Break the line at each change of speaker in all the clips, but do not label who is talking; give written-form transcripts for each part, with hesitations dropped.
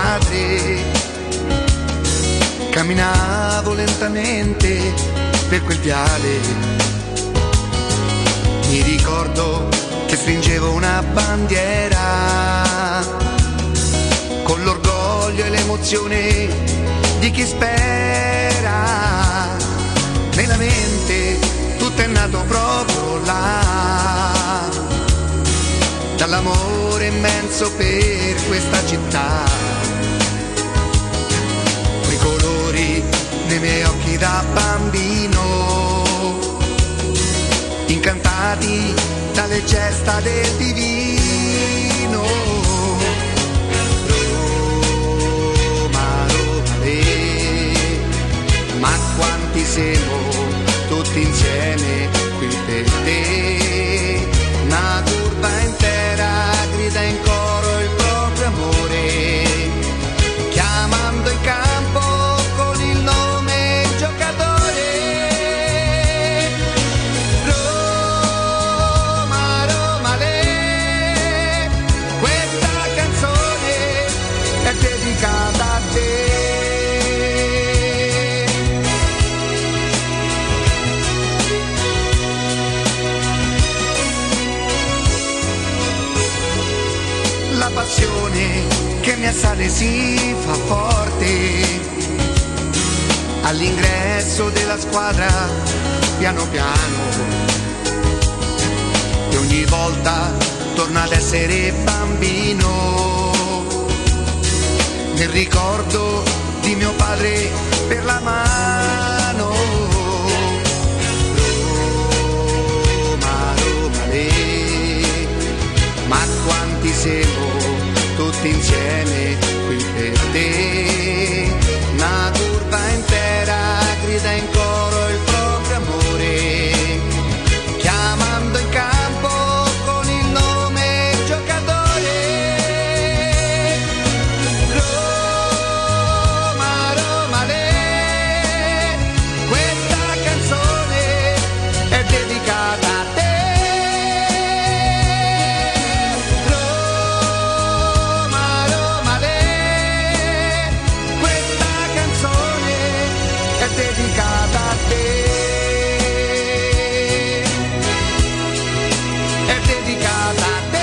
madre. Camminavo lentamente per quel viale, mi ricordo che stringevo una bandiera con l'orgoglio e l'emozione di chi spera. Nella mente tutto è nato proprio là, dall'amore immenso per questa città. Quei colori nei miei occhi da bambino, incantati dalle gesta del divino. Roma, Roma, ma quanti siamo tutti insieme qui per te. Una curva intera grida in coro il proprio amore, chiamando in campo con il nome giocatore. Roma, Roma, questa canzone è dedicata a te. La passione che mi assale si fa forte all'ingresso della squadra, piano piano, e ogni volta torna ad essere bambino nel ricordo di mio padre per la mano. Roma, Roma, ma quanti siamo tutti insieme qui per te. Una curva intera grida in coro il proprio amore, chiamando in campo con il nome giocatore. Roma, Roma, questa canzone è dedicata a te. Dedicata a te, è dedicata a te.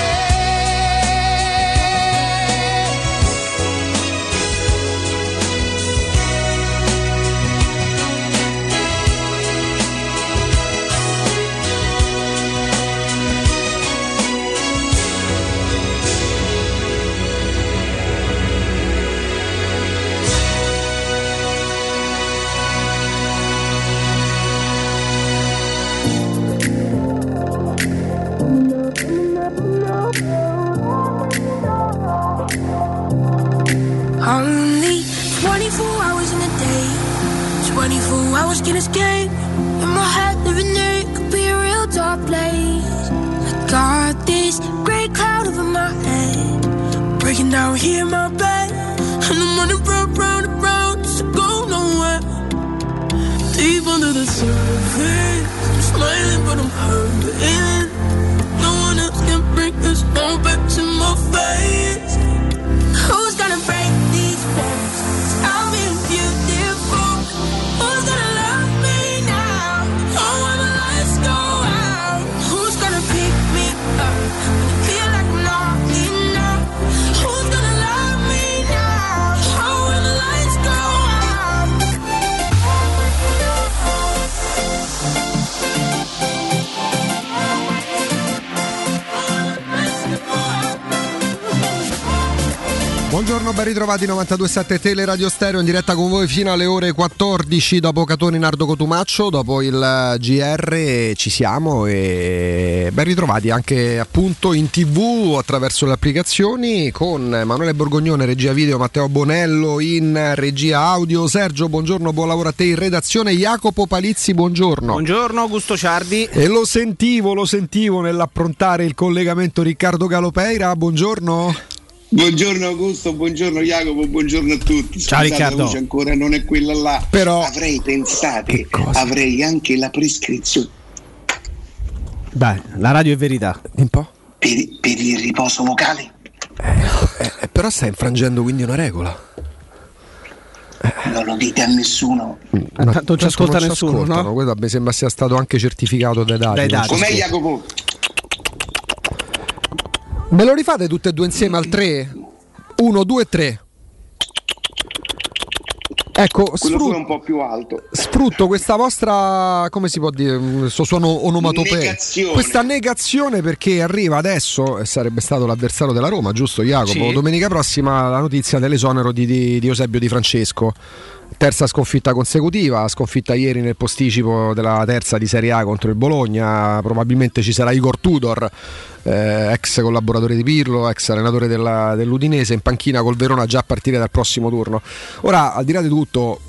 Only 24 hours in a day, 24 hours can escape. In my head, living there, it could be a real dark place. I got this gray cloud over my head, breaking down here in my bed, and I'm running round and round just to go nowhere. Deep under the surface, I'm smiling but I'm hurting. No one else can bring this all back to my face. Who's gonna break these walls? I'll be beautiful. Who's gonna love me now? Oh, when the lights go out. Who's gonna pick me up when I feel like I'm not enough? Who's gonna love me now? Oh, when the lights go
Buongiorno, ben ritrovati 92.7 Teleradio Stereo in diretta con voi fino alle ore 14 dopo Catoni Nardo Cotumaccio, dopo il GR ci siamo e ben ritrovati anche appunto in TV attraverso le applicazioni con Emanuele Borgognone, regia video, Matteo Bonello in regia audio. Sergio, buongiorno, buon lavoro a te in redazione. Jacopo Palizzi, buongiorno.
Buongiorno, Augusto Ciardi.
E lo sentivo nell'approntare il collegamento Riccardo Galopeira, buongiorno.
Buongiorno Augusto, buongiorno Jacopo, buongiorno a tutti.
Ciao Riccardo.
La voce ancora non è quella là,
però
avrei pensato, avrei anche la prescrizione.
Dai, la radio è verità.
Un po'?
Per il riposo vocale.
Però stai infrangendo quindi una regola.
Non lo dite a nessuno.
Non ci ascolta nessuno, no?
Questo mi sembra sia stato anche certificato dai dati.
Com'è, Jacopo?
Me lo rifate tutte e due insieme al 3? 1, 2, 3. Ecco,
quello è un po' più alto.
Sfrutto questa vostra, come si può dire, questo suono onomatopea, questa negazione, perché arriva adesso, sarebbe stato l'avversario della Roma, giusto Jacopo? Sì. Domenica prossima la notizia dell'esonero di Eusebio Di Francesco. Terza sconfitta consecutiva, sconfitta ieri nel posticipo della terza di Serie A contro il Bologna. Probabilmente ci sarà Igor Tudor, ex collaboratore di Pirlo, ex allenatore dell'Udinese, in panchina col Verona già a partire dal prossimo turno. Ora, al di là di tutto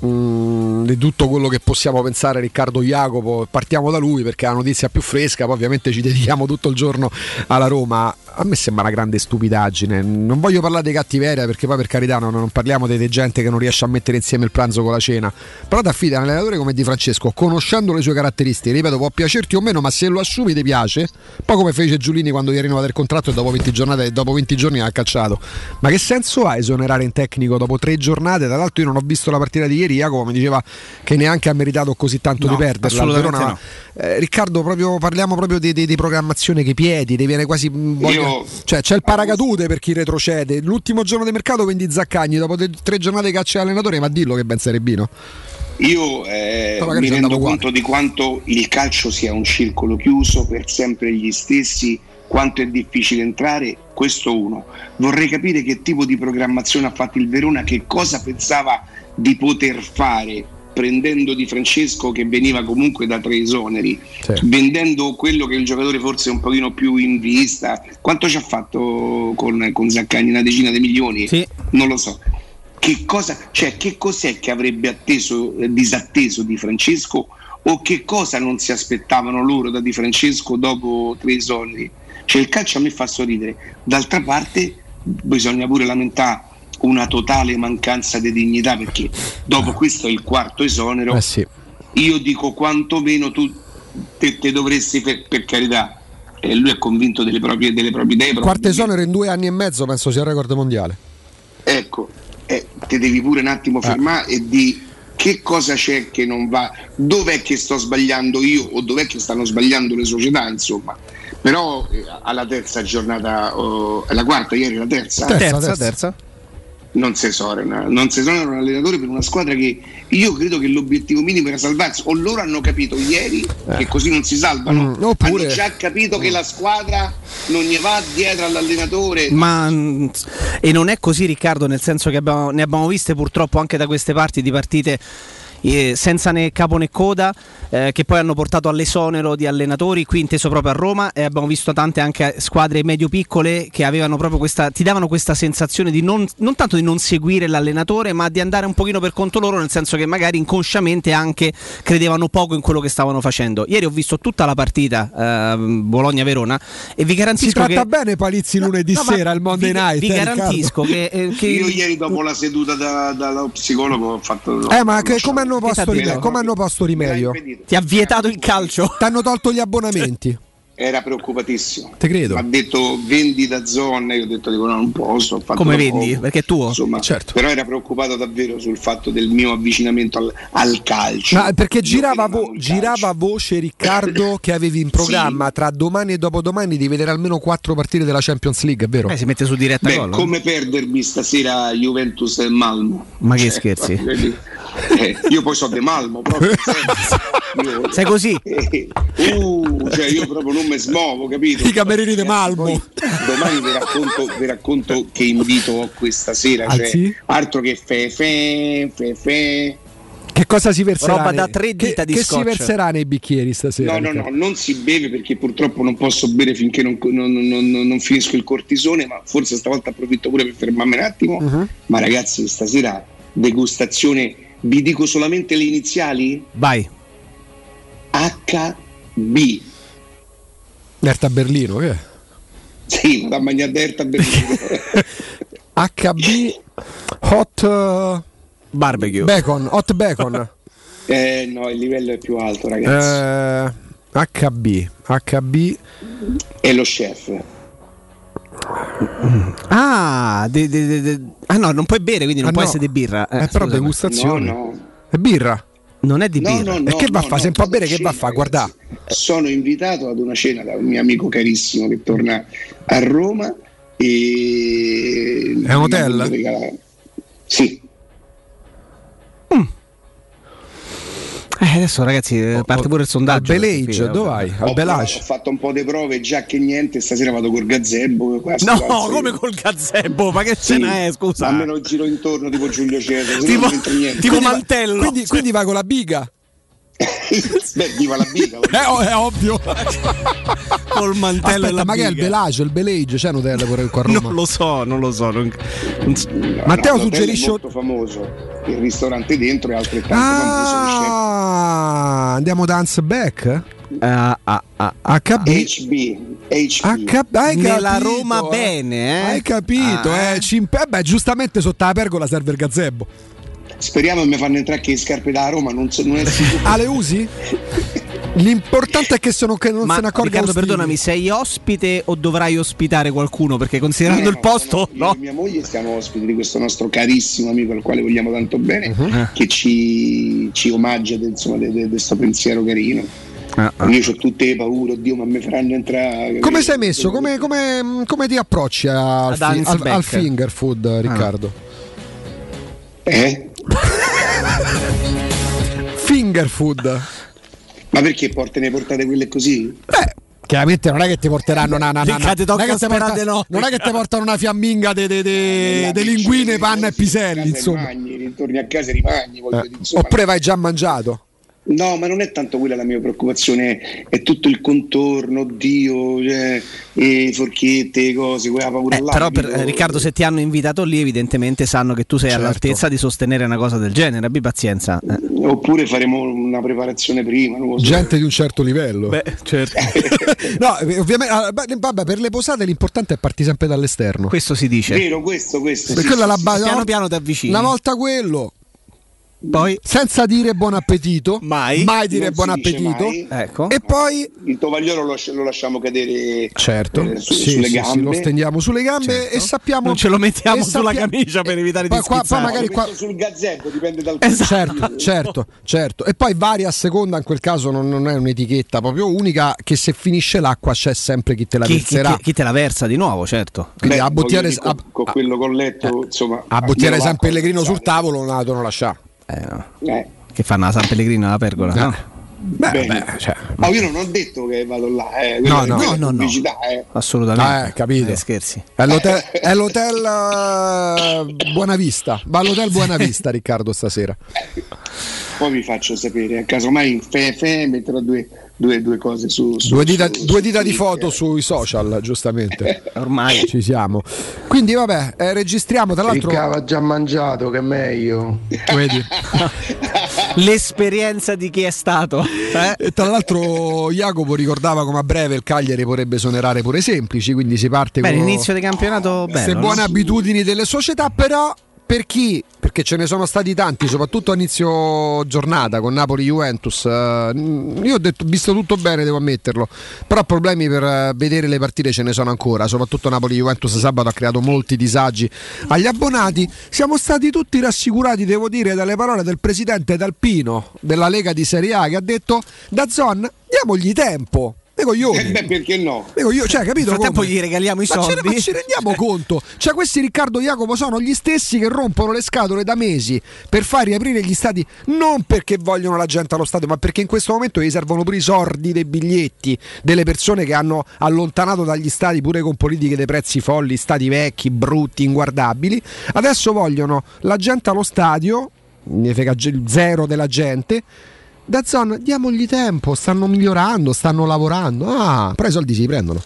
quello che possiamo pensare, Riccardo, Jacopo, partiamo da lui perché è la notizia più fresca, poi ovviamente ci dedichiamo tutto il giorno alla Roma. A me sembra una grande stupidaggine, non voglio parlare di cattiveria perché poi per carità non parliamo di gente che non riesce a mettere insieme il pranzo con la cena, però da affidare a un allenatore come Di Francesco, conoscendo le sue caratteristiche, ripeto, può piacerti o meno, ma se lo assumi ti piace, poi come fece Giulini quando gli ha rinnovato il contratto e dopo 20 giorni l'ha cacciato. Ma che senso ha esonerare in tecnico dopo 3 giornate? Tra l'altro io non ho visto la partita di ieri, Jacopo mi diceva che neanche ha meritato così tanto di perderla.
Assolutamente no.
Riccardo, parliamo proprio di programmazione che piedi, ti viene quasi cioè c'è il paracadute per chi retrocede. L'ultimo giorno di mercato vendi Zaccagni dopo 3 giornate caccia l'allenatore, ma dillo che ben serebino.
Io mi rendo conto di quanto il calcio sia un circolo chiuso per sempre gli stessi, quanto è difficile entrare, questo uno. Vorrei capire che tipo di programmazione ha fatto il Verona, che cosa pensava di poter fare prendendo Di Francesco, che veniva comunque da 3 esoneri, vendendo quello che il giocatore forse è un pochino più in vista. Quanto ci ha fatto con Zaccagni? Una decina di milioni?
Sì.
Non lo so. Che cos'è che avrebbe disatteso Di Francesco, o che cosa non si aspettavano loro da Di Francesco dopo 3 esoneri? Cioè, il calcio a me fa sorridere. D'altra parte bisogna pure lamentare una totale mancanza di dignità, perché dopo questo è il 4º esonero.
Sì.
Io dico quantomeno tu te dovresti, per carità, lui è convinto delle proprie idee.
4º esonero in 2 anni e mezzo, penso sia il record mondiale.
Ecco, te devi pure un attimo fermare e di che cosa c'è che non va, dov'è che sto sbagliando io o dov'è che stanno sbagliando le società, insomma. Però alla terza giornata, la quarta, ieri la terza. Non si esonera un allenatore per una squadra che io credo che l'obiettivo minimo era salvarsi, o loro hanno capito ieri che così non si salvano, oppure hanno già capito che la squadra non gli va dietro all'allenatore.
E non è così, Riccardo, nel senso che ne abbiamo viste purtroppo anche da queste parti di partite senza né capo né coda, che poi hanno portato all'esonero di allenatori, qui inteso proprio a Roma, e abbiamo visto tante anche squadre medio-piccole che avevano proprio ti davano questa sensazione di non tanto di non seguire l'allenatore, ma di andare un pochino per conto loro, nel senso che magari inconsciamente anche credevano poco in quello che stavano facendo. Ieri ho visto tutta la partita Bologna-Verona e vi garantisco
si tratta bene Palizzi lunedì sera al Monday Night.
Vi garantisco che
io ieri dopo la seduta dallo psicologo ho fatto
ma come hanno posto rimedio?
Ti ha vietato il calcio?
Ti hanno tolto gli abbonamenti?
Era preoccupatissimo.
Te credo.
Ha detto vendi da zone, io ho detto no, non posso.
Come vendi? Perché è tuo?
Insomma, certo. Però era preoccupato davvero sul fatto del mio avvicinamento al calcio.
Ma perché girava voce, Riccardo, che avevi in programma tra domani e dopodomani di vedere almeno 4 partite della Champions League, è vero?
Si mette su diretta gol.
Come perdermi stasera Juventus e Malmo.
Ma che scherzi?
Io poi so De Malmo proprio.
Sei così?
Cioè io proprio non mi smuovo, capito?
I camerieri di Malmo.
Domani vi racconto che invito ho questa sera, altro che fe.
Che cosa si verserà?
Roba da 3 dita di scotch.
Che si verserà nei bicchieri stasera?
No, non si beve, perché purtroppo non posso bere finché non finisco il cortisone, ma forse stavolta approfitto pure per fermarmi un attimo. Ma ragazzi, stasera degustazione, vi dico solamente le iniziali?
Vai.
HB.
Hertha Berlino, che è?
Sì, da mangiare Hertha Berlino.
HB Hot
Barbecue.
Hot Bacon.
No, il livello è più alto, ragazzi.
HB
è lo chef.
Ah, no, non puoi bere, quindi non può essere di birra.
Però degustazione.
No.
È birra?
Non è di birra.
E che va a fare? Se un po' a bere, che va a fare? Guarda.
Sono invitato ad una cena da un mio amico carissimo che torna a Roma. E
è un hotel?
Sì.
Adesso ragazzi parte pure il sondaggio.
Al Belage, dove vai? Al Belage.
Ho fatto un po' di prove, già che niente, stasera vado col gazebo.
No, come col gazebo? Ma che cena è, scusa?
Almeno giro intorno tipo Giulio Cesare,
tipo Mantello.
Quindi vai con la biga?
Beh, viva la biga.
È ovvio.
Col mantello.
Aspetta, ma che è il Belage? Il Belage c'è un hotel pure qua a Roma?
Non lo so.
Matteo suggerisce.
È molto famoso. Il ristorante dentro è altrettanto famoso.
Andiamo da Hans Beck? HB.
Nella Roma bene,
Hai capito, beh, giustamente sotto la pergola serve il gazebo.
Speriamo che mi fanno entrare anche le scarpe da Roma, non è sicuro.
Le usi? L'importante è che non se ne accorga.
Riccardo, perdonami, sei ospite o dovrai ospitare qualcuno? Perché considerando il posto,
io e mia moglie siamo ospiti di questo nostro carissimo amico al quale vogliamo tanto bene, che ci omaggia di questo pensiero carino. Io ho tutte le paure, oddio, ma mi faranno entrare.
Come sei messo? Come ti approcci al finger food, Riccardo? Finger food.
Ma perché ne portate quelle così?
Beh, chiaramente non è che ti porteranno non è che ti portano una fiamminga de linguine, panna e piselli, insomma.
Ritorni a casa e rimagni,
oppure vai già mangiato.
No, ma non è tanto quella la mia preoccupazione, è tutto il contorno, oddio, le forchette, le cose, quella paura là.
Però Riccardo, se ti hanno invitato lì, evidentemente sanno che tu sei all'altezza di sostenere una cosa del genere, abbi pazienza.
Oppure faremo una preparazione prima, non lo so.
Gente di un certo livello.
Beh, certo.
No, ovviamente, vabbè, per le posate l'importante è partire sempre dall'esterno.
Questo si dice.
Vero, questo.
Per quella la base.
Piano ti avvicini.
Una volta quello.
Poi
senza dire buon appetito, mai dire buon appetito,
ecco.
E poi
il tovagliolo lo lasciamo cadere,
sulle gambe, lo stendiamo sulle gambe, e sappiamo,
non ce lo mettiamo sulla camicia per evitare di
schizzare. Poi magari sul gazebo, dipende dal
certo. E poi varia a seconda, in quel caso non è un'etichetta proprio unica, che se finisce l'acqua c'è sempre chi te la verserà,
chi te la versa di nuovo, certo.
Quindi a bottiere
con quello colletto, insomma,
a bottiere San Pellegrino sul tavolo non la devono lasciare.
Che fanno la San Pellegrino alla pergola? No?
Io non ho detto che vado là,
no. Assolutamente.
Capito.
Scherzi.
È l'hotel Buonavista. Va all'hotel Buonavista, Riccardo, stasera.
Poi vi faccio sapere, casomai in metterò due cose su
due dita di foto sui social, giustamente.
Ormai
ci siamo. Quindi vabbè, registriamo, tra l'altro.
Aveva già mangiato, che è meglio.
Vedi?
L'esperienza di chi è stato.
E tra l'altro Jacopo ricordava come a breve il Cagliari potrebbe esonerare pure Semplici, quindi si parte con
l'inizio del campionato bello,
queste buone abitudini delle società, però per chi? Perché ce ne sono stati tanti, soprattutto a inizio giornata con Napoli-Juventus. Io ho detto, visto tutto bene, devo ammetterlo, però problemi per vedere le partite ce ne sono ancora, soprattutto Napoli-Juventus sabato ha creato molti disagi agli abbonati. Siamo stati tutti rassicurati, devo dire, dalle parole del presidente D'Alpino della Lega di Serie A, che ha detto: DAZN, diamogli tempo.
Perché no?
Capito?
Nel frattempo gli regaliamo i soldi.
Ma ci rendiamo conto? Cioè, questi, Riccardo, Jacopo, sono gli stessi che rompono le scatole da mesi per far riaprire gli stadi, non perché vogliono la gente allo stadio, ma perché in questo momento gli servono pure i soldi dei biglietti delle persone che hanno allontanato dagli stadi pure con politiche dei prezzi folli, stadi vecchi, brutti, inguardabili. Adesso vogliono la gente allo stadio, ne frega zero della gente. DAZN, diamogli tempo, stanno migliorando, stanno lavorando. Però i soldi si prendono.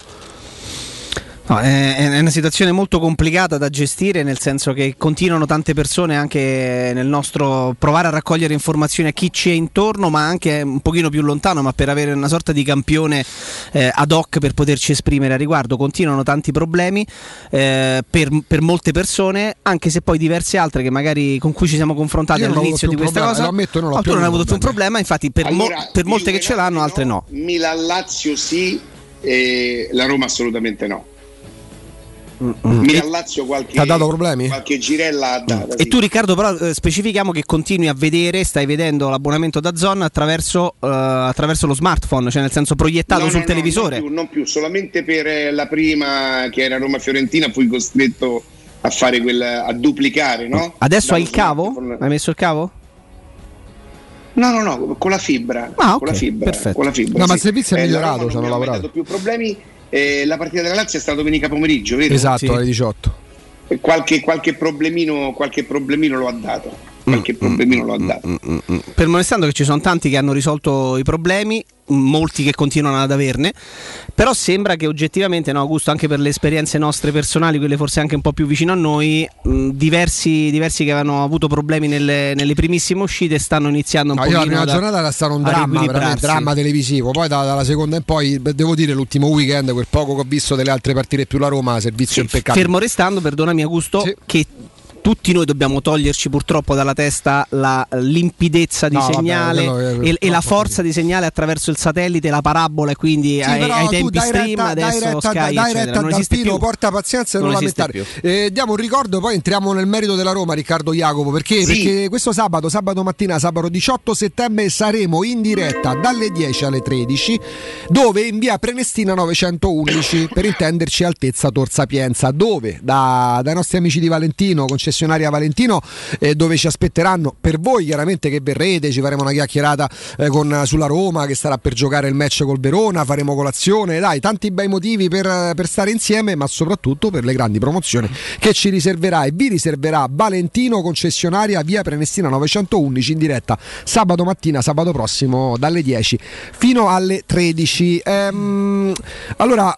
No, è una situazione molto complicata da gestire, nel senso che continuano tante persone anche nel nostro provare a raccogliere informazioni a chi ci è intorno, ma anche un pochino più lontano, ma per avere una sorta di campione ad hoc per poterci esprimere a riguardo. Continuano tanti problemi per molte persone, anche se poi diverse altre che magari con cui ci siamo confrontati all'inizio di questa cosa, tu non hai avuto più un problema, infatti per molte che ce l'hanno, altre no.
Milan-Lazio sì, e la Roma assolutamente no. Milan-Lazio qualche,
ha dato problemi?
Qualche girella ha data.
E tu Riccardo però specifichiamo che continui a vedere, stai vedendo l'abbonamento da DAZN attraverso lo smartphone, cioè nel senso proiettato sul televisore.
Non più, solamente per la prima che era Roma-Fiorentina fui costretto a fare a duplicare, no?
Adesso hai il cavo? Hai messo il cavo?
No, con la fibra.
Ah,
con la fibra,
perfetto.
Con la fibra,
no,
sì.
Ma il servizio è migliorato, ci hanno lavorato.
Non ho più problemi. La partita della Lazio è stata domenica pomeriggio, vero?
Esatto,
Sì.
alle 18.
Qualche problemino lo ha dato.
Fermo restando che ci sono tanti che hanno risolto i problemi, molti che continuano ad averne, però sembra che oggettivamente, no, Augusto, anche per le esperienze nostre personali, quelle forse anche un po' più vicino a noi, diversi che avevano avuto problemi nelle primissime uscite stanno iniziando un po'.
La prima giornata era stato un dramma televisivo, poi dalla seconda in poi, devo dire, l'ultimo weekend, quel poco che ho visto delle altre partite più la Roma, servizio impeccabile.
Fermo restando, perdonami Augusto,
sì,
che tutti noi dobbiamo toglierci purtroppo dalla testa la limpidezza di segnale e la forza di segnale attraverso il satellite, la parabola, e quindi ai tempi stream, adesso Sky eccetera, non esiste più.
Porta pazienza e non lamentare. Diamo un ricordo, poi entriamo nel merito della Roma, Riccardo Jacopo, perché questo sabato mattina, sabato 18 settembre, saremo in diretta dalle 10 alle 13, dove in via Prenestina 911, per intenderci altezza Tor Sapienza, dove dai nostri amici di Valentino, concessionaria Valentino, dove ci aspetteranno, per voi chiaramente che verrete, ci faremo una chiacchierata sulla Roma che starà per giocare il match col Verona, faremo colazione, dai, tanti bei motivi per stare insieme, ma soprattutto per le grandi promozioni che ci riserverà e vi riserverà Valentino, concessionaria via Prenestina 911, in diretta sabato prossimo dalle 10 fino alle 13. Allora,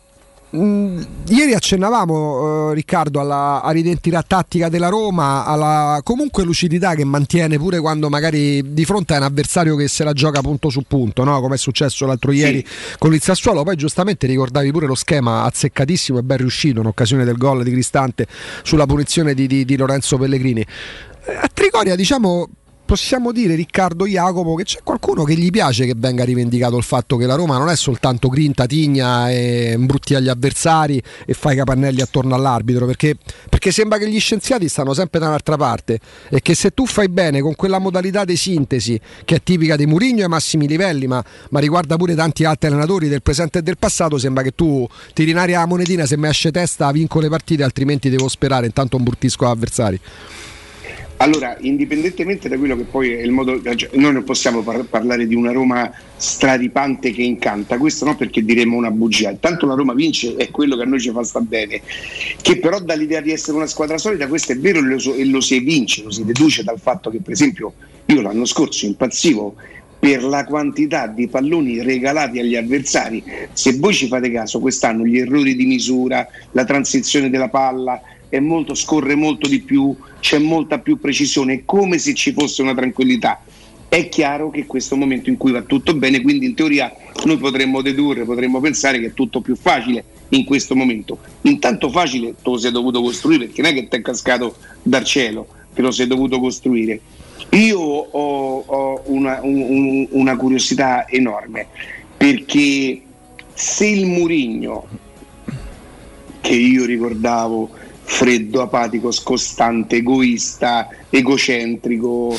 ieri accennavamo, Riccardo, alla identità tattica della Roma, alla comunque lucidità che mantiene pure quando magari di fronte a un avversario che se la gioca punto su punto, no? Come è successo l'altro ieri con il Sassuolo. Poi giustamente ricordavi pure lo schema azzeccatissimo e ben riuscito in occasione del gol di Cristante sulla punizione di Lorenzo Pellegrini. A Trigoria, diciamo, possiamo dire, Riccardo Jacopo, che c'è qualcuno che gli piace che venga rivendicato il fatto che la Roma non è soltanto grinta, tigna e imbruttia gli avversari e fa i capannelli attorno all'arbitro, perché sembra che gli scienziati stanno sempre da un'altra parte, e che se tu fai bene con quella modalità di sintesi che è tipica di Mourinho ai massimi livelli, ma riguarda pure tanti altri allenatori del presente e del passato, sembra che tu tiri in aria la monetina, se mi esce testa vinco le partite, altrimenti devo sperare, intanto imbruttisco gli avversari.
Allora, indipendentemente da quello che poi è il modo, noi non possiamo parlare di una Roma straripante che incanta, questo no, perché diremmo una bugia. Intanto la Roma vince, è quello che a noi ci fa sta bene, che però dà l'idea di essere una squadra solida, questo è vero, e lo si evince, lo si deduce dal fatto che, per esempio, io l'anno scorso impazzivo per la quantità di palloni regalati agli avversari. Se voi ci fate caso, quest'anno gli errori di misura, la transizione della palla scorre molto di più, c'è molta più precisione, è come se ci fosse una tranquillità. È chiaro che questo è un momento in cui va tutto bene, quindi in teoria noi potremmo pensare che è tutto più facile in questo momento. Intanto facile te lo sei dovuto costruire, perché non è che ti è cascato dal cielo, te lo sei dovuto costruire. Io ho una curiosità enorme, perché se il Mourinho che io ricordavo freddo, apatico, scostante, egoista, egocentrico,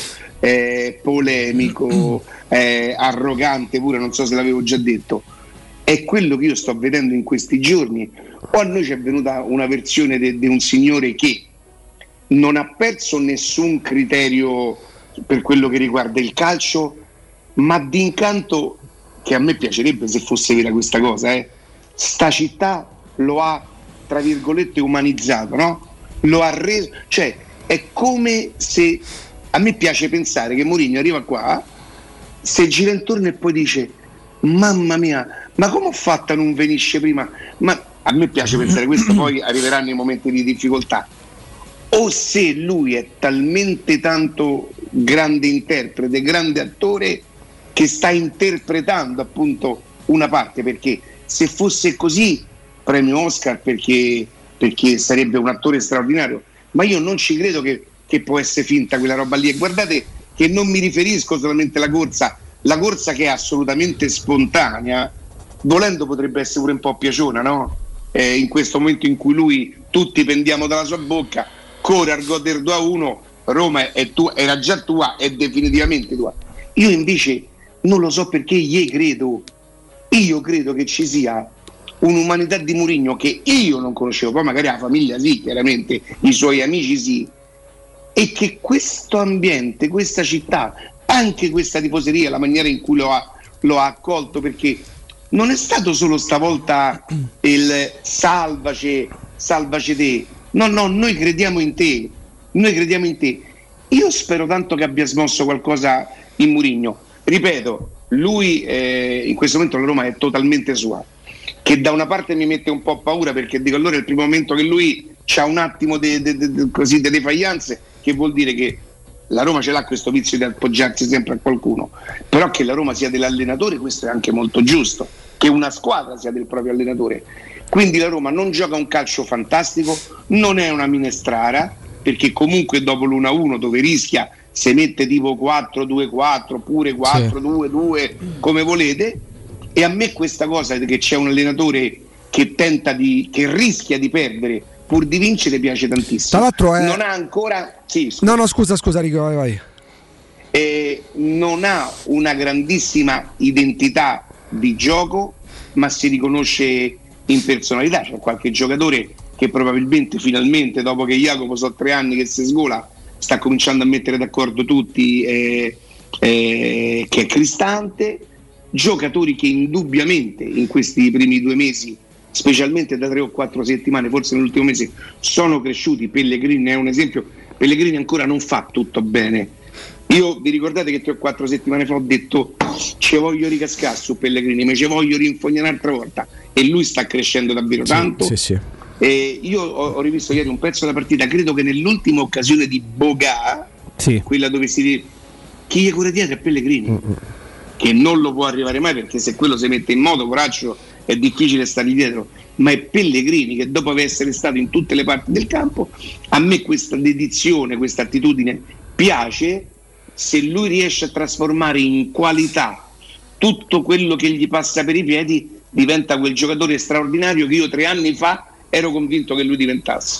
polemico, arrogante pure, non so se l'avevo già detto, è quello che io sto vedendo in questi giorni, o a noi ci è venuta una versione di un signore che non ha perso nessun criterio per quello che riguarda il calcio, ma d'incanto, che a me piacerebbe se fosse vera questa cosa, sta città lo ha, tra virgolette, umanizzato, no? Lo ha reso, cioè è come se, a me piace pensare che Mourinho arriva qua, se gira intorno e poi dice: mamma mia, ma come ho fatto a non venisse prima? Ma a me piace pensare questo, poi arriveranno i momenti di difficoltà. O se lui è talmente tanto grande interprete, grande attore, che sta interpretando appunto una parte, perché se fosse così premio Oscar, perché sarebbe un attore straordinario, ma io non ci credo che può essere finta quella roba lì. E guardate che non mi riferisco solamente alla corsa che è assolutamente spontanea, volendo potrebbe essere pure un po' piaciona, no? in questo momento in cui tutti pendiamo dalla sua bocca, corre al gol del 2-1, Roma è tua, era già tua, è definitivamente tua. Io invece non lo so perché io credo che ci sia un'umanità di Mourinho che io non conoscevo, poi magari la famiglia sì, chiaramente i suoi amici sì, e che questo ambiente, questa città, anche questa tifoseria, la maniera in cui lo ha accolto, perché non è stato solo stavolta il salvaci te, no, noi crediamo in te, io spero tanto che abbia smosso qualcosa in Mourinho. Ripeto, lui in questo momento la Roma è totalmente sua, che da una parte mi mette un po' paura, perché dico allora è il primo momento che lui c'ha un attimo così di defaglianze, che vuol dire che la Roma ce l'ha questo vizio di appoggiarsi sempre a qualcuno, però che la Roma sia dell'allenatore, questo è anche molto giusto, che una squadra sia del proprio allenatore. Quindi la Roma non gioca un calcio fantastico, non è una minestrara, perché comunque dopo l'1-1 dove rischia se mette tipo 4-2-4 oppure 4-2-2 come volete, e a me questa cosa che c'è un allenatore che che rischia di perdere pur di vincere piace tantissimo.
Tra l'altro
non ha ancora
scusa Rico, vai.
Non ha una grandissima identità di gioco, ma si riconosce in personalità. C'è qualche giocatore che probabilmente finalmente, dopo che Jacopo so 3 anni che si sgola, sta cominciando a mettere d'accordo tutti, che è Cristante. Giocatori che indubbiamente in questi primi 2 mesi, specialmente da 3 o 4 settimane, forse nell'ultimo mese, sono cresciuti. Pellegrini è un esempio. Pellegrini ancora non fa tutto bene. Io vi ricordate che 3 o 4 settimane fa ho detto ci voglio ricascare su Pellegrini, ma ci voglio rinfognare un'altra volta, e lui sta crescendo davvero tanto.
Sì.
Io ho rivisto ieri un pezzo della partita, credo che nell'ultima occasione di Boga, quella dove chi gli cura dietro è Pellegrini, che non lo può arrivare mai, perché se quello si mette in moto, poraccio, è difficile stare dietro, ma è Pellegrini che dopo essere stato in tutte le parti del campo, a me questa dedizione, questa attitudine piace. Se lui riesce a trasformare in qualità tutto quello che gli passa per i piedi, diventa quel giocatore straordinario che io 3 anni fa ero convinto che lui diventasse.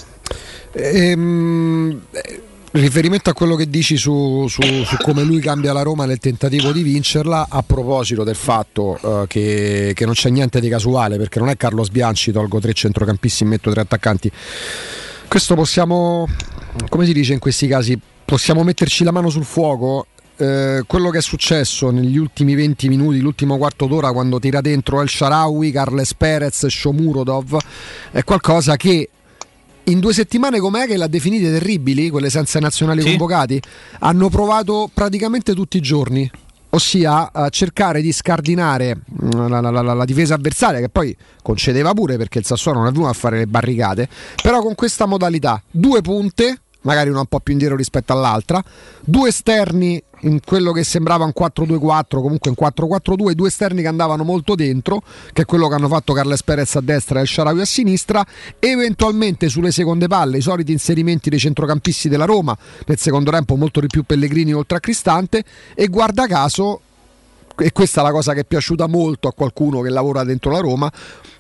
Riferimento a quello che dici su come lui cambia la Roma nel tentativo di vincerla, a proposito del fatto che non c'è niente di casuale, perché non è Carlos Bianchi, tolgo 3 centrocampisti, metto 3 attaccanti. Questo possiamo, come si dice in questi casi, possiamo metterci la mano sul fuoco. Quello che è successo negli ultimi 20 minuti, l'ultimo quarto d'ora, quando tira dentro El Shaarawy, Carles Perez, Shomurodov, è qualcosa che in 2 settimane, com'è che l'ha definite terribili, quelle senza nazionali convocati, hanno provato praticamente tutti i giorni, ossia cercare di scardinare la difesa avversaria, che poi concedeva pure, perché il Sassuolo non è venuto a fare le barricate, però con questa modalità: 2 punte, magari una un po' più indietro rispetto all'altra, 2 esterni in quello che sembrava un 4-2-4, comunque un 4-4-2, 2 esterni che andavano molto dentro, che è quello che hanno fatto Carles Perez a destra e El Shaarawy a sinistra, eventualmente sulle seconde palle i soliti inserimenti dei centrocampisti della Roma, nel secondo tempo molto di più Pellegrini oltre a Cristante, e guarda caso, e questa è la cosa che è piaciuta molto a qualcuno che lavora dentro la Roma,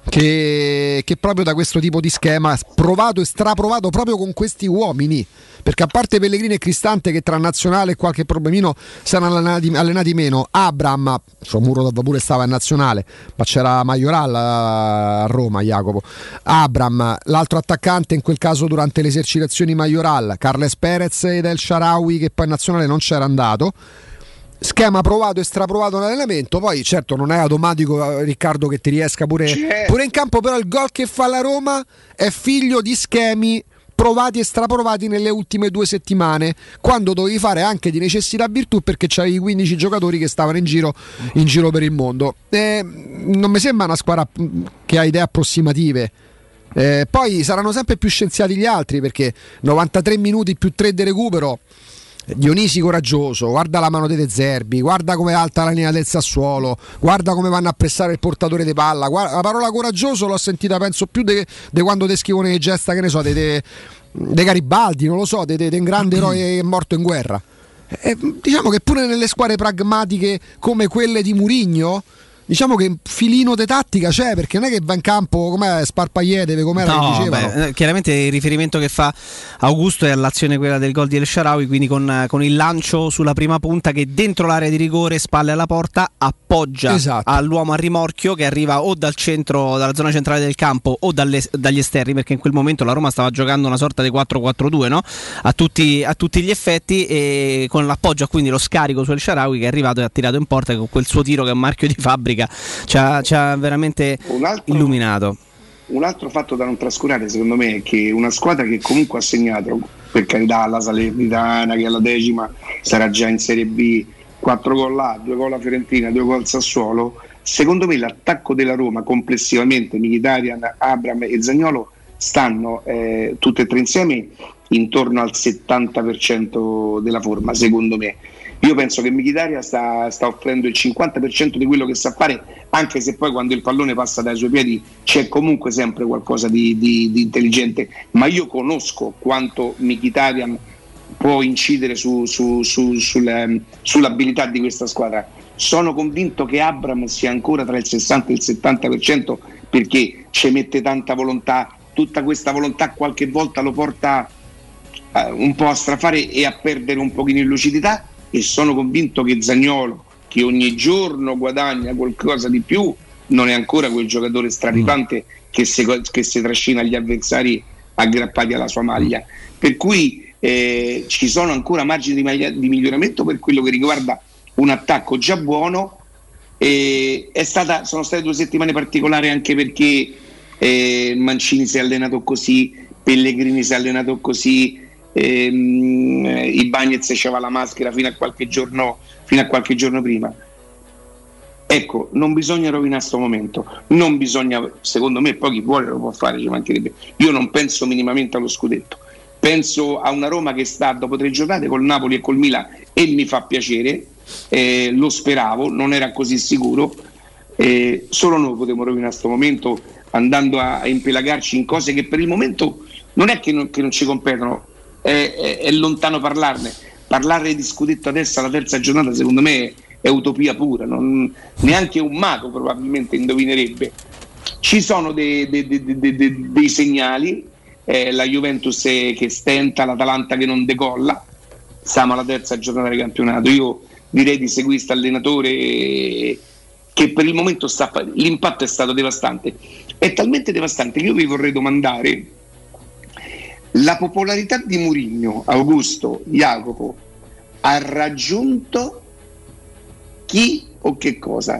che proprio da questo tipo di schema provato e straprovato proprio con questi uomini, perché a parte Pellegrini e Cristante, che tra nazionale e qualche problemino saranno allenati meno, Abram, Shomurodov pure stava in nazionale, ma c'era Majoral a Roma, Jacopo, Abram, l'altro attaccante in quel caso durante le esercitazioni Majoral, Carles Perez ed El Shaarawy, che poi in nazionale non c'era andato. Schema provato e straprovato nell'allenamento. Poi certo non è automatico, Riccardo, che ti riesca pure in campo, però il gol che fa la Roma è figlio di schemi provati e straprovati nelle ultime 2 settimane, quando dovevi fare anche di necessità virtù, perché c'avevi 15 giocatori che stavano in giro per il mondo. Non mi sembra una squadra che ha idee approssimative. Poi saranno sempre più scienziati gli altri, perché 93 minuti più 3 di recupero. Dionisi coraggioso, guarda la mano di De Zerbi, guarda come è alta la linea del Sassuolo, guarda come vanno a pressare il portatore di palla. La parola coraggioso l'ho sentita penso più di quando descrivono le gesta, che ne so, dei Garibaldi, non lo so, di un grande eroe che è morto in guerra. Diciamo che pure nelle squadre pragmatiche come quelle di Mourinho diciamo che un filino di tattica c'è, perché non è che va in campo come Sparpagliete, come dicevano.
Chiaramente il riferimento che fa Augusto è all'azione quella del gol di El Shaarawy, quindi con il lancio sulla prima punta che dentro l'area di rigore, spalle alla porta, appoggia all'uomo a rimorchio che arriva o dal centro, dalla zona centrale del campo o dagli esterni, perché in quel momento la Roma stava giocando una sorta di 4-4-2, no? a tutti gli effetti, e con l'appoggio, quindi lo scarico su El Shaarawy che è arrivato e ha tirato in porta con quel suo tiro che è un marchio di fabbrica, ci ha veramente illuminato.
Un altro fatto da non trascurare secondo me è che una squadra che comunque ha segnato, per carità, la Salernitana che alla 10ª sarà già in Serie B, 4 gol là, 2 gol a Fiorentina, 2 gol Sassuolo, secondo me l'attacco della Roma complessivamente, Mkhitaryan, Abraham e Zaniolo, stanno tutte e tre insieme intorno al 70% della forma, secondo me. Io penso che Mkhitaryan sta offrendo il 50% di quello che sa fare, anche se poi quando il pallone passa dai suoi piedi c'è comunque sempre qualcosa di intelligente, ma io conosco quanto Mkhitaryan può incidere sull'abilità di questa squadra. Sono convinto che Abraham sia ancora tra il 60 e il 70%, perché ci mette tanta volontà, tutta questa volontà qualche volta lo porta un po' a strafare e a perdere un pochino in lucidità, e sono convinto che Zaniolo, che ogni giorno guadagna qualcosa di più, non è ancora quel giocatore straripante che si trascina gli avversari aggrappati alla sua maglia, per cui ci sono ancora margini di miglioramento per quello che riguarda un attacco già buono. Sono state 2 settimane particolari anche perché Mancini si è allenato così, Pellegrini si è allenato così, Ibañez c'aveva la maschera fino a qualche giorno prima. Ecco, non bisogna rovinare questo momento, non bisogna, secondo me, poi chi vuole lo può fare, ci mancherebbe. Io non penso minimamente allo scudetto, penso a una Roma che sta dopo 3 giornate col Napoli e col Milan, e mi fa piacere, lo speravo, non era così sicuro, solo noi potremo rovinare questo momento andando a impelagarci in cose che per il momento non è che non ci competono, è lontano parlarne. Parlare di scudetto adesso alla 3ª giornata secondo me è utopia pura, neanche un mago probabilmente indovinerebbe. Ci sono dei segnali, la Juventus che stenta, l'Atalanta che non decolla, siamo alla 3ª giornata del campionato. Io direi di seguire questo allenatore che per il momento l'impatto è stato devastante, è talmente devastante che io vi vorrei domandare: la popolarità di Mourinho, Augusto, Jacopo, ha raggiunto chi o che cosa?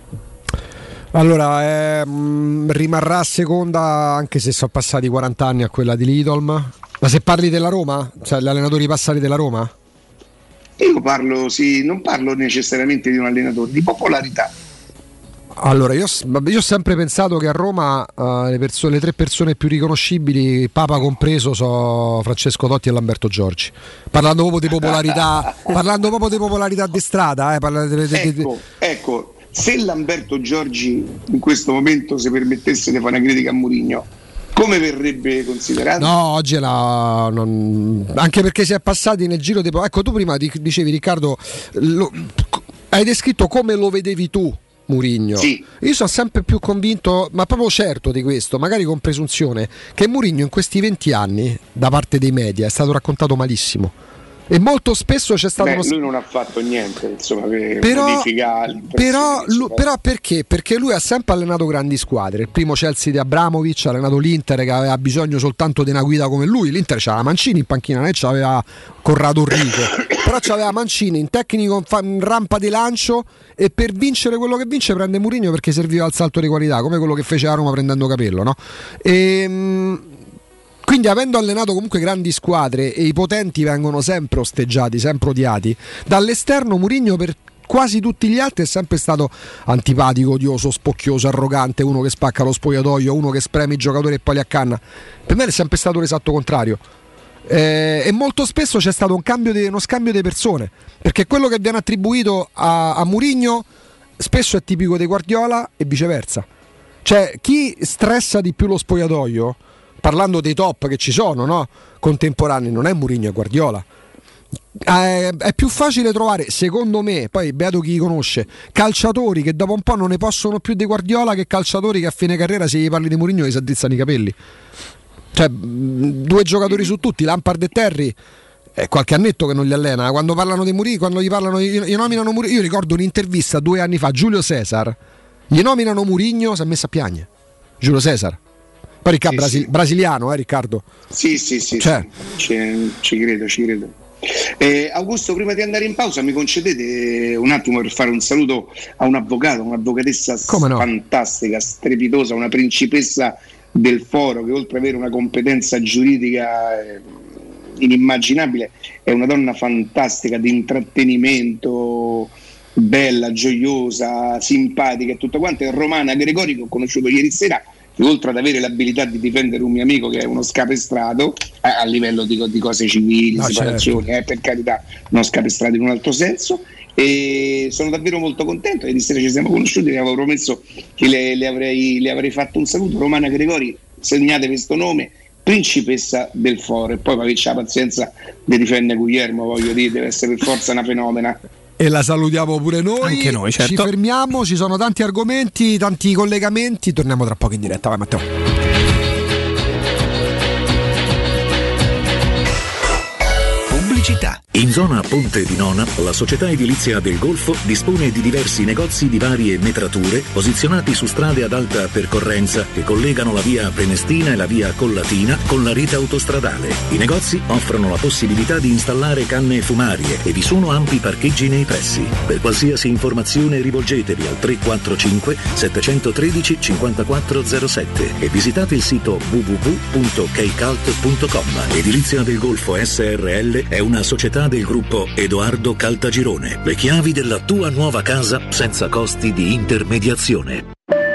Allora, rimarrà seconda, anche se sono passati 40 anni a quella di Lidolm. Ma se parli della Roma? Cioè gli allenatori passati della Roma?
Io non parlo necessariamente di un allenatore, di popolarità.
Allora, io ho sempre pensato che a Roma le 3 persone più riconoscibili, Papa compreso, sono Francesco Totti e Lamberto Giorgi. Parlando proprio di popolarità di strada,
Ecco, se Lamberto Giorgi in questo momento si permettesse di fare una critica a Mourinho, come verrebbe considerato?
No, oggi anche perché si è passati nel giro ecco, tu prima dicevi, Riccardo, hai descritto come lo vedevi tu Mourinho.
Sì.
Io sono sempre più convinto, ma proprio certo di questo, magari con presunzione, che Mourinho in questi 20 anni da parte dei media è stato raccontato malissimo. E molto spesso c'è stato
lui non ha fatto niente, insomma, per modificare.
Però perché? Perché lui ha sempre allenato grandi squadre. Il primo Chelsea di Abramovich, ha allenato l'Inter che aveva bisogno soltanto di una guida come lui. L'Inter c'aveva Mancini in panchina, non c'aveva Corrado Enrico, però c'aveva Mancini in tecnico, in rampa di lancio, e per vincere quello che vince prende Mourinho perché serviva al salto di qualità, come quello che fece a Roma prendendo Capello, no? Quindi, avendo allenato comunque grandi squadre, e i potenti vengono sempre osteggiati, sempre odiati, dall'esterno Mourinho per quasi tutti gli altri è sempre stato antipatico, odioso, spocchioso, arrogante, uno che spacca lo spogliatoio, uno che spreme i giocatori e poi li accanna. Per me è sempre stato l'esatto contrario. E molto spesso c'è stato uno scambio di persone, perché quello che viene attribuito a Mourinho spesso è tipico di Guardiola e viceversa. Cioè, chi stressa di più lo spogliatoio, parlando dei top che ci sono, no? Contemporanei, non è Mourinho, è Guardiola. è più facile trovare, secondo me, poi beato chi conosce, calciatori che dopo un po' non ne possono più di Guardiola che calciatori che a fine carriera, se gli parli di Mourinho, gli si addrizzano i capelli. Cioè, 2 giocatori su tutti, Lampard e Terry, è qualche annetto che non li allena. Quando parlano di Mourinho, quando gli parlano, gli nominano Mourinho, io ricordo un'intervista 2 anni fa, Giulio Cesar, gli nominano Mourinho, si è messo a piangere. Giulio Cesar. Poi Riccardo, brasiliano, Riccardo?
Sì,
cioè.
Ci credo. Augusto, prima di andare in pausa mi concedete un attimo per fare un saluto a un avvocato, un'avvocatessa fantastica, strepitosa, una principessa del foro che oltre ad avere una competenza giuridica inimmaginabile è una donna fantastica di intrattenimento, bella, gioiosa, simpatica e tutto quanto. È Romana Gregori, che ho conosciuto ieri sera, che oltre ad avere l'abilità di difendere un mio amico che è uno scapestrato a livello di cose civili, separazioni, certo. Per carità, non scapestrato in un altro senso, e sono davvero molto contento. Ieri sera ci siamo conosciuti, vi avevo promesso che le avrei fatto un saluto. Romana Gregori, segnate questo nome, principessa del foro, e poi avete la pazienza di difendere Guglielmo, voglio dire, deve essere per forza una fenomena.
E la salutiamo pure noi.
Anche noi, certo.
Ci fermiamo, ci sono tanti argomenti, tanti collegamenti. Torniamo tra poco in diretta. Vai Matteo.
Pubblicità. In zona Ponte di Nona, la società edilizia del Golfo dispone di diversi negozi di varie metrature posizionati su strade ad alta percorrenza che collegano la via Prenestina e la via Collatina con la rete autostradale. I negozi offrono la possibilità di installare canne fumarie e vi sono ampi parcheggi nei pressi. Per qualsiasi informazione rivolgetevi al 345 713 5407 e visitate il sito www.keicalt.com. Edilizia del Golfo SRL è una società del gruppo Edoardo Caltagirone. Le chiavi della tua nuova casa senza costi di intermediazione.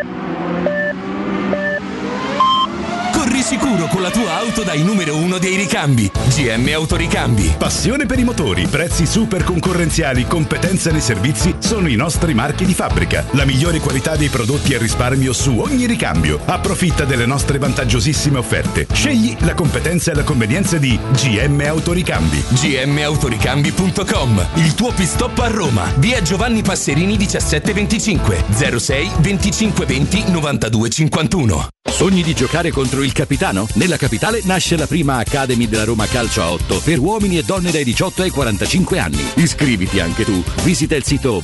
Corri sicuro con la tua auto dai numero 1 dei ricambi. GM Autoricambi.
Passione per i motori, prezzi super concorrenziali, competenza nei servizi sono i nostri marchi di fabbrica. La migliore qualità dei prodotti e risparmio su ogni ricambio. Approfitta delle nostre vantaggiosissime offerte. Scegli la competenza e la convenienza di GM Autoricambi.
gmautoricambi.com. Il tuo pit stop a Roma. Via Giovanni Passerini 1725 06 25 20 92 51.
Sogni di giocare contro il capitano? Nella capitale nasce la prima Academy della Roma Calcio a 8 per uomini e donne dai 18 ai 45 anni. Iscriviti anche tu. Visita il sito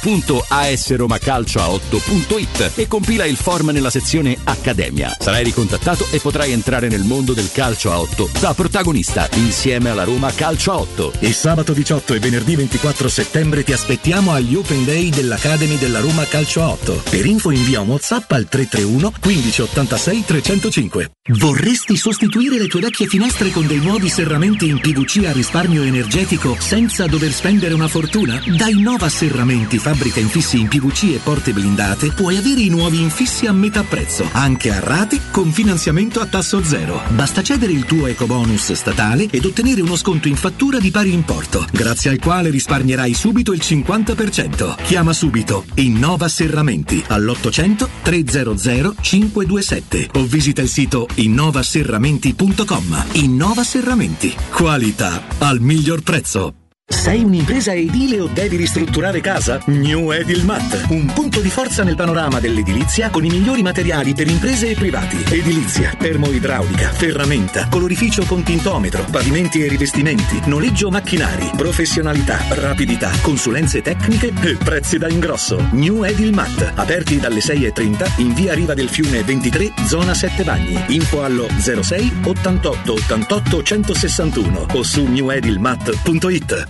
www.asromacalcioa8.it e compila il form nella sezione Accademia. Sarai ricontattato e potrai entrare nel mondo del calcio a 8 da protagonista insieme alla Roma Calcio a 8.
E sabato 18 e venerdì 24 settembre ti aspettiamo agli Open Day dell'Academy della Roma Calcio a 8. Per info invia un WhatsApp al 331 1586 305. Vorresti sostituire le tue vecchie finestre con dei nuovi serramenti in PVC a risparmio energetico senza dover spendere una fortuna? Da Innova Serramenti, fabbrica infissi in PVC e porte blindate, puoi avere i nuovi infissi a metà prezzo, anche a rate con finanziamento a tasso zero. Basta cedere il tuo ecobonus statale ed ottenere uno sconto in fattura di pari importo, grazie al quale risparmierai subito il 50%. Chiama subito Innova Serramenti all'800 300 527 o visita il sito innovaserramenti.com. Innova Serramenti, qualità al miglior prezzo. Sei un'impresa edile o devi ristrutturare casa? New Edilmat, un punto di forza nel panorama dell'edilizia con i migliori materiali per imprese e privati. Edilizia, termoidraulica, ferramenta, colorificio con tintometro, pavimenti e rivestimenti, noleggio macchinari, professionalità, rapidità, consulenze tecniche e prezzi da ingrosso. New Edilmat, aperti dalle 6:30 in via Riva del Fiume 23, zona 7 Bagni. Info allo 06 88 88 161 o su newedilmat.it.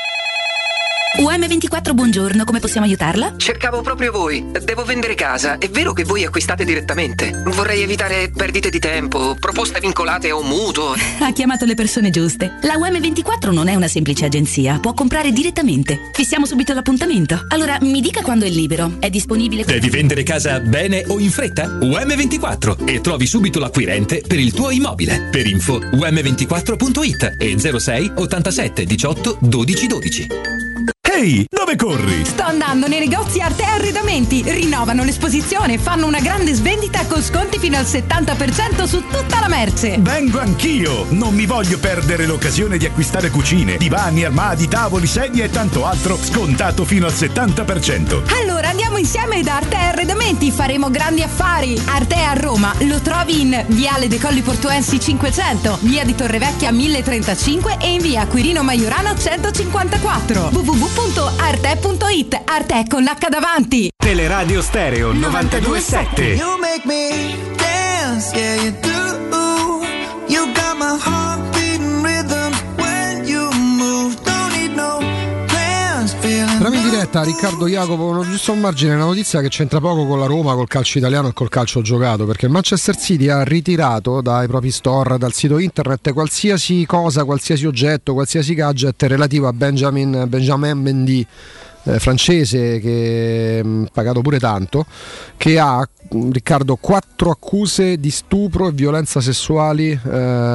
UM24, buongiorno, come possiamo aiutarla?
Cercavo proprio voi. Devo vendere casa. È vero che voi acquistate direttamente? Vorrei evitare perdite di tempo, proposte vincolate o mutuo.
Ha chiamato le persone giuste. La UM24 non è una semplice agenzia, può comprare direttamente. Fissiamo subito l'appuntamento. Allora, mi dica quando è libero. È disponibile?
Devi vendere casa bene o in fretta? UM24 e trovi subito l'acquirente per il tuo immobile. Per info um24.it e 06 87 18 12 12.
Ehi, dove corri?
Sto andando nei negozi Arte Arredamenti. Rinnovano l'esposizione, fanno una grande svendita con sconti fino al 70% su tutta la merce.
Vengo anch'io! Non mi voglio perdere l'occasione di acquistare cucine, divani, armadi, tavoli, sedie e tanto altro scontato fino al 70%.
Allora andiamo insieme da Arte Arredamenti, faremo grandi affari. Arte a Roma lo trovi in Viale dei Colli Portuensi 500, Via di Torrevecchia 1035 e in Via Quirino Maiorano 154. www.arte.it. Arte con l'H davanti.
Teleradio Stereo 92.7.
You make me dance, yeah you do. You got my heart beating rhythm when you move. Don't need no plans, feeling.
Entriamo in diretta, Riccardo Jacopo, giusto un margine, una notizia che c'entra poco con la Roma, col calcio italiano e col calcio giocato, perché il Manchester City ha ritirato dai propri store, dal sito internet, qualsiasi cosa, qualsiasi oggetto, qualsiasi gadget relativo a Benjamin Mendy, francese, che pagato pure tanto, che ha, Riccardo, 4 accuse di stupro e violenza sessuali di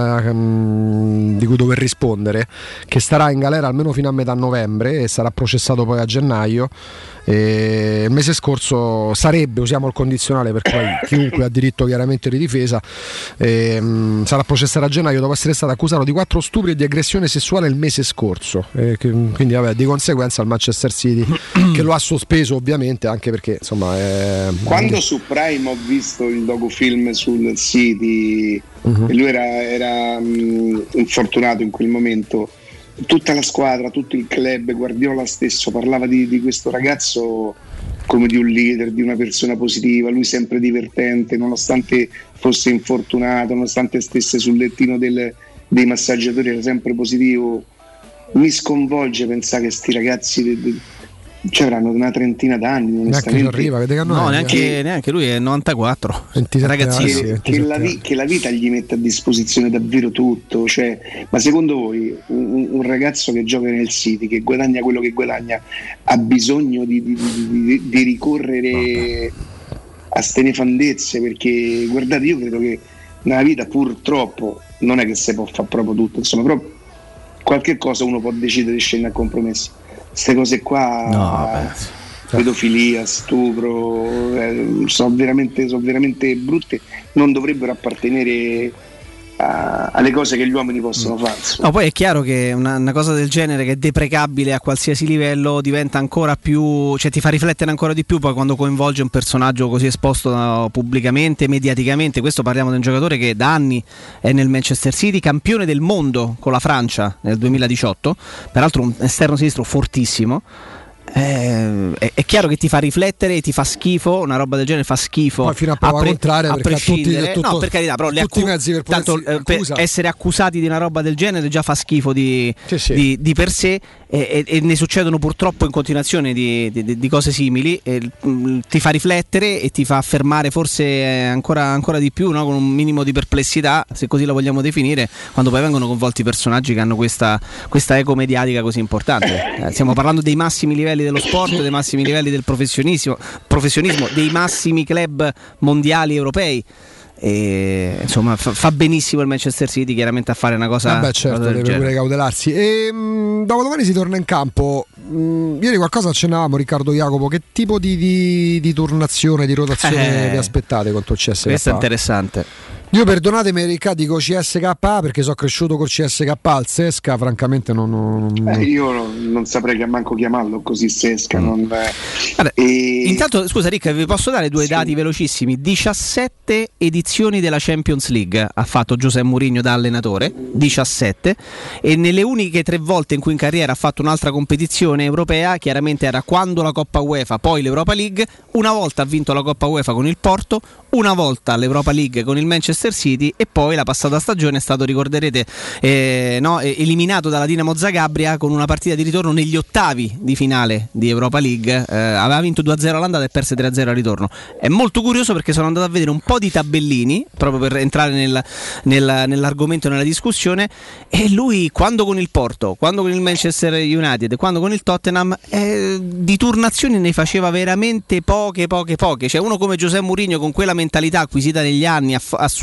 cui dover rispondere, che starà in galera almeno fino a metà novembre e sarà processato poi a gennaio. Il mese scorso sarebbe, usiamo il condizionale per poi chiunque ha diritto chiaramente di difesa, sarà processato a gennaio dopo essere stato accusato di 4 stupri e di aggressione sessuale il mese scorso, quindi vabbè, di conseguenza il Manchester City che lo ha sospeso ovviamente, anche perché insomma
quando su Prime ho visto il docufilm sul City e lui era infortunato in quel momento, tutta la squadra, tutto il club, Guardiola stesso parlava di questo ragazzo come di un leader, di una persona positiva, lui sempre divertente nonostante fosse infortunato, nonostante stesse sul lettino dei massaggiatori, era sempre positivo. Mi sconvolge pensare che sti ragazzi avranno una trentina d'anni, onestamente.
Arriva,
no, neanche lui è 94,
ragazzino, che la vita gli mette a disposizione davvero tutto, cioè, ma secondo voi un ragazzo che gioca nel City, che guadagna quello che guadagna, ha bisogno di ricorrere a ste nefandezze? Perché guardate, io credo che nella vita purtroppo non è che si può fare proprio tutto, insomma, però qualche cosa uno può decidere di scendere a compromessi. Queste cose qua, pedofilia, stupro, sono veramente brutte, non dovrebbero appartenere alle cose che gli uomini possono fare.
No, poi è chiaro che una cosa del genere, che è deprecabile a qualsiasi livello, diventa ancora più, cioè ti fa riflettere ancora di più poi quando coinvolge un personaggio così esposto pubblicamente, mediaticamente. Questo parliamo di un giocatore che da anni è nel Manchester City, campione del mondo con la Francia nel 2018, peraltro un esterno sinistro fortissimo. È chiaro che ti fa riflettere e ti fa schifo, una roba del genere fa schifo.
Poi fino a prova contraria,
a prescindere, no, per carità, però
tutti i mezzi per
tanto, per essere accusati di una roba del genere già fa schifo di per sé, e ne succedono purtroppo in continuazione di cose simili, ti fa riflettere e ti fa affermare forse ancora di più, no? Con un minimo di perplessità, se così la vogliamo definire, quando poi vengono coinvolti personaggi che hanno questa eco mediatica così importante. Stiamo parlando dei massimi livelli dello sport, dei massimi livelli del professionismo, dei massimi club mondiali europei. E insomma fa benissimo il Manchester City chiaramente a fare una cosa,
certo, deve pure cautelarsi. E dopodomani si torna in campo. Ieri qualcosa accennavamo, Riccardo Jacopo, che tipo di turnazione, di rotazione vi aspettate contro il CSKA?
Questo è interessante.
Io, perdonatemi Ricca, dico CSKA perché sono cresciuto col CSKA, al Sesca francamente
io non saprei manco chiamarlo così, Sesca.
Intanto scusa Ricca, vi posso dare due dati velocissimi. 17 edizioni della Champions League ha fatto José Mourinho da allenatore, 17, e nelle uniche 3 volte in cui in carriera ha fatto un'altra competizione europea, chiaramente era quando la Coppa UEFA, poi l'Europa League. Una volta ha vinto la Coppa UEFA con il Porto, una volta l'Europa League con il Manchester City, e poi la passata stagione è stato, ricorderete, eliminato dalla Dinamo Zagabria con una partita di ritorno negli ottavi di finale di Europa League. Aveva vinto 2-0 all'andata e perse 3-0 al ritorno. È molto curioso perché sono andato a vedere un po' di tabellini proprio per entrare nell'argomento, nella discussione, e lui quando con il Porto, quando con il Manchester United, quando con il Tottenham, di turnazioni ne faceva veramente poche. Cioè uno come José Mourinho, con quella mentalità acquisita negli anni a suo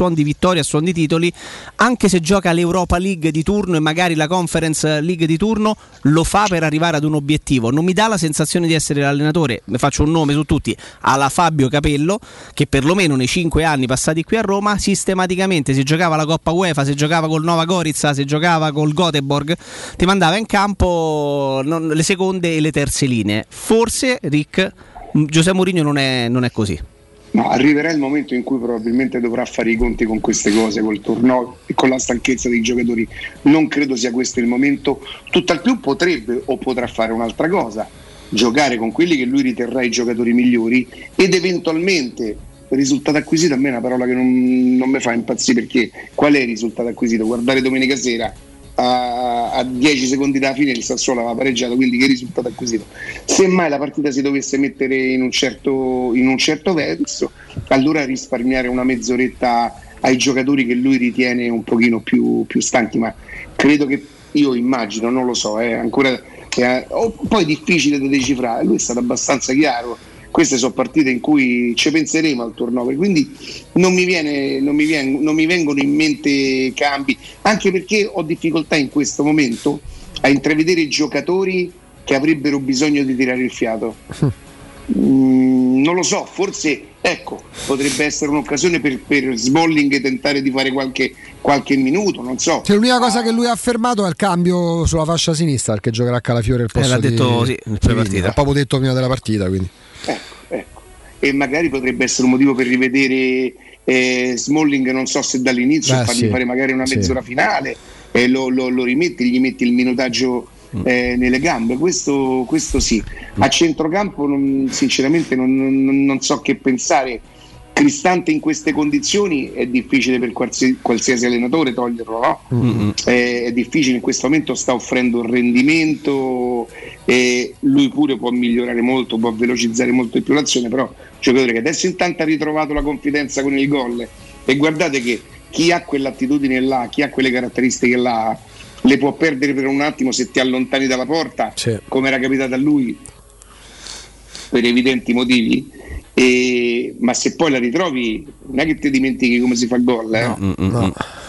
suon di vittoria, a suon di titoli, anche se gioca l'Europa League di turno e magari la Conference League di turno, lo fa per arrivare ad un obiettivo. Non mi dà la sensazione di essere l'allenatore, ne faccio un nome su tutti, alla Fabio Capello, che perlomeno nei 5 anni passati qui a Roma sistematicamente si giocava la Coppa UEFA, si giocava col Nova Gorica, si giocava col Göteborg, ti mandava in campo le seconde e le terze linee. Forse Rick, Giuseppe Mourinho non è così.
No, arriverà il momento in cui probabilmente dovrà fare i conti con queste cose, col turnover e con la stanchezza dei giocatori. Non credo sia questo il momento. Tutt'al più potrebbe o potrà fare un'altra cosa: giocare con quelli che lui riterrà i giocatori migliori ed eventualmente risultato acquisito. A me è una parola che non mi fa impazzire, perché qual è il risultato acquisito? Guardare domenica sera a 10 secondi dalla fine il Sassuolo aveva pareggiato, quindi che risultato acquisito? Semmai la partita si dovesse mettere in un certo verso, allora risparmiare una mezz'oretta ai giocatori che lui ritiene un pochino più stanchi, ma credo che, io immagino, non lo so, ancora poi è difficile da decifrare. Lui è stato abbastanza chiaro: queste sono partite in cui ci penseremo al turnover, quindi non mi vengono in mente cambi, anche perché ho difficoltà in questo momento a intravedere i giocatori che avrebbero bisogno di tirare il fiato. Non lo so, forse potrebbe essere un'occasione per Smalling tentare di fare qualche minuto, non so.
L'unica cosa che lui ha affermato è il cambio sulla fascia sinistra, perché giocherà Calafiore il posto
l'ha detto sì, nel pre-partita.
Ha proprio detto prima della partita, quindi.
Ecco. E magari potrebbe essere un motivo per rivedere Smalling, non so se dall'inizio, fargli fare magari una mezz'ora finale e lo rimetti, gli metti il minutaggio nelle gambe, questo sì. A centrocampo sinceramente non so che pensare. Cristante in queste condizioni è difficile per qualsiasi allenatore toglierlo, no? È difficile, in questo momento sta offrendo un rendimento e lui pure può migliorare molto, può velocizzare molto di più l'azione, però giocatore che adesso intanto ha ritrovato la confidenza con il gol, e guardate che chi ha quell'attitudine là, chi ha quelle caratteristiche là, le può perdere per un attimo se ti allontani dalla porta, come era capitato a lui per evidenti motivi. Ma se poi la ritrovi, non è che ti dimentichi come si fa il gol,
no.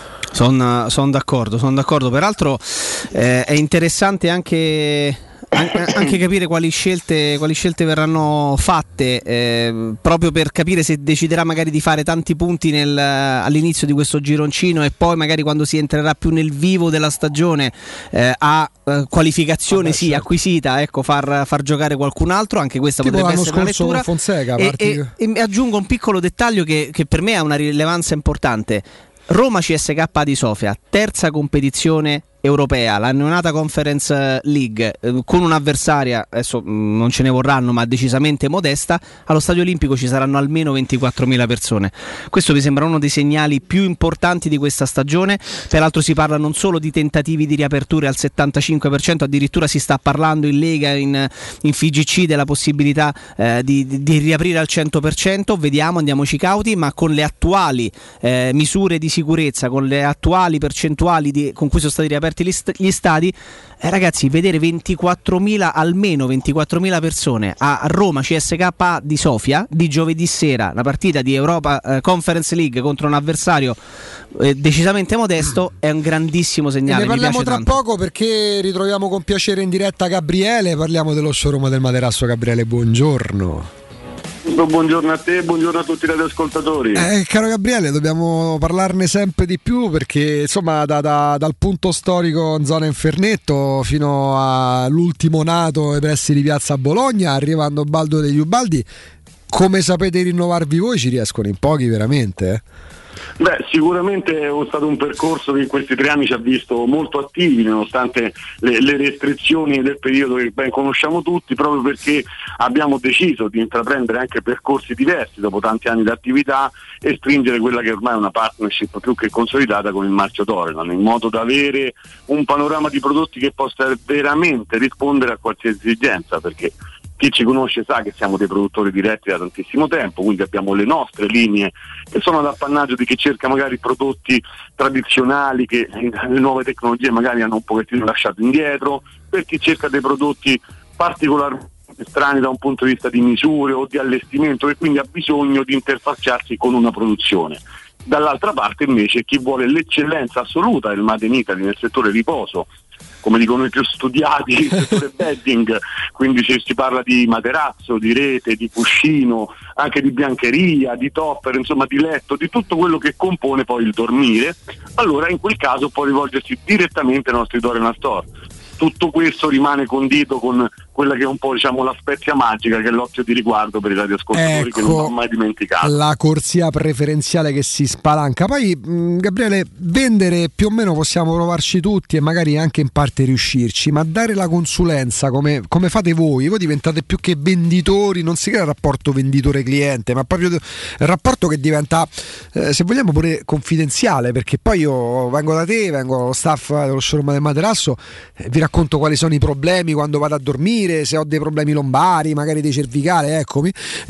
Sono d'accordo. Peraltro è interessante anche capire quali scelte verranno fatte, proprio per capire se deciderà magari di fare tanti punti all'inizio di questo gironcino e poi magari quando si entrerà più nel vivo della stagione a qualificazione acquisita, far giocare qualcun altro. Anche questa
tipo
potrebbe essere una lettura.
Fonseca,
e aggiungo un piccolo dettaglio che per me ha una rilevanza importante. Roma CSKA di Sofia, terza competizione europea, la neonata Conference League, con un'avversaria, adesso non ce ne vorranno, ma decisamente modesta. Allo Stadio Olimpico ci saranno almeno 24.000 persone. Questo mi sembra uno dei segnali più importanti di questa stagione. Peraltro si parla non solo di tentativi di riaperture al 75%, addirittura si sta parlando in Lega, in FIGC, della possibilità di riaprire al 100%. Vediamo, andiamoci cauti, ma con le attuali misure di sicurezza, con le attuali percentuali con cui sono stati riaperti gli stadi, ragazzi, vedere almeno 24.000 persone a Roma CSKA di Sofia di giovedì sera, la partita di Europa Conference League contro un avversario decisamente modesto, è un grandissimo segnale.
Ne parliamo tra poco, perché ritroviamo con piacere in diretta Gabriele, parliamo dello showroom del Materasso. Gabriele, buongiorno.
Buongiorno a te, buongiorno a tutti i radioascoltatori.
Caro Gabriele, dobbiamo parlarne sempre di più, perché insomma dal punto storico in zona Infernetto fino all'ultimo nato ai pressi di Piazza Bologna, arrivando Baldo degli Ubaldi, come sapete rinnovarvi voi ci riescono in pochi veramente?
Beh, sicuramente è stato un percorso che in questi 3 anni ci ha visto molto attivi, nonostante le restrizioni del periodo che ben conosciamo tutti, proprio perché abbiamo deciso di intraprendere anche percorsi diversi dopo tanti anni di attività e stringere quella che ormai è una partnership più che consolidata con il marchio Toreland, in modo da avere un panorama di prodotti che possa veramente rispondere a qualsiasi esigenza, perché chi ci conosce sa che siamo dei produttori diretti da tantissimo tempo, quindi abbiamo le nostre linee che sono ad appannaggio di chi cerca magari prodotti tradizionali che le nuove tecnologie magari hanno un pochettino lasciato indietro, per chi cerca dei prodotti particolarmente estranei da un punto di vista di misure o di allestimento, e quindi ha bisogno di interfacciarsi con una produzione. Dall'altra parte invece chi vuole l'eccellenza assoluta del Made in Italy nel settore riposo, come dicono i più studiati, il settore bedding, quindi si parla di materasso, di rete, di cuscino, anche di biancheria, di topper, insomma di letto, di tutto quello che compone poi il dormire, allora in quel caso può rivolgersi direttamente ai nostri Dorian Store. Tutto questo rimane condito con quella che è un po', diciamo, la spezia magica, che è l'occhio di riguardo per i radioascoltatori, che non ho mai dimenticato.
La corsia preferenziale che si spalanca. Poi Gabriele, vendere più o meno possiamo provarci tutti e magari anche in parte riuscirci, ma dare la consulenza come fate voi diventate più che venditori, non si crea il rapporto venditore-cliente, ma proprio il rapporto che diventa, se vogliamo, pure confidenziale, perché poi io vengo da te, vengo allo staff dello showroom del materasso, vi racconto quali sono i problemi quando vado a dormire, se ho dei problemi lombari, magari dei cervicali, eccomi,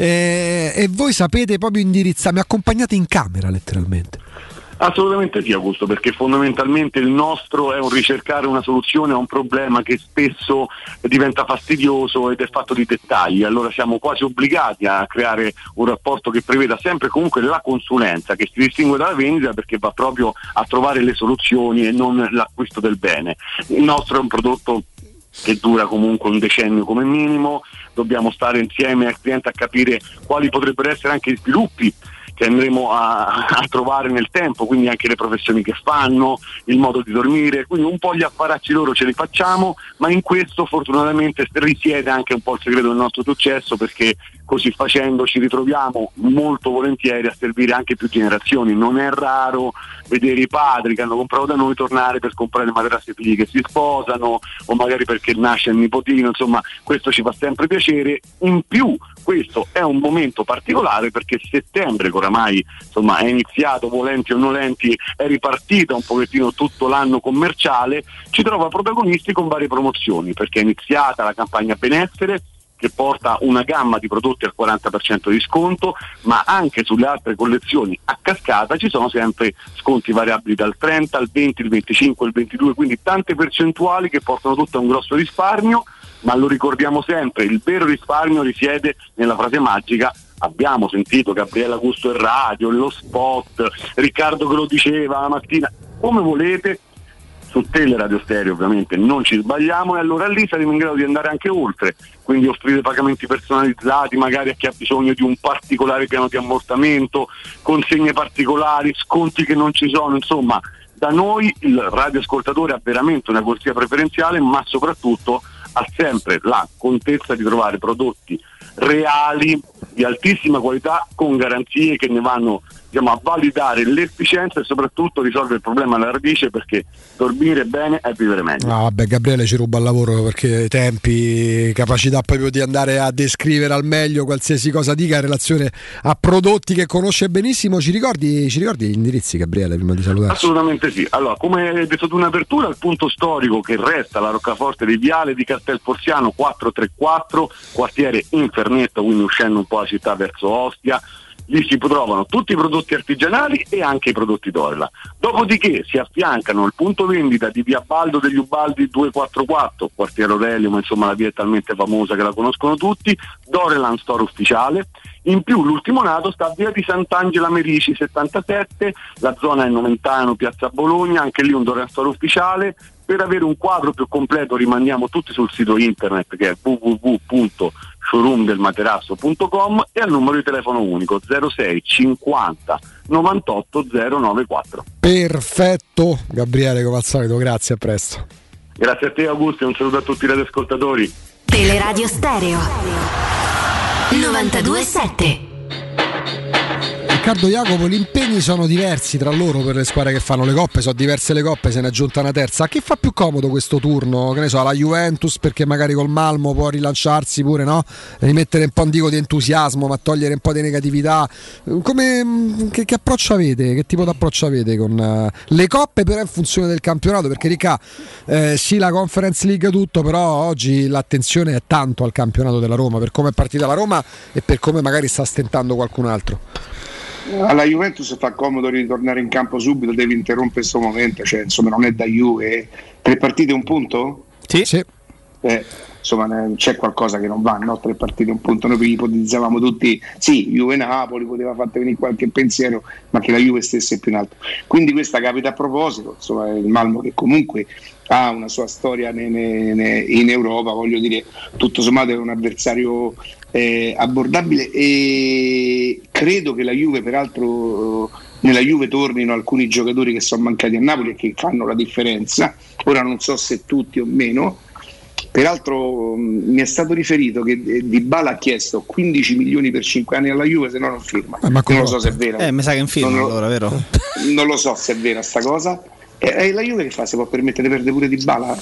e voi sapete proprio indirizzarmi, accompagnate in camera letteralmente.
Assolutamente sì, Augusto, perché fondamentalmente il nostro è un ricercare una soluzione a un problema che spesso diventa fastidioso ed è fatto di dettagli. Allora siamo quasi obbligati a creare un rapporto che preveda sempre comunque la consulenza, che si distingue dalla vendita perché va proprio a trovare le soluzioni e non l'acquisto del bene. Il nostro è un prodotto che dura comunque un decennio come minimo, dobbiamo stare insieme al cliente a capire quali potrebbero essere anche gli sviluppi che andremo a trovare nel tempo, quindi anche le professioni che fanno, il modo di dormire, quindi un po' gli apparacci loro ce li facciamo, ma in questo fortunatamente risiede anche un po' il segreto del nostro successo, perché così facendo ci ritroviamo molto volentieri a servire anche più generazioni. Non è raro vedere i padri che hanno comprato da noi tornare per comprare materassi ai figli che si sposano, o magari perché nasce il nipotino, insomma questo ci fa sempre piacere. In più questo è un momento particolare perché settembre, che oramai insomma è iniziato, volenti o nolenti, è ripartita un pochettino tutto l'anno commerciale, ci trova protagonisti con varie promozioni, perché è iniziata la campagna benessere che porta una gamma di prodotti al 40% di sconto, ma anche sulle altre collezioni a cascata ci sono sempre sconti variabili dal 30 al 20, il 25, il 22, quindi tante percentuali che portano tutto a un grosso risparmio. Ma lo ricordiamo sempre, il vero risparmio risiede nella frase magica. Abbiamo sentito Gabriele Augusto in radio, lo spot, Riccardo che lo diceva la mattina, come volete, su Teleradio Stereo ovviamente non ci sbagliamo, e allora lì saremo in grado di andare anche oltre, quindi offrire pagamenti personalizzati magari a chi ha bisogno di un particolare piano di ammortamento, consegne particolari, sconti che non ci sono, insomma da noi il radioascoltatore ha veramente una corsia preferenziale, ma soprattutto ha sempre la contezza di trovare prodotti reali, di altissima qualità, con garanzie che ne vanno, diciamo, a validare l'efficienza e soprattutto risolvere il problema alla radice, perché dormire bene è vivere meglio.
No, vabbè, Gabriele ci ruba il lavoro, perché tempi, capacità proprio di andare a descrivere al meglio qualsiasi cosa dica in relazione a prodotti che conosce benissimo. Ci ricordi gli indirizzi, Gabriele, prima di salutarci?
Assolutamente sì. Allora, come hai detto tu in apertura, il punto storico che resta la roccaforte dei Viale di Castelporziano 434, quartiere Infernetto, quindi uscendo un po' la città verso Ostia. Lì si trovano tutti i prodotti artigianali e anche i prodotti Dorla. Dopodiché si affiancano il punto vendita di via Baldo degli Ubaldi 244, quartiere Aurelio, ma insomma la via è talmente famosa che la conoscono tutti, Doreland Store ufficiale. In più l'ultimo nato sta a via di Sant'Angela Merici 77, la zona è Nomentano, piazza Bologna, anche lì un Doreland Store ufficiale. Per avere un quadro più completo rimandiamo tutti sul sito internet, che è www.showroomdelmaterasso.com, e al numero di telefono unico 06 50 98 094.
Perfetto, Gabriele, come al solito, grazie, a presto.
Grazie a te Augusto e un saluto a tutti i radioascoltatori.
Teleradio Stereo 92.7.
Riccardo, Jacopo, gli impegni sono diversi tra loro per le squadre che fanno le coppe, sono diverse le coppe, se ne è aggiunta una terza. A chi fa più comodo questo turno? Che ne so, la Juventus, perché magari col Malmo può rilanciarsi pure, no? Rimettere un po', dico, di entusiasmo, ma togliere un po' di negatività. Che approccio avete? Che tipo di approccio avete con le coppe, però in funzione del campionato? Perché Ricca, sì, la Conference League tutto, però oggi l'attenzione è tanto al campionato della Roma, per come è partita la Roma e per come magari sta stentando qualcun altro.
Alla Juventus fa comodo ritornare in campo subito, deve interrompere questo momento, cioè insomma non è da Juve. 3 partite, un punto?
Sì.
insomma c'è qualcosa che non va, no? 3 partite un punto, noi ipotizzavamo tutti, sì, Juve-Napoli poteva farti venire qualche pensiero, ma che la Juve stesse più in alto, quindi questa capita a proposito, insomma il Malmo che comunque ha una sua storia in Europa, voglio dire, tutto sommato è un avversario abbordabile, e credo che la Juve, peraltro nella Juve tornino alcuni giocatori che sono mancati a Napoli e che fanno la differenza, ora non so se tutti o meno. Peraltro mi è stato riferito che Dybala ha chiesto 15 milioni per 5 anni alla Juve, se no non firma. Non lo so se è vero.
Mi sa che è un film allora, vero?
Non lo so se è vera sta cosa. E la Juve che fa? Si può permettere di perdere pure Dybala?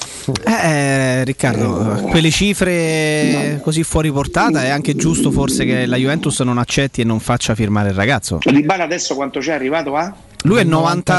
Riccardo, quelle cifre così fuori portata è anche giusto forse che la Juventus non accetti e non faccia firmare il ragazzo.
Dybala adesso quanto c'è arrivato a?
Lui è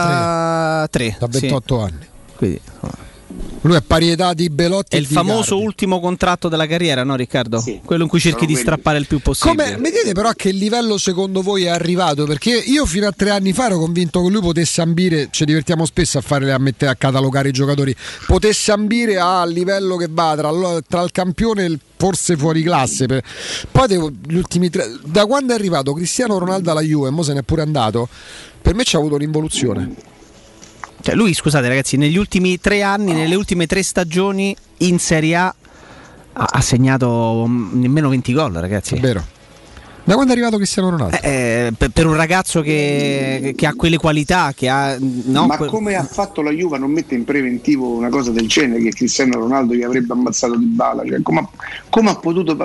93
da 28 anni.
Quindi
lui è parietà di Belotti.
È il famoso ultimo contratto della carriera, no Riccardo?
Sì,
quello in cui cerchi di strappare il più possibile.
Vedete però a che livello secondo voi è arrivato? Perché io fino a 3 anni fa ero convinto che lui potesse ambire, ci divertiamo spesso a catalogare i giocatori, potesse ambire al livello che va tra il campione e il forse fuori classe. Poi gli ultimi 3, da quando è arrivato Cristiano Ronaldo alla Juve, mo se n'è pure andato, per me c'è avuto un'involuzione.
Cioè lui, scusate ragazzi, negli ultimi 3 anni, nelle ultime 3 stagioni in Serie A ha segnato nemmeno 20 gol, ragazzi.
È vero. Da quando è arrivato Cristiano Ronaldo?
Per un ragazzo che ha quelle qualità, che ha, no?
Ma come ha fatto la Juve a non mettere in preventivo una cosa del genere, che Cristiano Ronaldo gli avrebbe ammazzato Dybala? Cioè, come ha potuto,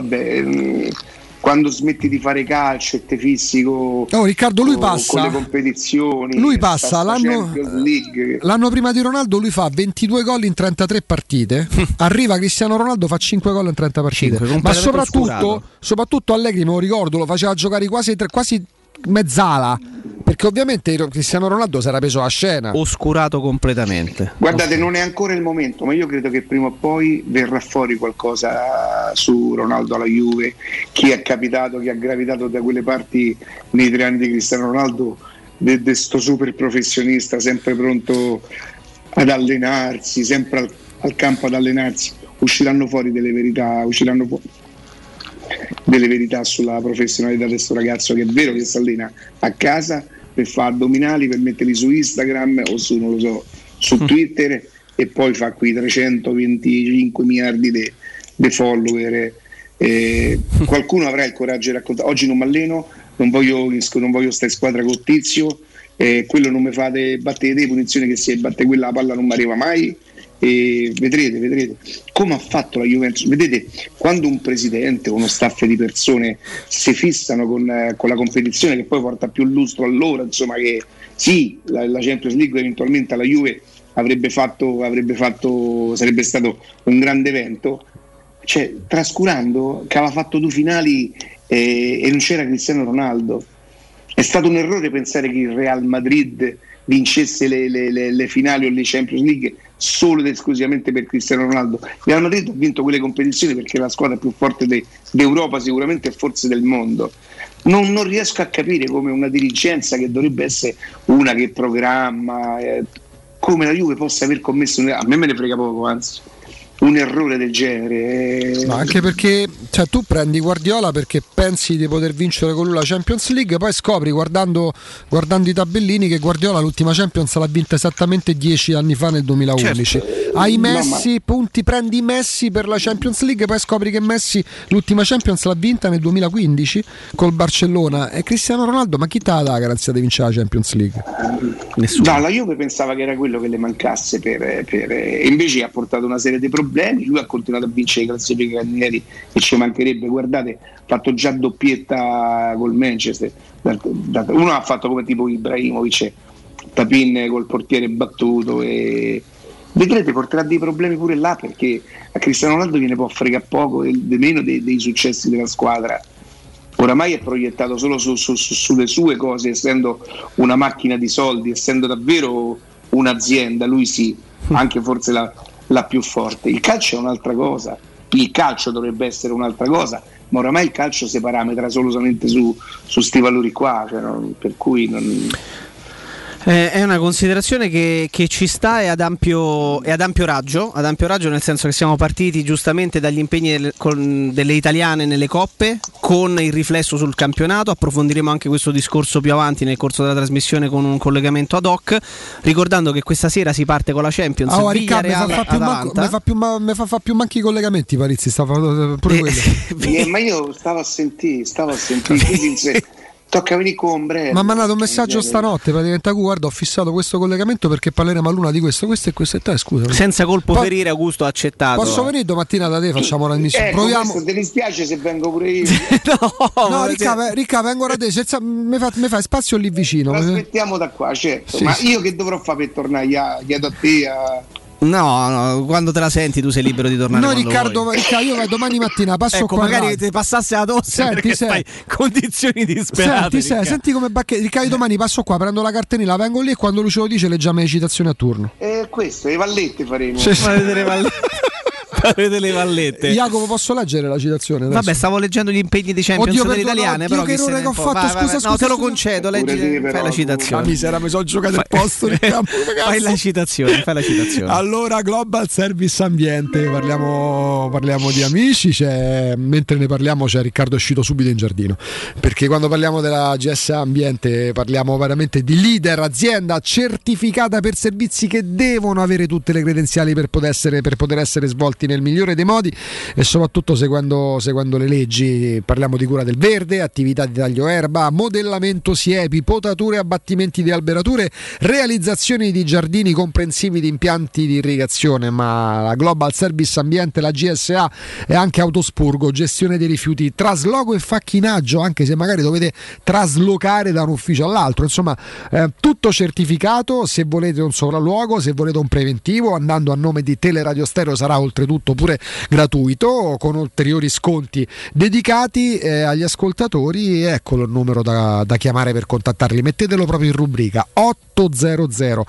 quando smetti di fare calcio e te fissi
Riccardo, lui passa
con le competizioni,
lui passa l'anno prima di Ronaldo, lui fa 22 gol in 33 partite. Arriva Cristiano Ronaldo, fa 5 gol in 30 partite. Ma soprattutto Allegri, me lo ricordo, lo faceva giocare quasi mezzala, perché ovviamente Cristiano Ronaldo si era preso la scena,
oscurato completamente.
Guardate, non è ancora il momento, ma io credo che prima o poi verrà fuori qualcosa su Ronaldo alla Juve. Chi è capitato, chi ha gravitato da quelle parti nei 3 anni di Cristiano Ronaldo, di sto super professionista sempre pronto ad allenarsi, sempre al campo ad allenarsi, usciranno fuori delle verità sulla professionalità di questo ragazzo, che è vero che si allena a casa per fare addominali, per metterli su Instagram o su Twitter, e poi fa qui 325 miliardi di follower. Qualcuno avrà il coraggio di raccontare: oggi non mi alleno, non voglio stare in squadra con Tizio, quello non mi fate battere le punizioni, che se batte quella la palla non mi arriva mai. E vedrete come ha fatto la Juventus. Vedete, quando un presidente o uno staff di persone si fissano con la competizione, che poi porta più lustro a loro, insomma, che sì, la Champions League eventualmente alla Juve avrebbe fatto, sarebbe stato un grande evento, cioè trascurando che aveva fatto 2 finali e non c'era Cristiano Ronaldo. È stato un errore pensare che il Real Madrid vincesse le finali o le Champions League solo ed esclusivamente per Cristiano Ronaldo. Il Real Madrid ha vinto quelle competizioni perché è la squadra più forte d'Europa sicuramente, e forse del mondo. Non riesco a capire come una dirigenza che dovrebbe essere una che programma, come la Juve possa aver commesso a me ne frega poco, anzi, un errore del genere.
Ma anche perché tu prendi Guardiola perché pensi di poter vincere con lui la Champions League, poi scopri guardando i tabellini che Guardiola l'ultima Champions l'ha vinta esattamente 10 anni fa, nel 2011. Certo. Hai Messi, punti, prendi Messi per la Champions League, poi scopri che Messi l'ultima Champions l'ha vinta nel 2015 col Barcellona. E Cristiano Ronaldo, ma chi ti dà la garanzia di vincere la Champions League?
Nessuno.
No, la Juve pensava che era quello che le mancasse e invece ha portato una serie di problemi. Lui ha continuato a vincere le classifiche candieri, e ci mancherebbe. Guardate, ha fatto già doppietta col Manchester. Uno ha fatto come tipo Ibrahimovic, Tapin col portiere battuto, e vedrete, porterà dei problemi pure là, perché a Cristiano Ronaldo gliene può fregare poco di meno dei successi della squadra. Oramai è proiettato solo sulle sue cose, essendo una macchina di soldi, essendo davvero un'azienda. Lui sì, anche forse la più forte. Il calcio è un'altra cosa, il calcio dovrebbe essere un'altra cosa, ma oramai il calcio si parametra solamente su sti valori qua, per cui non...
È una considerazione che ci sta e ad ampio raggio, nel senso che siamo partiti giustamente dagli impegni delle italiane nelle coppe, con il riflesso sul campionato. Approfondiremo anche questo discorso più avanti nel corso della trasmissione con un collegamento ad hoc, ricordando che questa sera si parte con la Champions.
Mi fa più manchi i collegamenti, Parizzi, pure quello.
Ma io stavo a sentire tocca venire con ombrello.
Mi ha mandato un messaggio stanotte praticamente: guarda, ho fissato questo collegamento perché parleremo a luna di questo e te, scusa.
Senza colpo ferire, Augusto ha accettato.
Posso venire domattina da te, facciamo la missione. Proviamo.
Ti dispiace se vengo pure io?
No, Ricca, vengo da te, mi fai spazio lì vicino.
Aspettiamo da qua, certo.
Sì,
ma
sì.
io che dovrò fare per tornare? Chiedo a te
No, quando te la senti tu sei libero di tornare.
No, Riccardo, io domani mattina passo qua.
Magari ti passasse la tosse perché stai condizioni disperate.
Senti come bacchetta. Riccardo, domani passo qua, prendo la cartellina, vengo lì e quando lui ce lo dice leggiamo le citazioni a turno.
Questo, le vallette faremo.
Farete le vallette.
Jacopo, posso leggere la citazione adesso?
Vabbè, stavo leggendo gli impegni di Champions delle italiane. Però
che errore che ho fatto, scusa.
No, te lo concedo, leggi, fai la citazione.
Misera, mi sono giocato il posto nel campo.
Fai la citazione.
Allora, Global Service Ambiente, parliamo di amici, mentre ne parliamo c'è Riccardo uscito subito in giardino, perché quando parliamo della GSA Ambiente parliamo veramente di leader, azienda certificata per servizi che devono avere tutte le credenziali per poter essere svolti nel migliore dei modi e soprattutto seguendo le leggi. Parliamo di cura del verde, attività di taglio erba, modellamento siepi, potature e abbattimenti di alberature, realizzazioni di giardini comprensivi di impianti di irrigazione. Ma la Global Service Ambiente, la GSA, è anche autospurgo, gestione dei rifiuti, trasloco e facchinaggio, anche se magari dovete traslocare da un ufficio all'altro, insomma tutto certificato. Se volete un sopralluogo, se volete un preventivo, andando a nome di Teleradio Stereo sarà oltretutto pure gratuito, con ulteriori sconti dedicati agli ascoltatori. Eccolo il numero da chiamare per contattarli, mettetelo proprio in rubrica: 800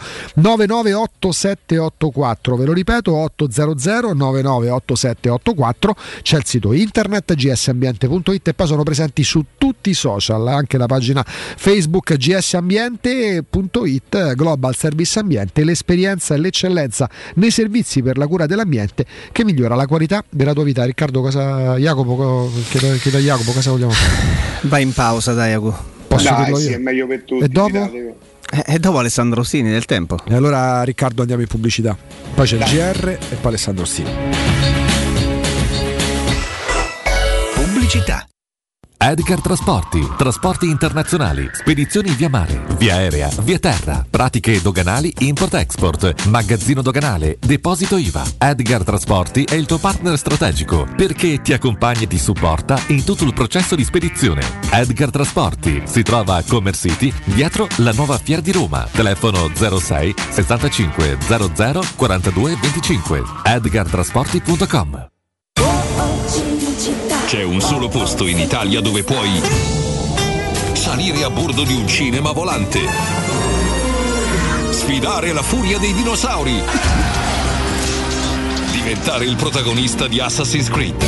998784, ve lo ripeto, 800 998784. C'è il sito internet gsambiente.it e poi sono presenti su tutti i social, anche la pagina Facebook gsambiente.it. Global Service Ambiente, l'esperienza e l'eccellenza nei servizi per la cura dell'ambiente che migliora la qualità della tua vita. Riccardo, Jacopo, chiedo a Jacopo cosa vogliamo fare.
Vai in pausa, dai, Jacopo.
Posso dirlo
sì,
io?
è meglio per tutti.
E dopo?
E dopo Alessandro Ostini del Tempo.
E allora, Riccardo, andiamo in pubblicità. Poi c'è il GR e poi Alessandro Ostini.
Pubblicità. Edgar trasporti internazionali, spedizioni via mare, via aerea, via terra, pratiche doganali, import-export, magazzino doganale, deposito IVA. Edgar Trasporti è il tuo partner strategico perché ti accompagna e ti supporta in tutto il processo di spedizione. Edgar Trasporti si trova a Commerce City, dietro la nuova Fiera di Roma. Telefono 06 65 00 42 25. edgartrasporti.com.
C'è un solo posto in Italia dove puoi salire a bordo di un cinema volante, sfidare la furia dei dinosauri, diventare il protagonista di Assassin's Creed,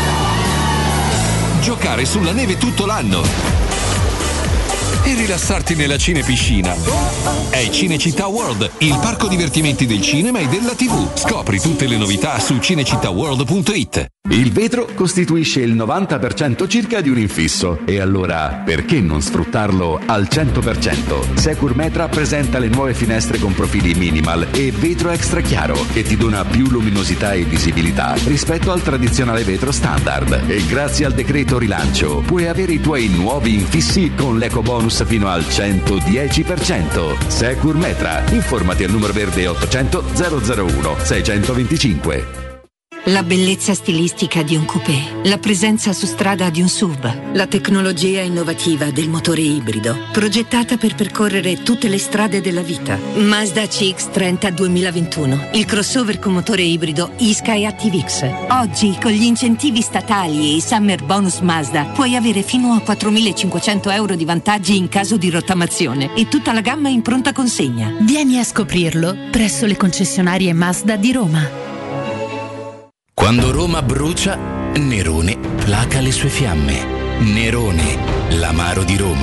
giocare sulla neve tutto l'anno e rilassarti nella cinepiscina. È Cinecittà World, il parco divertimenti del cinema e della TV. Scopri tutte le novità su cinecittàworld.it.
Il vetro costituisce il 90% circa di un infisso e allora perché non sfruttarlo al 100%? Securmetra presenta le nuove finestre con profili minimal e vetro extra chiaro che ti dona più luminosità e visibilità rispetto al tradizionale vetro standard. E grazie al decreto rilancio puoi avere i tuoi nuovi infissi con l'eco bonus fino al 110%. Securmetra, informati al numero verde 800 001 625.
La bellezza stilistica di un coupé, la presenza su strada di un SUV, la tecnologia innovativa del motore ibrido, progettata per percorrere tutte le strade della vita. Mazda CX-30 2021, il crossover con motore ibrido eSky ActiveX. Oggi, con gli incentivi statali e i Summer Bonus Mazda, puoi avere fino a 4.500 euro di vantaggi in caso di rottamazione e tutta la gamma in pronta consegna.
Vieni a scoprirlo presso le concessionarie Mazda di Roma.
Quando Roma brucia, Nerone placa le sue fiamme. Nerone, l'amaro di Roma.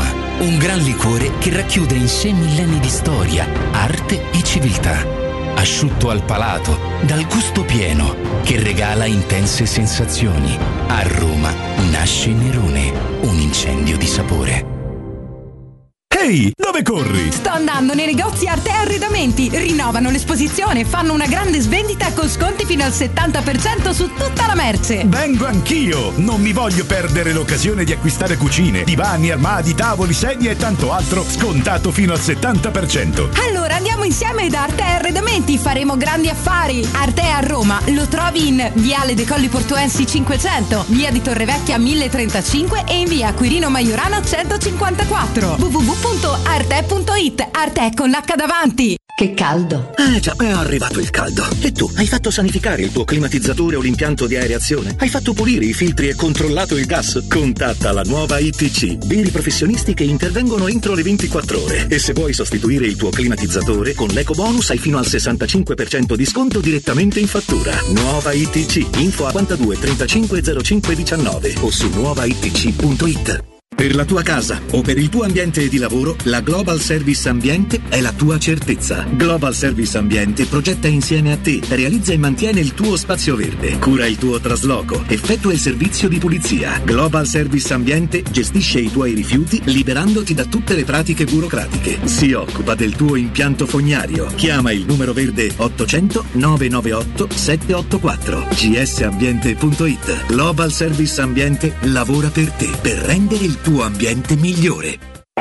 Un gran liquore che racchiude in sé millenni di storia, arte e civiltà. Asciutto al palato, dal gusto pieno, che regala intense sensazioni. A Roma nasce Nerone, un incendio di sapore.
Ehi, dove corri?
Sto andando nei negozi Arte Arredamenti. Rinnovano l'esposizione e fanno una grande svendita con sconti fino al 70% su tutta la merce.
Vengo anch'io! Non mi voglio perdere l'occasione di acquistare cucine, divani, armadi, tavoli, sedie e tanto altro scontato fino al 70%.
Allora andiamo insieme da Arte Arredamenti, faremo grandi affari. Arte a Roma lo trovi in Viale dei Colli Portuensi 500, Via di Torrevecchia 1035 e in Via Quirino Maiorano 154. www.arte.it. Arte con l'H davanti.
Che caldo.
Già, è arrivato il caldo. E tu, hai fatto sanificare il tuo climatizzatore o l'impianto di areazione? Hai fatto pulire i filtri e controllato il gas? Contatta la nuova ITC, veri professionisti che intervengono entro le 24 ore. E se vuoi sostituire il tuo climatizzatore, con l'eco bonus hai fino al 65% di sconto direttamente in fattura. Nuova ITC, info a 52 35 05 19 o su nuovaitc.it. Per la tua casa o per il tuo ambiente di lavoro, la Global Service Ambiente è la tua certezza. Global Service Ambiente progetta insieme a te, realizza e mantiene il tuo spazio verde, cura il tuo trasloco, effettua il servizio di pulizia. Global Service Ambiente gestisce i tuoi rifiuti liberandoti da tutte le pratiche burocratiche. Si occupa del tuo impianto fognario. Chiama il numero verde 800 998 784. gsambiente.it. Global Service Ambiente lavora per te, per rendere il tuo ambiente migliore.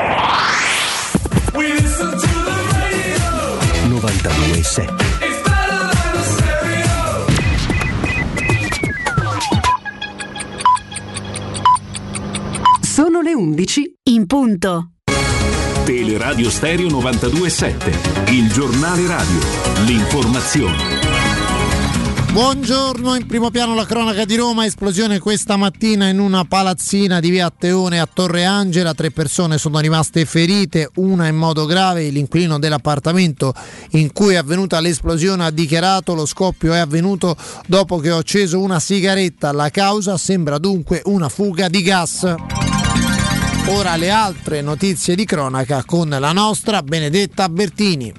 92.7.
Sono le 11 in punto.
Teleradio Stereo 92.7, il giornale radio, l'informazione.
Buongiorno, in primo piano la cronaca di Roma, esplosione questa mattina in una palazzina di via Atteone a Torre Angela, 3 persone sono rimaste ferite, una in modo grave. L'inquilino dell'appartamento in cui è avvenuta l'esplosione ha dichiarato: lo scoppio è avvenuto dopo che ho acceso una sigaretta, la causa sembra dunque una fuga di gas. Ora le altre notizie di cronaca con la nostra Benedetta Bertini.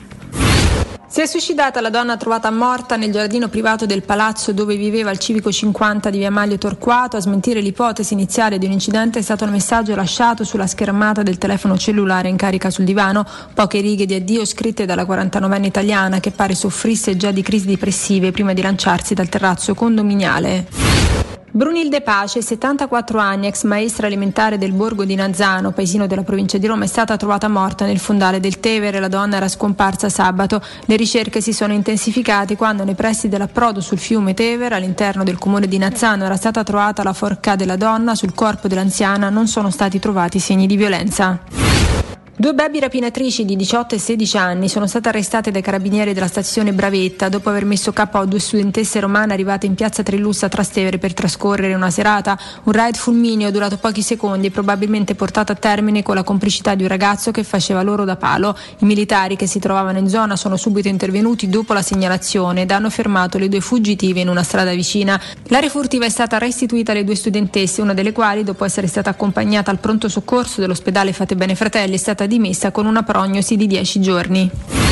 Si è suicidata la donna trovata morta nel giardino privato del palazzo dove viveva il civico 50 di via Maglio Torquato. A smentire l'ipotesi iniziale di un incidente è stato il messaggio lasciato sulla schermata del telefono cellulare in carica sul divano, poche righe di addio scritte dalla 49enne italiana che pare soffrisse già di crisi depressive prima di lanciarsi dal terrazzo condominiale. Brunilde Pace, 74 anni, ex maestra elementare del borgo di Nazzano, paesino della provincia di Roma, è stata trovata morta nel fondale del Tevere. La donna era scomparsa sabato. Le ricerche si sono intensificate quando nei pressi dell'approdo sul fiume Tevere, all'interno del comune di Nazzano, era stata trovata la forca della donna. Sul corpo dell'anziana non sono stati trovati segni di violenza. 2 baby rapinatrici di 18 e 16 anni sono state arrestate dai carabinieri della stazione Bravetta dopo aver messo KO 2 studentesse romane arrivate in piazza Trilussa a Trastevere per trascorrere una serata. Un raid fulmineo durato pochi secondi e probabilmente portato a termine con la complicità di un ragazzo che faceva loro da palo. I militari che si trovavano in zona sono subito intervenuti dopo la segnalazione ed hanno fermato le 2 fuggitive in una strada vicina. L'area furtiva è stata restituita alle 2 studentesse, una delle quali, dopo essere stata accompagnata al pronto soccorso dell'ospedale Fatebenefratelli, Fratelli, è stata dimessa con una prognosi di 10 giorni.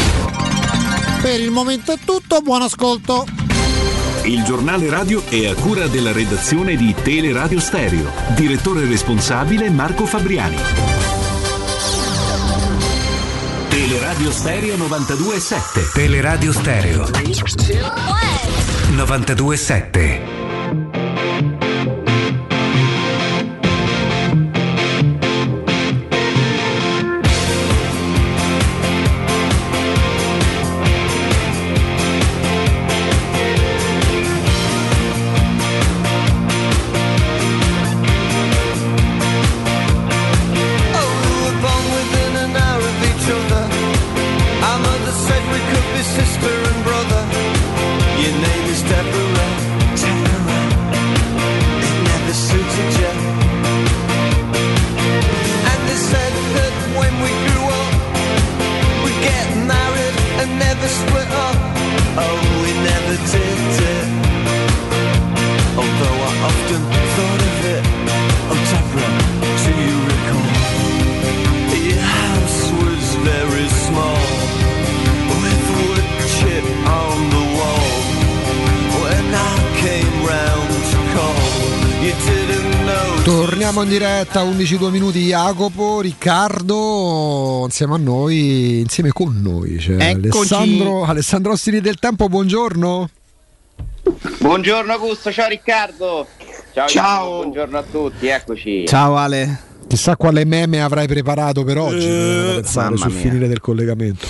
Per il momento è tutto, buon ascolto.
Il giornale radio è a cura della redazione di Teleradio Stereo. Direttore responsabile Marco Fabriani. Teleradio Stereo 92.7.
Teleradio Stereo 92.7.
Sister and brother, your name is Deborah.
Torniamo in diretta, 11-2 minuti. Jacopo, Riccardo, insieme a noi, insieme con noi c'è Alessandro Ostini del Tempo, buongiorno.
Buongiorno Augusto, ciao Riccardo. Ciao. Buongiorno a tutti, eccoci.
Ciao Ale.
Chissà quale meme avrai preparato per oggi, pensare sul finire del collegamento.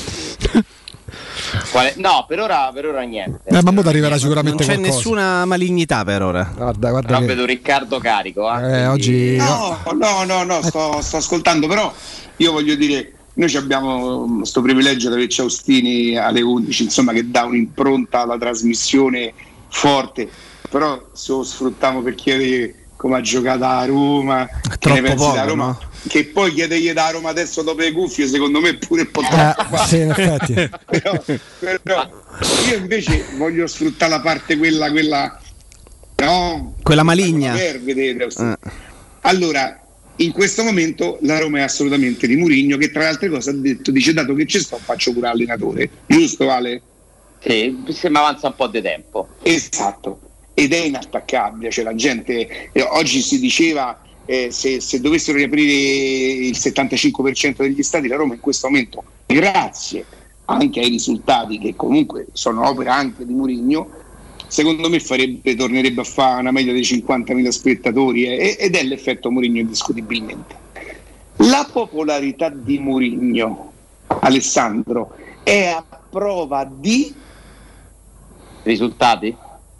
No, per ora niente.
Ma mo arriverà sicuramente
non c'è
qualcosa.
Nessuna malignità per ora.
Guarda
però vedo Riccardo carico.
Oggi
No, sto ascoltando, però io voglio dire, noi abbiamo questo privilegio di averci Austini alle 11, insomma, che dà un'impronta alla trasmissione forte, però se lo sfruttiamo per chiedere come ha giocato a Roma, che ne pensi da Roma, no? Che poi chiedergli da Roma adesso dopo le cuffie, secondo me pure un po' troppo.
Sì, in effetti.
però io invece voglio sfruttare la parte quella no?
Quella maligna.
Vedete, allora, in questo momento la Roma è assolutamente di Mourinho, che tra le altre cose ha detto, dice, dato che ci sto faccio pure allenatore, giusto Vale?
Sì, se mi avanza un po' di tempo.
Esatto, ed è inattaccabile, cioè la gente oggi si diceva se dovessero riaprire il 75% degli stadi, la Roma in questo momento, grazie anche ai risultati che comunque sono opera anche di Mourinho, secondo me tornerebbe a fare una media di 50.000 spettatori ed è l'effetto Mourinho indiscutibilmente. La popolarità di Mourinho, Alessandro, è a prova di
risultati?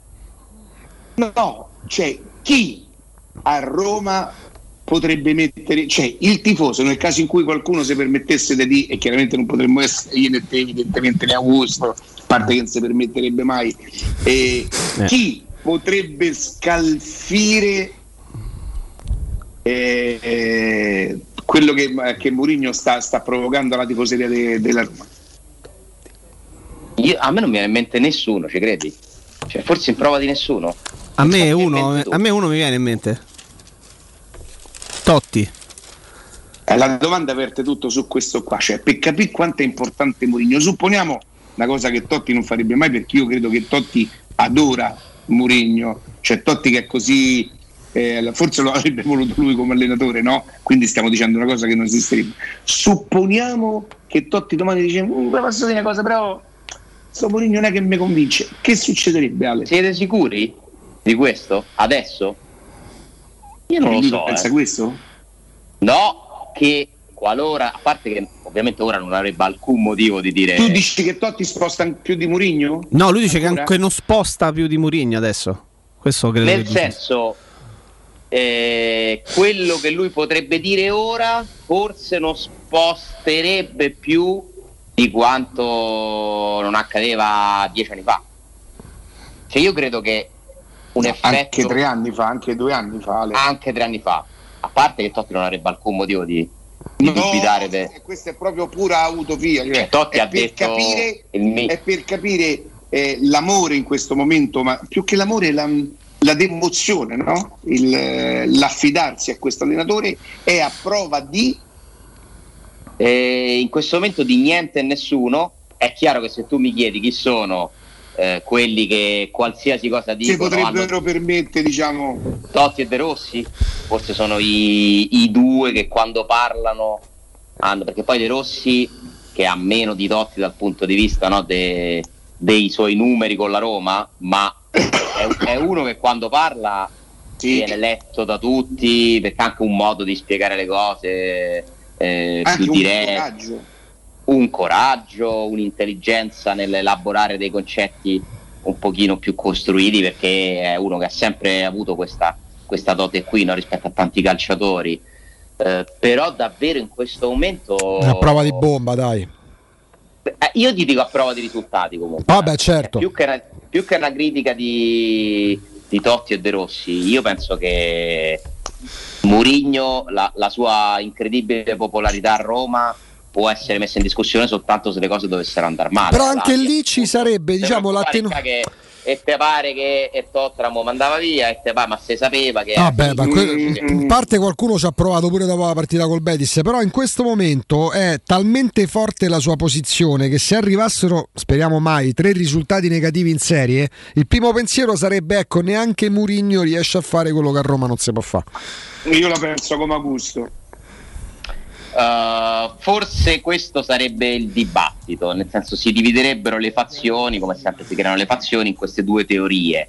No, cioè chi a Roma potrebbe mettere, cioè il tifoso, nel caso in cui qualcuno si permettesse di dire, e chiaramente non potremmo essere io né te, evidentemente né Augusto, a parte che non si permetterebbe mai, chi potrebbe scalfire quello che Mourinho sta provocando alla tifoseria della Roma?
A me non mi viene in mente nessuno, ci credi? Cioè, forse in prova di nessuno.
A me uno mi viene in mente. Totti.
La domanda verte tutto su questo qua, cioè per capire quanto è importante Mourinho. Supponiamo una cosa che Totti non farebbe mai, perché io credo che Totti adora Mourinho, cioè Totti che è così, forse lo avrebbe voluto lui come allenatore, no? Quindi stiamo dicendo una cosa che non esisterebbe. Supponiamo che Totti domani dice posso dire una cosa, però sto Mourinho non è che mi convince. Che succederebbe, Ale?
Siete sicuri di questo? Adesso? Io non lo so.
Pensa questo?
No, che qualora, a parte che ovviamente ora non avrebbe alcun motivo di dire.
Tu dici che Totti sposta più di Mourinho?
No, lui dice che non sposta più di Mourinho adesso. Questo credo.
Nel senso, quello che lui potrebbe dire ora forse non sposterebbe più di quanto non accadeva 10 anni fa. Cioè io credo che un effetto
anche 3 anni fa, anche 2 anni fa, Ale.
Anche 3 anni fa, a parte che Totti non avrebbe alcun motivo di dubitare
questa è proprio pura utopia, cioè,
Totti
è
ha
per
detto
capire, è per capire l'amore in questo momento, ma più che l'amore la devozione, no? L'affidarsi a questo allenatore è a prova di
in questo momento di niente e nessuno. È chiaro che se tu mi chiedi chi sono quelli che qualsiasi cosa dicono
si potrebbero permettere, diciamo,
Totti e De Rossi, forse sono i due che quando parlano hanno, perché poi De Rossi, che ha meno di Totti dal punto di vista, no, dei suoi numeri con la Roma, ma è uno che quando parla viene letto da tutti, perché ha anche un modo di spiegare le cose più diretto, un coraggio, un'intelligenza nell'elaborare dei concetti un pochino più costruiti, perché è uno che ha sempre avuto questa dote qui, no, rispetto a tanti calciatori, però davvero in questo momento
a prova di bomba, dai.
Io ti dico a prova di risultati comunque.
Vabbè, certo.
Più che una critica di Totti e De Rossi, io penso che Mourinho, la sua incredibile popolarità a Roma può essere messa in discussione soltanto se le cose dovessero andare male.
Però anche lì ci sarebbe, diciamo,
e te pare che Tottenham mandava via e te pare, ma se sapeva che
in parte qualcuno ci ha provato pure dopo la partita col Betis, però in questo momento è talmente forte la sua posizione che se arrivassero, speriamo mai, 3 risultati negativi in serie, il primo pensiero sarebbe ecco, neanche Mourinho riesce a fare quello che a Roma non si può fare.
Io la penso come Augusto.
Forse questo sarebbe il dibattito, nel senso si dividerebbero le fazioni, come sempre si creano le fazioni in queste due teorie,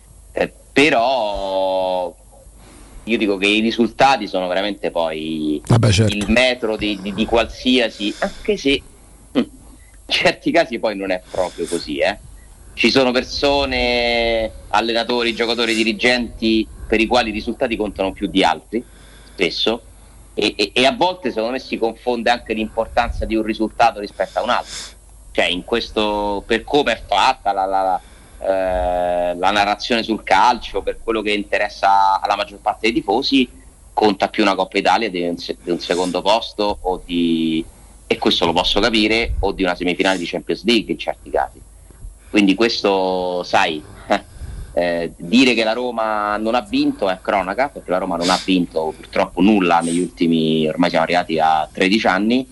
però io dico che i risultati sono veramente poi
certo.
Il metro di qualsiasi, anche se in certi casi poi non è proprio così, ci sono persone, allenatori, giocatori, dirigenti per i quali i risultati contano più di altri spesso. E a volte secondo me si confonde anche l'importanza di un risultato rispetto a un altro, cioè in questo, per come è fatta la narrazione sul calcio, per quello che interessa alla maggior parte dei tifosi, conta più una Coppa Italia di un secondo posto e questo lo posso capire, o di una semifinale di Champions League in certi casi. Quindi questo, sai, dire che la Roma non ha vinto è cronaca, perché la Roma non ha vinto purtroppo nulla negli ultimi, ormai siamo arrivati a 13 anni,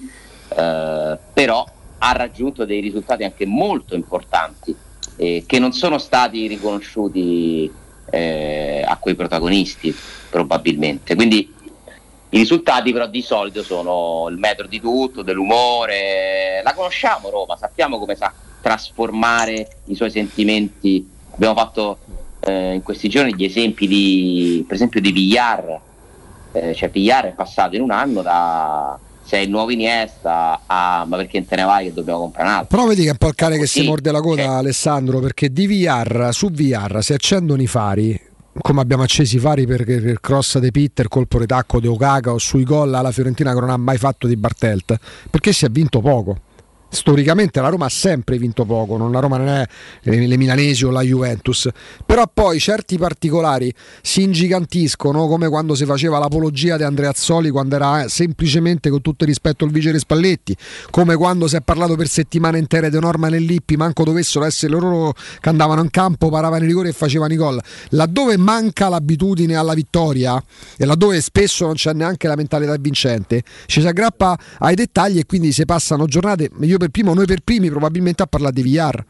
però ha raggiunto dei risultati anche molto importanti che non sono stati riconosciuti a quei protagonisti probabilmente. Quindi i risultati però di solito sono il metro di tutto, dell'umore. La conosciamo Roma, sappiamo come sa trasformare i suoi sentimenti. Abbiamo fatto in questi giorni gli esempi per esempio di Villar, cioè Villar è passato in un anno da sei il nuovo Iniesta ma perché te ne vai che dobbiamo comprare un altro.
Però vedi che è un po' il cane che si morde la coda, Alessandro, perché di Villar, su Villar si accendono i fari, come abbiamo accesi i fari per il cross di Pitter, colpo di tacco di Okaka o sui gol alla Fiorentina che non ha mai fatto di Bartelt, perché si è vinto poco. Storicamente la Roma ha sempre vinto poco, la Roma non è le milanesi o la Juventus, però poi certi particolari si ingigantiscono, come quando si faceva l'apologia di Andreazzoli quando era semplicemente, con tutto il rispetto, il vice Spalletti, come quando si è parlato per settimane intere di Norman e Lippi, manco dovessero essere loro che andavano in campo, paravano i rigori e facevano i gol. Laddove manca l'abitudine alla vittoria e laddove spesso non c'è neanche la mentalità vincente, ci si aggrappa ai dettagli e quindi si passano giornate, noi per primi probabilmente a parlare di Villar.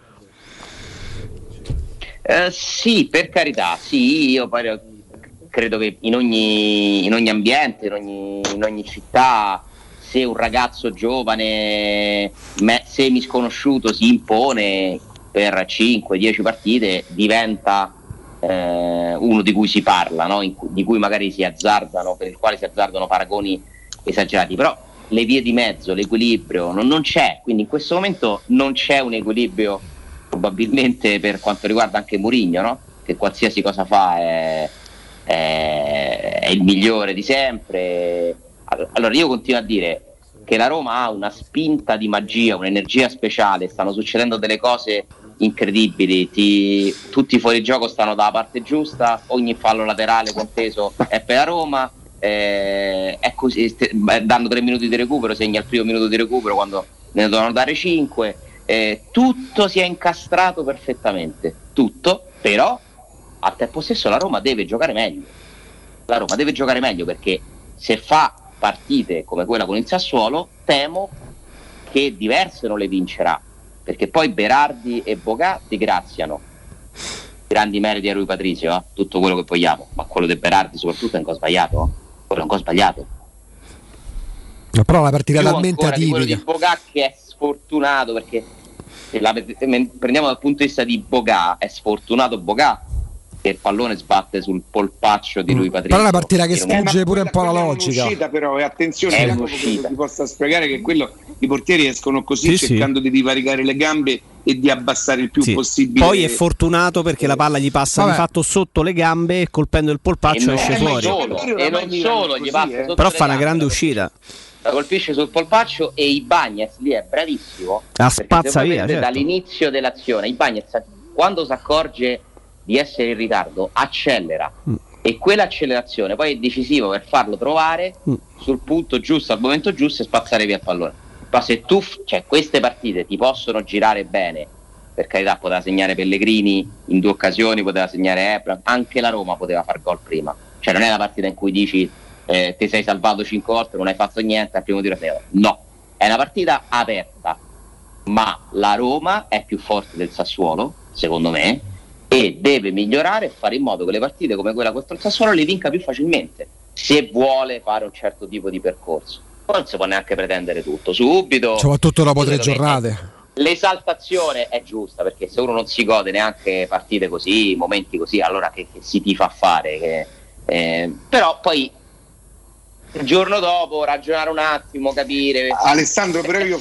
Sì, per carità, sì, io poi credo che in ogni ambiente, in ogni città, se un ragazzo giovane semi sconosciuto si impone per 5-10 partite, diventa uno di cui si parla, no? Di cui magari si azzardano, per il quale si azzardano paragoni esagerati, però le vie di mezzo, l'equilibrio non c'è, quindi in questo momento non c'è un equilibrio probabilmente per quanto riguarda anche Mourinho, no? Che qualsiasi cosa fa è il migliore di sempre. Allora io continuo a dire che la Roma ha una spinta di magia, un'energia speciale, stanno succedendo delle cose incredibili, tutti i fuorigioco stanno dalla parte giusta, ogni fallo laterale conteso è per la Roma. È così, dando 3 minuti di recupero segna il primo minuto di recupero quando ne dovevano dare 5, tutto si è incastrato perfettamente, tutto, però al tempo stesso la Roma deve giocare meglio, perché se fa partite come quella con il Sassuolo temo che diverse non le vincerà, perché poi Berardi e Bogà ti graziano, grandi meriti a Rui Patrizio, tutto quello che vogliamo, ma quello di Berardi soprattutto è un po' sbagliato. Quello è un po' sbagliato.
Però la partita talmente atipica.
Quello di Bogà che è sfortunato, perché se prendiamo dal punto di vista di Bogà, è sfortunato Bogà che il pallone sbatte sul polpaccio di Rui Patrizio.
Però è una partita che sfugge pure un po' la logica.
È un'uscita, però, e attenzione, che ti possa spiegare che i portieri escono così, cercando di divaricare le gambe e di abbassare il più possibile.
Poi è fortunato perché la palla gli passa di fatto sotto le gambe e colpendo il polpaccio esce fuori.
E non solo gli passa sotto
però fa una grande uscita.
La colpisce sul polpaccio e Ibañez lì è bravissimo.
La spazza via, certo.
Dall'inizio dell'azione Ibañez, quando si accorge di essere in ritardo, accelera e quell'accelerazione poi è decisiva per farlo trovare sul punto giusto, al momento giusto, e spazzare via il pallone. Ma se tu, cioè, queste partite ti possono girare bene per carità poteva segnare Pellegrini in 2 occasioni, poteva segnare Ebra, anche la Roma poteva far gol prima, cioè non è la partita in cui dici ti sei salvato 5 volte, non hai fatto niente al primo tiro, no, è una partita aperta, ma la Roma è più forte del Sassuolo secondo me e deve migliorare e fare in modo che le partite come quella contro il Sassuolo le vinca più facilmente, se vuole fare un certo tipo di percorso. Poi non si può neanche pretendere tutto subito,
soprattutto dopo 3 giornate.
L'esaltazione è giusta, perché se uno non si gode neanche partite così, momenti così, allora che si ti fa fare? Però poi il giorno dopo ragionare un attimo, capire.
Alessandro, però io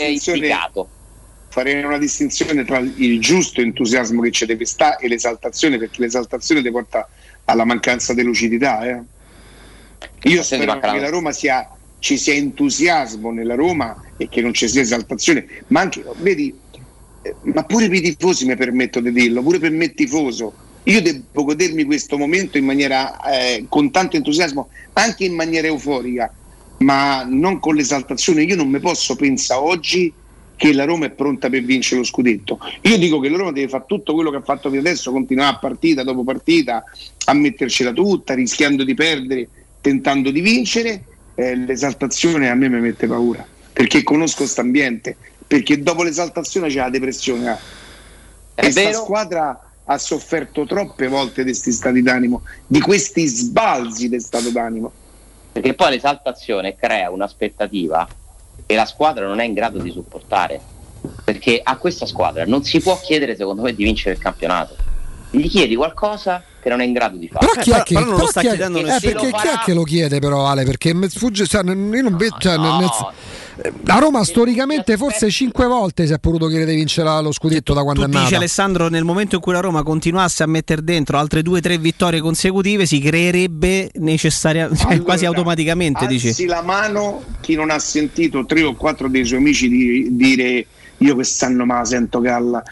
farei una distinzione tra il giusto entusiasmo che ci deve stare e l'esaltazione, perché l'esaltazione ti porta alla mancanza di lucidità. Io spero che la Roma ci sia entusiasmo nella Roma e che non ci sia esaltazione, ma anche, vedi, ma pure per i tifosi, mi permetto di dirlo, pure per me tifoso, io devo godermi questo momento in maniera con tanto entusiasmo, anche in maniera euforica, ma non con l'esaltazione. Io non mi posso pensare oggi che la Roma è pronta per vincere lo scudetto. Io dico che la Roma deve fare tutto quello che ha fatto fino adesso, continuare partita dopo partita a mettercela tutta, rischiando di perdere, tentando di vincere. L'esaltazione a me mi mette paura, perché conosco quest'ambiente, perché dopo l'esaltazione c'è la depressione. Questa squadra ha sofferto troppe volte di questi stati d'animo, di questi sbalzi di stato d'animo,
perché poi l'esaltazione crea un'aspettativa che la squadra non è in grado di supportare, perché a questa squadra non si può chiedere, secondo me, di vincere il campionato, gli chiedi qualcosa che non è in grado di fare.
Però chi è che lo chiede, però, Ale? Perché mi sfugge, io non vedo, la Roma storicamente forse 5 volte si è potuto chiedere di vincere lo scudetto da quando è nata.
Dice Alessandro, nel momento in cui la Roma continuasse a mettere dentro altre 2-3 vittorie consecutive si creerebbe necessariamente, allora, quasi automaticamente.
Alzi la mano chi non ha sentito 3 o 4 dei suoi amici dire: io quest'anno me la sento galla,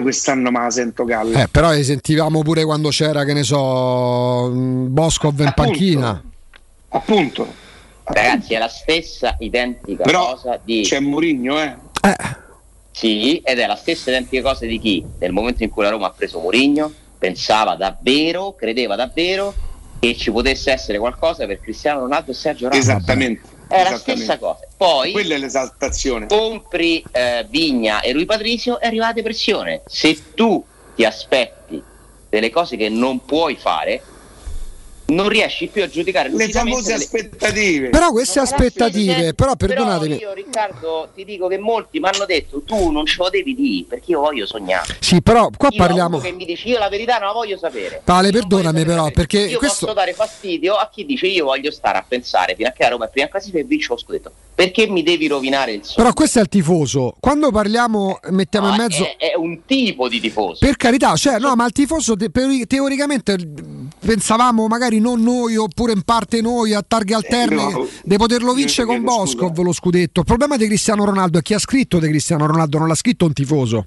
però li sentivamo pure quando c'era, che ne so, Boscov in panchina.
Appunto.
Ragazzi, è la stessa identica cosa di...
C'è Mourinho,
Sì, ed è la stessa identica cosa di chi, nel momento in cui la Roma ha preso Mourinho, pensava davvero, credeva davvero che ci potesse essere qualcosa per Cristiano Ronaldo e Sergio Ramos.
Esattamente.
È la stessa cosa. Poi
quella è l'esaltazione.
Compri Vigna e Rui Patricio e arriva la depressione. Se tu ti aspetti delle cose che non puoi fare, non riesci più a giudicare
le famose aspettative.
Però queste aspettative, però perdonatemi.
Però io, Riccardo, ti dico che molti mi hanno detto: tu non ce lo devi dire, perché io voglio sognare.
Sì, però qua parliamo.
Che mi dici, io la verità non la voglio sapere.
Vale, perdonami, però, perché
io
questo...
posso dare fastidio a chi dice: io voglio stare a pensare fino a che la Roma è prima in classifica e vince lo scudetto. Perché mi devi rovinare il sogno?
Però questo è il tifoso. Quando parliamo, mettiamo in mezzo.
È un tipo di tifoso.
Per carità, cioè, no, ma il tifoso teoricamente pensavamo, magari non noi, oppure in parte noi, a targhe alterne, di poterlo vincere con Boscov lo scudetto. Il problema di Cristiano Ronaldo è chi ha scritto di Cristiano Ronaldo, non l'ha scritto un tifoso.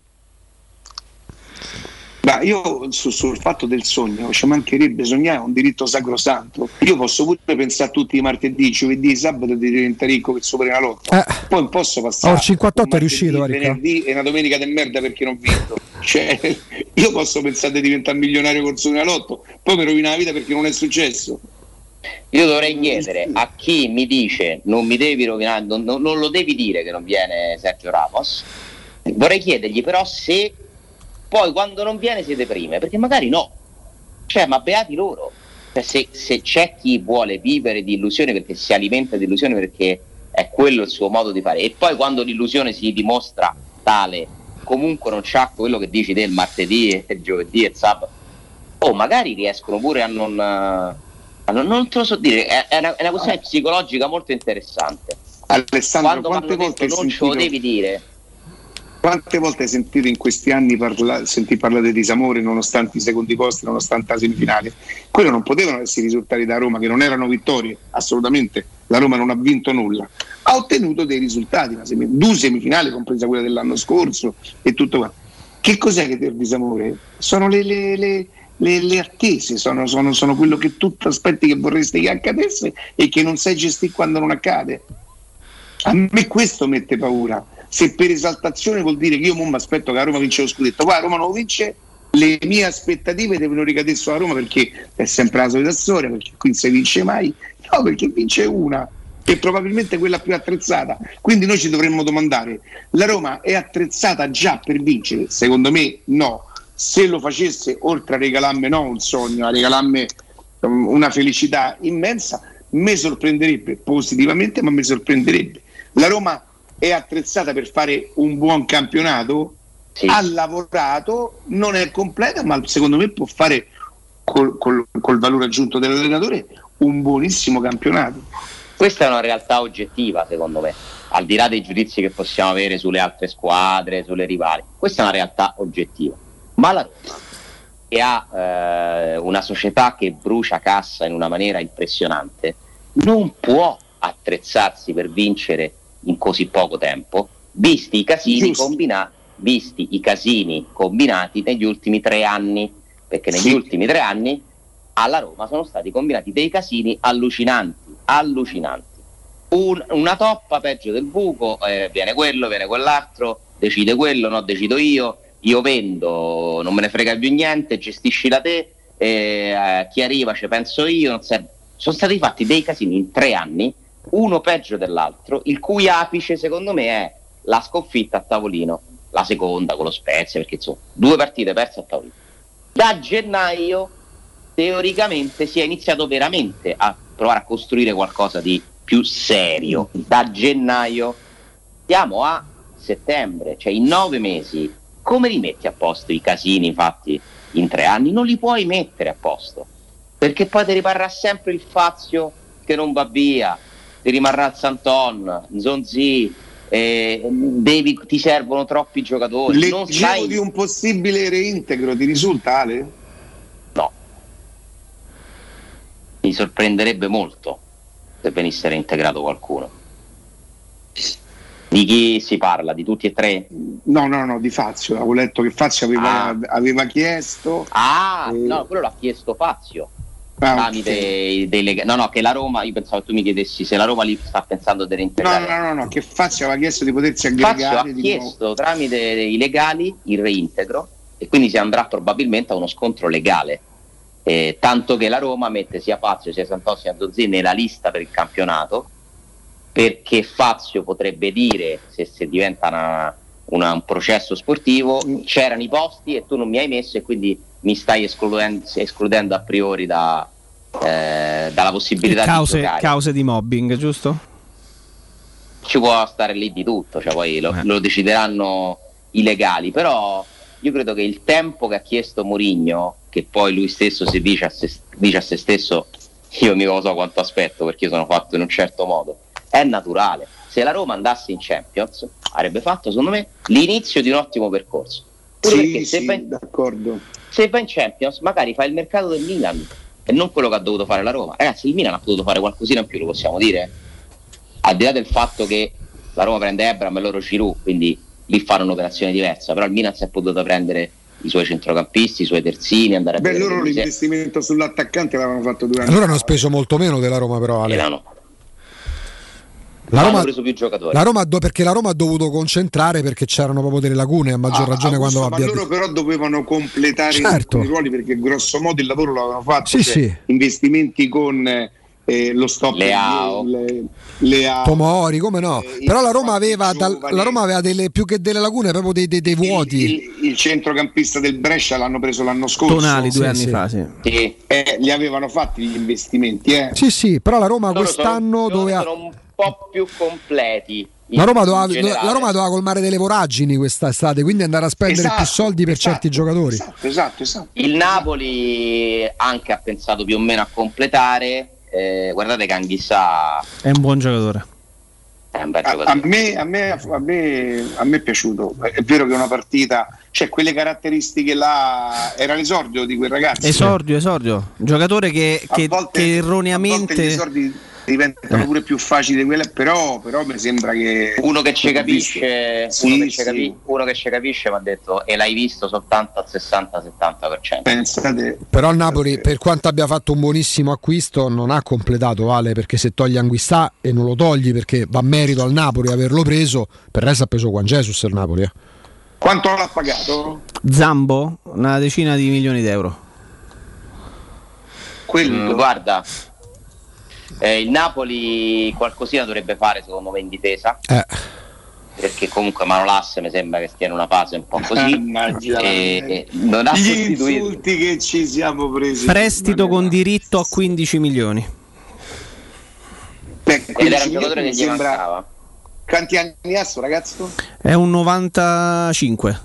Ma io sul fatto del sogno ci mancherebbe, sognare è un diritto sacrosanto. Io posso pure pensare a tutti i martedì, giovedì, sabato di diventare ricco per Superenalotto. Poi non posso passare.
Il 58 è riuscito,
venerdì e una domenica di merda perché non ho vinto. Cioè, io posso pensare di diventare milionario col Superenalotto, poi mi rovina la vita perché non è successo.
Io dovrei chiedere a chi mi dice non mi devi rovinare, non lo devi dire che non viene Sergio Ramos. Vorrei chiedergli però se poi quando non viene si deprime, perché magari no, cioè, ma beati loro. Cioè, se c'è chi vuole vivere di illusioni perché si alimenta di illusioni perché è quello il suo modo di fare, e poi quando l'illusione si dimostra tale comunque non c'ha quello che dici del martedì e giovedì e sabato, magari riescono pure a non te lo so dire, è una questione psicologica molto interessante.
Alessandro,
quante volte non ce lo devi dire?
Quante volte hai sentito in questi anni sentire parlare di disamore nonostante i secondi posti, nonostante la semifinale? Quello non potevano essere i risultati da Roma, che non erano vittorie, assolutamente. La Roma non ha vinto nulla, ha ottenuto dei risultati, 2 semifinali, compresa quella dell'anno scorso e tutto qua. Che cos'è che del disamore? Sono le attese, sono quello che tu ti aspetti che vorresti che accadesse e che non sai gestire quando non accade. A me questo mette paura. se per esaltazione vuol dire che io mi aspetto che la Roma vince lo scudetto, poi la Roma non lo vince, le mie aspettative devono ricadere sulla Roma, perché è sempre la solita storia, perché qui non si vince mai, no, perché vince una e probabilmente quella più attrezzata. Quindi noi ci dovremmo domandare: la Roma è attrezzata già per vincere? Secondo me no. Se lo facesse, oltre a regalarmi un sogno, a regalarmi una felicità immensa, mi sorprenderebbe positivamente, ma mi sorprenderebbe. La Roma è attrezzata per fare un buon campionato, sì. Ha lavorato, non è completa, ma secondo me può fare col valore aggiunto dell'allenatore un buonissimo campionato.
Questa è una realtà oggettiva, secondo me, al di là dei giudizi che possiamo avere sulle altre squadre, sulle rivali. Questa è una realtà oggettiva. Ma la Roma, che ha una società che brucia cassa in una maniera impressionante, non può attrezzarsi per vincere in così poco tempo, visti i casini combinati negli ultimi 3 anni, perché negli ultimi 3 anni alla Roma sono stati combinati dei casini allucinanti. Una toppa peggio del buco, viene quello, viene quell'altro, decide quello, no, decido io vendo, non me ne frega più niente, gestiscila te, chi arriva ci penso io, non serve. Sono stati fatti dei casini in 3 anni, uno peggio dell'altro, il cui apice secondo me è la sconfitta a tavolino, la seconda con lo Spezia, perché insomma 2 partite perse a tavolino. Da gennaio teoricamente si è iniziato veramente a provare a costruire qualcosa di più serio. Da gennaio siamo a settembre, cioè in 9 mesi. Come li metti a posto i casini fatti in 3 anni? Non li puoi mettere a posto, perché poi ti rimarrà sempre il Fazio che non va via, ti rimarrà il Santon, Zonzi, ti servono troppi giocatori.
Leggevo di un possibile reintegro, ti risulta, Ale?
No, mi sorprenderebbe molto se venisse reintegrato qualcuno. Di chi si parla? Di tutti e 3?
No, di Fazio. Avevo letto che Fazio aveva chiesto.
No, quello l'ha chiesto Fazio. Tramite dei legali. No, che la Roma, io pensavo che tu mi chiedessi se la Roma lì sta pensando di reintegrare.
No, che Fazio aveva chiesto di potersi aggregare.
Fazio ha chiesto tramite i legali il reintegro, e quindi si andrà probabilmente a uno scontro legale. Tanto che la Roma mette sia Fazio sia Sant'Ossi sia Zonzi nella lista per il campionato, perché Fazio potrebbe dire, se diventa un processo sportivo, c'erano i posti e tu non mi hai messo, e quindi mi stai escludendo a priori dalla possibilità di giocare.
Cause di mobbing, giusto?
Ci può stare lì di tutto, cioè poi lo decideranno i legali, però io credo che il tempo che ha chiesto Mourinho, che poi lui stesso si dice a se stesso, io mica lo so quanto aspetto, perché io sono fatto in un certo modo, è naturale. Se la Roma andasse in Champions avrebbe fatto, secondo me, l'inizio di un ottimo percorso. Perché se va in Champions magari fa il mercato del Milan e non quello che ha dovuto fare la Roma. Ragazzi, il Milan ha potuto fare qualcosina in più, lo possiamo dire, al di là del fatto che la Roma prende Ebram e loro Giroud, quindi lì fanno un'operazione diversa, però il Milan si è potuto prendere i suoi centrocampisti, i suoi terzini, andare a
loro l'investimento sull'attaccante l'avevano fatto 2 anni.
Allora hanno speso molto meno della Roma, però hanno preso più giocatori. Perché la Roma ha dovuto concentrare, perché c'erano proprio delle lacune, a maggior ragione quando va via.
Loro però dovevano completare i ruoli, perché grosso modo il lavoro l'avevano fatto.
Sì.
Investimenti con lo stop
Leao,
Tomori, come no? Però la Roma aveva delle, più che delle lacune, proprio dei vuoti.
Il centrocampista del Brescia l'hanno preso l'anno scorso.
Tonali 2 anni fa, sì.
Li avevano fatti gli investimenti.
Sì, però la Roma quest'anno doveva
un po' più completi.
La Roma doveva colmare delle voragini quest'estate, quindi andare a spendere più soldi per certi giocatori.
Esatto.
Il Napoli anche ha pensato più o meno a completare. Guardate che Anghissà
è un buon giocatore.
È un bel giocatore.
A me è piaciuto. È vero che una partita, cioè quelle caratteristiche là, era l'esordio di quel ragazzo.
Esordio. Giocatore che erroneamente
diventano pure più facili quelle, però mi sembra che
uno che ci capisce, uno che ci capisce mi ha detto e l'hai visto soltanto al 60-70%.
Pensate.
Però il Napoli, per quanto abbia fatto un buonissimo acquisto, non ha completato, Vale, perché se togli Anguissà, e non lo togli perché va merito al Napoli averlo preso, per il resto ha preso Juan Jesus il Napoli.
Quanto l'ha pagato?
Zambo, una decina di milioni d'euro.
Guarda, il Napoli qualcosina dovrebbe fare secondo me in difesa, perché comunque Manolas mi sembra che stia in una fase un po' così, non ha
gli
sostituito.
insulti che ci siamo presi.
Prestito con diritto a 15 milioni.
Beh,
ed era un giocatore che gli
sembra...
mancava.
Quanti anni ha sto ragazzo?
È un 95.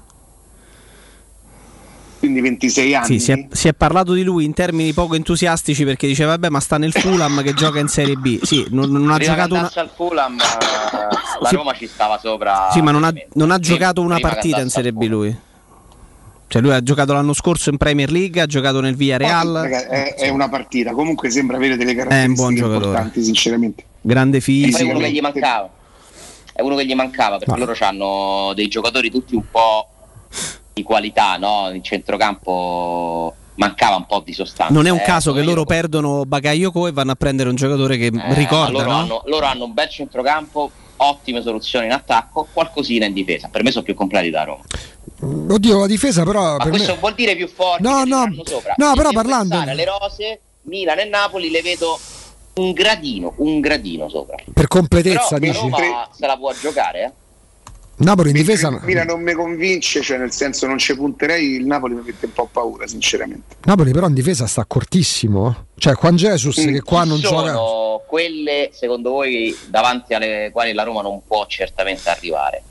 Quindi 26 anni.
Sì, si è parlato di lui in termini poco entusiastici perché diceva vabbè, ma sta nel Fulham che gioca in Serie B. Sì, non ha giocato una...
al Fulham, la Roma ci stava sopra.
Sì, ma non ha giocato una partita in Serie B lui. Cioè lui ha giocato l'anno scorso in Premier League, ha giocato nel Villarreal.
È una partita, comunque sembra avere delle caratteristiche
un buon giocatore,
importanti, sinceramente.
Grande fisico.
È uno che gli mancava. È uno che gli mancava perché loro hanno dei giocatori tutti un po' di qualità, no? In centrocampo mancava un po' di sostanza.
Non è un caso che loro perdono Bakayoko e vanno a prendere un giocatore che ricorda,
loro hanno un bel centrocampo, ottime soluzioni in attacco, qualcosina in difesa. Per me sono più completi da Roma.
Oddio, la difesa però.
Ma
per
questo
me...
vuol dire più forti. Sopra.
No, però parlando.
Le rose, Milan e Napoli le vedo un gradino sopra.
Per completezza,
però,
dici?
Roma se la può giocare,
Napoli in difesa.
Milan non mi convince, cioè nel senso non ci punterei, il Napoli mi mette un po' paura, sinceramente.
Napoli però in difesa sta cortissimo. Cioè Juan Jesus che qua non gioca.
Sono quelle secondo voi davanti alle quali la Roma non può certamente arrivare?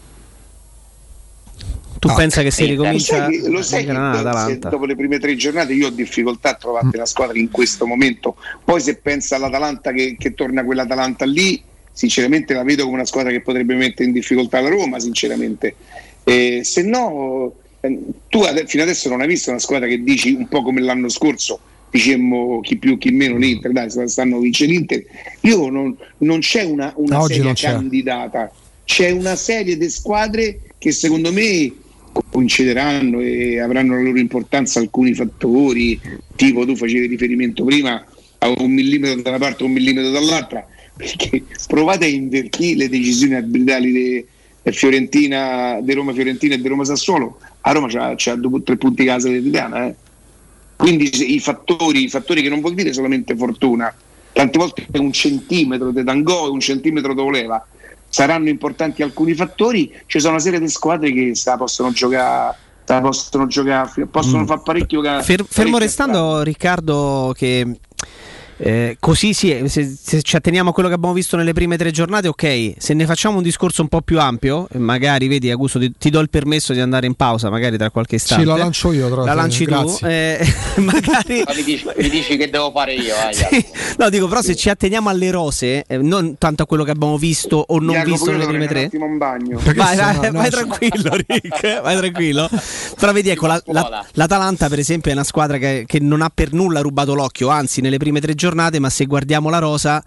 Tu pensa che si ricomincia
lo sai che dopo le prime 3 giornate io ho difficoltà a trovare una squadra che in questo momento, poi se pensa all'Atalanta che torna quell'Atalanta lì, sinceramente la vedo come una squadra che potrebbe mettere in difficoltà la Roma, sinceramente. Se no, tu fino adesso non hai visto una squadra che dici un po' come l'anno scorso, dicemmo chi più chi meno l'Inter, dai, stanno a vincere l'Inter. Io non c'è una serie candidata, c'è una serie di squadre che secondo me coincideranno e avranno la loro importanza alcuni fattori, tipo tu facevi riferimento prima a 1 millimetro da una parte e 1 millimetro dall'altra, perché provate a invertire le decisioni arbitrali di Fiorentina, di Roma Fiorentina e di Roma Sassuolo. A Roma c'ha 3 punti casa dell'italiana, quindi i fattori che non vuol dire solamente fortuna, tante volte è 1 centimetro di Dangò e 1 centimetro di Oleva. Saranno importanti alcuni fattori, ci sono una serie di squadre che possono giocare, possono far parecchio.
Fermo restando, Riccardo, che così sì, se ci atteniamo a quello che abbiamo visto nelle prime 3 giornate, ok. Se ne facciamo un discorso un po' più ampio, magari vedi, Augusto, ti do il permesso di andare in pausa magari tra qualche istante.
Sì, la lancio io,
la lanci
grazie.
Tu magari
mi dici che devo fare io,
sì. No, dico, però se ci atteniamo alle rose, non tanto a quello che abbiamo visto o non visto nelle prime 3.
Un bagno.
Vai tranquillo, Rick, vai tranquillo. Però vedi, ecco, l'Atalanta per esempio è una squadra che non ha per nulla rubato l'occhio, anzi nelle prime 3 giornate, ma se guardiamo la rosa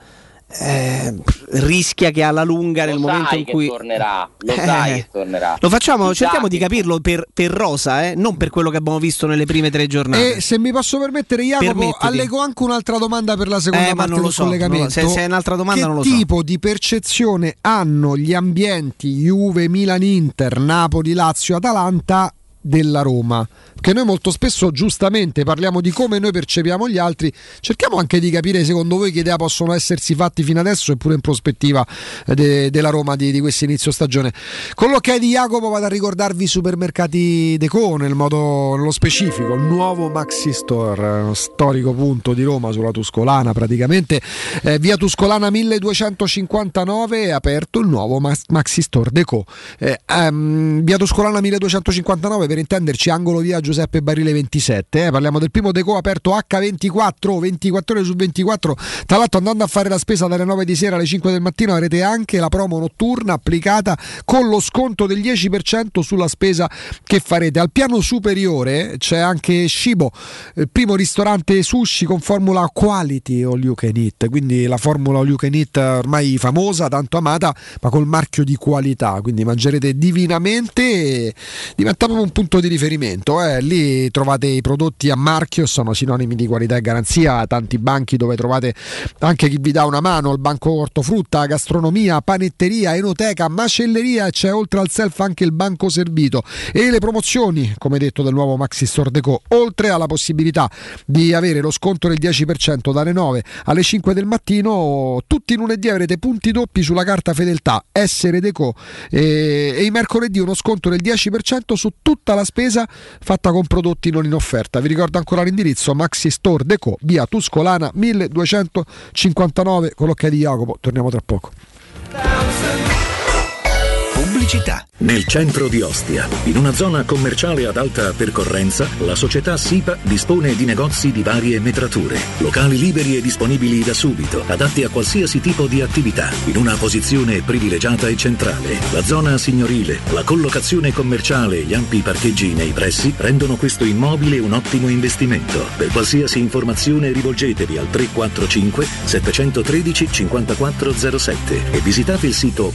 rischia che alla lunga nel momento in cui
tornerà, che tornerà.
Lo facciamo, cerchiamo di capirlo per rosa, non per quello che abbiamo visto nelle prime 3 giornate.
E se mi posso permettere, Jacopo, allego anche un'altra domanda per la seconda parte del collegamento.
Se è un'altra domanda non lo so.
Che tipo di percezione hanno gli ambienti Juve, Milan, Inter, Napoli, Lazio, Atalanta della Roma? Perché noi molto spesso giustamente parliamo di come noi percepiamo gli altri, cerchiamo anche di capire secondo voi che idea possono essersi fatti fino adesso e pure in prospettiva della Roma di questo inizio stagione. Con l'ok di Jacopo vado a ricordarvi i supermercati Deco, nello specifico il nuovo Maxi Store, uno storico punto di Roma sulla Tuscolana, praticamente via Tuscolana 1259 è aperto il nuovo Maxi Store Deco. Via Tuscolana 1259 per intenderci, angolo via Giuseppe Barile 27. Parliamo del primo Deco aperto H24, 24 ore su 24. Tra l'altro, andando a fare la spesa dalle 9 di sera alle 5 del mattino avrete anche la promo notturna applicata con lo sconto del 10% sulla spesa che farete. Al piano superiore c'è anche Shibo, il primo ristorante sushi con formula quality all you can eat, quindi la formula all you can eat ormai famosa, tanto amata, ma col marchio di qualità, quindi mangerete divinamente e diventa proprio un punto di riferimento. Lì trovate i prodotti a marchio, sono sinonimi di qualità e garanzia, tanti banchi dove trovate anche chi vi dà una mano, il banco ortofrutta, gastronomia, panetteria, enoteca, macelleria, e c'è oltre al self anche il banco servito e le promozioni, come detto, del nuovo Maxi Store Deco, oltre alla possibilità di avere lo sconto del 10% dalle 9 alle 5 del mattino. Tutti i lunedì avrete punti doppi sulla carta fedeltà Essere Deco e i mercoledì uno sconto del 10% su tutta la spesa fatta con prodotti non in offerta. Vi ricordo ancora l'indirizzo: Maxi Store Deco, via Tuscolana 1259, con l'occhio di Jacopo. Torniamo tra poco.
Pubblicità. Nel centro di Ostia, in una zona commerciale ad alta percorrenza, la società SIPA dispone di negozi di varie metrature, locali liberi e disponibili da subito, adatti a qualsiasi tipo di attività, in una posizione privilegiata e centrale. La zona signorile, la collocazione commerciale e gli ampi parcheggi nei pressi rendono questo immobile un ottimo investimento. Per qualsiasi informazione rivolgetevi al 345 713 5407 e visitate il sito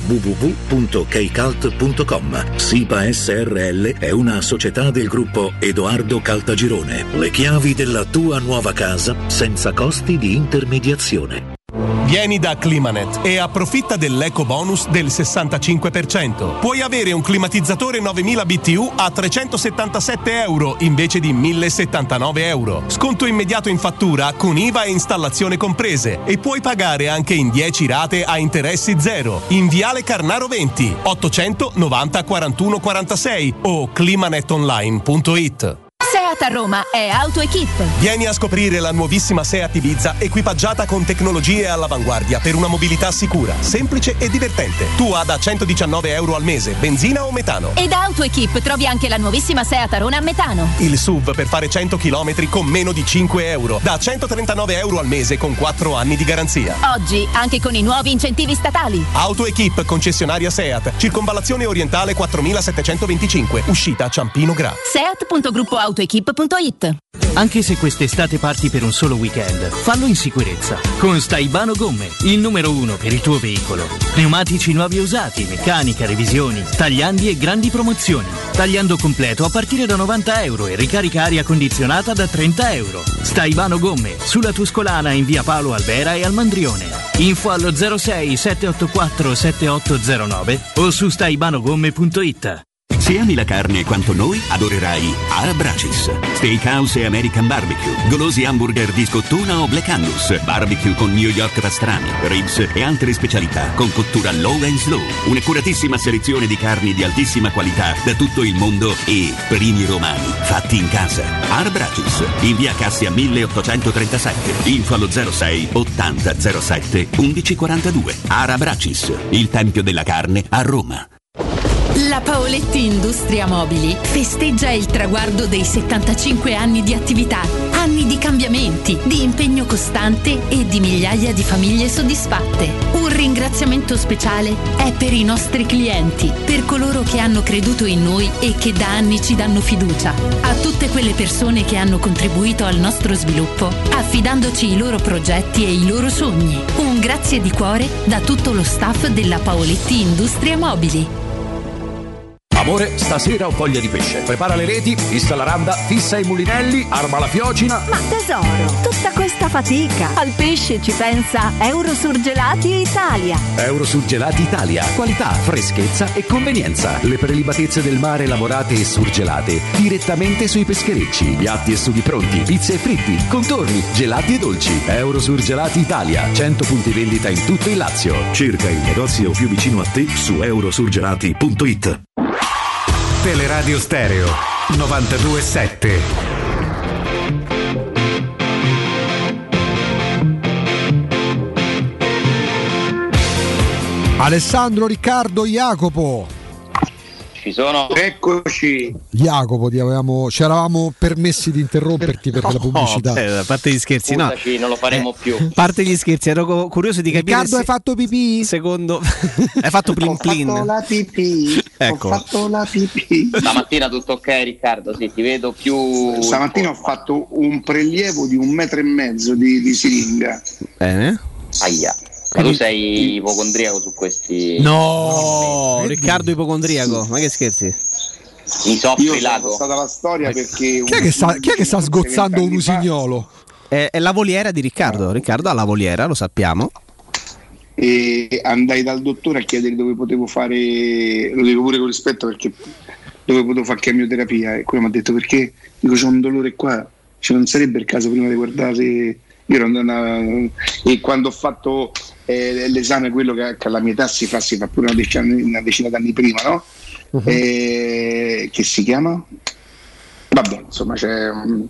www.kcalt.com. SIPA SRL è una società del gruppo Edoardo Caltagirone. Le chiavi della tua nuova casa senza costi di intermediazione.
Vieni da Climanet e approfitta dell'eco bonus del 65%. Puoi avere un climatizzatore 9000 BTU a 377 euro invece di 1079 euro. Sconto immediato in fattura con IVA e installazione comprese, e puoi pagare anche in 10 rate a interessi zero. In Viale Carnaro 20 890 41 46 o climanetonline.it.
Seat a Roma è AutoEquip.
Vieni a scoprire la nuovissima Seat Ibiza, equipaggiata con tecnologie all'avanguardia per una mobilità sicura, semplice e divertente. Tua da 119 euro al mese, benzina o metano.
E da AutoEquip trovi anche la nuovissima Seat Arona a metano.
Il SUV per fare 100 km con meno di 5 euro, da 139 euro al mese con 4 anni di garanzia.
Oggi anche con i nuovi incentivi statali.
AutoEquip, concessionaria Seat, Circonvallazione Orientale 4725, uscita Ciampino Gra.
Seat.gruppoautoequip.it.
Anche se quest'estate parti per un solo weekend, fallo in sicurezza con Staibano Gomme, il numero 1 per il tuo veicolo. Pneumatici nuovi e usati, meccanica, revisioni, tagliandi e grandi promozioni. Tagliando completo a partire da 90 euro e ricarica aria condizionata da 30 euro. Staibano Gomme, sulla Tuscolana in via Paolo Albera e al Mandrione. Info allo 06 784 7809 o su staibanogomme.it.
Se ami la carne quanto noi, adorerai Arabracis. Steakhouse e American Barbecue, golosi hamburger di scottuna o Black Angus, barbecue con New York pastrami, ribs e altre specialità con cottura low and slow. Un'accuratissima selezione di carni di altissima qualità da tutto il mondo e primi romani fatti in casa. Arabracis, in via Cassia 1837. Info allo 06 80 07 1142. Arabracis, il tempio della carne a Roma.
La Paoletti Industria Mobili festeggia il traguardo dei 75 anni di attività, anni di cambiamenti, di impegno costante e di migliaia di famiglie soddisfatte. Un ringraziamento speciale è per i nostri clienti, per coloro che hanno creduto in noi e che da anni ci danno fiducia, a tutte quelle persone che hanno contribuito al nostro sviluppo, affidandoci i loro progetti e i loro sogni. Un grazie di cuore da tutto lo staff della Paoletti Industria Mobili.
Amore, stasera ho voglia di pesce. Prepara le reti, fissa la randa, fissa i mulinelli, arma la fiocina.
Ma tesoro, tutta questa fatica. Al pesce ci pensa Eurosurgelati Italia.
Eurosurgelati Italia. Qualità, freschezza e convenienza. Le prelibatezze del mare lavorate e surgelate direttamente sui pescherecci. Piatti e sughi pronti, pizze e fritti, contorni, gelati e dolci. Eurosurgelati Italia. 100 punti vendita in tutto il Lazio. Cerca il negozio più vicino a te su eurosurgelati.it.
Teleradio Stereo 92.7.
Alessandro, Riccardo, Jacopo.
Ci sono.
Eccoci.
Jacopo, ci eravamo permessi di interromperti per la pubblicità.
A parte gli scherzi,
Scusaci, non lo faremo più.
A parte gli scherzi, ero curioso di capire.
Riccardo, hai fatto pipì?
Secondo, hai fatto plin plin.
Ho fatto la pipì.
Ecco.
Ho fatto la pipì.
Stamattina tutto ok, Riccardo? Sì, ti vedo più.
Stamattina ho fatto un prelievo di 1,5 metri di siringa.
Bene.
Aia. Ma tu sei ipocondriaco su questi?
No, Riccardo ipocondriaco, ma che scherzi?
Mi soffri
Io
l'ago.
sono stata la storia perché
Chi è che sta sgozzando un usignolo?
È la voliera di Riccardo. Riccardo ha la voliera, lo sappiamo.
E andai dal dottore a chiedere dove potevo fare, lo dico pure con rispetto, perché dove potevo fare chemioterapia, e quello mi ha detto perché, dico c'ho un dolore qua, non sarebbe il caso prima di guardare. Io e quando ho fatto l'esame, quello che alla mia età si fa pure una decina d'anni prima, no? Che si chiama? Vabbè, insomma c'è.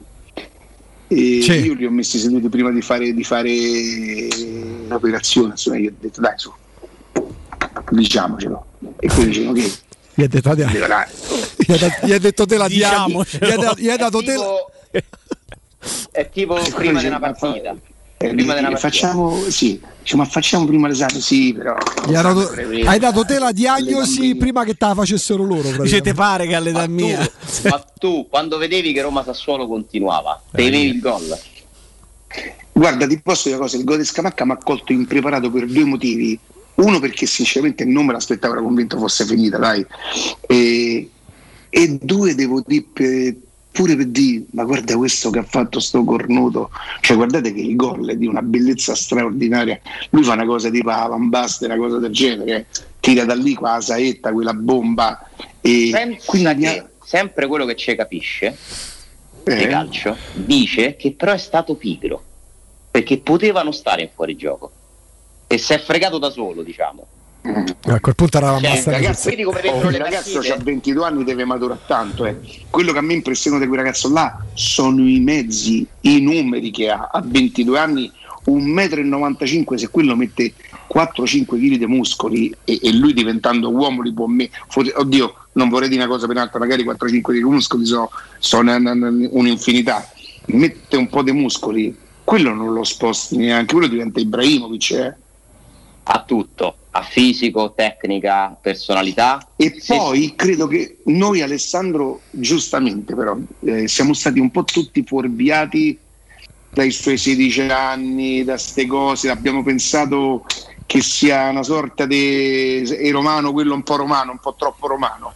Io li ho messi seduti prima di fare l'operazione, insomma, io ho detto dai su, diciamocelo, e poi dicevo che
gli ha detto te la diamo, gli ha dato te la...
È tipo prima di una partita.
Facciamo, sì, ma facciamo prima l'esame, sì, però.
Hai dato te la diagnosi prima che te la facessero loro.
Dice te pare che all'età mia.
Ma tu, quando vedevi che Roma-Sassuolo continuava, temevi il gol?
Guarda, ti posso dire una cosa, il gol di Scamacca mi ha colto impreparato per due motivi. Uno, perché sinceramente non me l'aspettavo, ero convinto fosse finita, dai. E due, devo dire pure per dire, ma guarda questo che ha fatto sto cornuto, cioè guardate che il gol è di una bellezza straordinaria, lui fa una cosa tipo Van Basten, una cosa del genere, tira da lì qua la saetta, quella bomba, e
sempre quello che ci capisce di calcio dice che però è stato pigro, perché poteva non stare in fuorigioco e si è fregato da solo, diciamo.
A quel punto eravamo
ragazzo ha 22 anni, deve maturare tanto. Quello che a me impressiona di quel ragazzo là sono i mezzi, i numeri che ha a 22 anni, 1,95 m, se quello mette 4-5 kg di muscoli e lui diventando uomo li può oddio, non vorrei dire una cosa per un'altra, magari 4-5 kg di muscoli sono un'infinità, mette un po' di muscoli, quello non lo sposti neanche, quello diventa Ibrahimovic,
ha tutto, ha fisico, tecnica, personalità.
E poi credo che noi, Alessandro, giustamente però siamo stati un po' tutti fuorviati dai suoi 16 anni, da ste cose, abbiamo pensato che sia una sorta di romano, quello un po' troppo romano.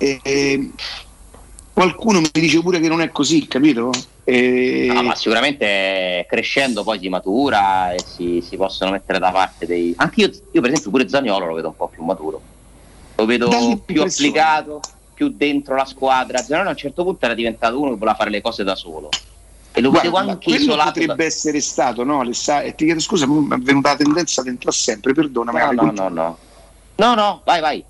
Qualcuno mi dice pure che non è così, capito?
No, ma sicuramente crescendo poi si matura e si possono mettere da parte dei. Anche io per esempio pure Zaniolo lo vedo un po' più maturo, lo vedo più applicato, più dentro la squadra. Zaniolo a un certo punto era diventato uno che voleva fare le cose da solo e lo vedevo anche isolato.
Potrebbe essere stato, no? E ti chiedo scusa, mi è venuta la tendenza ad entrare sempre, perdonami.
No, vai.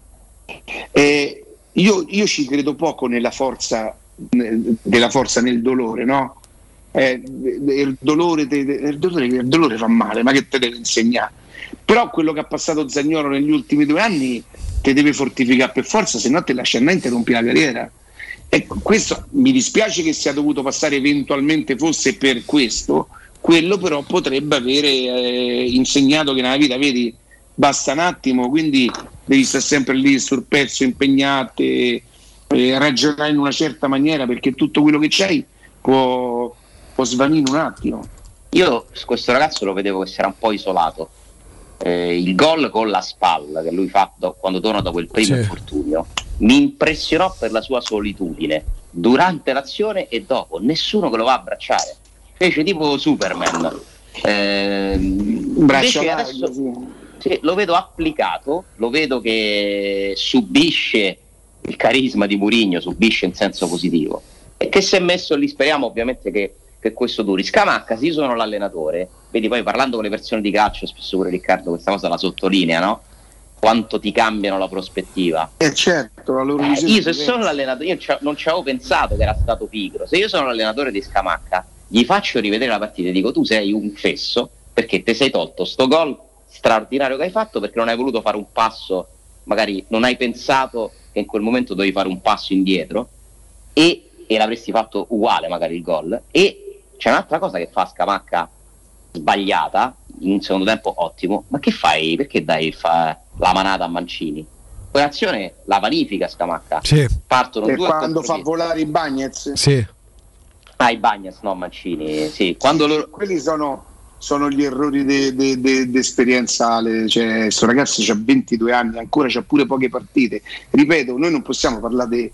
Io ci credo poco nella forza della forza nel dolore, no? Il dolore fa male, ma che te deve insegnare? Però quello che ha passato Zaniolo negli ultimi 2 anni te deve fortificare per forza, se no te lascia andare e interrompi la carriera. E questo mi dispiace che sia dovuto passare, eventualmente fosse per questo, quello però potrebbe avere insegnato che nella vita, vedi, basta un attimo, quindi devi stare sempre lì sul pezzo, impegnate, ragionare in una certa maniera, perché tutto quello che c'hai può svanire un attimo.
Io questo ragazzo lo vedevo che si era un po' isolato, il gol con la spalla che lui fa quando torna da quel primo infortunio mi impressionò per la sua solitudine durante l'azione e dopo, nessuno che lo va a abbracciare, fece tipo Superman. Invece adesso lo vedo applicato, lo vedo che subisce il carisma di Mourinho, subisce in senso positivo, e che si è messo lì, speriamo ovviamente che questo duri. Scamacca, se io sono l'allenatore, vedi, poi parlando con le persone di calcio spesso pure Riccardo questa cosa la sottolinea, no? Quanto ti cambiano la prospettiva.
Certo, la loro
io se sono l'allenatore, io non ci avevo pensato che era stato pigro. Se io sono l'allenatore di Scamacca, gli faccio rivedere la partita e dico: tu sei un fesso perché ti sei tolto sto gol straordinario che hai fatto, perché non hai voluto fare un passo, magari non hai pensato che in quel momento dovevi fare un passo indietro e l'avresti fatto uguale magari il gol. E c'è un'altra cosa che fa Scamacca sbagliata in un secondo tempo ottimo, ma che fai? Perché dai la manata a Mancini? Quell'azione la vanifica Scamacca.
Sì.
Partono
e
due
quando fa volare i Bagnez?
Sì.
I Bagnez, no Mancini, sì. Quando
quelli sono gli errori di esperienza. Cioè, sto ragazzo c'ha 22 anni, ancora c'ha pure poche partite. Ripeto, noi non possiamo parlare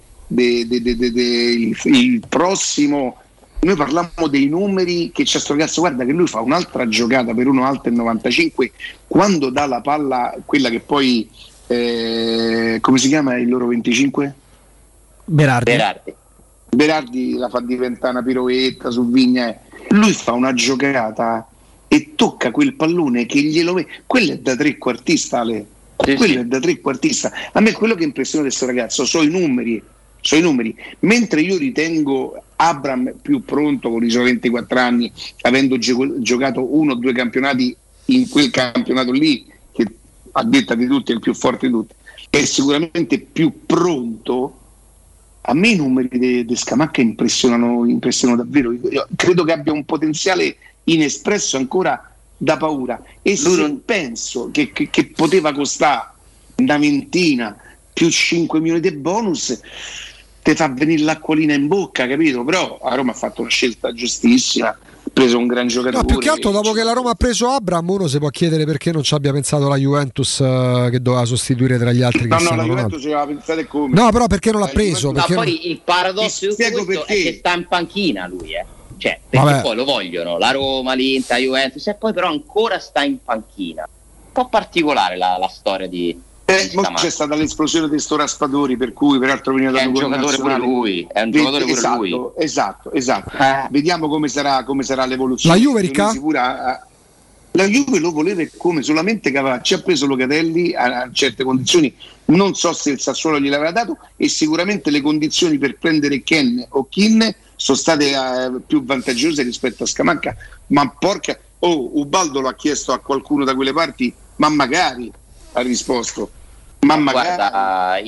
il prossimo. Noi parliamo dei numeri che c'è sto ragazzo. Guarda che lui fa un'altra giocata per uno alto il 95 quando dà la palla, quella che poi come si chiama il loro 25? Berardi la fa diventare una piroetta su Vigna. Lui fa una giocata e tocca quel pallone che glielo mette. Quello è da trequartista, quello è da trequartista. A me quello che impressiona di questo ragazzo sono i numeri, mentre io ritengo Abram più pronto con i suoi 24 anni, avendo giocato 1 o 2 campionati in quel campionato lì, che a detta di tutti è il più forte di tutti, è sicuramente più pronto. A me i numeri di Scamacca impressionano davvero. Io credo che abbia un potenziale inespresso ancora da paura, e se penso che poteva costare una ventina più 5 milioni di bonus, ti fa venire l'acquolina in bocca, capito? Però a Roma ha fatto una scelta giustissima, ha preso un gran giocatore.
No, più che altro dopo che la Roma ha preso Abram, uno si può chiedere perché non ci abbia pensato la Juventus, che doveva sostituire tra gli altri.
No, la Juventus ci aveva pensato come.
No, però perché non l'ha preso?
Ma poi il paradosso di tutto questo è che sta in panchina lui, cioè, perché poi lo vogliono la Roma, l'Inter, la Juventus, e poi però ancora sta in panchina. Un po' particolare la storia di
c'è stata l'esplosione di sto Raspadori, per cui peraltro veniva da
un giocatore pure lui, è un giocatore pure lui.
Esatto. Vediamo come sarà l'evoluzione.
La Juve, Ricca?
La Juve lo voleva come solamente Cavacci, ha preso Locatelli a certe condizioni, non so se il Sassuolo gliel'aveva dato, e sicuramente le condizioni per prendere Ken o Kin sono state più vantaggiose rispetto a Scamacca. Ma porca, Ubaldo lo ha chiesto a qualcuno da quelle parti, ma magari ha risposto. Ma
guarda,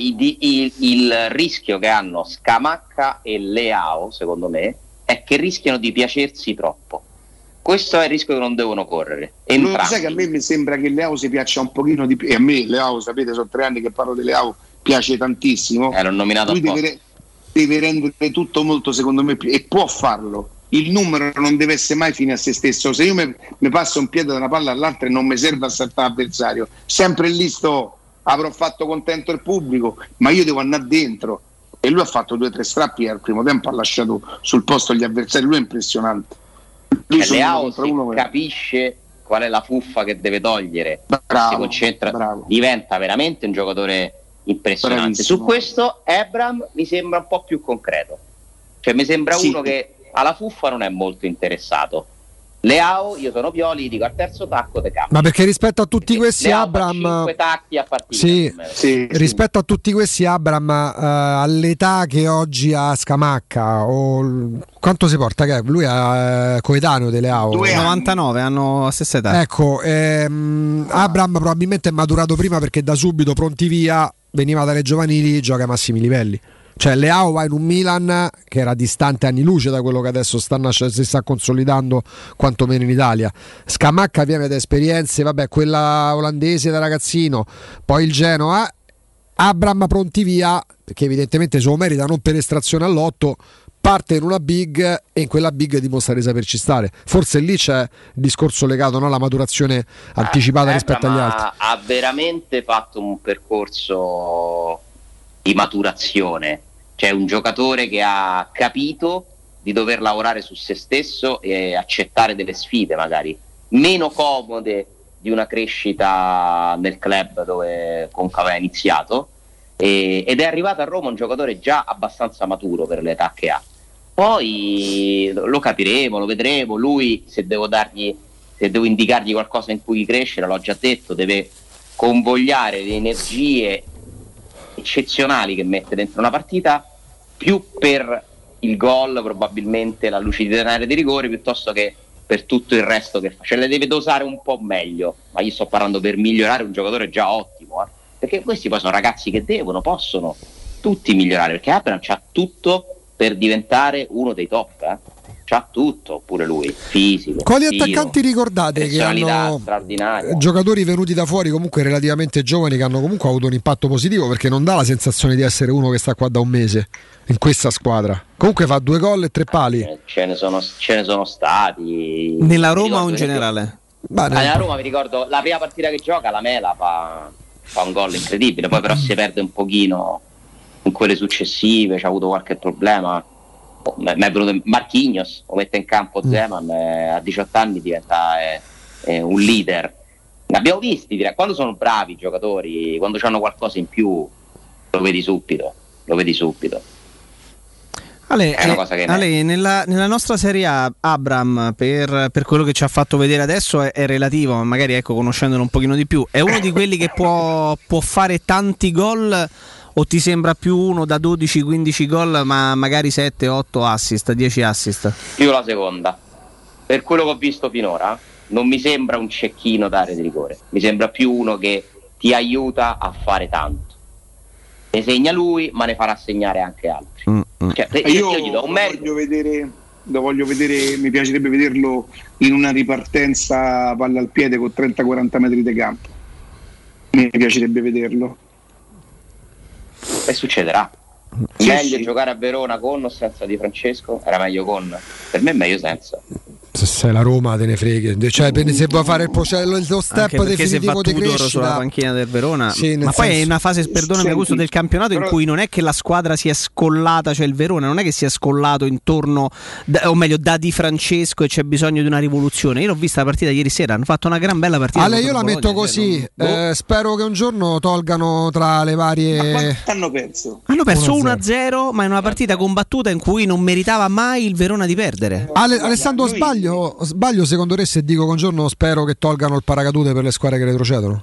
il rischio che hanno Scamacca e Leao, secondo me, è che rischiano di piacersi troppo. Questo è il rischio che non devono correre.
Lo sai che a me mi sembra che Leao si piaccia un pochino di più, e a me Leao, sapete, sono 3 anni che parlo di Leao, piace tantissimo.
L'ho nominato
lui deve rendere tutto molto, secondo me, e può farlo. Il numero non deve essere mai fine a se stesso. Se io mi passo un piede da una palla all'altra e non mi serve a saltare l'avversario, sempre lì avrò fatto contento il pubblico, ma io devo andare dentro. E lui ha fatto 2 o 3 strappi al primo tempo, ha lasciato sul posto gli avversari. Lui è impressionante.
Leao capisce qual è la fuffa che deve togliere, si concentra, diventa veramente un giocatore impressionante. Bravissimo. Su questo Abram mi sembra un po' più concreto, cioè mi sembra uno che alla fuffa non è molto interessato. Leao, io sono Pioli, dico al terzo tacco te cambio.
Ma perché rispetto a tutti questi Abram,
5 tacchi a partita,
rispetto a tutti questi Abram, all'età che oggi ha Scamacca, quanto si porta? Che lui è coetaneo di Leao,
99, hanno la stessa età.
Ecco, Abram probabilmente è maturato prima, perché da subito pronti via, veniva dalle giovanili, gioca ai massimi livelli. Cioè Leao va in un Milan che era distante anni luce da quello che adesso si sta consolidando, quantomeno in Italia. Scamacca viene da esperienze, quella olandese da ragazzino, poi il Genoa. Abram pronti via, perché evidentemente se lo merita, non per estrazione all'otto, parte in una big e in quella big dimostra di saperci stare. Forse lì c'è il discorso legato alla maturazione anticipata rispetto agli altri.
Ha veramente fatto un percorso di maturazione. C'è un giocatore che ha capito di dover lavorare su se stesso e accettare delle sfide magari meno comode di una crescita nel club dove Concave aveva iniziato, ed è arrivato a Roma un giocatore già abbastanza maturo per l'età che ha. Poi lo capiremo, lo vedremo. Lui, se devo indicargli qualcosa in cui crescere, l'ho già detto, deve convogliare le energie eccezionali che mette dentro una partita, più per il gol, probabilmente la lucidità in area di rigore, piuttosto che per tutto il resto che fa. Cioè le deve dosare un po' meglio, ma io sto parlando per migliorare un giocatore già ottimo, perché questi poi sono ragazzi che possono tutti migliorare, perché Abraham c'ha tutto per diventare uno dei top, c'ha tutto pure lui, fisico.
Quali
tiro,
attaccanti ricordate che hanno
straordinaria,
giocatori venuti da fuori comunque relativamente giovani che hanno comunque avuto un impatto positivo, perché non dà la sensazione di essere uno che sta qua da un mese in questa squadra? Comunque fa 2 gol e 3 pali.
Ce ne sono stati
nella Roma o in generale?
Nella Roma mi ricordo la prima partita che gioca, la Mela fa un gol incredibile, poi però si perde un pochino in quelle successive, c'ha avuto qualche problema. Mi è venuto Marquinhos, lo mette in campo Zeman, a 18 anni diventa un leader. Ne abbiamo visti, direi, quando sono bravi i giocatori, quando hanno qualcosa in più, lo vedi subito.
Ale, nella nostra Serie A, Abraham, per quello che ci ha fatto vedere adesso è relativo, ma magari conoscendolo un pochino di più, è uno di quelli che può fare tanti gol, o ti sembra più uno da 12-15 gol ma magari 7-8 assist, 10 assist?
Più la seconda, per quello che ho visto finora non mi sembra un cecchino d'area di rigore, mi sembra più uno che ti aiuta a fare tanto, ne segna lui ma ne farà segnare anche altri. Cioè, io gli do un merito.
Lo voglio vedere, mi piacerebbe vederlo in una ripartenza palla al piede con 30-40 metri di campo, mi piacerebbe vederlo.
E succederà. Meglio giocare a Verona con o senza Di Francesco? Era meglio con, per me è meglio senza.
Se sei la Roma te ne freghi, cioè se vuoi fare lo step definitivo di crescita
sulla panchina del Verona, ma poi è una fase, perdonami Augusto, del campionato in cui non è che la squadra si è scollata, cioè il Verona non è che si è scollato intorno o meglio da Di Francesco e c'è bisogno di una rivoluzione. Io l'ho vista la partita ieri sera, hanno fatto una gran bella partita.
Io la metto così, spero che un giorno tolgano tra le varie.
Ma hanno perso
1-0, ma in una partita combattuta in cui non meritava mai il Verona di perdere.
Alessandro, sbaglio secondo te se dico che un giorno spero che tolgano il paracadute per le squadre che retrocedono?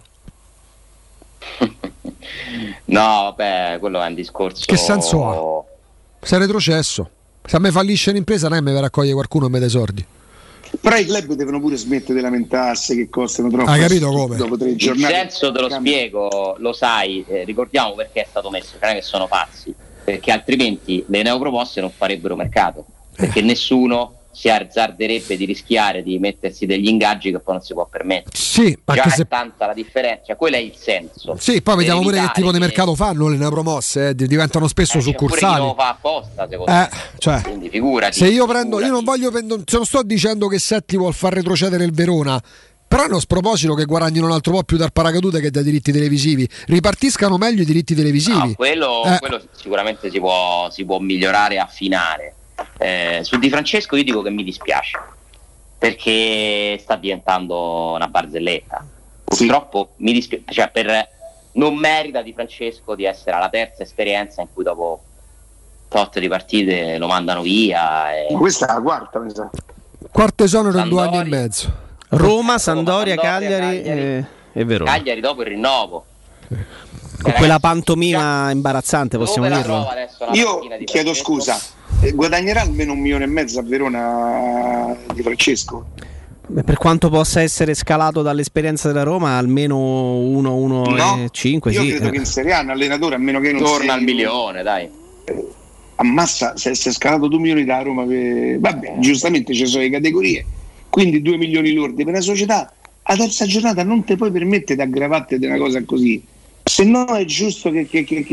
No, vabbè, quello è un discorso.
Che senso ha? Sei retrocesso. Se a me fallisce l'impresa non è che mi verrà a cogliere qualcuno e mi dai soldi.
Però i club devono pure smettere di lamentarsi che costano troppo.
Hai capito come?
Dopo 3 giornate.
Il senso te lo spiego, lo sai, ricordiamo perché è stato messo, non è che sono pazzi, perché altrimenti le neopromosse non farebbero mercato, perché nessuno si azzarderebbe di rischiare di mettersi degli ingaggi che poi non si può permettere.
Sì,
già è tanta la differenza, cioè quello è il senso.
Sì, poi vediamo pure che tipo di mercato fanno le neopromosse, diventano spesso succursali.
Pure chi lo fa apposta, secondo me.
Cioè,
quindi figurati.
Se io non voglio, non sto dicendo che Setti vuol far retrocedere il Verona, però è uno sproposito che guadagnino un altro po' più dal paracadute che dai diritti televisivi. Ripartiscano meglio i diritti televisivi.
No, quello sicuramente si può migliorare e affinare. Su Di Francesco io dico che mi dispiace perché sta diventando una barzelletta. Purtroppo mi dispiace, cioè non merita Di Francesco di essere alla terza esperienza in cui dopo tot di partite lo mandano via.
Questa è la quarta, mi sa.
Quarto esonero in 2 anni e mezzo.
Roma, Sampdoria, Cagliari e Verona.
Cagliari dopo il rinnovo.
Con quella pantomima imbarazzante, possiamo dirlo.
Io chiedo scusa, guadagnerà almeno 1,5 milioni a Verona Di Francesco?
Per quanto possa essere scalato dall'esperienza della Roma, almeno 1,5.
Io credo che in Serie A un allenatore, a meno che non
torna al milione, dai.
Ammazza, se è scalato 2 milioni da Roma, vabbè, giustamente ci sono le categorie, quindi 2 milioni lordi per una società. A terza giornata non ti puoi permettere di aggravarti di una cosa così, se no è giusto che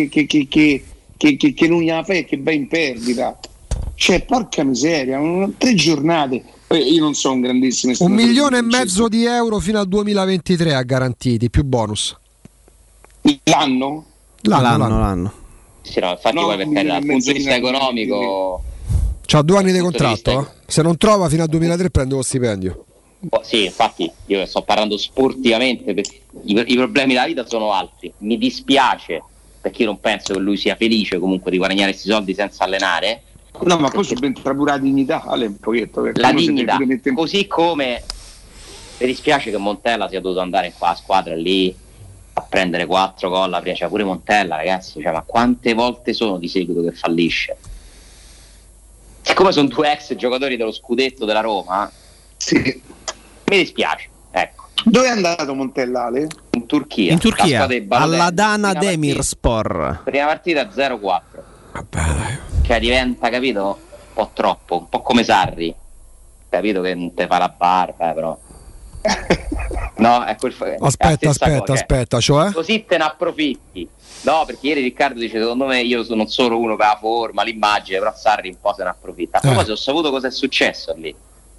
non gliela fai e che vai in perdita. Cioè, porca miseria, 3 giornate. Io non so un grandissimo
1,5 milioni di euro fino al 2023 a garantiti, più bonus.
L'anno?
L'anno.
Sì, no, infatti poi perché dal punto di vista economico
c'ha 2 anni di contratto, se non trova fino al 2003 prende lo stipendio.
Sì, infatti io sto parlando sportivamente perché i problemi della vita sono altri. Mi dispiace perché io non penso che lui sia felice comunque di guadagnare questi soldi senza allenare.
No, ma poi subentra pure la dignità, un pochetto,
la dignità, così come mi dispiace che Montella sia dovuto andare qua a squadra lì a prendere 4 gol, cioè pure Montella, ragazzi, cioè, ma quante volte sono di seguito che fallisce? Siccome sono 2 ex giocatori dello scudetto della Roma,
sì,
mi dispiace, ecco.
Dove è andato Montella, Ale?
In Turchia.
all'Adana Demirspor.
Prima partita 0-4. Cioè diventa, capito, un po' troppo, un po' come Sarri. Capito che non te fa la barba, però. No, è quel
aspetta, cioè?
Così te ne approfitti. No, perché ieri Riccardo dice, secondo me io non sono uno per la forma, l'immagine, però Sarri un po' se ne approfitta. A proposito, ho saputo cosa è successo lì.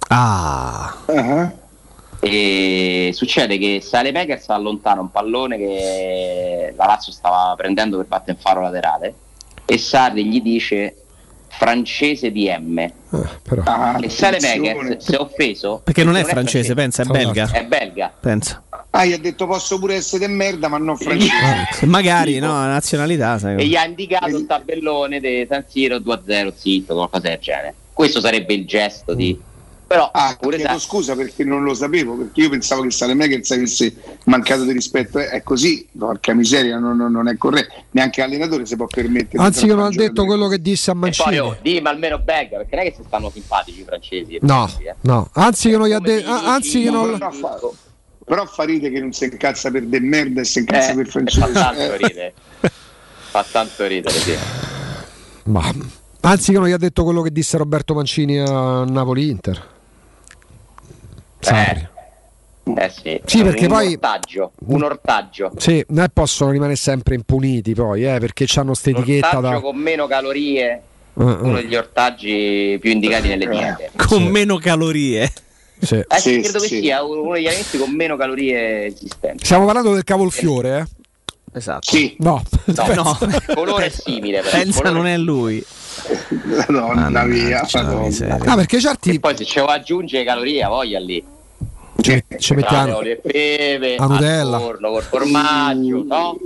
E succede che Saelemaekers allontana un pallone che la Lazio stava prendendo per battere in faro laterale e Sarri gli dice francese di M. E Saelemaekers si è offeso
perché non è francese, pensa, è belga.
È belga.
Pensa.
Gli ha detto posso pure essere de merda ma non francese.
Magari no, nazionalità, sai.
E gli ha indicato il tabellone di San Siro 2-0 zitto, qualcosa del genere. Questo sarebbe il gesto di però
chiedo scusa perché non lo sapevo, perché io pensavo che Saelemaekers avesse mancato di rispetto. È così, porca miseria, non è corretto, neanche l'allenatore si può permettere.
Anzi, che non ha detto quello che disse a Mancini.
E poi dimmi almeno belga, perché non è che si stanno simpatici i francesi.
No, anzi che non gli ha detto, anzi che non
però fa ride che non si incazza per de merda e si incazza per francese.
Fa tanto ridere, sì.
Ma anzi che non gli ha detto quello che disse Roberto Mancini a Napoli-Inter.
Sì,
perché poi
un ortaggio.
Sì, non possono rimanere sempre impuniti poi, perché c'hanno st'etichetta
da con meno calorie, uno degli ortaggi più indicati nelle diete.
Con meno calorie.
Credo che sia uno degli alimenti con meno calorie esistenti.
Stiamo parlando del cavolfiore,
Esatto.
Sì.
No.
Il colore è simile, però.
Pensa non è lui.
Madonna mia.
Perché certi.
E poi se ci aggiunge calorie, voglia lì.
Ci mettiamo
le pepe,
la Nutella,
forno, col formaggio, no?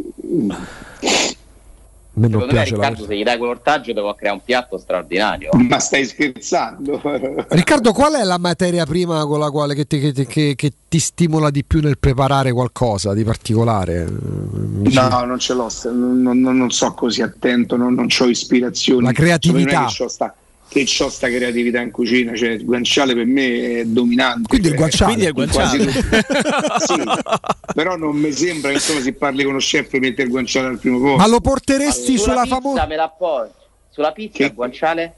Secondo me Riccardo, se gli dai quell'ortaggio devo creare un piatto straordinario.
Ma stai scherzando?
Riccardo, qual è la materia prima con la quale che ti stimola di più nel preparare qualcosa di particolare?
No, non ce l'ho, non so così attento, non ho ispirazioni.
La creatività.
Che c'ho sta creatività in cucina, cioè il guanciale per me è dominante.
Quindi il guanciale.
Sì, però non mi sembra che insomma si parli con uno chef e mette il guanciale al primo posto.
Ma lo porteresti sulla famosa
sulla pizza il guanciale?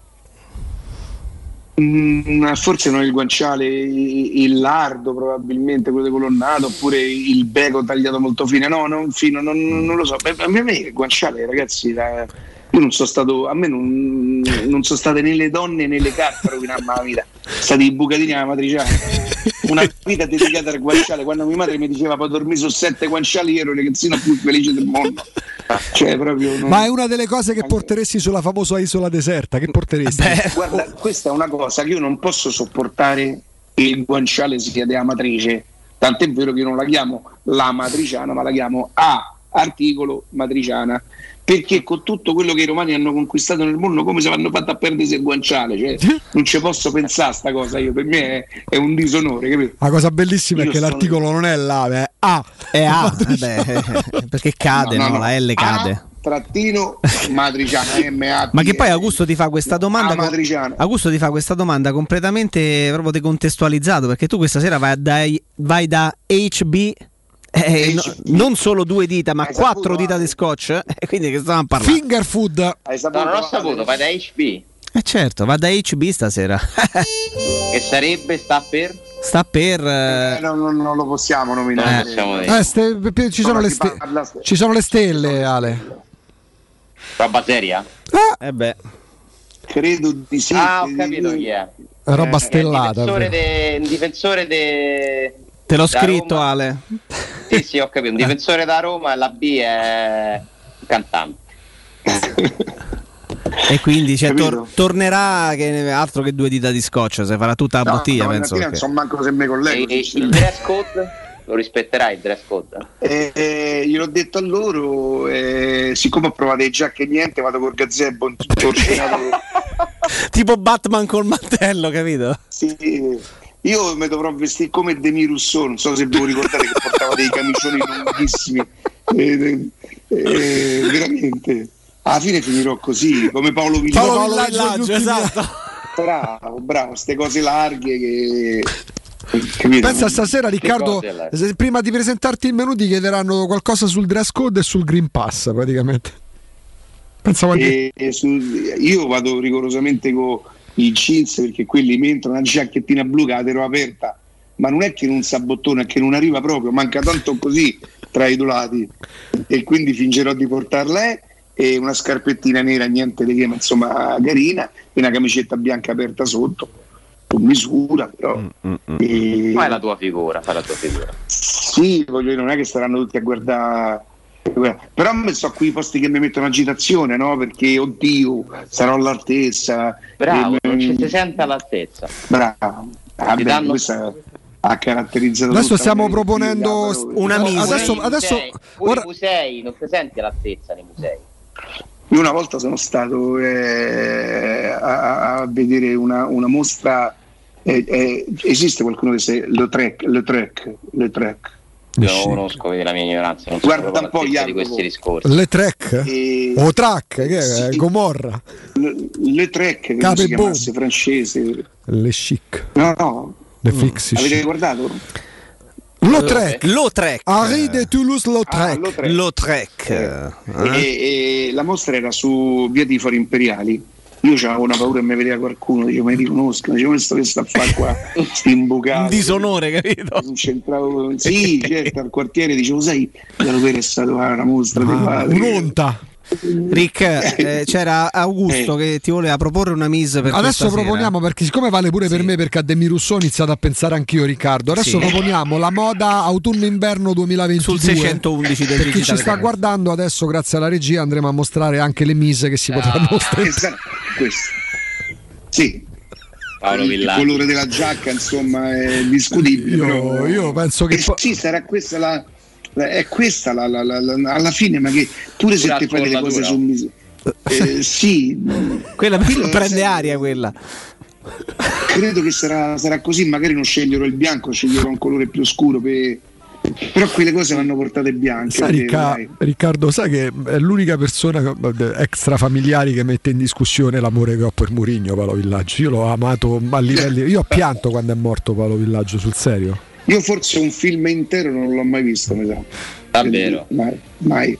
Forse non il guanciale, il lardo probabilmente, quello di colonnato, oppure il bacon tagliato molto fine. No, non fino, non lo so. A me il guanciale, ragazzi, io non sono stato, a me non sono state né le donne né le carte a rovinarmi la vita, sono stati i bucatini alla matriciana, una vita dedicata al guanciale. Quando mia madre mi diceva poi dormire su 7 guanciali, ero il ragazzino più felice del mondo. Cioè, proprio
Ma è una delle cose che porteresti sulla famosa isola deserta? Che porteresti?
Guarda, questa è una cosa che io non posso sopportare, il guanciale sia della matrice, tant'è vero che io non la chiamo la matriciana, ma la chiamo articolo matriciana, perché con tutto quello che i romani hanno conquistato nel mondo, come se l'hanno fatto a perdersi il guanciale, cioè, non ci posso pensare a sta cosa, io, per me è un disonore, capito?
La cosa bellissima è che l'articolo non è là, è A.
È A, perché cade, no, la L cade.
Trattino matriciana, M-A-T.
Ma che poi Augusto ti fa questa domanda Augusto ti fa questa domanda completamente proprio decontestualizzato, perché tu questa sera vai da HB. Non solo 2 dita, ma 4 dita di scotch. Quindi che stavamo parlando?
Finger food.
No, non ho saputo, vai da HB.
Certo, va da HB stasera.
Che sarebbe, sta per
non lo possiamo nominare.
Ci sono le stelle, Ale.
Roba seria?
Credo di sì.
Ho capito chi è.
Roba stellata.
Un difensore
Te l'ho scritto,
Roma.
Ale.
Sì, ho capito. Un difensore da Roma e la B è un cantante.
E quindi tornerà altro che 2 dita di scotch, se farà tutta la bottiglia, penso.
Non so manco se mi collego.
Il dress code? Lo rispetterai il dress code?
Gliel'ho detto a loro, siccome ho provato i giacche e niente, vado col gazebo in tutto ordinato.
Tipo Batman col mantello, capito?
Sì. Io mi dovrò vestire come Demi Rousseau, non so se vi ricordate che portava dei camicioni lunghissimi, veramente. Alla fine finirò così, come Paolo Villaggio.
Esatto.
Bravo, queste cose larghe che
Pensa stasera, Riccardo, se prima di presentarti il menù ti chiederanno qualcosa sul dress code e sul Green Pass praticamente.
Io vado rigorosamente con i jeans, perché quelli mi entrano una giacchettina blu che la terrò aperta, ma non è che non s'abbottona, è che non arriva proprio, manca tanto così tra i due lati, e quindi fingerò di portarla e una scarpettina nera, niente di che, ma insomma carina, e una camicetta bianca aperta sotto, con misura però.
Fai la tua figura.
Sì, voglio dire, non è che staranno tutti a guardare, però so qui i posti che mi mettono agitazione, no? Perché oddio, sarò all'altezza.
Bravo, non ci si sente all'altezza.
Bravo. Vabbè, questa ha caratterizzato.
Adesso stiamo proponendo
una
mise.
Adesso ora... i musei, non ti senti all'altezza nei musei.
Io una volta sono stato a vedere una mostra. Esiste qualcuno che sa le track.
Io non conosco, vedi la mia ignoranza, non
guarda un po'
di questi discorsi.
Le track o track, che è
sì,
Gomorra.
Le track, che si chiamasse francese.
Le chic.
No.
Le fixi.
Avete guardato?
Lautrec.
Henri de Toulouse-Lautrec.
Lautrec.
E la mostra era su Via dei Fori Imperiali. Io c'avevo una paura e mi vedeva qualcuno, dicevo, mi riconoscono, dicevo, questo che sta a fare qua, sti imbucato.
Un disonore, capito?
Sì, certo, al quartiere dicevo, sai, è stato una mostra di padre.
Un'onta.
Rick, c'era Augusto che ti voleva proporre una mise per
adesso proponiamo, perché siccome vale pure per me, perché a Demi Rousseau ho iniziato a pensare anch'io, Riccardo, adesso proponiamo la moda autunno-inverno 2022
sul 611 del
per chi ci sta guardando adesso, grazie alla regia andremo a mostrare anche le mise che si potranno mostrare.
Questo sì, il colore della giacca insomma è discutibile,
io penso che
sì, sarà questa è questa alla fine, ma che pure se ti fai delle cose su misura, sì,
quella prende aria, quella
credo che sarà così, magari non sceglierò il bianco, sceglierò un colore più scuro però quelle cose vanno portate bianche.
Sai, Riccardo, sai che è l'unica persona extrafamiliari che mette in discussione l'amore che ho per Mourinho, Paolo Villaggio. Io l'ho amato a livelli, io ho pianto quando è morto Paolo Villaggio, sul serio.
Io forse un film intero non l'ho mai visto, mi sa.
Davvero?
Mai.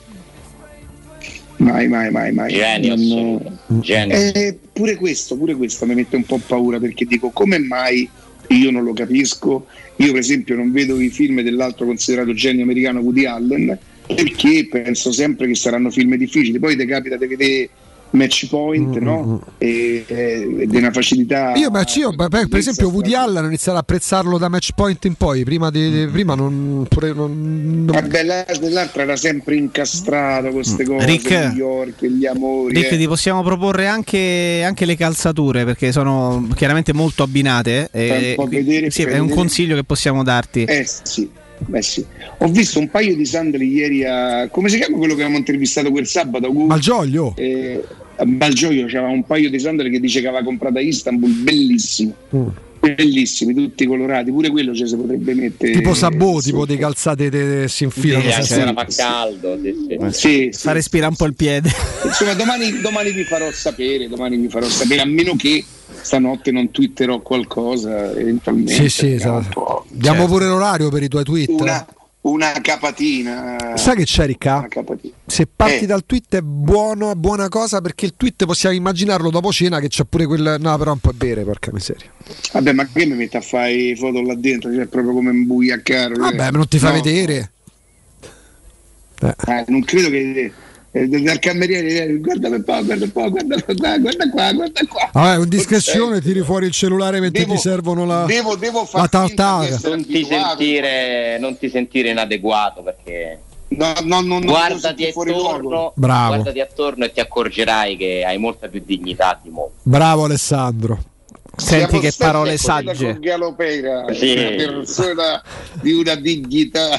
Genio. Pure questo mi mette un po' paura, perché dico, come mai io non lo capisco. Io per esempio non vedo i film dell'altro considerato genio americano Woody Allen, perché penso sempre che saranno film difficili. Poi ti capita di vedere Match Point, no? Ed è una facilità.
Io per esempio Woody Allen ho iniziato ad apprezzarlo da Match Point in poi, prima non.
Vabbè, l'altro era sempre incastrato con queste cose,
Rick,
New York, gli amori.
Rick, ti possiamo proporre anche le calzature, perché sono chiaramente molto abbinate.
È
un consiglio che possiamo darti.
Sì. Beh sì, ho visto un paio di sandali ieri come si chiama quello che avevamo intervistato quel sabato?
Malgioglio.
Malgioglio c'aveva un paio di sandali che dice che aveva comprato a Istanbul, bellissimi. Bellissimi, tutti colorati, pure quello ci si potrebbe mettere
tipo Sabò, tipo dei calzate si infilano,
fa caldo,
sì.
Fa respirare un po' il piede.
Insomma, domani vi farò sapere, a meno che stanotte non twitterò qualcosa eventualmente.
Sì, diamo pure l'orario per i tuoi tweet.
Una capatina.
Sai che c'è, Ricca? Se parti dal tweet è buona cosa, perché il tweet possiamo immaginarlo dopo cena che c'è pure quel. No, però non puoi bere, porca miseria.
Vabbè, ma che mi mette a fare foto là dentro? Cioè, proprio come un buiacaro.
Vabbè, ma non ti fa vedere.
Non credo che. Dal cameriere, guarda qua.
Vabbè, con discrezione tiri fuori il cellulare mentre ti servono la tartare.
Non ti sentire inadeguato, perché guardati attorno e ti accorgerai che hai molta più dignità di molto.
Bravo Alessandro.
Senti che parole sagge.
Sì. Una persona di una dignità.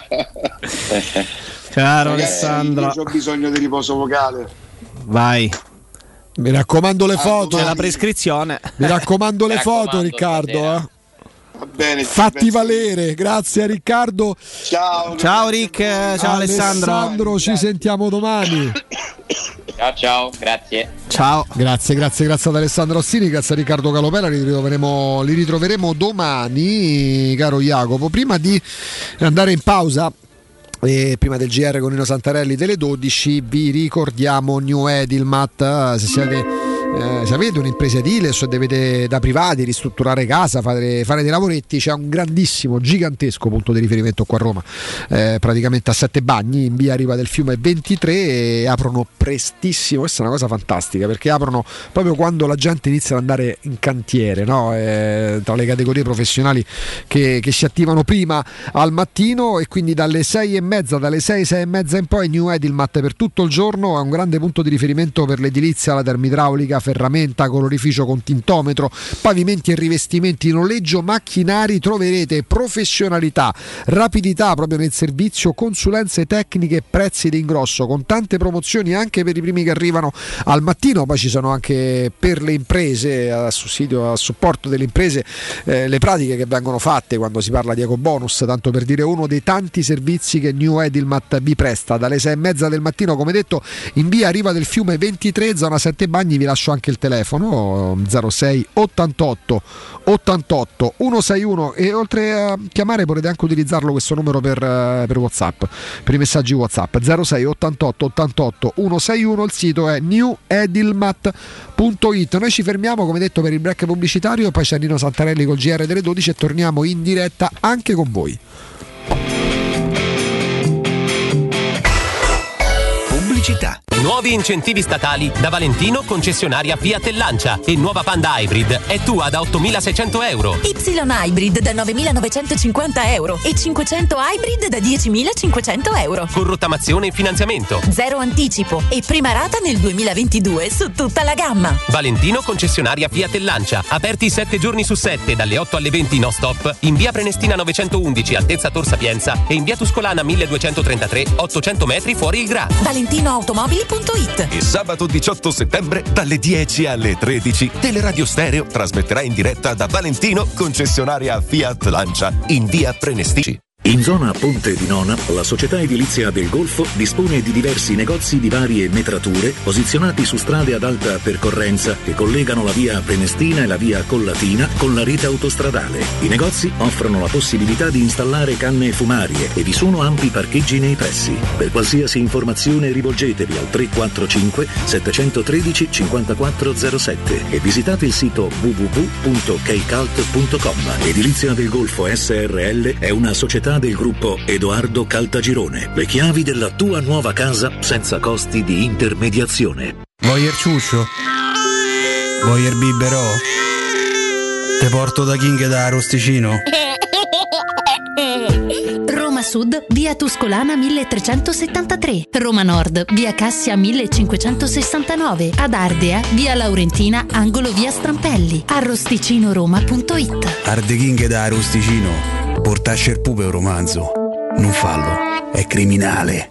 Caro Alessandro,
io ho bisogno di riposo vocale.
Vai.
Mi raccomando le foto.
C'è la prescrizione.
Mi raccomando le foto, Riccardo. Va
bene,
fatti valere. Grazie a Riccardo.
Ciao
Rick. Ciao Alessandro.
Ci sentiamo domani.
Ciao, grazie.
Ciao.
Grazie ad Alessandro Ossini, grazie a Riccardo Calopera, li ritroveremo domani, caro Jacopo. Prima di andare in pausa e prima del GR con Nino Santarelli delle 12 vi ricordiamo New Edilmat. Se avete un'impresa edile o dovete da privati ristrutturare casa, fare dei lavoretti, c'è un grandissimo, gigantesco punto di riferimento qua a Roma, praticamente a 7 bagni in via Riva del Fiume 23, e aprono prestissimo. Questa è una cosa fantastica, perché aprono proprio quando la gente inizia ad andare in cantiere, no? Tra le categorie professionali che si attivano prima al mattino, e quindi dalle 6:30, dalle 6:30 in poi New Edilmat per tutto il giorno. È un grande punto di riferimento per l'edilizia, la termidraulica, ferramenta, colorificio con tintometro, pavimenti e rivestimenti, noleggio macchinari. Troverete professionalità, rapidità proprio nel servizio, consulenze tecniche, prezzi d'ingrosso, con tante promozioni anche per i primi che arrivano al mattino. Poi ci sono anche per le imprese, a supporto delle imprese, le pratiche che vengono fatte quando si parla di ecobonus, tanto per dire uno dei tanti servizi che New Edilmat vi presta. Dalle 6:30 del mattino, come detto, in via Riva del Fiume 23, zona 7 bagni. Vi lascio anche il telefono 06 88 88 161, e oltre a chiamare potete anche utilizzarlo questo numero per WhatsApp, per i messaggi WhatsApp 06 88 88 161. Il sito è newedilmat.it. Noi ci fermiamo, come detto, per il break pubblicitario, poi c'è Nino Santarelli col GR delle 12 e torniamo in diretta anche con voi.
Pubblicità. Nuovi incentivi statali da Valentino, concessionaria Fiat e Lancia, e nuova Panda Hybrid è tua da 8.600 euro.
Y Hybrid da 9.950 euro e 500 Hybrid da 10.500 euro.
Con rottamazione e finanziamento.
Zero anticipo e prima rata nel 2022 su tutta la gamma.
Valentino, concessionaria Fiat e Lancia, aperti 7 giorni su 7 dalle 8 alle 20 no stop, in via Prenestina 911 altezza Tor Sapienza e in via Tuscolana 1233 800 metri fuori il Gra.
ValentinoAutomobili.it.
E sabato 18 settembre dalle 10 alle 13 Teleradio Stereo trasmetterà in diretta da Valentino, concessionaria Fiat Lancia, in via Prenestina.
In zona Ponte di Nona, la società edilizia del Golfo dispone di diversi negozi di varie metrature posizionati su strade ad alta percorrenza che collegano la via Prenestina e la via Collatina con la rete autostradale. I negozi offrono la possibilità di installare canne fumarie e vi sono ampi parcheggi nei pressi. Per qualsiasi informazione rivolgetevi al 345 713 5407 e visitate il sito www.keicalt.com. Edilizia del Golfo SRL è una società del gruppo Edoardo Caltagirone. Le chiavi della tua nuova casa senza costi di intermediazione.
Voyer ciuscio? Voyer biberò? Te porto da King da Arosticino?
Roma Sud, via Tuscolana 1373. Roma Nord, via Cassia 1569. Ad Ardea, via Laurentina, angolo via Strampelli. Arrosticinoroma.it.
Arde King da Arosticino. Portasce il pupe un romanzo. Non fallo, è criminale.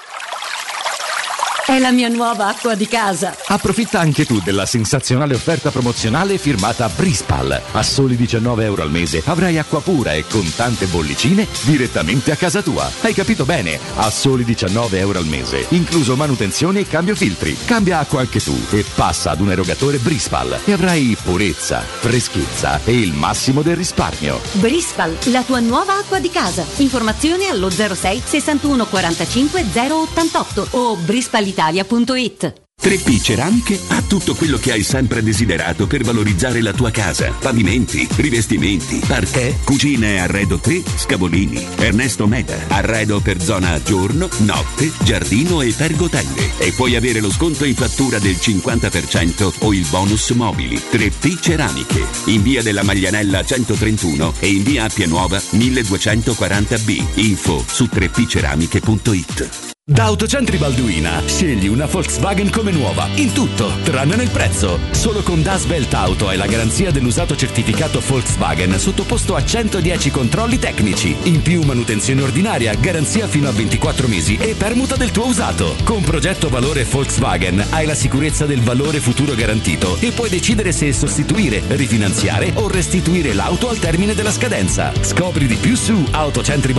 È la mia nuova acqua di casa.
Approfitta anche tu della sensazionale offerta promozionale firmata Brispal. A soli 19 euro al mese avrai acqua pura e con tante bollicine direttamente a casa tua. Hai capito bene? A soli 19 euro al mese, incluso manutenzione e cambio filtri. Cambia acqua anche tu e passa ad un erogatore Brispal e avrai purezza, freschezza e il massimo del risparmio.
Brispal, la tua nuova acqua di casa. Informazioni allo 06 61 45 088 o brispalitalia.it.
3P Ceramiche ha tutto quello che hai sempre desiderato per valorizzare la tua casa. Pavimenti, rivestimenti, parquet, cucine e arredo 3, Scavolini, Ernesto Meda. Arredo per zona giorno, notte, giardino e pergotende. E puoi avere lo sconto in fattura del 50% o il bonus mobili. 3P Ceramiche, in via della Maglianella 131 e in via Appia Nuova 1240B. Info su 3pceramiche.it.
Da Autocentri Balduina scegli una Volkswagen come nuova, in tutto, tranne nel prezzo. Solo con Das Welt Auto hai la garanzia dell'usato certificato Volkswagen sottoposto a 110 controlli tecnici. In più manutenzione ordinaria, garanzia fino a 24 mesi e permuta del tuo usato. Con progetto valore Volkswagen hai la sicurezza del valore futuro garantito e puoi decidere se sostituire, rifinanziare o restituire l'auto al termine della scadenza. Scopri di più su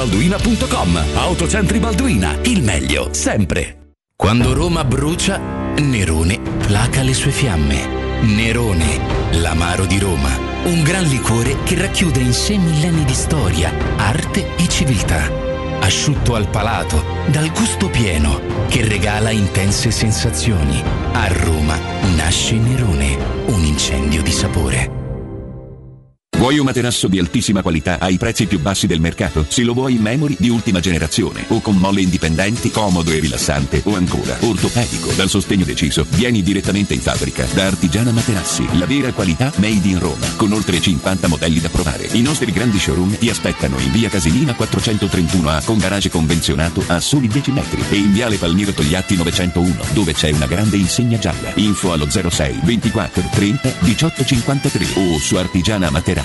autocentribalduina.com. Autocentri Balduina, il meglio sempre.
Quando Roma brucia,
Nerone placa le sue fiamme. Nerone, l'amaro di Roma. Un gran liquore che racchiude in sé millenni di storia, arte e civiltà. Asciutto al palato, dal gusto pieno, che regala intense sensazioni. A Roma nasce Nerone, un incendio di sapore.
Vuoi un materasso di altissima qualità ai prezzi più bassi del mercato? Se lo vuoi in memory di ultima generazione o con molle indipendenti, comodo e rilassante, o ancora ortopedico dal sostegno deciso, vieni direttamente in fabbrica da Artigiana Materassi, la vera qualità made in Roma, con oltre 50 modelli da provare. I nostri grandi showroom ti aspettano in via Casilina 431A con garage convenzionato a soli 10 metri e in viale Palmiro Togliatti 901 dove c'è una grande insegna gialla. Info allo 06 24 30 18 53 o su artigianamaterassi.com.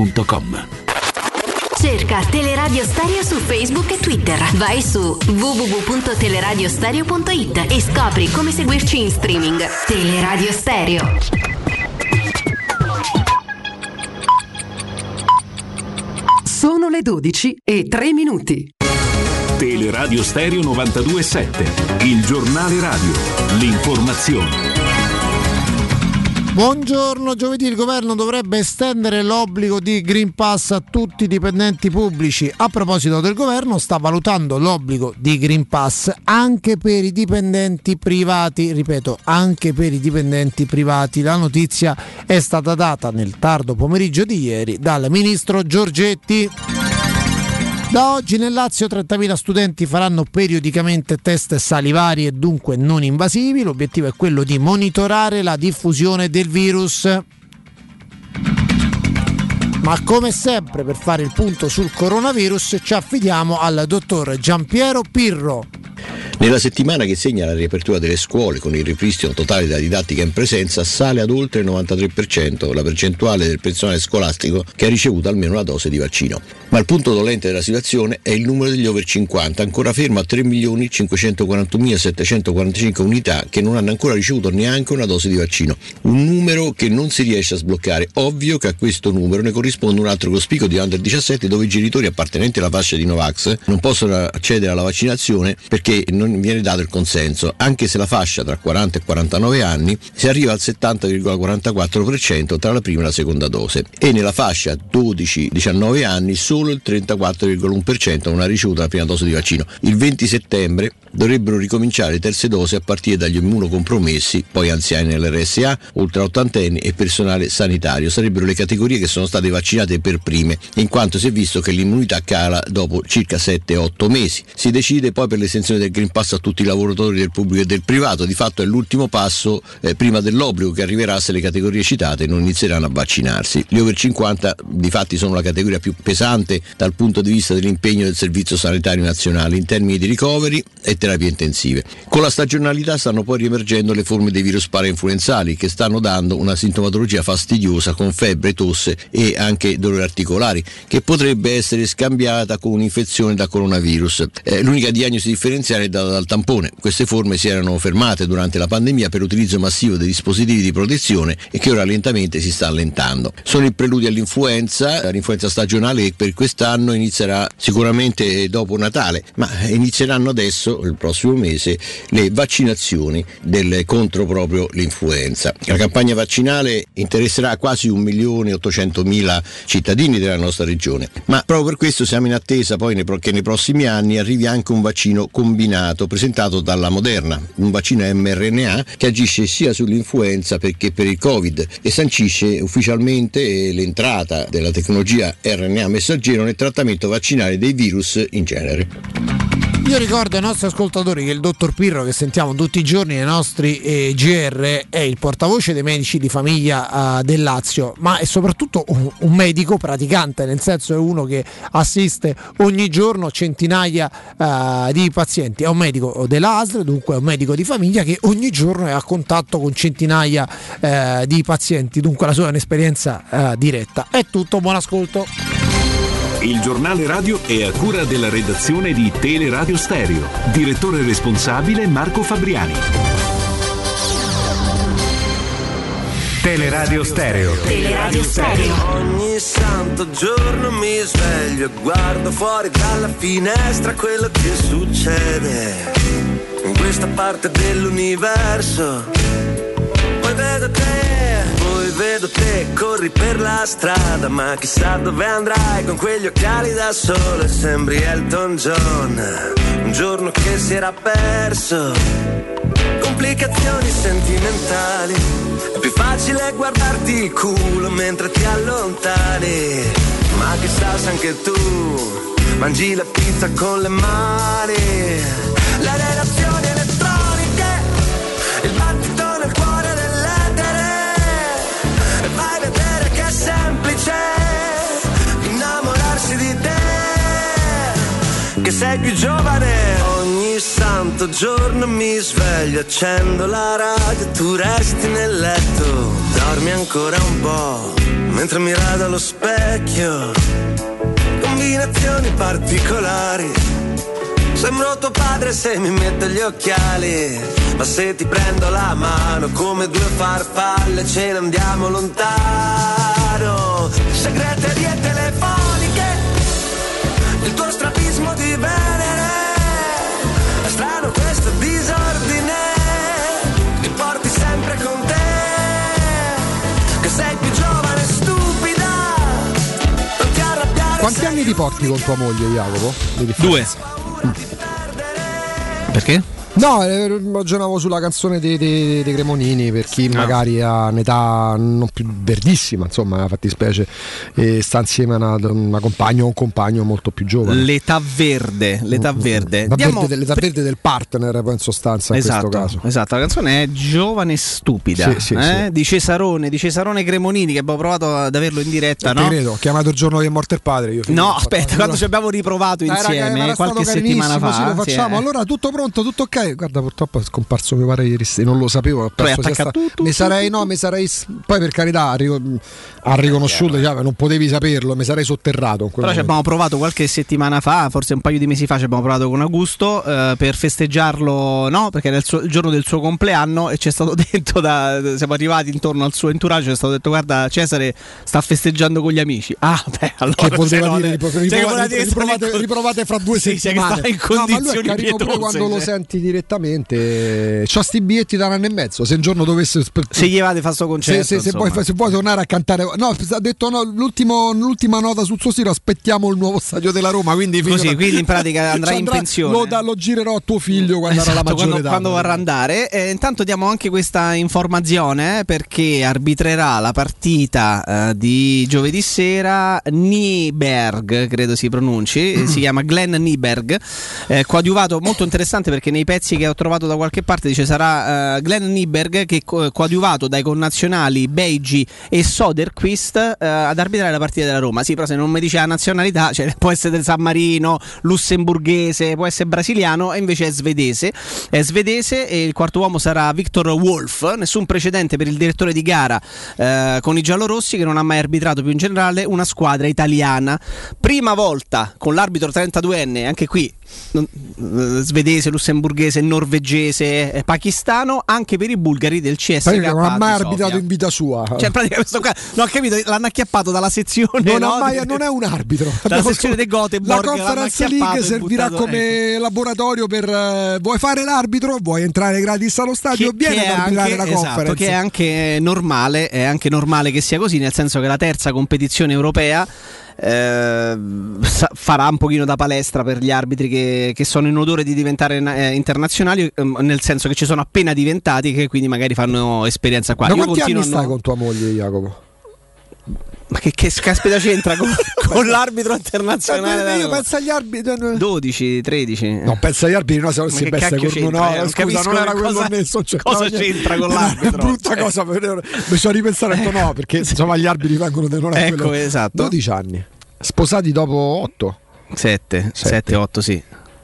Cerca Teleradio Stereo su Facebook e Twitter. Vai su www.teleradiostereo.it e scopri come seguirci in streaming. Teleradio Stereo.
Sono le 12:03.
Teleradio Stereo 92.7, il giornale radio, l'informazione.
Buongiorno, giovedì il governo dovrebbe estendere l'obbligo di Green Pass a tutti i dipendenti pubblici. A proposito del governo, sta valutando l'obbligo di Green Pass anche per i dipendenti privati, ripeto, anche per i dipendenti privati. La notizia è stata data nel tardo pomeriggio di ieri dal ministro Giorgetti. Da oggi nel Lazio 30.000 studenti faranno periodicamente test salivari e dunque non invasivi. L'obiettivo è quello di monitorare la diffusione del virus. Ma come sempre, per fare il punto sul coronavirus, ci affidiamo al dottor Giampiero Pirro.
Nella settimana che segna la riapertura delle scuole con il ripristino totale della didattica in presenza sale ad oltre il 93% la percentuale del personale scolastico che ha ricevuto almeno una dose di vaccino. Ma il punto dolente della situazione è il numero degli over 50, ancora fermo a 3.541.745 unità che non hanno ancora ricevuto neanche una dose di vaccino. Un numero che non si riesce a sbloccare. Ovvio che a questo numero ne corrisponde un altro cospicuo di under 17 dove i genitori appartenenti alla fascia di Novax non possono accedere alla vaccinazione perché non viene dato il consenso, anche se la fascia tra 40 e 49 anni si arriva al 70,44% tra la prima e la seconda dose e nella fascia 12-19 anni solo il 34,1% non ha ricevuto la prima dose di vaccino. Il 20 settembre dovrebbero ricominciare le terze dosi a partire dagli immunocompromessi, poi anziani nell'RSA, ultra ottantenni e personale sanitario. Sarebbero le categorie che sono state vaccinate per prime, in quanto si è visto che l'immunità cala dopo circa 7-8 mesi. Si decide poi per l'estensione del Green Pass a tutti i lavoratori del pubblico e del privato. Di fatto è l'ultimo passo prima dell'obbligo che arriverà se le categorie citate non inizieranno a vaccinarsi. Gli over 50 di fatti sono la categoria più pesante dal punto di vista dell'impegno del Servizio Sanitario Nazionale in termini di ricoveri e terapie intensive. Con la stagionalità stanno poi riemergendo le forme dei virus parainfluenzali che stanno dando una sintomatologia fastidiosa con febbre, tosse e anche dolori articolari che potrebbe essere scambiata con un'infezione da coronavirus. L'unica diagnosi differenziale è data dal tampone. Queste forme si erano fermate durante la pandemia per l'utilizzo massivo dei dispositivi di protezione e che ora lentamente si sta allentando. Sono il preludio all'influenza, l'influenza stagionale che per quest'anno inizierà sicuramente dopo Natale, ma inizieranno adesso, il prossimo mese, le vaccinazioni contro proprio l'influenza. La campagna vaccinale interesserà quasi 1.800.000 cittadini della nostra regione, ma proprio per questo siamo in attesa poi che nei prossimi anni arrivi anche un vaccino combinato presentato dalla Moderna, un vaccino mRNA che agisce sia sull'influenza che per il Covid e sancisce ufficialmente l'entrata della tecnologia RNA messaggero nel trattamento vaccinale dei virus in genere.
Io ricordo ai nostri ascoltatori che il dottor Pirro, che sentiamo tutti i giorni nei nostri GR, è il portavoce dei medici di famiglia del Lazio, ma è soprattutto un medico praticante, nel senso è uno che assiste ogni giorno centinaia di pazienti. È un medico della ASL, dunque è un medico di famiglia che ogni giorno è a contatto con centinaia di pazienti, dunque la sua è un'esperienza diretta. È tutto, buon ascolto.
Il giornale radio è a cura della redazione di Teleradio Stereo. Direttore responsabile Marco Fabriani.
Teleradio Stereo.
Teleradio Stereo.
Ogni santo giorno mi sveglio e guardo fuori dalla finestra quello che succede. in questa parte dell'universo. Poi vedo te, corri per la strada, ma chissà dove andrai con quegli occhiali da sole. Sembri Elton John, un giorno che si era perso. Complicazioni sentimentali, è più facile guardarti il culo mentre ti allontani. Ma chissà se anche tu mangi la pizza con le mani. Le relazioni elettroniche, il battito nel cuore dell'etere. E vai a vedere che è semplice innamorarsi di te, che sei più giovane. Ogni santo giorno mi sveglio, accendo la radio, tu resti nel letto, dormi ancora un po' mentre mi rado allo specchio. Combinazioni particolari, sembro tuo padre se mi metto gli occhiali. Ma se ti prendo la mano come due farfalle ce ne andiamo lontano. Segreterie telefoniche, il tuo strabismo di Venere. È strano questo disordine, mi porti sempre con te, che sei più giovane e stupida. Non ti arrabbiare.
Quanti anni ti porti con tua moglie, Jacopo?
2. Perché?
No, ragionavo sulla canzone dei Cremonini, per chi magari ha un'età non più verdissima, insomma, fattispecie, e sta insieme a una compagna o un compagno molto più giovane.
L'età verde. L'età verde
del partner, poi in sostanza, in questo caso.
Esatto, la canzone è Giovane e Stupida,
sì.
Di Cesarone Cremonini, che abbiamo provato ad averlo in diretta, no?
Credo, ho chiamato il giorno che è morto il padre. Io
no, aspetta, quando ci abbiamo riprovato insieme
era
qualche settimana fa.
Sì, lo facciamo. Allora tutto pronto, tutto ok. Guarda, purtroppo è scomparso mio padre ieri, non lo sapevo. Mi sarei poi per carità ha riconosciuto, non potevi saperlo, mi sarei sotterrato.
Però ci abbiamo provato qualche settimana fa, forse un paio di mesi fa, ci abbiamo provato con Augusto per festeggiarlo, no? Perché era il giorno del suo compleanno e ci è stato detto, siamo arrivati intorno al suo entourage, ci è stato detto: guarda, Cesare sta festeggiando con gli amici. Ah, beh, allora
che poteva dire, riprovate fra 2 settimane.
Che in condizioni
ma lui è carino
pietose,
pure quando lo senti direttamente. C'ho sti biglietti da un anno e mezzo. Se un giorno dovesse,
se gli va di fare sto concerto,
se puoi tornare a cantare, no, ha detto no, l'ultima nota sul suo sito, aspettiamo il nuovo stadio della Roma. Quindi
in pratica andrai in pensione.
Lo girerò a tuo figlio quando sarà la maggiore età.
Quando vorrà andare. Intanto diamo anche questa informazione perché arbitrerà la partita di giovedì sera Nyberg, credo si pronunci, si chiama Glenn Nyberg, coadiuvato, molto interessante perché nei pezzi che ho trovato da qualche parte dice sarà Glenn Nyberg, che coadiuvato dai connazionali Beigi e Soderquist ad arbitrare la partita della Roma. Sì, però se non mi dice la nazionalità, cioè, può essere del San Marino, lussemburghese, può essere brasiliano, e invece è svedese e il quarto uomo sarà Victor Wolf. Nessun precedente per il direttore di gara con i giallorossi, che non ha mai arbitrato più in generale una squadra italiana. Prima volta con l'arbitro 32enne, anche qui svedese, lussemburghese, norvegese, pakistano, anche per i bulgari del CSKA.
Non ha mai arbitrato in vita sua.
Cioè, praticamente questo qua, no, ho capito, l'hanno acchiappato dalla sezione.
Non è un arbitro.
Dalla sezione di Göteborg.
La Conference League servirà come laboratorio per vuoi fare l'arbitro, vuoi entrare gratis allo stadio, vieni ad arbitrare la Conference.
Che è anche normale che sia così, nel senso che la terza competizione europea farà un pochino da palestra per gli arbitri che sono in odore di diventare internazionali, nel senso che ci sono appena diventati, che quindi magari fanno esperienza qua.
Ma quanti anni stai con tua moglie, Jacopo?
Ma che caspita c'entra con l'arbitro internazionale?
Io penso agli arbitri
12, 13.
No, penso agli arbitri, no, se non si bestia con scusa, non era quello messo.
Cosa c'entra con l'arbitro?
È una brutta cosa, mi sono ripensato e ho detto no, perché insomma gli arbitri vengono da non è quello.
Esatto.
12 anni. Sposati dopo 8.
7, 8, sì.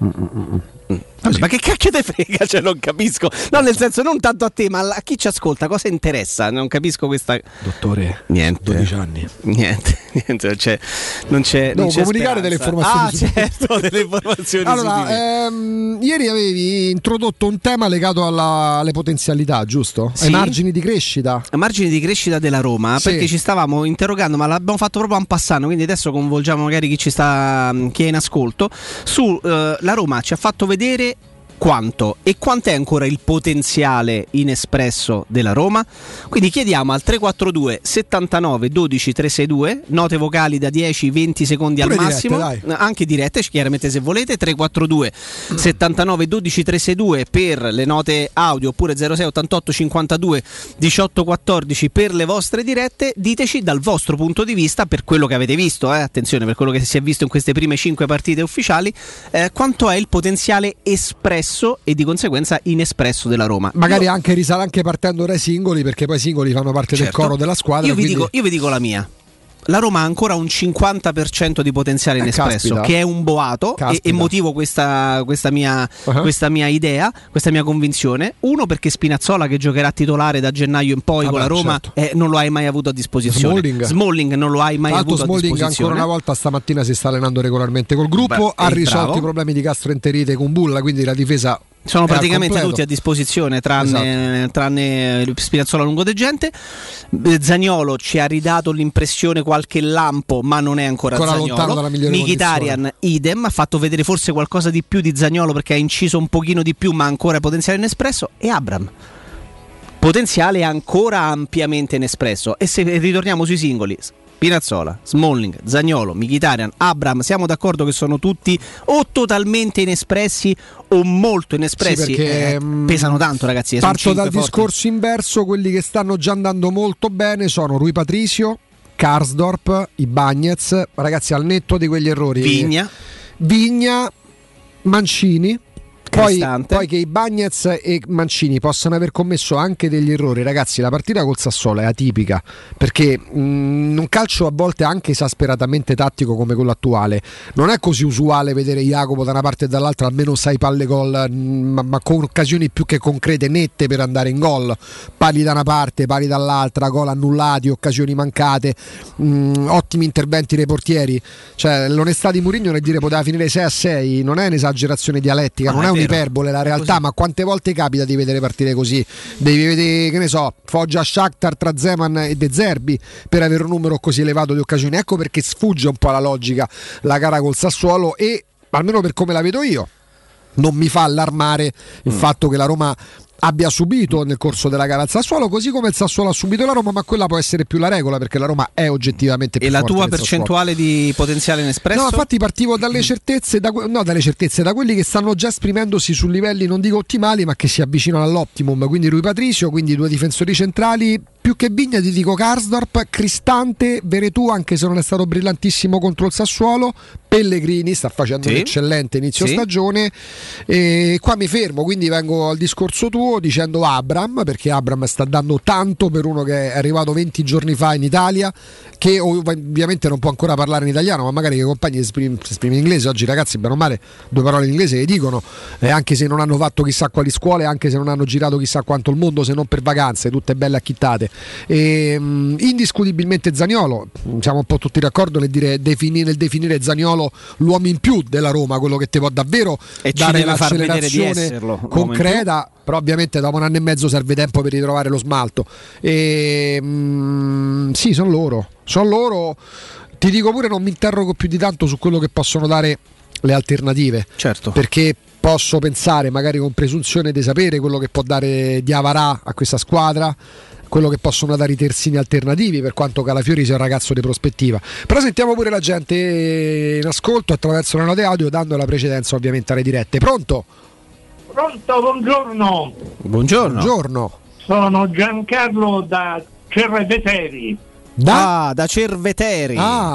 Ma che cacchio te frega? Cioè, non capisco. No, nel senso, non tanto a te, ma a chi ci ascolta cosa interessa? Non capisco questa.
Dottore,
niente.
12 anni.
Niente. Non c'è
comunicare
speranza.
Delle informazioni.
Certo, delle informazioni.
Allora, ieri avevi introdotto un tema legato alle potenzialità, giusto?
Sì.
Ai margini di crescita.
Ai margini di crescita della Roma,
sì.
Perché ci stavamo interrogando, ma l'abbiamo fatto proprio en passant, quindi adesso coinvolgiamo magari chi è in ascolto. La Roma ci ha fatto vedere quanto e quant'è ancora il potenziale inespresso della Roma? Quindi chiediamo al 342 79 12 362, note vocali da 10-20 secondi
pure
al massimo,
dirette,
anche dirette chiaramente se volete, 342 79 12 362 per le note audio, oppure 06 88 52 18 14 per le vostre dirette. Diteci dal vostro punto di vista, per quello che avete visto, attenzione, per quello che si è visto in queste prime 5 partite ufficiali, quanto è il potenziale espresso e di conseguenza inespresso della Roma.
Magari anche partendo dai singoli, perché poi i singoli fanno parte del coro della squadra.
Io vi dico la mia. La Roma ha ancora un 50% di potenziale inespresso, che è un boato, e motivo questa mia idea, questa mia convinzione. Uno, perché Spinazzola, che giocherà titolare da gennaio in poi con la Roma, non lo hai mai avuto a disposizione. Smalling non lo hai mai avuto a disposizione.
Ancora una volta stamattina si sta allenando regolarmente col gruppo, ha risolto i problemi di gastroenterite con Bulla, quindi la difesa
sono praticamente tutti a disposizione, tranne Spinazzola lungodeggente. Zaniolo ci ha ridato l'impressione, qualche lampo, ma non è ancora Zaniolo. Mkhitaryan idem, ha fatto vedere forse qualcosa di più di Zaniolo perché ha inciso un pochino di più, ma ancora potenziale inespresso. E Abraham, potenziale ancora ampiamente inespresso. E se ritorniamo sui singoli, Spinazzola, Smalling, Zaniolo, Mkhitaryan, Abraham, siamo d'accordo che sono tutti o totalmente inespressi o molto inespressi?
Sì, perché
pesano tanto, ragazzi.
Parto dal discorso inverso. Quelli che stanno già andando molto bene sono Rui Patricio, Karsdorp, Ibañez, ragazzi, al netto di quegli errori, Vigna, Mancini. Poi che Ibañez e Mancini possano aver commesso anche degli errori, ragazzi, la partita col Sassuolo è atipica, perché un calcio a volte anche esasperatamente tattico come quello attuale non è così usuale vedere Jacopo da una parte e dall'altra almeno 6 palle gol, ma con occasioni più che concrete, nette per andare in gol, pali da una parte, pali dall'altra, gol annullati, occasioni mancate, ottimi interventi dei portieri. Cioè, l'onestà di Mourinho nel dire poteva finire 6-6 non è un'esagerazione dialettica, non è un'iperbole, la realtà, ma quante volte capita di vedere partite così? Devi vedere, che ne so, Foggia Shakhtar tra Zeman e De Zerbi per avere un numero così elevato di occasioni. Ecco perché sfugge un po' alla logica la gara col Sassuolo, e almeno per come la vedo io non mi fa allarmare il fatto che la Roma abbia subito nel corso della gara il Sassuolo, così come il Sassuolo ha subito la Roma, ma quella può essere più la regola, perché la Roma è oggettivamente più forte.
E la tua percentuale di potenziale inespresso?
No, infatti partivo dalle certezze, da quelli che stanno già esprimendosi su livelli non dico ottimali, ma che si avvicinano all'optimum. Quindi Rui Patricio, quindi 2 difensori centrali, più che Vigna ti dico Karsdorp, Cristante, Veretù, anche se non è stato brillantissimo contro il Sassuolo, Pellegrini sta facendo un eccellente inizio stagione, e qua mi fermo, quindi vengo al discorso tuo dicendo Abraham, perché Abraham sta dando tanto per uno che è arrivato 20 giorni fa in Italia, che ovviamente non può ancora parlare in italiano, ma magari i compagni si esprime in inglese. Oggi, ragazzi, bene o male 2 parole in inglese le dicono, anche se non hanno fatto chissà quali scuole, anche se non hanno girato chissà quanto il mondo, se non per vacanze, tutte belle acchittate. Indiscutibilmente Zaniolo, siamo un po' tutti d'accordo nel definire Zaniolo l'uomo in più della Roma, quello che ti può davvero dare l'accelerazione concreta, però ovviamente dopo 1 anno e mezzo serve tempo per ritrovare lo smalto. Sì, sono loro. Ti dico pure, non mi interrogo più di tanto su quello che possono dare le alternative, certo, perché posso pensare magari con presunzione di sapere quello che può dare Diavarà a questa squadra, quello che possono dare i terzini alternativi, per quanto Calafiori sia un ragazzo di prospettiva. Però sentiamo pure la gente in ascolto attraverso le note audio, dando la precedenza ovviamente alle dirette. Pronto,
buongiorno.
Buongiorno.
Sono Giancarlo da Cerveteri.
Da Cerveteri.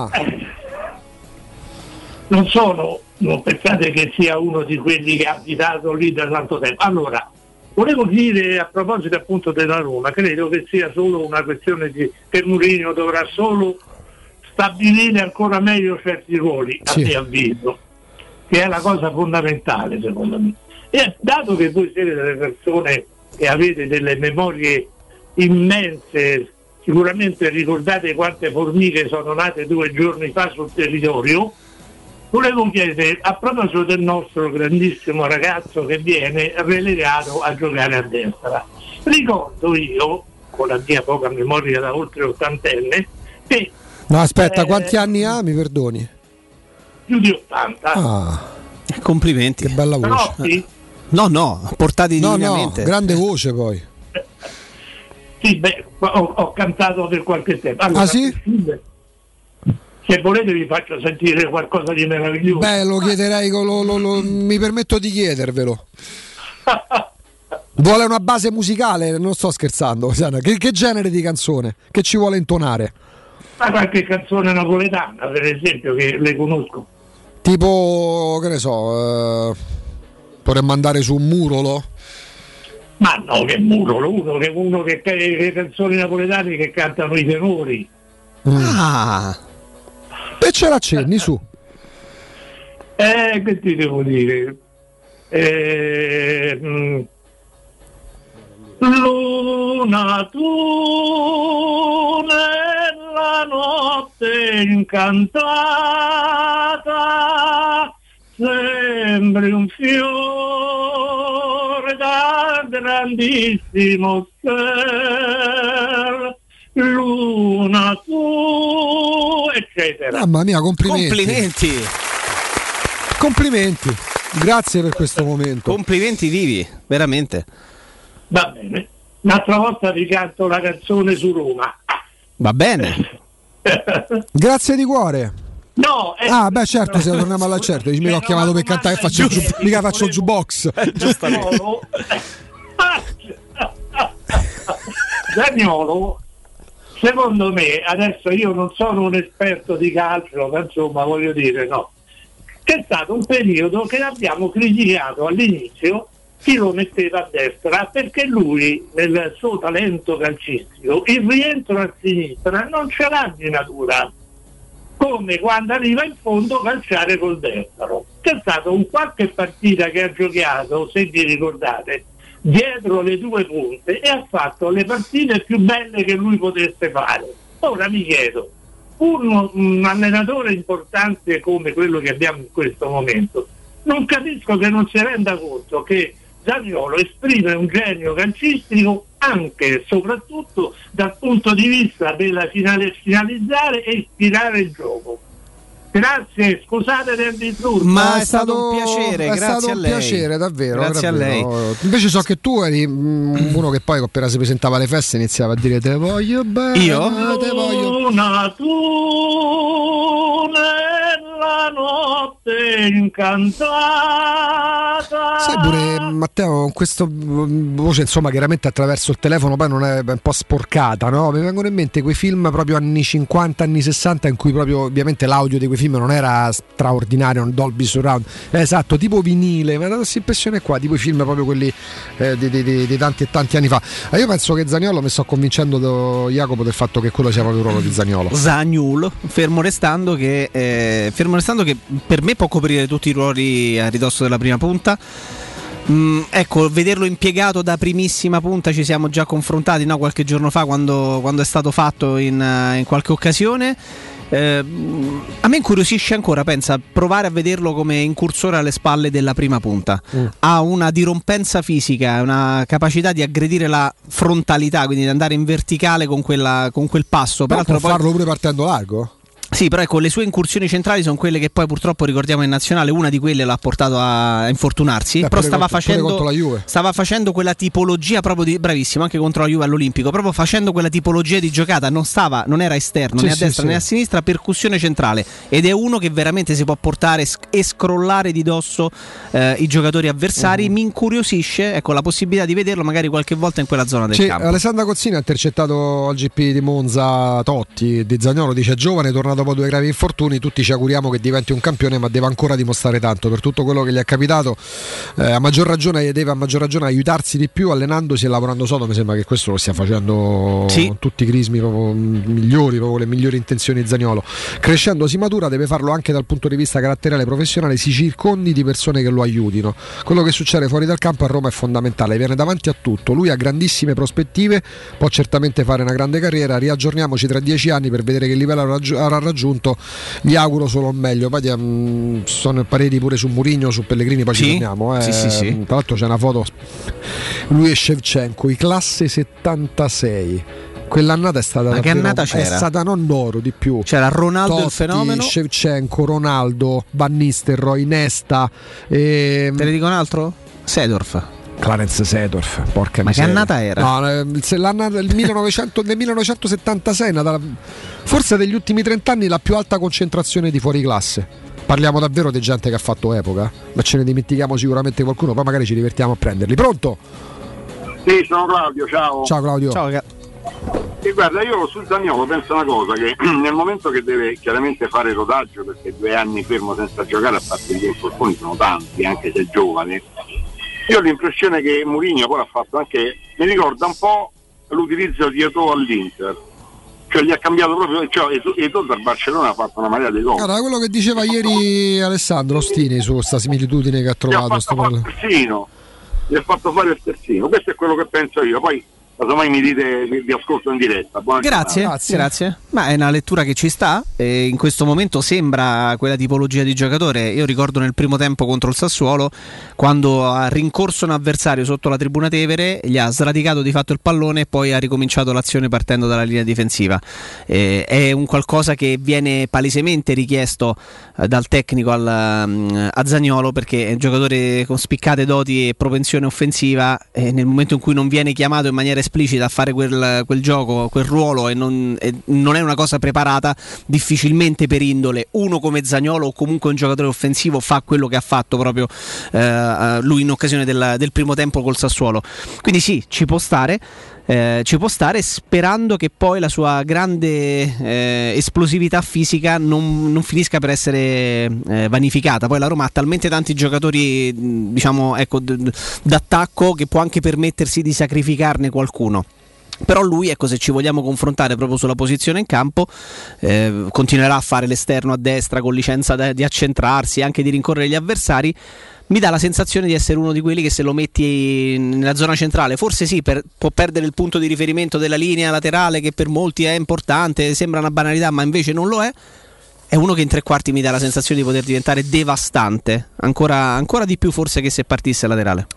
Non pensate che sia uno di quelli che ha abitato lì da tanto tempo. Allora, volevo dire, a proposito appunto della Roma, credo che sia solo una questione che Mourinho dovrà solo stabilire ancora meglio certi ruoli, a mio avviso, che è la cosa fondamentale secondo me. E dato che voi siete delle persone che avete delle memorie immense, sicuramente ricordate quante formiche sono nate 2 giorni fa sul territorio, volevo chiedere, a proposito del nostro grandissimo ragazzo che viene relegato a giocare a destra. Ricordo io, con la mia poca memoria da oltre 80enne, che...
No, aspetta, quanti anni ha? Mi perdoni?
Più di 80.
Complimenti.
Che bella voce.
Però,
No, portati divinamente.
Grande voce poi.
Sì, ho cantato per qualche tempo. Allora,
sì?
Se volete vi faccio sentire qualcosa di meraviglioso.
Beh, lo chiederei, mi permetto di chiedervelo. Vuole una base musicale? Non sto scherzando. Che genere di canzone? Che ci vuole intonare?
Ma qualche canzone napoletana, per esempio, che le conosco.
Tipo, che ne so, potremmo andare su un Murolo?
Ma no, che Murolo, uno che le canzoni napoletane che cantano i tenori.
E ce l'accenni su.
Che ti devo dire? Luna, tu nella notte incantata sembri un fiore dal grandissimo cielo, luna tu, eccetera.
Mamma mia, complimenti. Grazie per questo momento.
Complimenti vivi, veramente.
Va bene. Un'altra volta vi canto la canzone su Roma.
Va bene.
Grazie di cuore.
No,
beh, certo, se torniamo alla certo. Mi ho chiamato per cantare, mica faccio il jukebox.
Zaniolo, secondo me, adesso io non sono un esperto di calcio, ma insomma voglio dire, no. C'è stato un periodo che l'abbiamo criticato all'inizio, chi lo metteva a destra, perché lui nel suo talento calcistico il rientro a sinistra non ce l'ha di natura, come quando arriva in fondo calciare col destro. C'è stato un qualche partita che ha giocato, se vi ricordate, dietro le due punte e ha fatto le partite più belle che lui potesse fare. Ora mi chiedo, un allenatore importante come quello che abbiamo in questo momento, non capisco che non si renda conto che Zaniolo esprime un genio calcistico anche e soprattutto dal punto di vista della finalizzare e ispirare il gioco. Grazie, scusate del disturbo.
Ma è stato un piacere, grazie
stato
a lei.
Un piacere, davvero.
Grazie
davvero.
a lei.
Invece so che tu eri uno che poi appena si presentava alle feste iniziava a dire te voglio bene.
Io?
Te voglio.
Luna, tu nella notte incantata.
Sai pure Matteo, con questa voce insomma chiaramente attraverso il telefono poi non è un po' sporcata, no? Mi vengono in mente quei film proprio anni 50, anni 60 in cui proprio ovviamente l'audio di quei film non era straordinario, un Dolby Surround, esatto, tipo vinile, mi ha dato questa impressione qua, tipo i film proprio quelli di tanti e tanti anni fa. Io penso che Zaniolo, mi sto convincendo Jacopo del fatto che quello sia proprio il ruolo di Zaniolo.
Zaniolo, fermo restando che per me può coprire tutti i ruoli a ridosso della prima punta. Ecco, vederlo impiegato da primissima punta ci siamo già confrontati, no? Qualche giorno fa quando è stato fatto in qualche occasione. A me incuriosisce ancora, pensa, provare a vederlo come incursore alle spalle della prima punta. Ha una dirompenza fisica, una capacità di aggredire la frontalità, quindi di andare in verticale con quel passo.
Però può farlo pure partendo largo?
Sì, però ecco, le sue incursioni centrali sono quelle che poi purtroppo ricordiamo in nazionale. Una di quelle l'ha portato a infortunarsi, però stava facendo quella tipologia proprio di, bravissimo, anche contro la Juve all'Olimpico, proprio facendo quella tipologia di giocata, non era esterno, né a destra né a sinistra, percussione centrale, ed è uno che veramente si può portare e scrollare di dosso i giocatori avversari. Mi incuriosisce, ecco, la possibilità di vederlo magari qualche volta in quella zona del campo.
Alessandra Cozzini ha intercettato al GP di Monza Totti di Zaniolo, dice giovane, tornato dopo 2 gravi infortuni, tutti ci auguriamo che diventi un campione, ma deve ancora dimostrare tanto per tutto quello che gli è capitato. A maggior ragione deve aiutarsi di più allenandosi e lavorando sodo. Mi sembra che questo lo stia facendo con tutti i crismi proprio migliori, proprio le migliori intenzioni Zaniolo. Crescendo si matura, deve farlo anche dal punto di vista caratteriale professionale, si circondi di persone che lo aiutino. Quello che succede fuori dal campo a Roma è fondamentale, viene davanti a tutto, lui ha grandissime prospettive, può certamente fare una grande carriera, riaggiorniamo tra 10 anni per vedere che livello avrà raggiunto, gli auguro solo il meglio. Poi sono pareri pure su Mourinho, su Pellegrini, poi ci torniamo.
Sì.
Tra l'altro c'è una foto, lui e Shevchenko, i classe 76. Quell'annata è stata
c'era?
È stata non d'oro, di più.
C'era Ronaldo, Totti, il fenomeno,
Shevchenko, Ronaldo, Van Nistelrooy, Nesta.
Te ne dico un altro?
Clarence Seedorf, porca
ma
miseria.
che annata era?
No, nel 1976 è nata forse degli ultimi 30 anni la più alta concentrazione di fuoriclasse. Parliamo davvero di gente che ha fatto epoca, ma ce ne dimentichiamo sicuramente qualcuno, poi magari ci divertiamo a prenderli. Pronto?
Sì, sono Claudio, ciao.
Ciao Claudio.
Ciao.
E guarda, io sul Zaniolo penso una cosa, che nel momento che deve chiaramente fare rodaggio, perché 2 anni fermo senza giocare, a parte gli infortuni sono tanti, anche se è giovane, io ho l'impressione che Mourinho poi ha fatto anche, mi ricorda un po' l'utilizzo di Eto'o all'Inter, cioè gli ha cambiato proprio, cioè Eto'o dal Barcellona ha fatto una marea di gol.
Guarda, quello che diceva ieri Alessandro Ostini su questa similitudine che ha trovato.
Gli ha fatto fare il terzino, questo è quello che penso io, poi casomai mi dite, vi ascolto in diretta.
Grazie. Ma è una lettura che ci sta, e in questo momento sembra quella tipologia di giocatore. Io ricordo nel primo tempo contro il Sassuolo, quando ha rincorso un avversario sotto la tribuna Tevere, gli ha sradicato di fatto il pallone e poi ha ricominciato l'azione partendo dalla linea difensiva. È un qualcosa che viene palesemente richiesto dal tecnico a Zaniolo, perché è un giocatore con spiccate doti e propensione offensiva, e nel momento in cui non viene chiamato in maniera esplicita a fare quel gioco, quel ruolo, e non è una cosa preparata, difficilmente per indole uno come Zaniolo o comunque un giocatore offensivo fa quello che ha fatto proprio lui in occasione del primo tempo col Sassuolo. Quindi sì, ci può stare, sperando che poi la sua grande esplosività fisica non finisca per essere vanificata. Poi la Roma ha talmente tanti giocatori, diciamo, ecco, d'attacco, che può anche permettersi di sacrificarne qualcuno. Però lui, ecco, se ci vogliamo confrontare proprio sulla posizione in campo, continuerà a fare l'esterno a destra con licenza di accentrarsi, anche di rincorrere gli avversari. Mi dà la sensazione di essere uno di quelli che, se lo metti nella zona centrale, forse sì, può perdere il punto di riferimento della linea laterale, che per molti è importante, sembra una banalità, ma invece non lo è. È uno che in tre quarti mi dà la sensazione di poter diventare devastante, ancora di più forse che se partisse laterale.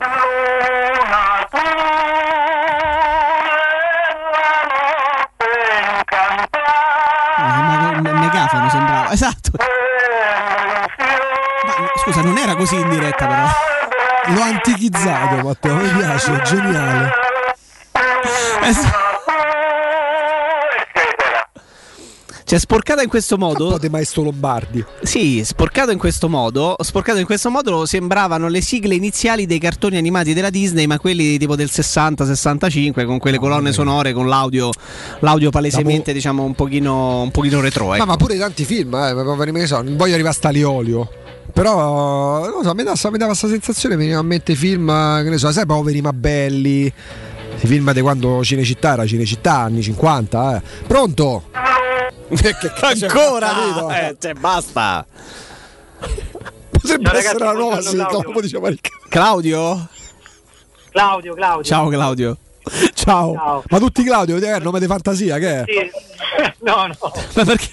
Megafono sembrava, esatto. Ma, scusa, non era così in diretta, però
l'ho antichizzato, Matteo, mi piace, è geniale.
Cioè, sporcata in questo modo.
Un po' di Maestro Lombardi.
Sì, sporcato in questo modo sembravano le sigle iniziali dei cartoni animati della Disney, ma quelli tipo del 60-65, con quelle colonne sonore, con l'audio palesemente, diciamo, un pochino retro. Ecco.
Ma pure tanti film, non voglio arrivare a Staliolio. Però non so, mi dava questa sensazione, mi veniva a mente film, che ne so, sai, Poveri ma belli. Si film di quando Cinecittà era Cinecittà, anni 50. Pronto?
Ancora? Cioè, basta.
Potrebbe essere la nuova
Claudio?
Claudio.
Ciao Claudio.
Ciao. Ma tutti Claudio, è il nome di fantasia, che è?
Sì. No.
Ma perché?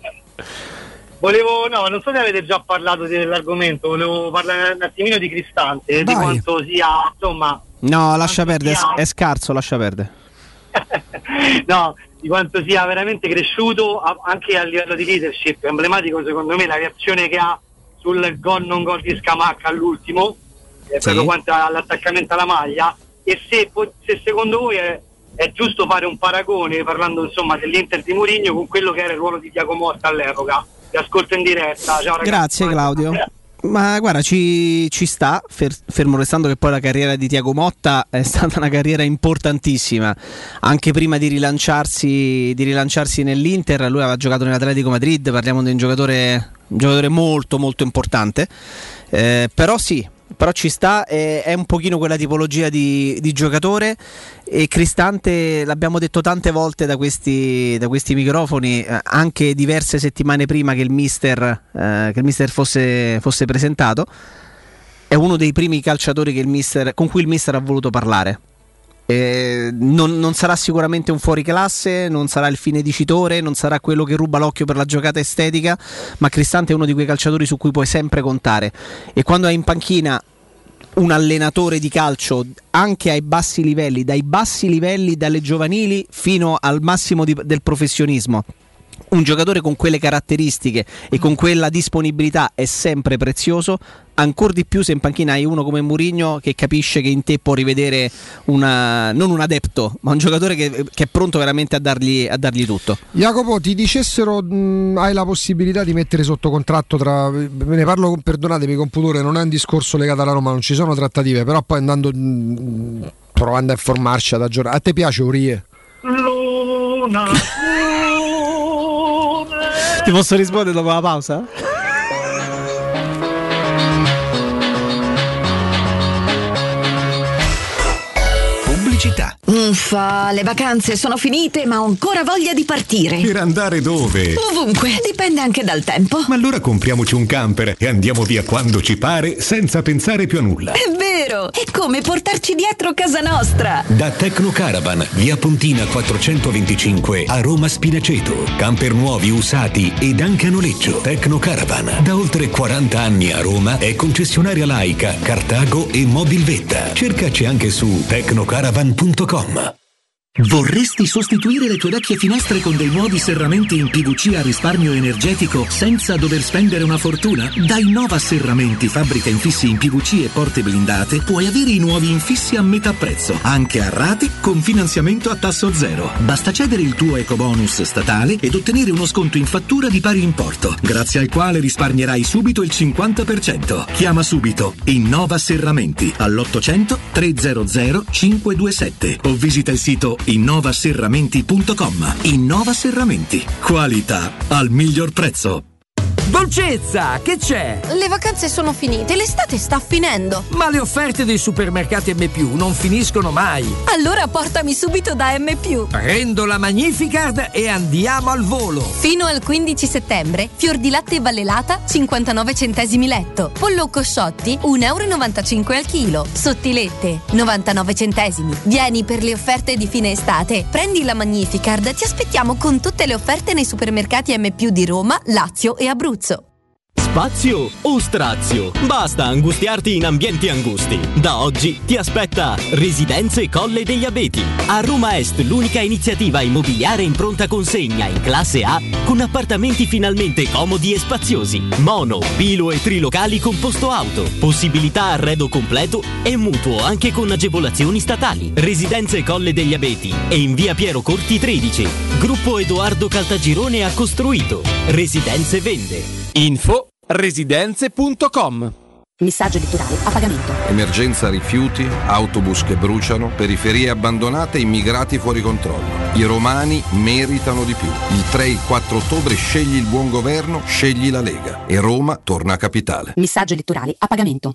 Non so se avete già parlato dell'argomento, volevo parlare un attimino di Cristante, di quanto sia, insomma.
No, lascia perdere, è scarso, lascia perdere.
No, di quanto sia veramente cresciuto anche a livello di leadership. È emblematico secondo me la reazione che ha sul gol non gol di Scamacca all'ultimo, proprio quanto all'attaccamento alla maglia. E se secondo voi è giusto fare un paragone, parlando insomma dell'Inter di Mourinho, con quello che era il ruolo di Thiago Motta all'epoca. Ti ascolto in diretta. Ciao, ragazzi.
Grazie Claudio. Ma guarda, ci sta, fermo restando che poi la carriera di Thiago Motta è stata una carriera importantissima. Anche prima di rilanciarsi nell'Inter, lui aveva giocato nell'Atletico Madrid, parliamo di un giocatore molto molto importante. Però ci sta, è un pochino quella tipologia di giocatore, e Cristante, l'abbiamo detto tante volte da questi microfoni, anche diverse settimane prima che il mister fosse presentato, è uno dei primi calciatori con cui il mister ha voluto parlare. Non sarà sicuramente un fuoriclasse, non sarà il fine dicitore, non sarà quello che ruba l'occhio per la giocata estetica, ma Cristante è uno di quei calciatori su cui puoi sempre contare, e quando hai in panchina un allenatore di calcio anche ai bassi livelli, dalle giovanili fino al massimo del professionismo, un giocatore con quelle caratteristiche e con quella disponibilità è sempre prezioso, ancor di più se in panchina hai uno come Mourinho che capisce che in te può rivedere non un adepto, ma un giocatore che è pronto veramente a dargli tutto.
Jacopo, ti dicessero hai la possibilità di mettere sotto contratto ve ne parlo, perdonatemi, con pudore, non è un discorso legato alla Roma, non ci sono trattative, però poi andando provando a informarci, ad aggiornare. A te piace Urie?
Luna.
Ti posso rispondere dopo la pausa?
Pubblicità.
Uffa, le vacanze sono finite, ma ho ancora voglia di partire.
Per andare dove?
Ovunque, dipende anche dal tempo.
Ma allora compriamoci un camper e andiamo via quando ci pare, senza pensare più a nulla.
È vero! È come portarci dietro casa nostra.
Da Tecnocaravan, via Pontina 425 a Roma Spinaceto. Camper nuovi, usati ed anche a noleggio. Tecnocaravan, da oltre 40 anni a Roma, è concessionaria Laica, Cartago e Mobilvetta. Cercaci anche su tecnocaravan.com. Vorresti sostituire le tue vecchie finestre con dei nuovi serramenti in PVC a risparmio energetico senza dover spendere una fortuna? Da Innova Serramenti, fabbrica infissi in PVC e porte blindate, puoi avere i nuovi infissi a metà prezzo, anche a rate con finanziamento a tasso zero. Basta cedere il tuo ecobonus statale ed ottenere uno sconto in fattura di pari importo, grazie al quale risparmierai subito il 50%. Chiama subito Innova Serramenti all'800 300 527 o visita il sito innovaserramenti.com. Innova Serramenti, qualità al miglior prezzo.
Dolcezza, che c'è?
Le vacanze sono finite, l'estate sta finendo.
Ma le offerte dei supermercati M+, non finiscono mai.
Allora portami subito da M+.
Prendo la Magnificard e andiamo al volo.
Fino al 15 settembre, fior di latte Vallelata 59 centesimi letto. Pollo Cosciotti 1,95 € al chilo. Sottilette 99 centesimi. Vieni per le offerte di fine estate. Prendi la Magnificard, ti aspettiamo con tutte le offerte nei supermercati M+ di Roma, Lazio e Abruzzo.
Spazio o strazio? Basta angustiarti in ambienti angusti. Da oggi ti aspetta Residenze Colle degli Abeti. A Roma Est l'unica iniziativa immobiliare in pronta consegna in classe A con appartamenti finalmente comodi e spaziosi. Mono, bilo e trilocali con posto auto. Possibilità arredo completo e mutuo anche con agevolazioni statali. Residenze Colle degli Abeti e in via Piero Corti 13. Gruppo Edoardo Caltagirone ha costruito. Residenze vende.
Info residenze.com.
Messaggio elettorale a pagamento.
Emergenza rifiuti, autobus che bruciano, periferie abbandonate, immigrati fuori controllo. I romani meritano di più. Il 3 e il 4 ottobre scegli il buon governo, scegli la Lega e Roma torna capitale.
Messaggio elettorale a pagamento.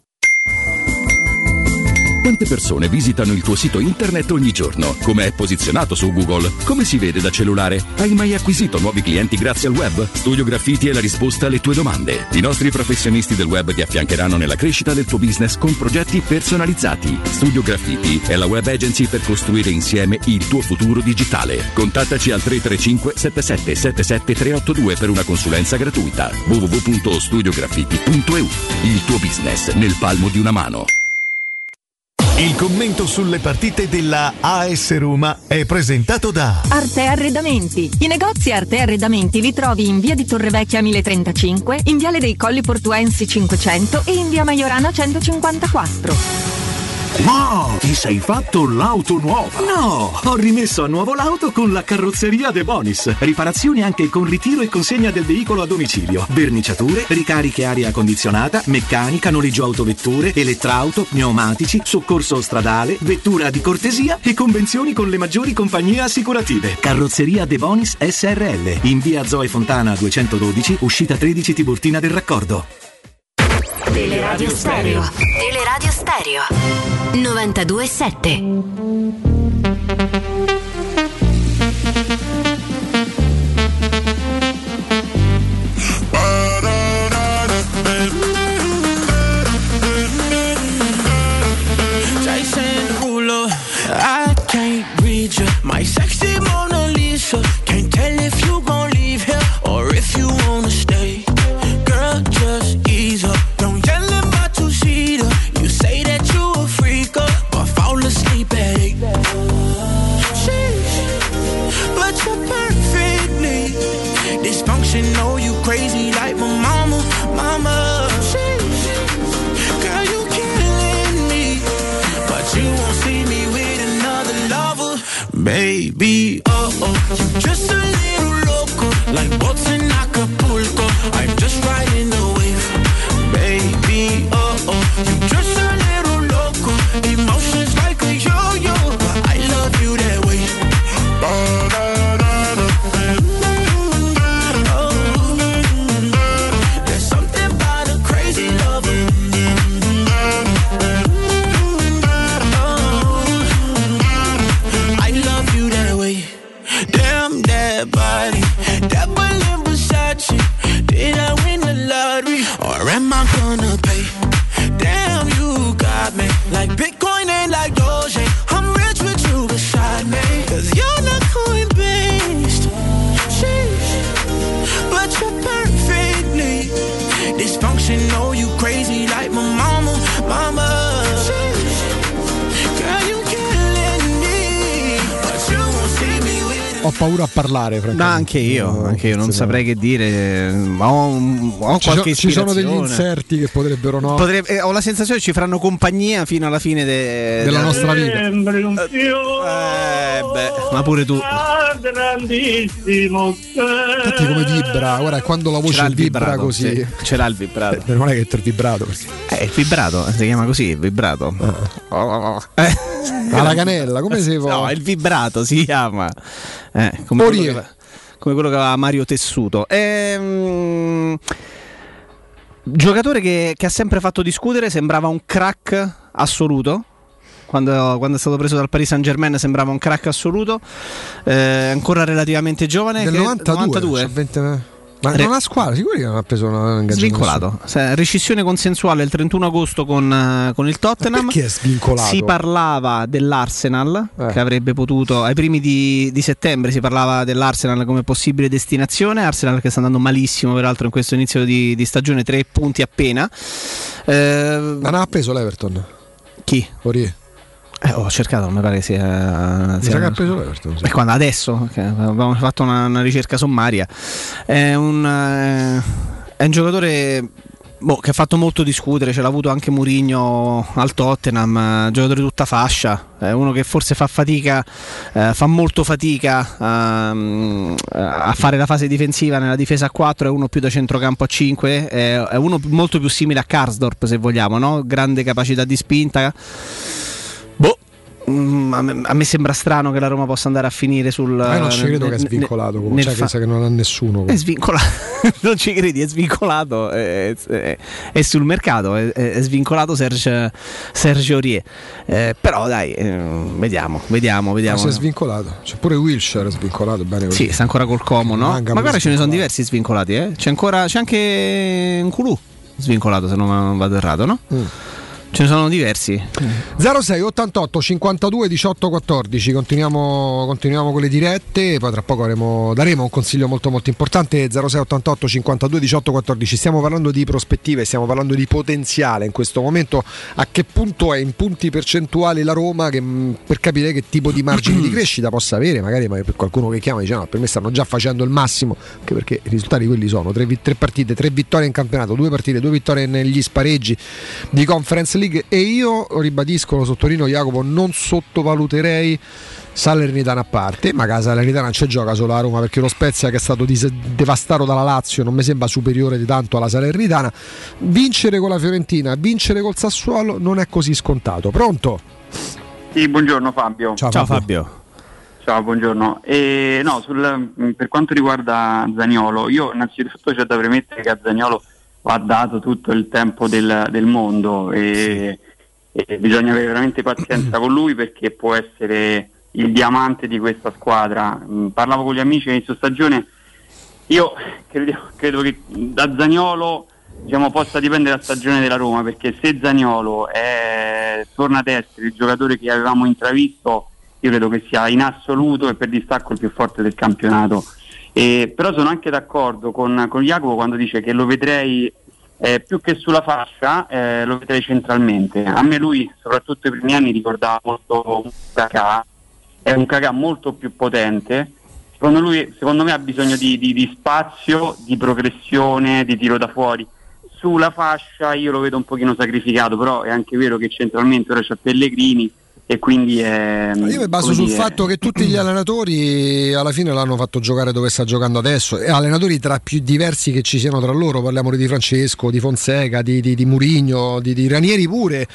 Quante persone visitano il tuo sito internet ogni giorno? Come è posizionato su Google? Come si vede da cellulare? Hai mai acquisito nuovi clienti grazie al web? Studio Graffiti è la risposta alle tue domande. I nostri professionisti del web ti affiancheranno nella crescita del tuo business con progetti personalizzati. Studio Graffiti è la web agency per costruire insieme il tuo futuro digitale. Contattaci al 335 77 77 382 per una consulenza gratuita. www.studiograffiti.eu. Il tuo business nel palmo di una mano.
Il commento sulle partite della AS Roma è presentato da
Arte Arredamenti. I negozi Arte Arredamenti li trovi in via di Torrevecchia 1035, in viale dei Colli Portuensi 500 e in via Maiorana 154.
Wow, ti sei fatto l'auto nuova? No, ho rimesso a nuovo l'auto con la carrozzeria De Bonis. Riparazioni anche con ritiro e consegna del veicolo a domicilio. Verniciature, ricariche aria condizionata, meccanica, noleggio autovetture, elettrauto, pneumatici, soccorso stradale, vettura di cortesia e convenzioni con le maggiori compagnie assicurative. Carrozzeria De Bonis SRL, in via Zoe Fontana 212, uscita 13 Tiburtina del Raccordo.
Teleradio Stereo. Teleradio Stereo 92.7.
I can't read you, my sexy Mona Lisa. Can't tell if you gon' leave here or if you wanna stay. Girl, just ease up. Don't yell in my two-seater. You say that you a freak up, but fall asleep at 8.
know you crazy like my mama, mama. Girl, you killing me, but you won't see me with another lover, baby. Oh, you just a little loco, like boats in Acapulco. I'm just riding the wave, baby. Oh, you just a little loco, emotions like a yo-yo, but I love you that way. There's something about a crazy lover. I love you that way. Damn that body, that Berlin Versace. Did I win the lottery, or am I gonna pay? Damn, you got me like Bitcoin and like Doge. I'm rich with you beside me, 'cause you're not coin-based, but you're perfectly dysfunctional. You crazy like my mama, mama. Girl, you killing me, but you won't see me with.
Ho paura a parlare, francamente.
No, anche io non saprei che dire. Ho qualche
ci sono degli
ispirazione.
inserti che potrebbero no.
Ho la sensazione che ci faranno compagnia fino alla fine
della nostra vita.
Sembri un fiore,
ma pure tu.
Grandissimo.
Infatti come vibra, guarda, quando la voce vibra così.
Sì, ce l'ha il vibrato.
Non è che è il vibrato, perché
il vibrato si chiama così, il vibrato.
Alla canella, come si può?
No, il vibrato si chiama. Come quello che aveva Mario Tessuto. Giocatore che ha sempre fatto discutere, sembrava un crack assoluto. Quando è stato preso dal Paris Saint-Germain sembrava un crack assoluto, ancora relativamente giovane.
Del 92. Ma non ha squadra, sicuro che non ha preso una
svincolato. Rescissione consensuale il 31 agosto con il Tottenham.
Ma perché è svincolato?
Si parlava dell'Arsenal che avrebbe potuto, ai primi di settembre si parlava dell'Arsenal come possibile destinazione. Arsenal che sta andando malissimo peraltro in questo inizio di stagione, 3 punti appena.
Ma non ha preso l'Everton?
Chi?
Aurier.
Ho cercato, mi pare che sia
che ha preso l'Everton.
Sì. Quando adesso che abbiamo fatto una ricerca sommaria, è un giocatore che ha fatto molto discutere. Ce l'ha avuto anche Mourinho al Tottenham, giocatore di tutta fascia, è uno che forse fa molto fatica a fare la fase difensiva nella difesa a 4, è uno più da centrocampo a 5, è uno molto più simile a Karsdorp, se vogliamo, no? Grande capacità di spinta. A me sembra strano che la Roma possa andare a finire sul.
Non ci credo che è svincolato, che non ha nessuno.
È svincolato, non ci credi? È svincolato, è sul mercato, è svincolato Serge Aurier. Però dai, vediamo.
Ma si è svincolato. C'è pure Wilshere svincolato, bene così.
Sì, sta ancora col Como, no? Ma guarda, ce ne sono diversi svincolati, C'è anche un Nkunku svincolato, se non vado errato, no? Ce ne sono diversi.
06 88 52 18 14. Continuiamo con le dirette. Poi tra poco daremo un consiglio molto molto importante. 06 88 52 18 14. Stiamo parlando di prospettive, stiamo parlando di potenziale in questo momento. A che punto è in punti percentuali la Roma, per capire che tipo di margine di crescita possa avere. Magari per qualcuno che chiama dice no, per me stanno già facendo il massimo, anche perché i risultati quelli sono 3 partite, 3 vittorie in campionato, 2 partite, 2 vittorie negli spareggi di Conference League. E io ribadisco, lo sottolineo Jacopo, non sottovaluterei Salernitana a parte, ma la Salernitana non c'è gioca solo a Roma, perché lo Spezia, che è stato devastato dalla Lazio, non mi sembra superiore di tanto alla Salernitana. Vincere con la Fiorentina, vincere col Sassuolo non è così scontato. Pronto?
Sì, buongiorno Fabio.
Ciao Fabio.
Ciao, buongiorno. Per quanto riguarda Zaniolo, io innanzitutto c'è da premettere che a Zaniolo va dato tutto il tempo del mondo e bisogna avere veramente pazienza con lui, perché può essere il diamante di questa squadra. Parlavo con gli amici all'inizio stagione, io credo che da Zaniolo possa dipendere la stagione della Roma, perché se Zaniolo torna ad essere il giocatore che avevamo intravisto, io credo che sia in assoluto e per distacco il più forte del campionato. Però sono anche d'accordo con Jacopo quando dice che lo vedrei più che sulla fascia, lo vedrei centralmente. A me lui, soprattutto i primi anni, ricordava molto un Kakà. È un Kakà molto più potente, secondo me ha bisogno di spazio, di progressione, di tiro da fuori. Sulla fascia io lo vedo un pochino sacrificato, però è anche vero che centralmente ora c'è Pellegrini e quindi io
mi baso sul fatto che tutti gli allenatori alla fine l'hanno fatto giocare dove sta giocando adesso, e allenatori tra più diversi che ci siano tra loro, parliamo di Francesco, di Fonseca, di Mourinho, di Ranieri pure,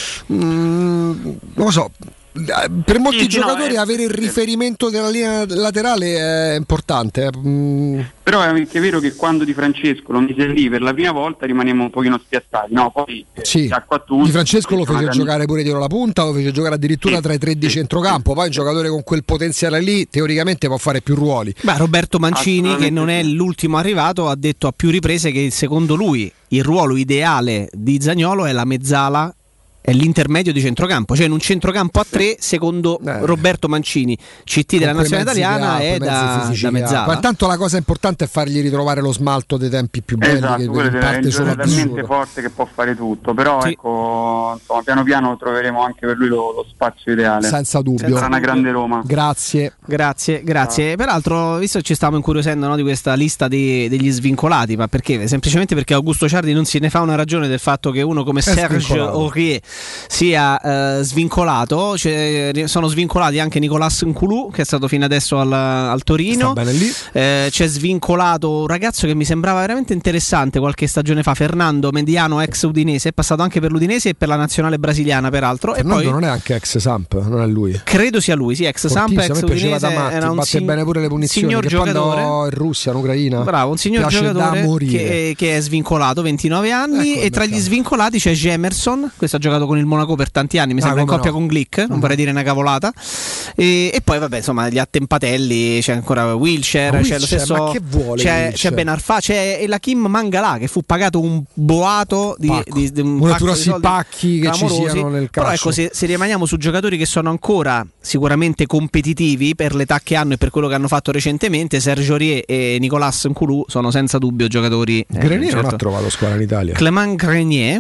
non lo so. Per molti giocatori avere il riferimento della linea laterale è importante.
Però è anche vero che quando Di Francesco lo mise lì per la prima volta rimaniamo un pochino spiazzati, no? Poi
sì. Di Francesco lo fece giocare pure dietro la punta, lo fece giocare addirittura tra i tre di centrocampo. Poi un giocatore con quel potenziale lì teoricamente può fare più ruoli.
Beh, Roberto Mancini, che non è l'ultimo arrivato, ha detto a più riprese che secondo lui il ruolo ideale di Zaniolo è la mezzala, è l'intermedio di centrocampo, cioè in un centrocampo a tre secondo Roberto Mancini, CT della nazionale italiana, è da mezzala.
Ma tanto la cosa importante è fargli ritrovare lo smalto dei tempi più belli,
esatto,
che in parte sono
talmente forte che può fare tutto, però sì. Ecco, insomma, piano piano troveremo anche per lui lo spazio ideale,
senza dubbio.
Sarà una grande Roma.
Grazie.
Peraltro, visto che ci stavamo incuriosendo, no, di questa lista degli svincolati, ma perché? Semplicemente perché Augusto Ciardi non se ne fa una ragione del fatto che uno come Serge Aurier sia svincolato. Sono svincolati anche Nicolas Nkoulou, che è stato fino adesso al Torino. C'è svincolato un ragazzo che mi sembrava veramente interessante qualche stagione fa, Fernando Mendiano, ex Udinese, è passato anche per l'Udinese e per la nazionale brasiliana peraltro.
Fernando
e poi
non è anche ex Samp, non è lui?
Credo sia lui, sì, ex Samp, ex Udinese, era un
batte bene pure le punizioni,
signor
che
giocatore,
poi andò in Russia, in Ucraina.
Bravo, un signor giocatore che è svincolato, 29 anni, e tra gli svincolati c'è Gemerson, questo ha giocato con il Monaco per tanti anni, mi sembra in coppia con Glick, non vorrei dire una cavolata, e poi vabbè, insomma, gli attempatelli, c'è ancora Wilshere, c'è lo stesso,
ma che vuole,
c'è Ben Arfa, c'è Elakim Mangala, che fu pagato un boato di
uno dei grossi pacchi che ci siano nel calcio.
Però ecco, se rimaniamo su giocatori che sono ancora sicuramente competitivi per l'età che hanno e per quello che hanno fatto recentemente, Serge Aurier e Nicolas Nkoulou sono senza dubbio giocatori.
Grenier non ha trovato squadra in Italia.
Clément Grenier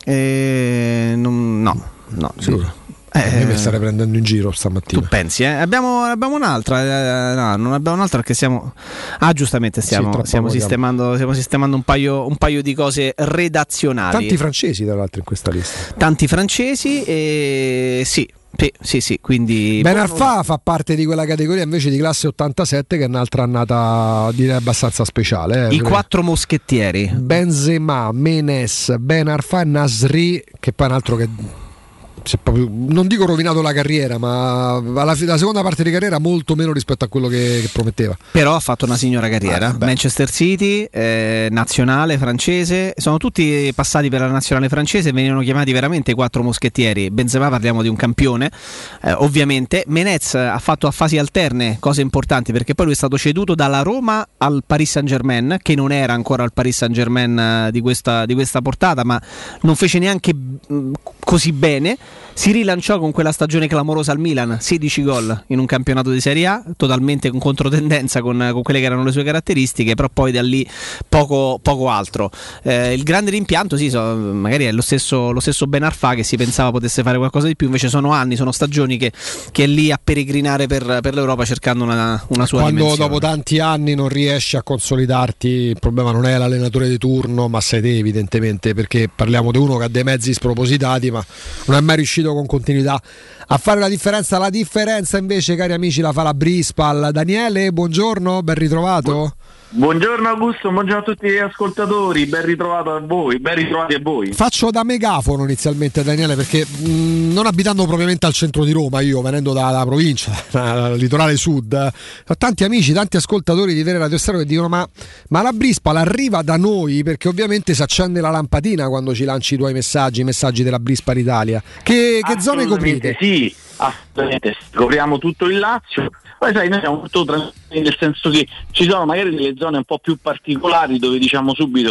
no,
sicuro. Mi starei prendendo in giro stamattina.
Tu pensi? Abbiamo un'altra? No, non abbiamo un'altra perché stiamo stiamo sistemando un paio di cose redazionali.
Tanti francesi, tra l'altro, in questa lista.
Tanti francesi, sì. Sì, quindi
Ben Arfa fa parte di quella categoria invece di classe 87, che è un'altra annata, direi, abbastanza speciale.
I quattro moschettieri:
Benzema, Menes, Ben Arfa e Nasri, che poi è un altro che proprio, non dico rovinato la carriera, ma la seconda parte di carriera molto meno rispetto a quello che prometteva.
Però ha fatto una signora carriera. Manchester City, nazionale francese, sono tutti passati per la nazionale francese, venivano chiamati veramente i quattro moschettieri. Benzema, parliamo di un campione, ovviamente. Menez ha fatto a fasi alterne cose importanti, perché poi lui è stato ceduto dalla Roma al Paris Saint-Germain, che non era ancora il Paris Saint-Germain di questa portata, ma non fece neanche così bene. Si rilanciò con quella stagione clamorosa al Milan, 16 gol in un campionato di Serie A, totalmente in controtendenza con quelle che erano le sue caratteristiche, però poi da lì poco altro. Il grande rimpianto, sì, magari è lo stesso Ben Arfa, che si pensava potesse fare qualcosa di più, invece sono stagioni che è lì a peregrinare per l'Europa cercando una sua
quando
dimensione.
Dopo tanti anni non riesci a consolidarti, il problema non è l'allenatore di turno, ma sei te, evidentemente, perché parliamo di uno che ha dei mezzi spropositati, ma non è mai riuscito con continuità a fare la differenza. La differenza invece, cari amici, la fa la Brispal. Daniele, buongiorno, ben ritrovato.
Buongiorno Augusto, buongiorno a tutti gli ascoltatori, ben ritrovati a voi.
Faccio da megafono inizialmente, Daniele, perché non abitando propriamente al centro di Roma, io venendo dalla provincia, dal litorale sud, ho tanti amici, tanti ascoltatori di Tele Radio Stereo che dicono ma la Brispal arriva da noi, perché ovviamente si accende la lampadina quando ci lanci i tuoi messaggi, i messaggi della Brispal Italia. Che zone coprite?
Sì, assolutamente, copriamo tutto il Lazio. Poi sai, noi siamo molto tranquilli, nel senso che ci sono magari delle zone un po' più particolari dove diciamo subito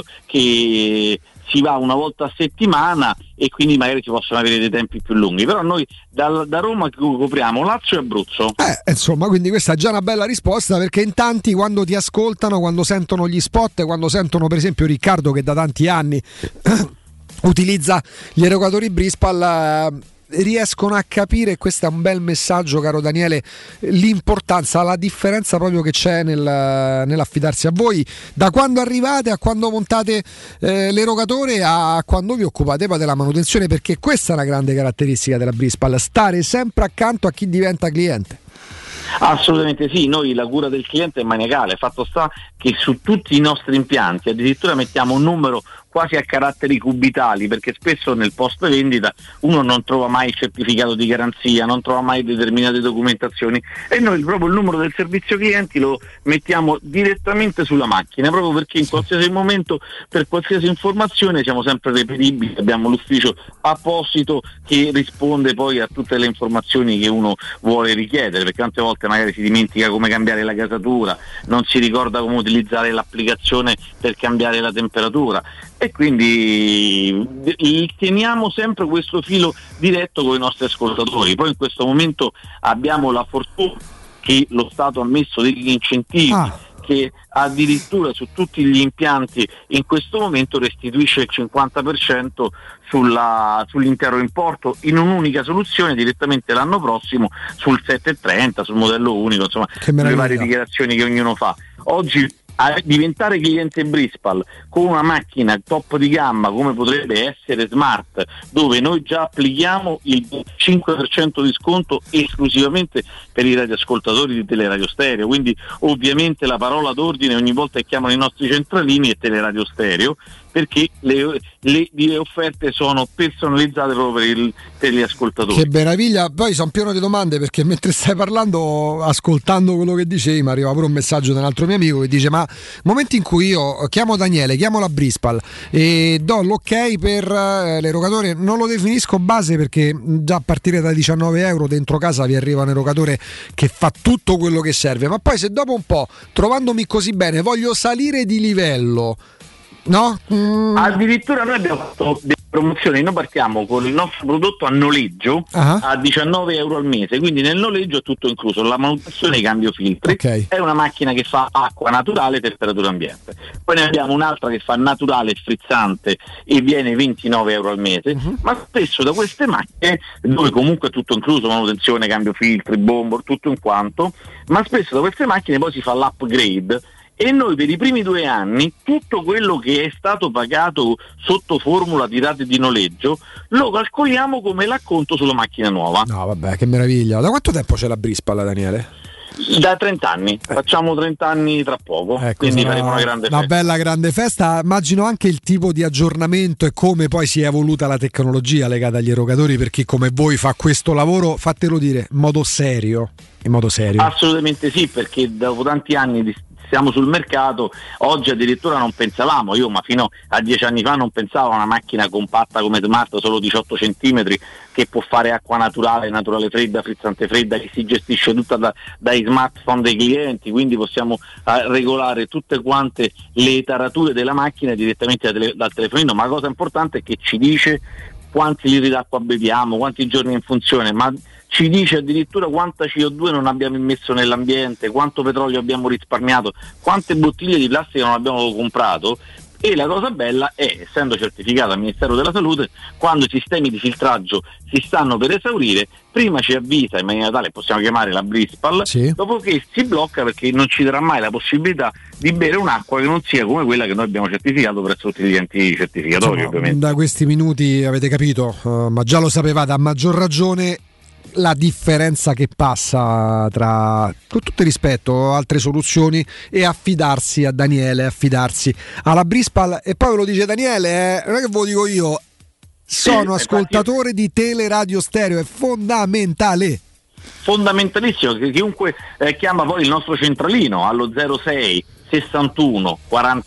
che si va una volta a settimana e quindi magari si possono avere dei tempi più lunghi, però noi da Roma copriamo Lazio e Abruzzo.
Insomma, quindi questa è già una bella risposta, perché in tanti, quando ti ascoltano, quando sentono gli spot, quando sentono per esempio Riccardo che da tanti anni utilizza gli erogatori Brispal, riescono a capire, questo è un bel messaggio, caro Daniele, l'importanza, la differenza proprio che c'è nell'affidarsi a voi, da quando arrivate a quando montate l'erogatore a quando vi occupate poi della manutenzione, perché questa è una grande caratteristica della Brispal, stare sempre accanto a chi diventa cliente.
Assolutamente sì, noi la cura del cliente è maniacale, fatto sta che su tutti i nostri impianti addirittura mettiamo un numero quasi a caratteri cubitali, perché spesso nel post vendita uno non trova mai il certificato di garanzia, non trova mai determinate documentazioni, e noi proprio il numero del servizio clienti lo mettiamo direttamente sulla macchina, proprio perché in qualsiasi momento, per qualsiasi informazione siamo sempre reperibili, abbiamo l'ufficio apposito che risponde poi a tutte le informazioni che uno vuole richiedere, perché tante volte magari si dimentica come cambiare la gasatura, non si ricorda come utilizzare l'applicazione per cambiare la temperatura, e quindi teniamo sempre questo filo diretto con i nostri ascoltatori. Poi in questo momento abbiamo la fortuna che lo Stato ha messo degli incentivi che addirittura su tutti gli impianti in questo momento restituisce il 50% sull'intero importo in un'unica soluzione direttamente l'anno prossimo sul 730, sul modello unico, insomma le varie dichiarazioni che ognuno fa. Oggi a diventare cliente Brispal con una macchina top di gamma come potrebbe essere Smart, dove noi già applichiamo il 5% di sconto esclusivamente per i radioascoltatori di Teleradio Stereo, quindi ovviamente la parola d'ordine ogni volta che chiamano i nostri centralini è Teleradio Stereo, perché le offerte sono personalizzate proprio per gli ascoltatori.
Che meraviglia, poi sono pieno di domande, perché mentre stai parlando, ascoltando quello che dicevi, mi arriva pure un messaggio da un altro mio amico che dice: ma momento in cui io chiamo Daniele, chiamo la Brispal e do l'ok per l'erogatore, non lo definisco base perché già a partire da 19 euro dentro casa vi arriva un erogatore che fa tutto quello che serve, ma poi se dopo un po', trovandomi così bene, voglio salire di livello, no?
Addirittura noi abbiamo fatto delle promozioni, noi partiamo con il nostro prodotto a noleggio a 19 euro al mese, quindi nel noleggio è tutto incluso, la manutenzione e i cambio filtri, è una macchina che fa acqua naturale e temperatura ambiente, poi ne abbiamo un'altra che fa naturale e frizzante e viene 29 euro al mese, ma spesso da queste macchine, dove comunque è tutto incluso, manutenzione, cambio filtri, bombor, tutto in quanto, ma spesso da queste macchine poi si fa l'upgrade, e noi per i primi 2 anni tutto quello che è stato pagato sotto formula di rate di noleggio lo calcoliamo come l'acconto sulla macchina nuova.
No vabbè, che meraviglia. Da quanto tempo c'è la Brispal, Daniele?
Da 30 anni, facciamo 30 anni tra poco, quindi faremo una grande festa.
Una bella grande festa, immagino anche il tipo di aggiornamento e come poi si è evoluta la tecnologia legata agli erogatori, per chi come voi fa questo lavoro, fatelo dire, in modo serio.
Assolutamente sì, perché dopo tanti anni siamo sul mercato, oggi addirittura non pensavamo, io ma fino a 10 anni fa non pensavo a una macchina compatta come Smart, solo 18 centimetri, che può fare acqua naturale, naturale fredda, frizzante fredda, che si gestisce tutta dai smartphone dei clienti, quindi possiamo regolare tutte quante le tarature della macchina direttamente dal telefonino, ma la cosa importante è che ci dice quanti litri d'acqua beviamo, quanti giorni in funzione, ma ci dice addirittura quanta CO2 non abbiamo immesso nell'ambiente, quanto petrolio abbiamo risparmiato, quante bottiglie di plastica non abbiamo comprato. E la cosa bella è, essendo certificata dal Ministero della Salute, quando i sistemi di filtraggio si stanno per esaurire, prima ci avvisa in maniera tale, possiamo chiamare la Brispal, dopodiché si blocca, perché non ci darà mai la possibilità di bere un'acqua che non sia come quella che noi abbiamo certificato presso tutti gli enti certificatori. Insomma, ovviamente.
Da questi minuti avete capito, ma già lo sapevate a maggior ragione, la differenza che passa tra, con tutto il rispetto, altre soluzioni e affidarsi a Daniele, affidarsi alla Brispal. E poi ve lo dice Daniele, non è che ve lo dico io, sono ascoltatore di Teleradio Stereo, è fondamentale.
Fondamentalissimo, che chiunque chiama poi il nostro centralino allo 06 61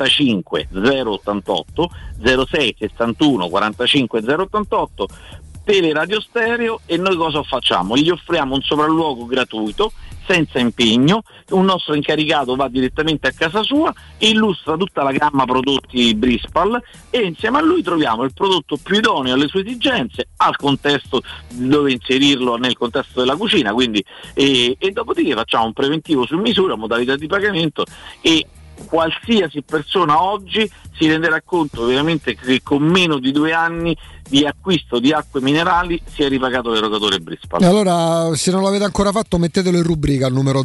45 088 06 61 45 088 Teleradio Stereo, e noi cosa facciamo? Gli offriamo un sopralluogo gratuito, senza impegno, un nostro incaricato va direttamente a casa sua, illustra tutta la gamma prodotti Brispal e insieme a lui troviamo il prodotto più idoneo alle sue esigenze, al contesto dove inserirlo nel contesto della cucina, quindi e dopodiché facciamo un preventivo su misura, modalità di pagamento, e qualsiasi persona oggi si renderà conto veramente che con meno di 2 anni di acquisto di acque minerali si è ripagato l'erogatore Brispal.
Allora, se non l'avete ancora fatto, mettetelo in rubrica al numero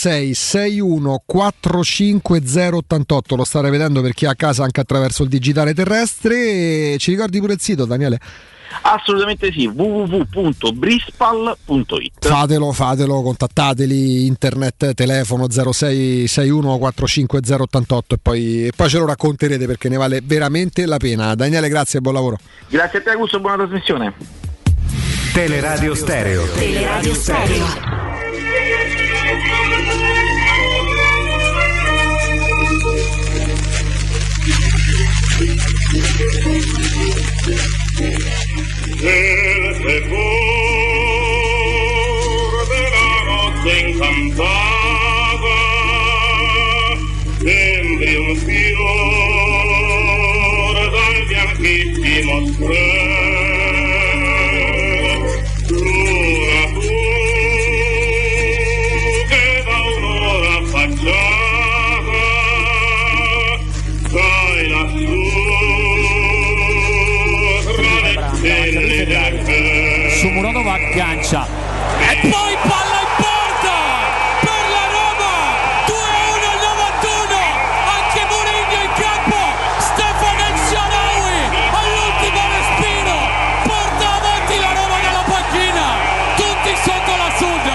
0661450088. Lo state vedendo per chi è a casa anche attraverso il digitale terrestre. Ci ricordi pure il sito, Daniele?
Assolutamente sì, www.brispal.it.
Fatelo, contattateli, internet, telefono 0661450088 e poi ce lo racconterete perché ne vale veramente la pena. Daniele, grazie e buon lavoro.
Grazie a te, Augusto, buona trasmissione.
Teleradio Stereo.
Teleradio Stereo.
El fervor della notte incantata sembri un fiore dal bianchissimo stremo, luna tu che da un'ora affacciata stai lassù.
Shomurodov aggancia e poi palla in porta per la Roma. 2-1 al 91, anche Mourinho in campo. Stefan El Shaarawy all'ultimo respiro porta avanti la Roma dalla panchina, tutti sotto la Sud.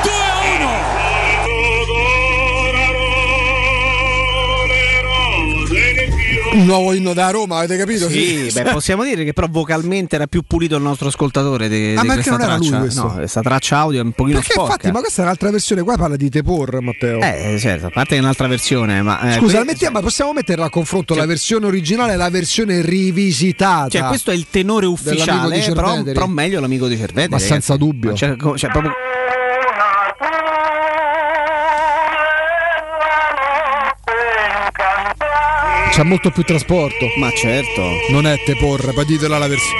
2-1.
Un nuovo inno da Roma, avete capito?
Sì, beh, possiamo dire che però vocalmente era più pulito il nostro ascoltatore di
perché non era
traccia.
lui questo?
No, questa traccia audio è un pochino
perché
sporca.
infatti, ma questa è un'altra versione, qua parla di Tepor, Matteo.
Certo, a parte che è un'altra versione, ma
scusa, ma possiamo metterla a confronto la versione originale e la versione rivisitata?
Cioè, questo è il tenore ufficiale, però meglio l'amico di Cerveteri.
Ma senza dubbio.
C'è proprio.
C'è molto più trasporto.
Ma certo.
Non è Tepor, poi ditela la versione.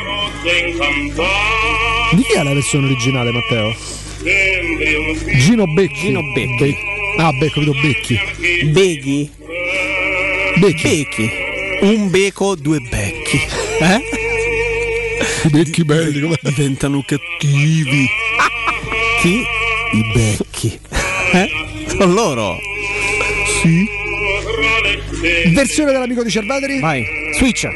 Di chi è la versione originale, Matteo? Gino Becchi. Ah, capito, Becchi.
Becchi. Un beco, 2 becchi.
I becchi belli come
diventano cattivi. Chi? I becchi. Sono loro.
Sì. Versione dell'amico di Cerveteri?
Vai, switch.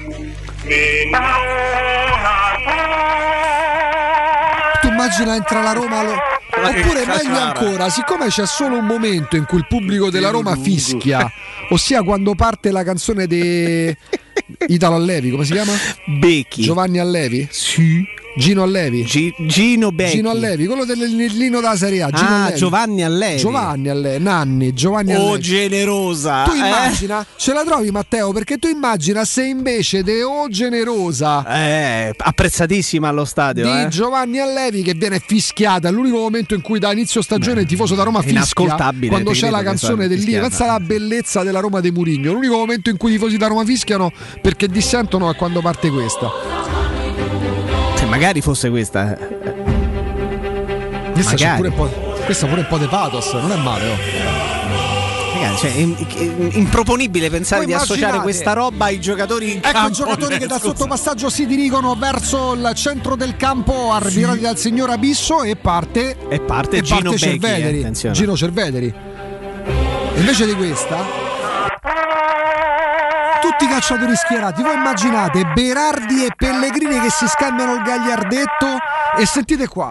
Tu immagina entra la Roma oppure meglio ancora, siccome c'è solo un momento in cui il pubblico della Roma fischia, ossia quando parte la canzone di Italo Allevi, come si chiama?
Becchi.
Giovanni Allevi?
Sì.
Gino Allevi?
Gino Becchi.
Gino Allevi, quello dell'Illino della Serie A.
Allevi. Giovanni Allevi.
Nanni, Giovanni Allevi.
Oh, generosa.
Tu immagina, ce la trovi Matteo, perché tu immagina se invece de O generosa
apprezzatissima allo stadio
di Giovanni Allevi che viene fischiata, l'unico momento in cui da inizio stagione il tifoso da Roma fischia quando c'è la canzone dell'Illino. Pensa alla bellezza della Roma di Mourinho. L'unico momento in cui i tifosi da Roma fischiano perché dissentono è quando parte questa.
Magari fosse questa.
Questa c'è pure un po' di pathos, non è male.
Ragazzi, è improponibile pensare di associare questa roba ai giocatori in campo.
Ecco i giocatori che dal sottopassaggio si dirigono verso il centro del campo, arbitrati dal signor Abisso e parte
Gino
Cerveteri. Gino Cerveteri. Invece di questa tutti i calciatori schierati, voi immaginate Berardi e Pellegrini che si scambiano il gagliardetto e sentite qua,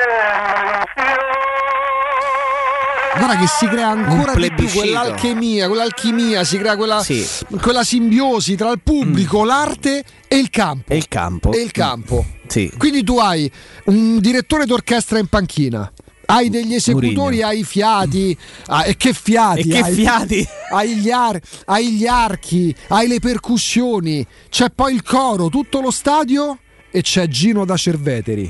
guarda che si crea ancora di più quell'alchimia, si crea quella simbiosi tra il pubblico, l'arte e il campo.
Sì.
Quindi tu hai un direttore d'orchestra in panchina, hai degli esecutori, Mourinho. Hai fiati, e che fiati, hai gli archi, hai le percussioni, c'è poi il coro, tutto lo stadio e c'è Gino da Cerveteri.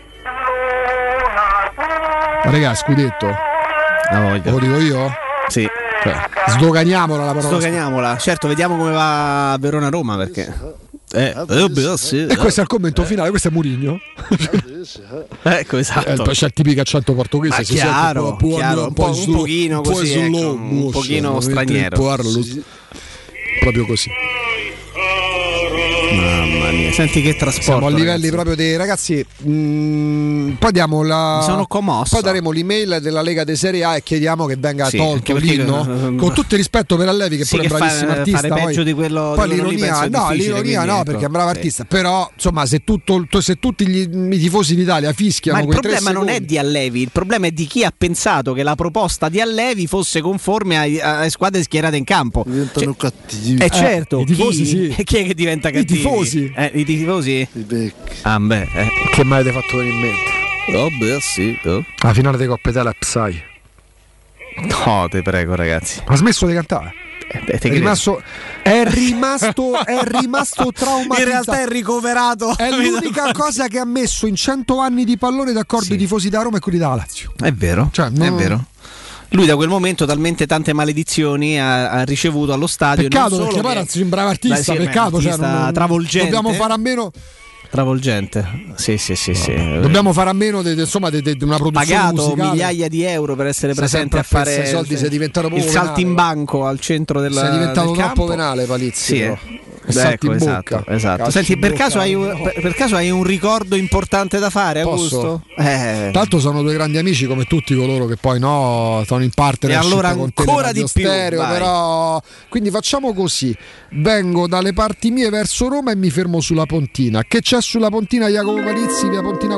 Ma raga, scudetto? Lo dico io?
Sì.
Sdoganiamola la parola.
Sdoganiamola, certo, vediamo come va Verona-Roma perché.
E questo è il commento finale, questo è Mourinho.
Ecco, esatto.
C'è il tipico accento portoghese,
si chiaro, chiaro, un pochino così, un pochino straniero.
Proprio così.
Mamma mia, senti che trasporto.
Siamo a livelli proprio dei ragazzi. Poi diamo
Mi sono commosso.
Poi daremo l'email della Lega de Serie A e chiediamo che venga tolto l'inno. Con tutto il rispetto per Allevi, che pure è un bravissimo artista.
Peggio di quello,
poi l'ironia, no, perché è un bravo artista. Però insomma, se tutti i tifosi d'Italia fischiano.
Ma il problema non è di Allevi, il problema è di chi ha pensato che la proposta di Allevi fosse conforme alle squadre schierate in campo.
Diventano cattivi.
Certo,
i tifosi sì.
Chi è che diventa cattivo? I tifosi?
I becchi.
Che mai avete fatto venire in mente?
Sì.
La finale dei Coppa Italia è Psy.
No, te prego, ragazzi.
Ha smesso di cantare. È rimasto traumatizzato.
In realtà è ricoverato.
È l'unica cosa che ha messo in 100 anni di pallone d'accordo i tifosi da Roma e quelli da Lazio.
È vero, è vero. Lui da quel momento talmente tante maledizioni ha ricevuto allo stadio.
Peccato, perché poi era un bravo artista. Peccato,
travolgente.
Dobbiamo fare a meno.
Travolgente, sì.
Dobbiamo fare a meno di una produzione
pagato
musicale.
Migliaia di euro per essere presente a fare
i soldi, sei diventato
il salto in banco al centro del campo.
Sei diventato troppo penale, Palizzi.
Sì, ecco, esatto. Senti, per caso hai un ricordo importante da fare, Augusto?
Tanto sono due grandi amici come tutti coloro che poi sono in partnership
e allora
con
ancora di più,
Stereo, però quindi facciamo così: vengo dalle parti mie verso Roma e mi fermo sulla Pontina. Che c'è sulla Pontina? Jacopo Palizzi, via Pontina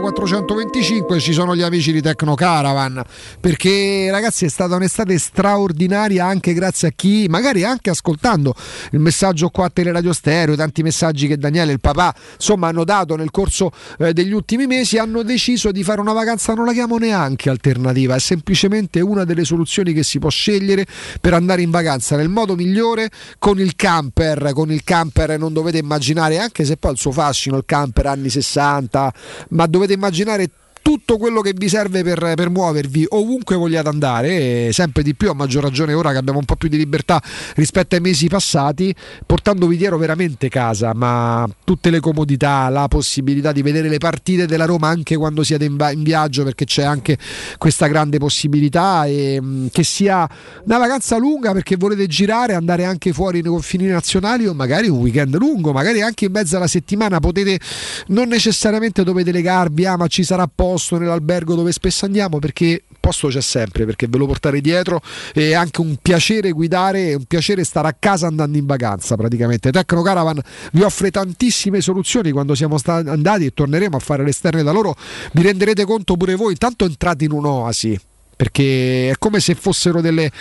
425, ci sono gli amici di Tecno Caravan, perché ragazzi è stata un'estate straordinaria, anche grazie a chi magari anche ascoltando il messaggio qua a Teleradio Stereo, tanti messaggi che Daniele e il papà insomma hanno dato nel corso degli ultimi mesi, hanno deciso di fare una vacanza, non la chiamo neanche alternativa, è semplicemente una delle soluzioni che si può scegliere per andare in vacanza nel modo migliore con il camper. Con il camper non dovete immaginare, anche se poi il suo fascino, il camper anni 60, ma dovete immaginare tutto quello che vi serve per muovervi ovunque vogliate andare, sempre di più, a maggior ragione ora che abbiamo un po' più di libertà rispetto ai mesi passati, portandovi dietro veramente casa, ma tutte le comodità, la possibilità di vedere le partite della Roma anche quando siete in viaggio, perché c'è anche questa grande possibilità, e che sia una vacanza lunga perché volete girare, andare anche fuori nei confini nazionali, o magari un weekend lungo, magari anche in mezzo alla settimana potete, non necessariamente dovete legarvi, ma ci sarà posto nell'albergo dove spesso andiamo, perché posto c'è sempre, perché ve lo portare dietro, è anche un piacere guidare, è un piacere stare a casa andando in vacanza praticamente. Tecno Caravan vi offre tantissime soluzioni. Quando siamo andati e torneremo a fare l'esterno da loro vi renderete conto pure voi, intanto entrate in un'oasi, perché è come se fossero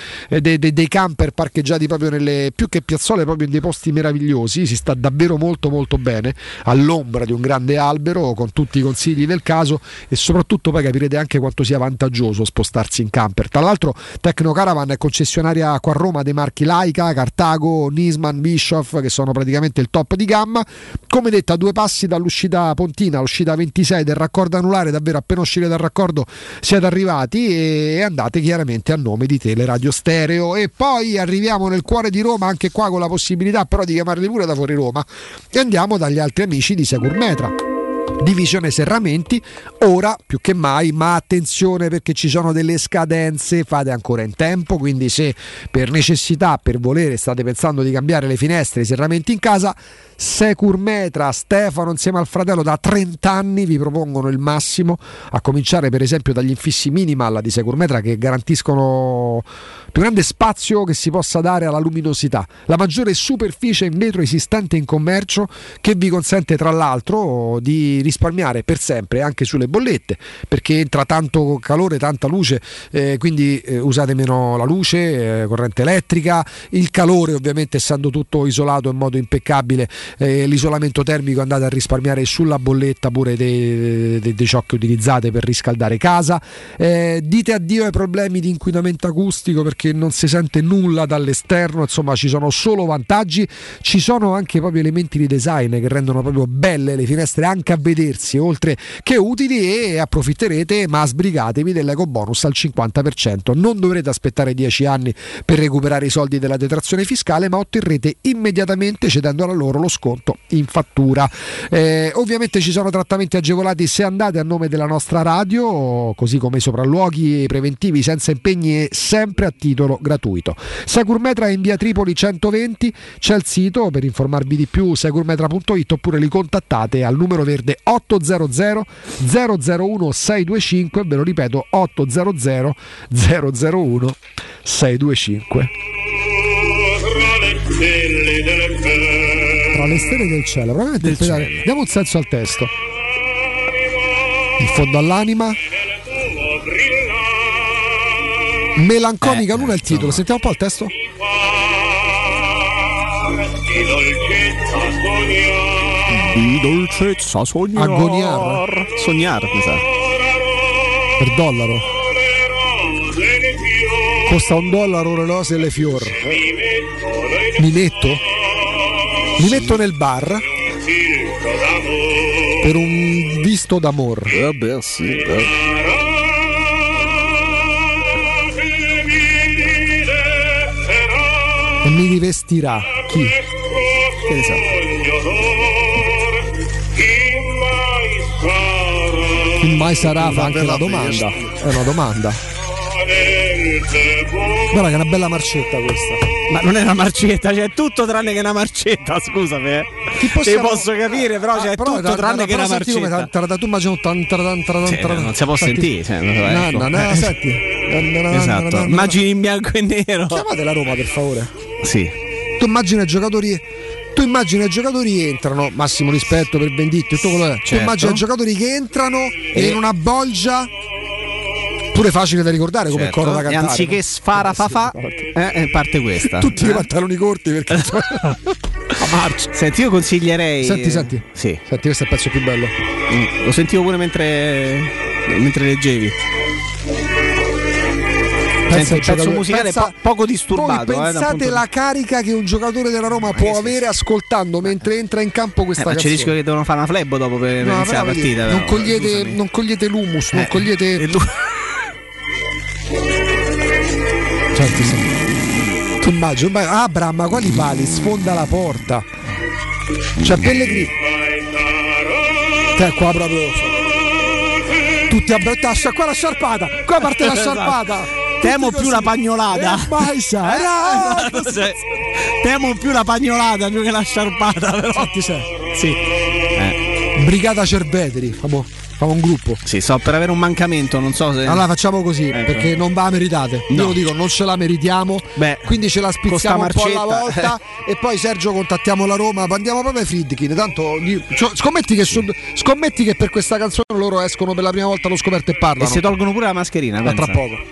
dei camper parcheggiati proprio nelle, più che piazzole, proprio in dei posti meravigliosi. Si sta davvero molto molto bene all'ombra di un grande albero, con tutti i consigli del caso, e soprattutto poi capirete anche quanto sia vantaggioso spostarsi in camper. Tra l'altro Tecno Caravan è concessionaria qua a Roma dei marchi Laika, Cartago, Nisman, Bischoff, che sono praticamente il top di gamma. Come detto, a 2 passi dall'uscita Pontina, l'uscita 26 del raccordo anulare, davvero appena uscire dal raccordo siete arrivati, e andate chiaramente a nome di Teleradio Stereo. E poi arriviamo nel cuore di Roma, anche qua con la possibilità però di chiamarli pure da fuori Roma, e andiamo dagli altri amici di Securmetra, divisione serramenti, ora più che mai, ma attenzione perché ci sono delle scadenze, fate ancora in tempo, quindi se per necessità, per volere state pensando di cambiare le finestre, i serramenti in casa, Securmetra, Stefano insieme al fratello da 30 anni vi propongono il massimo, a cominciare per esempio dagli infissi minimal di Securmetra, che garantiscono il più grande spazio che si possa dare alla luminosità, la maggiore superficie in vetro esistente in commercio, che vi consente tra l'altro di risparmiare per sempre anche sulle bollette, perché entra tanto calore, tanta luce, quindi usate meno la luce, corrente elettrica, il calore ovviamente essendo tutto isolato in modo impeccabile, l'isolamento termico, andate a risparmiare sulla bolletta pure dei ciò che utilizzate per riscaldare casa. Dite addio ai problemi di inquinamento acustico, perché non si sente nulla dall'esterno, insomma ci sono solo vantaggi. Ci sono anche proprio elementi di design che rendono proprio belle le finestre anche a vedere vedersi oltre che utili, e approfitterete, ma sbrigatevi dell'ecobonus al 50%. Non dovrete aspettare 10 anni per recuperare i soldi della detrazione fiscale, ma otterrete immediatamente, cedendo a loro lo sconto in fattura. Ovviamente ci sono trattamenti agevolati se andate a nome della nostra radio, così come i sopralluoghi preventivi senza impegni e sempre a titolo gratuito. Securmetra è in via Tripoli 120, c'è il sito per informarvi di più, securmetra.it, oppure li contattate al numero verde 800 001 625, ve lo ripeto 800 001 625. Tra le stelle del cielo, veramente diamo un senso al testo. In fondo all'anima, melanconica luna è il titolo. Sentiamo un po' il testo.
Di dolcezza sognare.
Agoniar.
Sognare, mi sa.
Per dollaro. Costa $1 le rose e le fior. Mi metto nel bar per un visto d'amor.
Vabbè, sì.
E mi rivestirà chi?
Che ne so.
Chi mai sarà? Fa anche la domanda. È una domanda. Guarda che è una bella marcetta questa.
Ma non è una marcetta, c'è tutto tranne che una marcetta, scusami. Te posso capire, però c'è tutto tranne che una marcetta.
Tu immagino
non si può sentire.
Senti.
Esatto. Immagini in bianco e nero.
Chiamate la Roma, per favore.
Sì.
Tu immagini i giocatori entrano, massimo rispetto per Venditti, tutto quello che è.
Certo.
Tu immagini i giocatori che entrano e in una bolgia, pure facile da ricordare come coro da cantare.
E anziché sfara fa parte questa.
Tutti i pantaloni corti perché a marcia.
Senti, io consiglierei.
Senti.
Sì.
Senti, questo è il pezzo più bello.
Lo sentivo pure mentre leggevi. Senti, il pezzo musicale poco disturbato.
Voi pensate la carica che un giocatore della Roma può avere ascoltando mentre entra in campo questa canzone.
C'è il rischio che devono fare una flebo dopo per iniziare la partita.
Non cogliete l'humus, non cogliete. Certo, sì. Tu immagini, Abraham, quali pali? Sfonda la porta. C'è Pellegrini. Qua proprio. Tutti abbracciati. Qua la sciarpata. Qua parte la sciarpata.
Temo più la pagnolata.
Mai sarà.
Temo più la pagnolata più che la sciarpata. Però.
Sì. Brigata Cerveteri. Famo un gruppo.
Sì, so per avere un mancamento, non so se.
Allora facciamo così, perché non la meritate.
No.
Io lo dico, non ce la meritiamo. Quindi ce la spizziamo un po' alla volta. E poi Sergio contattiamo la Roma. Andiamo proprio ai Friedkin. Tanto scommetti che per questa canzone loro escono per la prima volta allo scoperto e parlano.
E si tolgono pure la mascherina.
Tra poco.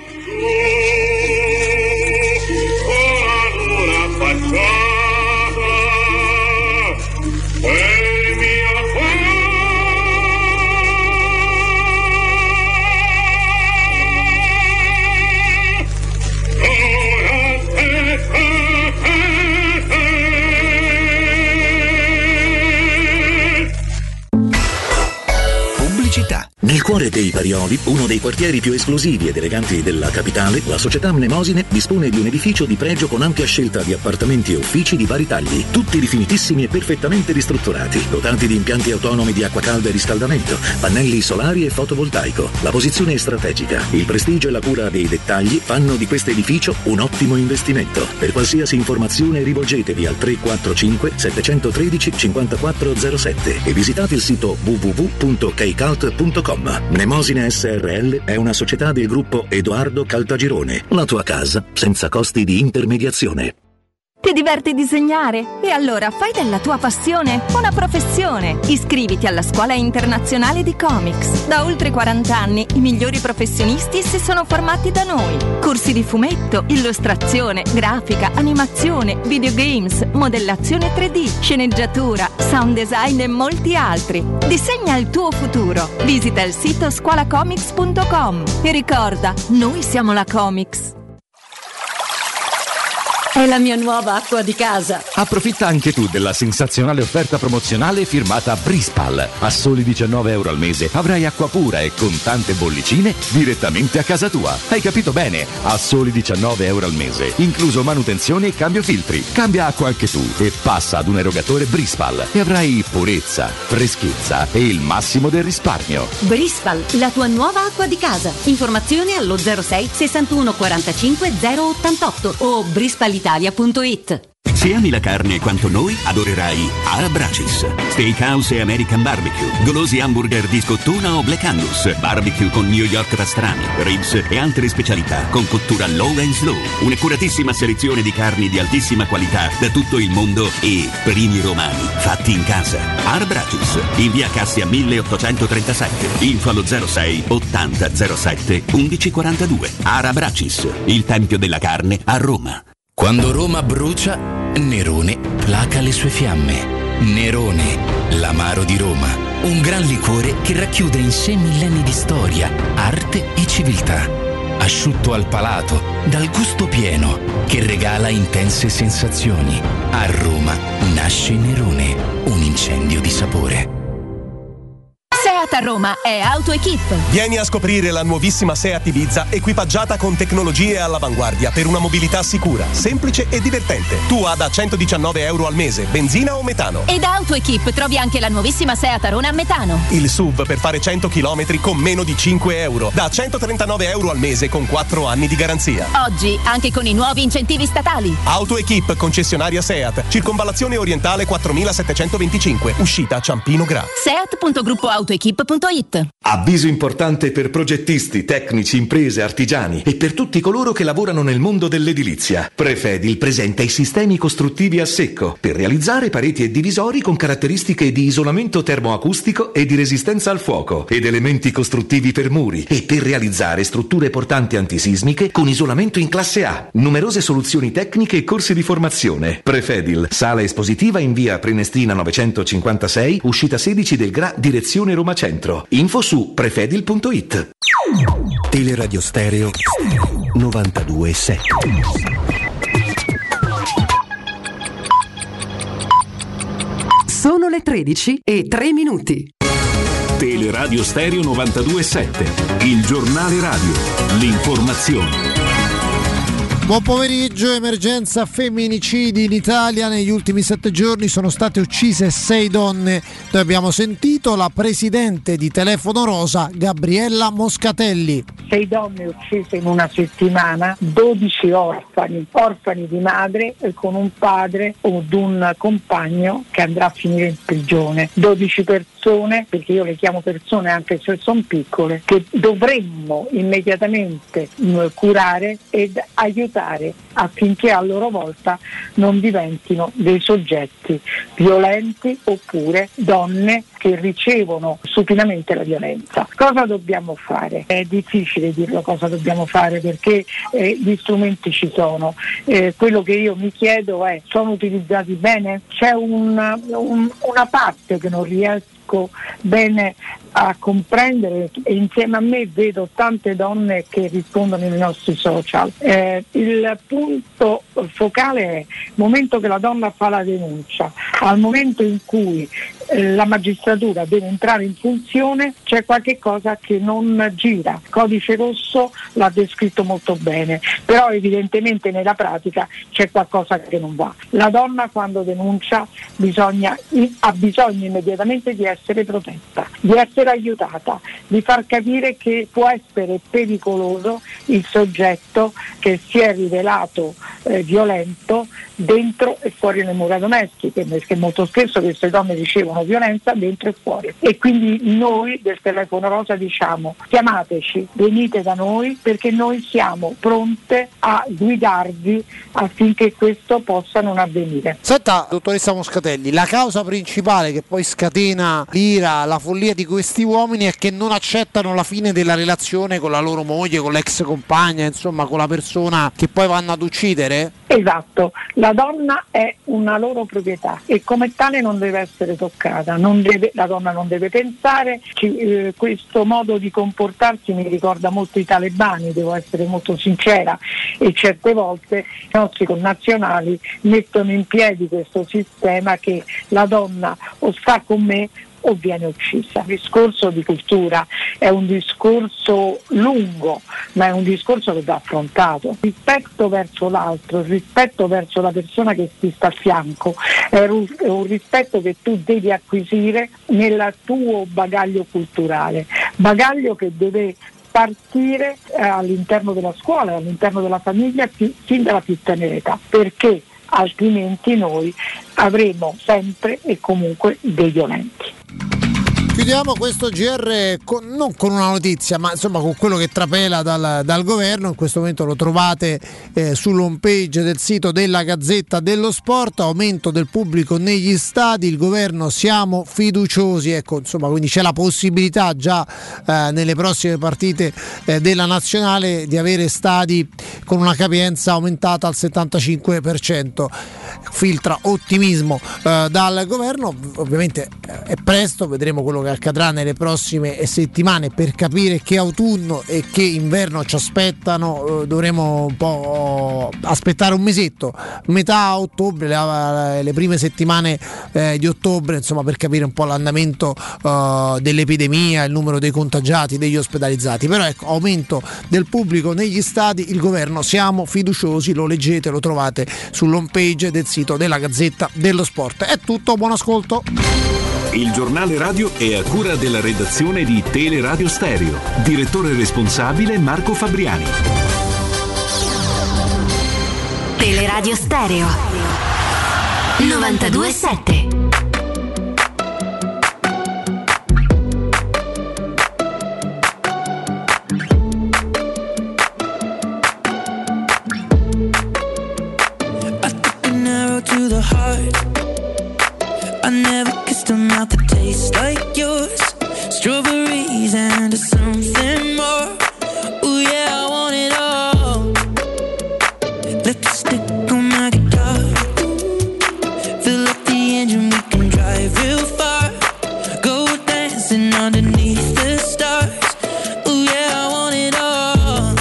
Nel cuore dei Parioli, uno dei quartieri più esclusivi ed eleganti della capitale, la società Mnemosine dispone di un edificio di pregio con ampia scelta di appartamenti e uffici di vari tagli, tutti rifinitissimi e perfettamente ristrutturati, dotati di impianti autonomi di acqua calda e riscaldamento, pannelli solari e fotovoltaico. La posizione è strategica, il prestigio e la cura dei dettagli fanno di questo edificio un ottimo investimento. Per qualsiasi informazione rivolgetevi al 345 713 5407 e visitate il sito www.keicalt.com. Mnemosine SRL è una società del gruppo Edoardo Caltagirone. La tua casa senza costi di intermediazione.
Ti diverti disegnare? E allora fai della tua passione una professione. Iscriviti alla Scuola Internazionale di Comics. Da oltre 40 anni i migliori professionisti si sono formati da noi. Corsi di fumetto, illustrazione, grafica, animazione, videogames, modellazione 3D, sceneggiatura, sound design e molti altri. Disegna il tuo futuro. Visita il sito scuolacomics.com e ricorda, noi siamo la Comics.
È la mia nuova acqua di casa.
Approfitta anche tu della sensazionale offerta promozionale firmata Brispal. A soli €19 al mese avrai acqua pura e con tante bollicine direttamente a casa tua. Hai capito bene? A soli €19 al mese, incluso manutenzione e cambio filtri. Cambia acqua anche tu e passa ad un erogatore Brispal e avrai purezza, freschezza e il massimo del risparmio.
Brispal, la tua nuova acqua di casa. Informazioni allo 06 61 45 088 o brispalitalia.it.
Se ami la carne quanto noi, adorerai Arabracis. Steakhouse e American Barbecue, golosi hamburger di scottuna o Black Angus, barbecue con New York pastrami, ribs e altre specialità con cottura low and slow. Un'accuratissima selezione di carni di altissima qualità da tutto il mondo e primi romani fatti in casa. Arabracis, in via Cassia 1837, info allo 06 80 07 1142. Arabracis, il tempio della carne a Roma.
Quando Roma brucia, Nerone placa le sue fiamme. Nerone, l'amaro di Roma. Un gran liquore che racchiude in sé millenni di storia, arte e civiltà. Asciutto al palato, dal gusto pieno, che regala intense sensazioni. A Roma nasce Nerone, un incendio di sapore.
Seat a Roma è AutoEquip.
Vieni a scoprire la nuovissima Seat Ibiza equipaggiata con tecnologie all'avanguardia per una mobilità sicura, semplice e divertente. Tua da €119 al mese, benzina o metano.
E da AutoEquip trovi anche la nuovissima Seat Arona a metano.
Il SUV per fare 100 km con meno di €5, da €139 al mese con 4 anni di garanzia.
Oggi anche con i nuovi incentivi statali.
AutoEquip, concessionaria Seat, circonvallazione orientale 4725, uscita Ciampino Gra.
Seat.gruppoautoequip.it.
Avviso importante per progettisti, tecnici, imprese, artigiani e per tutti coloro che lavorano nel mondo dell'edilizia. Prefedil presenta i sistemi costruttivi a secco per realizzare pareti e divisori con caratteristiche di isolamento termoacustico e di resistenza al fuoco ed elementi costruttivi per muri e per realizzare strutture portanti antisismiche con isolamento in classe A. Numerose soluzioni tecniche e corsi di formazione. Prefedil, sala espositiva in via Prenestina 956, uscita 16 del Gra, direzione Roma Centro. Info su prefedil.it.
Teleradio Stereo 92.7.
Sono le 13:03.
Teleradio Stereo 92.7, il giornale radio, l'informazione.
Buon pomeriggio. Emergenza femminicidi in Italia. Negli ultimi 7 giorni sono state uccise 6 donne. Noi abbiamo sentito la presidente di Telefono Rosa, Gabriella Moscatelli.
6 donne uccise in una settimana, 12 orfani di madre e con un padre o d'un compagno che andrà a finire in prigione. 12 persone, perché io le chiamo persone anche se sono piccole, che dovremmo immediatamente curare ed aiutare affinché a loro volta non diventino dei soggetti violenti oppure donne che ricevono supinamente la violenza. Cosa dobbiamo fare? È difficile dirlo cosa dobbiamo fare perché gli strumenti ci sono. Quello che io mi chiedo è: sono utilizzati bene? C'è una parte che non riesco bene a comprendere e insieme a me vedo tante donne che rispondono nei nostri social. Il punto focale è il momento che la donna fa la denuncia, al momento in cui la magistratura deve entrare in funzione c'è qualche cosa che non gira. Il Codice Rosso l'ha descritto molto bene, però evidentemente nella pratica c'è qualcosa che non va. La donna quando denuncia ha bisogno immediatamente di essere protetta, di essere aiutata, di far capire che può essere pericoloso il soggetto che si è rivelato violento dentro e fuori le mura domestiche, perché molto spesso queste donne ricevono violenza dentro e fuori. E quindi noi del Telefono Rosa diciamo: chiamateci, venite da noi perché noi siamo pronte a guidarvi affinché questo possa non avvenire.
Senta, dottoressa Moscatelli, la causa principale che poi scatena l'ira, la follia di questi uomini è che non accettano la fine della relazione con la loro moglie, con l'ex compagna, insomma con la persona che poi vanno ad uccidere. genere?
Esatto, la donna è una loro proprietà e come tale non deve essere toccata, la donna non deve pensare, questo modo di comportarsi mi ricorda molto i talebani, devo essere molto sincera, e certe volte i nostri connazionali mettono in piedi questo sistema che la donna o sta con me o viene uccisa. Il discorso di cultura è un discorso lungo, ma è un discorso che va affrontato. Il rispetto verso l'altro, il rispetto verso la persona che ti sta a fianco è un rispetto che tu devi acquisire nel tuo bagaglio culturale, bagaglio che deve partire all'interno della scuola, all'interno della famiglia fin dalla più tenera età, perché altrimenti noi avremo sempre e comunque dei violenti.
Chiudiamo questo GR non con una notizia, ma insomma con quello che trapela dal governo. In questo momento lo trovate sull'home page del sito della Gazzetta dello Sport. Aumento del pubblico negli stadi, il governo siamo fiduciosi, ecco, insomma, quindi c'è la possibilità già nelle prossime partite della nazionale di avere stadi con una capienza aumentata al 75%. Filtra ottimismo dal governo. Ovviamente è presto, vedremo quello che accadrà nelle prossime settimane per capire che autunno e che inverno ci aspettano. Dovremo un po' aspettare un mesetto, metà ottobre, le prime settimane di ottobre, insomma, per capire un po' l'andamento dell'epidemia, il numero dei contagiati, degli ospedalizzati. Però ecco, aumento del pubblico negli stadi, il governo siamo fiduciosi, lo leggete, lo trovate sull'home page del sito della Gazzetta dello Sport. È tutto, buon ascolto.
Il giornale radio è a cura della redazione di Teleradio Stereo. Direttore responsabile Marco Fabriani.
Teleradio Stereo 92.7.
To the heart, I never kissed a mouth that tastes like yours. Strawberries and something more. Ooh yeah, I want it all. Lipstick on my guitar. Fill up the engine, we can drive real far. Go dancing underneath the stars. Ooh yeah, I want it all.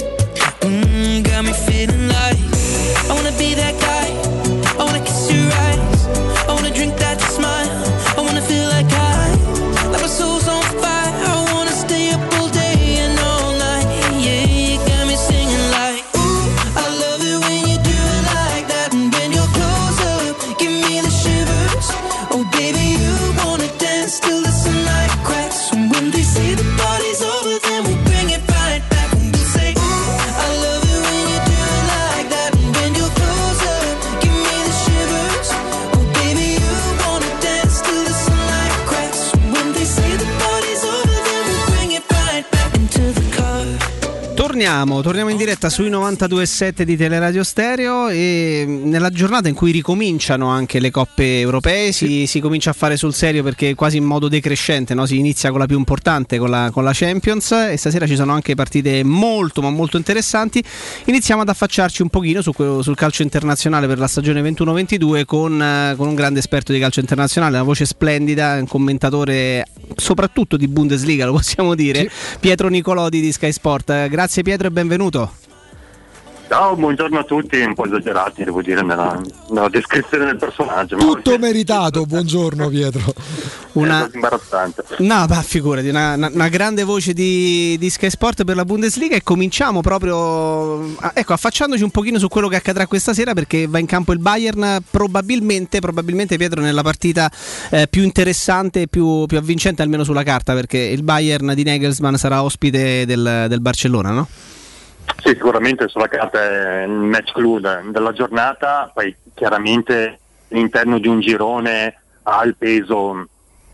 Got me feeling like I wanna be that guy. I wanna kiss your eyes, I wanna drink that smile, I wanna feel like my soul's on fire, I wanna stay up all day and all night, yeah, you got me singing like, ooh, I love it when you do it like that, and when you're close up, give me the shivers, oh baby, you wanna dance till the sunlight cracks, and when they say the party's over, then we bring it right back, and we'll say, ooh, I love it when you do it like that, and when you're close up, give me the shivers, oh baby, you wanna dance till the sunlight cracks, and when they say the party's over, then we bring it right back into the car.
Torniamo in diretta sui 92.7 di Teleradio Stereo, e nella giornata in cui ricominciano anche le coppe europee si comincia a fare sul serio, perché quasi in modo decrescente, no? Si inizia con la più importante, con la Champions, e stasera ci sono anche partite molto ma molto interessanti. Iniziamo ad affacciarci un pochino sul calcio internazionale per la stagione 21-22 con un grande esperto di calcio internazionale, una voce splendida, un commentatore soprattutto di Bundesliga, lo possiamo dire, sì. Pietro Nicolodi di Sky Sport. Grazie Pietro e benvenuto.
Ciao, buongiorno a tutti, un po' esagerati devo dire nella descrizione del personaggio.
Tutto meritato, buongiorno Pietro.
Imbarazzante.
No, ma figurati, una grande voce di Sky Sport per la Bundesliga, e cominciamo proprio affacciandoci un pochino su quello che accadrà questa sera, perché va in campo il Bayern, probabilmente Pietro, nella partita più interessante e più avvincente, almeno sulla carta, perché il Bayern di Nagelsmann sarà ospite del Barcellona, no?
Sì, sicuramente sulla carta è il match clou della giornata, poi chiaramente all'interno di un girone ha il peso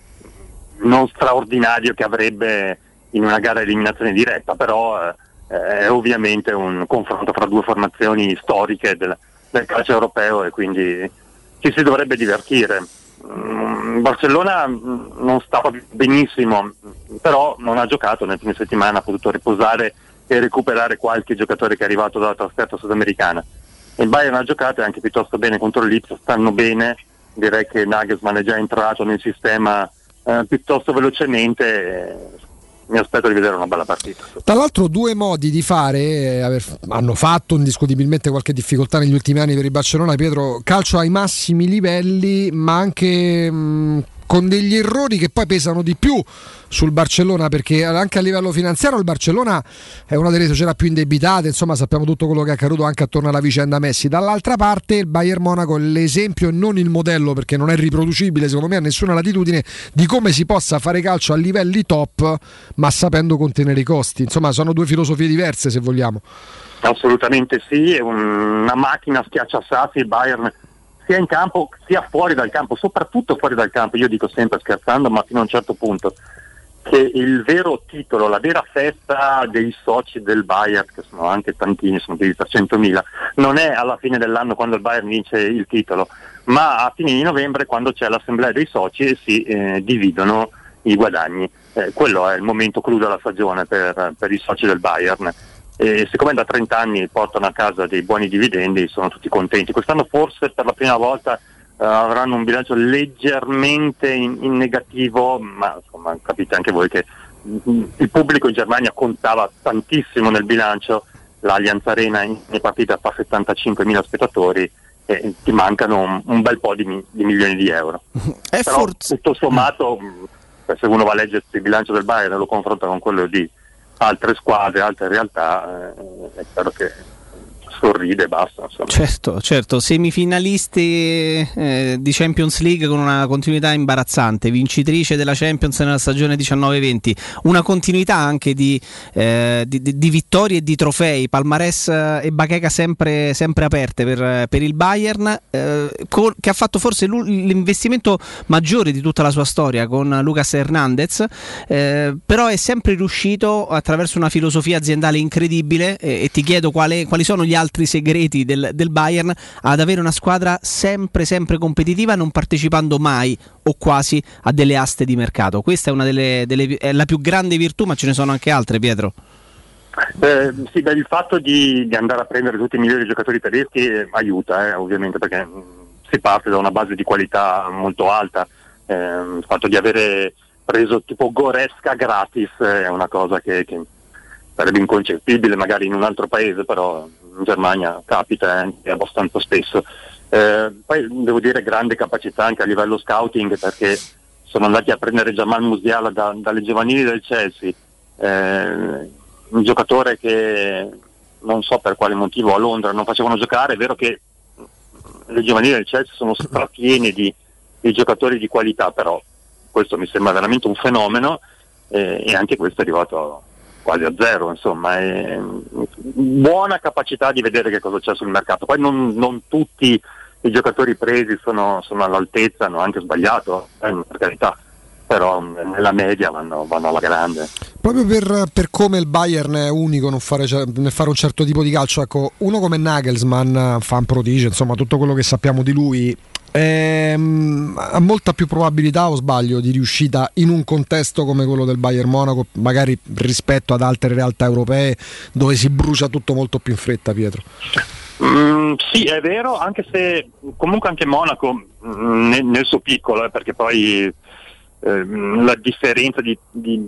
non straordinario che avrebbe in una gara di eliminazione diretta, però è ovviamente un confronto fra due formazioni storiche del calcio europeo, e quindi ci si dovrebbe divertire. Barcellona non stava benissimo, però non ha giocato nel fine settimana, ha potuto riposare e recuperare qualche giocatore che è arrivato dalla trasferta sudamericana. Il Bayern ha giocato anche piuttosto bene contro il Leeds, stanno bene, direi che Nagelsmann è già entrato nel sistema piuttosto velocemente, mi aspetto di vedere una bella partita.
Tra l'altro 2 modi di fare, hanno fatto indiscutibilmente qualche difficoltà negli ultimi anni per il Barcellona, Pietro, calcio ai massimi livelli, ma anche con degli errori che poi pesano di più sul Barcellona, perché anche a livello finanziario il Barcellona è una delle società più indebitate, insomma sappiamo tutto quello che è accaduto anche attorno alla vicenda Messi. Dall'altra parte il Bayern Monaco è l'esempio e non il modello, perché non è riproducibile secondo me a nessuna latitudine, di come si possa fare calcio a livelli top ma sapendo contenere i costi. Insomma sono 2 filosofie diverse, se vogliamo.
Assolutamente sì, è una macchina schiacciasassi il Bayern, sia in campo sia fuori dal campo, soprattutto fuori dal campo. Io dico sempre, scherzando, ma fino a un certo punto, che il vero titolo, la vera festa dei soci del Bayern, che sono anche tantini, sono più di 300.000, non è alla fine dell'anno quando il Bayern vince il titolo, ma a fine di novembre, quando c'è l'assemblea dei soci e si dividono i guadagni. Quello è il momento clou della stagione per i soci del Bayern. E siccome da 30 anni portano a casa dei buoni dividendi, sono tutti contenti. Quest'anno forse per la prima volta avranno un bilancio leggermente in negativo, ma insomma capite anche voi che il pubblico in Germania contava tantissimo nel bilancio. L'Allianz Arena in partita fa 75.000 spettatori e ti mancano un bel po' di milioni di euro. Però tutto sommato, se uno va a leggere il bilancio del Bayern e lo confronta con quello di altre squadre, altre realtà, è chiaro che sorride e basta, insomma.
Certo, semifinaliste di Champions League con una continuità imbarazzante, vincitrice della Champions nella stagione 19-20, una continuità anche di vittorie e di trofei, palmarès e bacheca sempre aperte per il Bayern, che ha fatto forse l'investimento maggiore di tutta la sua storia con Lucas Hernandez, però è sempre riuscito attraverso una filosofia aziendale incredibile, e ti chiedo quali sono gli altri segreti del Bayern ad avere una squadra sempre competitiva, non partecipando mai o quasi a delle aste di mercato. Questa è una è la più grande virtù, ma ce ne sono anche altre, Pietro.
Sì, il fatto di andare a prendere tutti i migliori giocatori tedeschi aiuta, ovviamente, perché si parte da una base di qualità molto alta. Il fatto di avere preso tipo Goretzka gratis è una cosa che sarebbe inconcepibile magari in un altro paese, però in Germania capita abbastanza spesso. Poi devo dire grande capacità anche a livello scouting, perché sono andati a prendere Jamal Musiala dalle giovanili del Chelsea, un giocatore che non so per quale motivo a Londra non facevano giocare. È vero che le giovanili del Chelsea sono strapiene di giocatori di qualità, però questo mi sembra veramente un fenomeno, e anche questo è arrivato quasi a zero, insomma. È buona capacità di vedere che cosa c'è sul mercato. Poi non tutti i giocatori presi sono all'altezza, hanno anche sbagliato, per carità, però nella media vanno alla grande.
Proprio per come il Bayern è unico nel fare un certo tipo di calcio, ecco, uno come Nagelsmann, fan prodigio, insomma tutto quello che sappiamo di lui, ha molta più probabilità, o sbaglio, di riuscita in un contesto come quello del Bayern Monaco, magari rispetto ad altre realtà europee dove si brucia tutto molto più in fretta, Pietro.
Sì, è vero, anche se comunque anche Monaco nel suo piccolo, perché poi la differenza di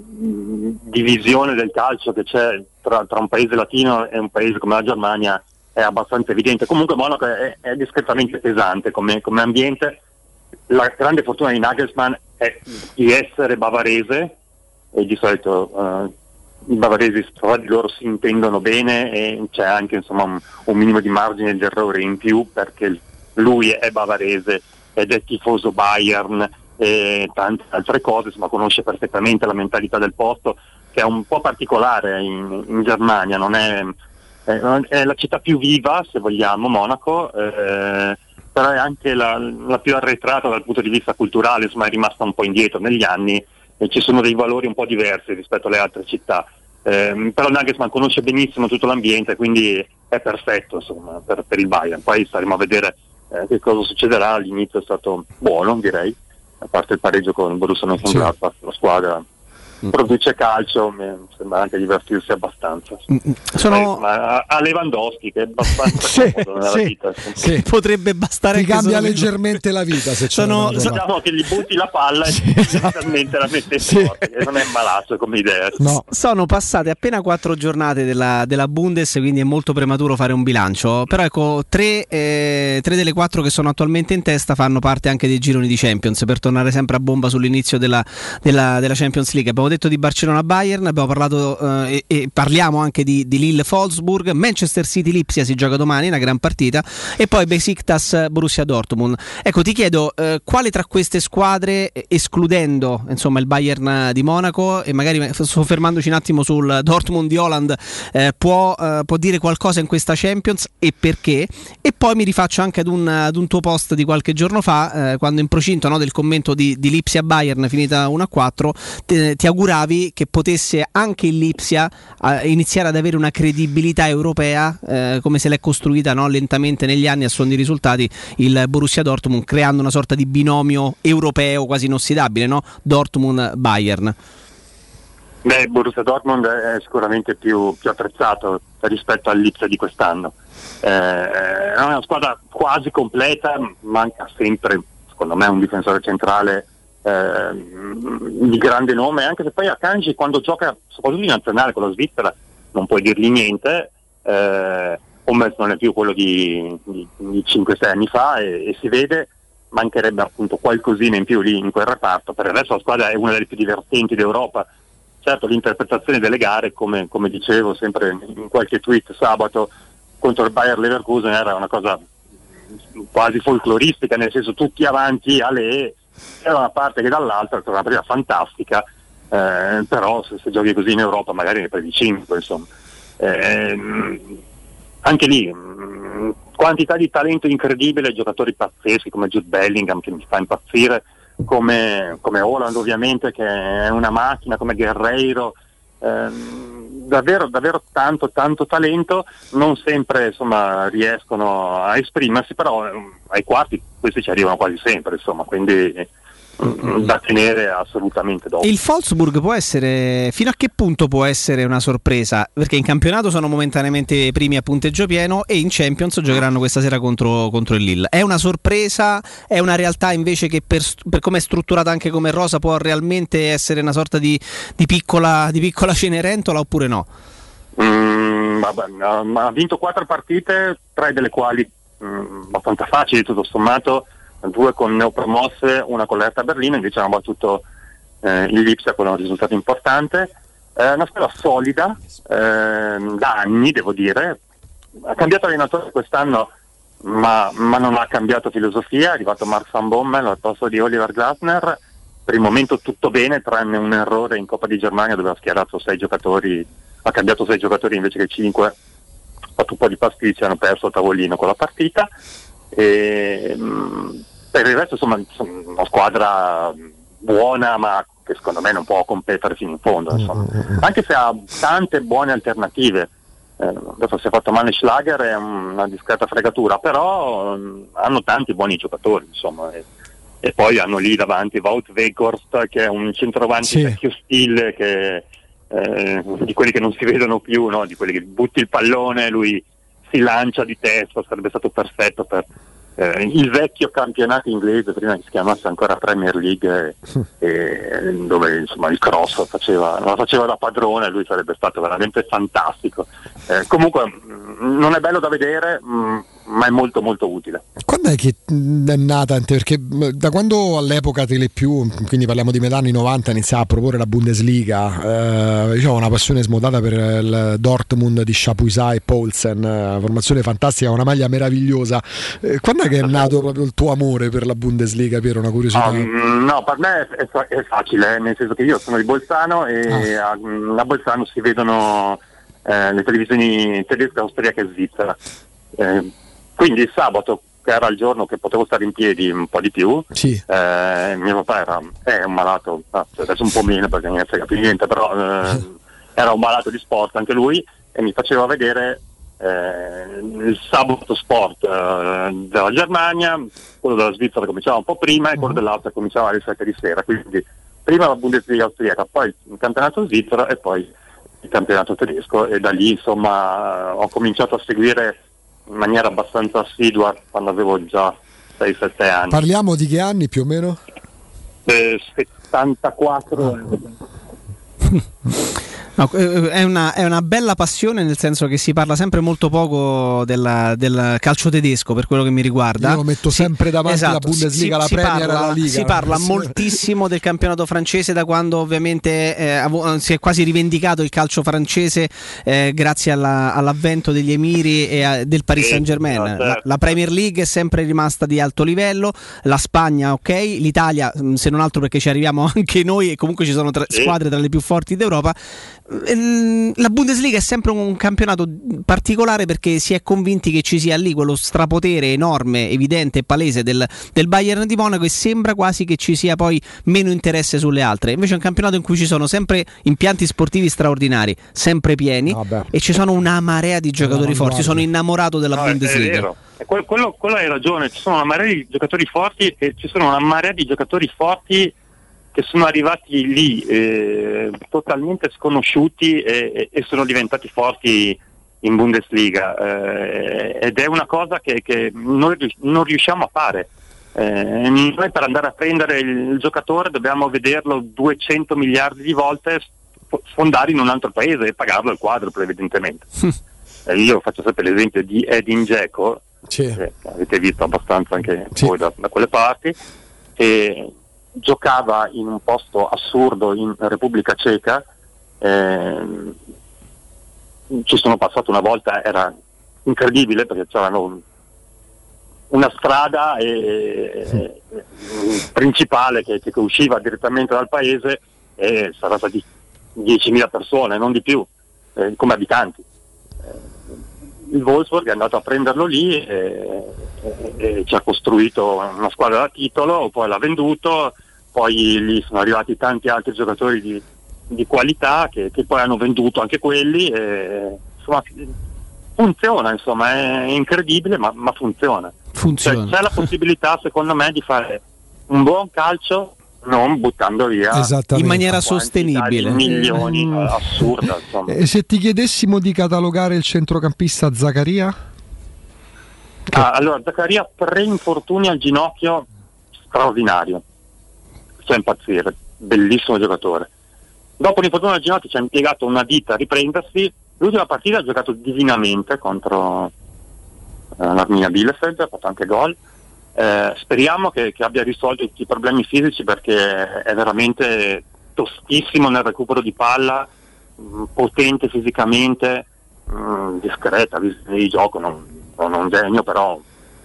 visione del calcio che c'è tra un paese latino e un paese come la Germania è abbastanza evidente. Comunque Monaco è discretamente pesante come ambiente. La grande fortuna di Nagelsmann è di essere bavarese, e di solito i bavaresi tra di loro si intendono bene, e c'è anche insomma un minimo di margine di errore in più, perché lui è bavarese ed è tifoso Bayern e tante altre cose, insomma conosce perfettamente la mentalità del posto, che è un po' particolare in Germania. Non è la città più viva, se vogliamo, Monaco, però è anche la più arretrata dal punto di vista culturale, insomma è rimasta un po' indietro negli anni, e ci sono dei valori un po' diversi rispetto alle altre città, però Nagelsmann conosce benissimo tutto l'ambiente, quindi è perfetto, insomma, per il Bayern. Poi staremo a vedere che cosa succederà. All'inizio è stato buono, direi, a parte il pareggio con Borussia Mönchengladbach, la squadra produce calcio, mi sembra anche divertirsi abbastanza. Ma a Lewandowski, che è abbastanza comodo nella vita.
Potrebbe bastare.
Ti cambia leggermente la vita se
diciamo che gli butti la palla e inizialmente la mette in porta, che non è malaccio come idea.
No. Sono passate appena 4 giornate della Bundes, quindi è molto prematuro fare un bilancio, però ecco, 3 delle 4 che sono attualmente in testa fanno parte anche dei gironi di Champions, per tornare sempre a bomba sull'inizio della Champions League. Abbiamo detto di Barcellona-Bayern, abbiamo parlato e parliamo anche di Lille-Wolfsburg, Manchester City-Lipsia si gioca domani, una gran partita, e poi Besiktas-Borussia Dortmund. Ecco, ti chiedo quale tra queste squadre, escludendo insomma il Bayern di Monaco e magari soffermandoci un attimo sul Dortmund di Haaland, può dire qualcosa in questa Champions e perché? E poi mi rifaccio anche ad un tuo post di qualche giorno fa, quando in procinto, no, del commento di Lipsia-Bayern finita 1-4, ti auguravi che potesse anche il Lipsia iniziare ad avere una credibilità europea, come se l'è costruita, no, lentamente negli anni a suon di risultati il Borussia Dortmund, creando una sorta di binomio europeo quasi inossidabile, no? Dortmund-Bayern.
Beh, il Borussia Dortmund è sicuramente più attrezzato rispetto al Lipsia di quest'anno. È una squadra quasi completa, manca sempre, secondo me, un difensore centrale di grande nome, anche se poi Akanji, quando gioca soprattutto in nazionale con la Svizzera, non puoi dirgli niente. Hummels non è più quello di 5-6 anni fa e si vede, mancherebbe appunto qualcosina in più lì in quel reparto. Per il resto la squadra è una delle più divertenti d'Europa. Certo, l'interpretazione delle gare, come dicevo sempre in qualche tweet sabato, contro il Bayer Leverkusen era una cosa quasi folcloristica, nel senso tutti avanti alle da una parte che dall'altra, è una partita fantastica, però se giochi così in Europa magari ne prendi 5, insomma. Anche lì quantità di talento incredibile, giocatori pazzeschi come Jude Bellingham, che mi fa impazzire, come Haaland ovviamente, che è una macchina, come Guerreiro, davvero tanto talento. Non sempre insomma riescono a esprimersi, però ai quarti questi ci arrivano quasi sempre, insomma, quindi da tenere assolutamente dopo.
Il Wolfsburg può essere, fino a che punto può essere una sorpresa? Perché in campionato sono momentaneamente primi a punteggio pieno e in Champions giocheranno questa sera contro il Lille. È una sorpresa? È una realtà invece che per come è strutturata anche come rosa può realmente essere una sorta di piccola Cenerentola oppure no?
Ha vinto 4 partite, 3 delle quali abbastanza facili tutto sommato, 2 con neopromosse, una con l'Hertha Berlino, invece hanno battuto il Lipsia con un risultato importante. Una squadra solida, da anni devo dire, ha cambiato allenatore quest'anno ma non ha cambiato filosofia, è arrivato Mark van Bommel al posto di Oliver Glasner. Per il momento tutto bene, tranne un errore in Coppa di Germania dove ha schierato 6 giocatori, ha cambiato 6 giocatori invece che 5, ha fatto un po' di pasticci, hanno perso a tavolino con la partita. E per il resto insomma una squadra buona, ma che secondo me non può competere fino in fondo, insomma. Anche se ha tante buone alternative. Adesso si è fatto male Schlager, è una discreta fregatura, però hanno tanti buoni giocatori, insomma, e poi hanno lì davanti Wout Weghorst, che è un centravanti vecchio stile, che di quelli che non si vedono più, no? Di quelli che butti il pallone, lui si lancia di testa, sarebbe stato perfetto per il vecchio campionato inglese prima che si chiamasse ancora Premier League, dove insomma il cross la faceva da padrone, lui sarebbe stato veramente fantastico. Comunque non è bello da vedere, ma è molto molto utile.
Quando è che è nata? Perché da quando all'epoca Telepiù, quindi parliamo di metà anni 90, iniziava a proporre la Bundesliga, diciamo una passione smodata per il Dortmund di Chapuisat e Poulsen, una formazione fantastica, una maglia meravigliosa. Quando è che è nato proprio il tuo amore per la Bundesliga, Piero? Una curiosità?
No, per me è facile, nel senso che io sono di Bolzano e a Bolzano si vedono le televisioni tedesche, austriache e svizzera. Quindi il sabato, che era il giorno che potevo stare in piedi un po' di più, mio papà è un malato, adesso un po' meno perché non ne frega più niente, però era un malato di sport anche lui, e mi faceva vedere il sabato sport della Germania, quello della Svizzera cominciava un po' prima e quello dell'Austria cominciava alle 7 di sera, quindi prima la Bundesliga austriaca, poi il campionato svizzero e poi il campionato tedesco, e da lì insomma ho cominciato a seguire in maniera abbastanza assidua quando avevo già 6-7 anni.
Parliamo di che anni più o meno?
74.
No, è una bella passione, nel senso che si parla sempre molto poco del calcio tedesco, per quello che mi riguarda.
Io lo metto sempre davanti alla Bundesliga, la Premier e la Liga.
Si parla moltissimo del campionato francese da quando ovviamente si è quasi rivendicato il calcio francese grazie all'avvento degli Emiri e del Paris Saint-Germain. La Premier League è sempre rimasta di alto livello, la Spagna ok, l'Italia se non altro perché ci arriviamo anche noi e comunque ci sono squadre tra le più forti d'Europa. La Bundesliga è sempre un campionato particolare perché si è convinti che ci sia lì quello strapotere enorme, evidente e palese del Bayern di Monaco, e sembra quasi che ci sia poi meno interesse sulle altre. Invece è un campionato in cui ci sono sempre impianti sportivi straordinari, sempre pieni, e ci sono una marea di giocatori forti. Sono innamorato della Bundesliga.
È vero. Quello hai ragione, ci sono una marea di giocatori forti e ci sono una marea di giocatori forti che sono arrivati lì totalmente sconosciuti e sono diventati forti in Bundesliga, ed è una cosa che non riusciamo a fare. Noi per andare a prendere il giocatore dobbiamo vederlo 200 miliardi di volte sfondare in un altro paese e pagarlo il quadruplo evidentemente. Io faccio sempre l'esempio di Edin Dzeko, che avete visto abbastanza anche voi da quelle parti, e giocava in un posto assurdo in Repubblica Ceca. Ci sono passato una volta, era incredibile perché c'erano una strada principale che usciva direttamente dal paese e sarà stati 10.000 persone, non di più, come abitanti. Il Wolfsburg è andato a prenderlo lì e ci ha costruito una squadra da titolo, poi l'ha venduto, poi lì sono arrivati tanti altri giocatori di qualità che poi hanno venduto anche quelli, e insomma funziona, insomma è incredibile ma funziona. C'è la possibilità secondo me di fare un buon calcio non buttando via
in maniera sostenibile
milioni, assurda insomma.
E se ti chiedessimo di catalogare il centrocampista Zaccaria?
Allora Zaccaria pre-infortunio al ginocchio straordinario, cioè impazzire, bellissimo giocatore. Dopo l'infortunio al ginocchio ci ha impiegato una vita a riprendersi. L'ultima partita ha giocato divinamente contro l'Arminia Bielefeld, ha fatto anche gol. Speriamo che abbia risolto tutti i problemi fisici, perché è veramente tostissimo nel recupero di palla, potente fisicamente, discreta visione di gioco, non un genio però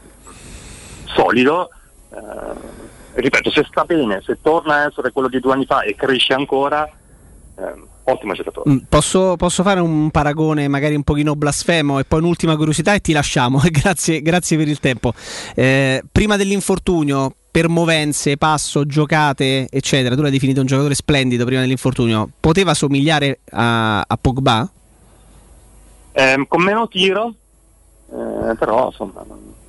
solido. Ripeto, se sta bene, se torna a essere quello di 2 anni fa e cresce ancora, ottimo giocatore.
Posso fare un paragone magari un pochino blasfemo e poi un'ultima curiosità e ti lasciamo. grazie per il tempo. Prima dell'infortunio, per movenze, passo, giocate eccetera, tu l'hai definito un giocatore splendido prima dell'infortunio, poteva somigliare a Pogba?
Con meno tiro, però insomma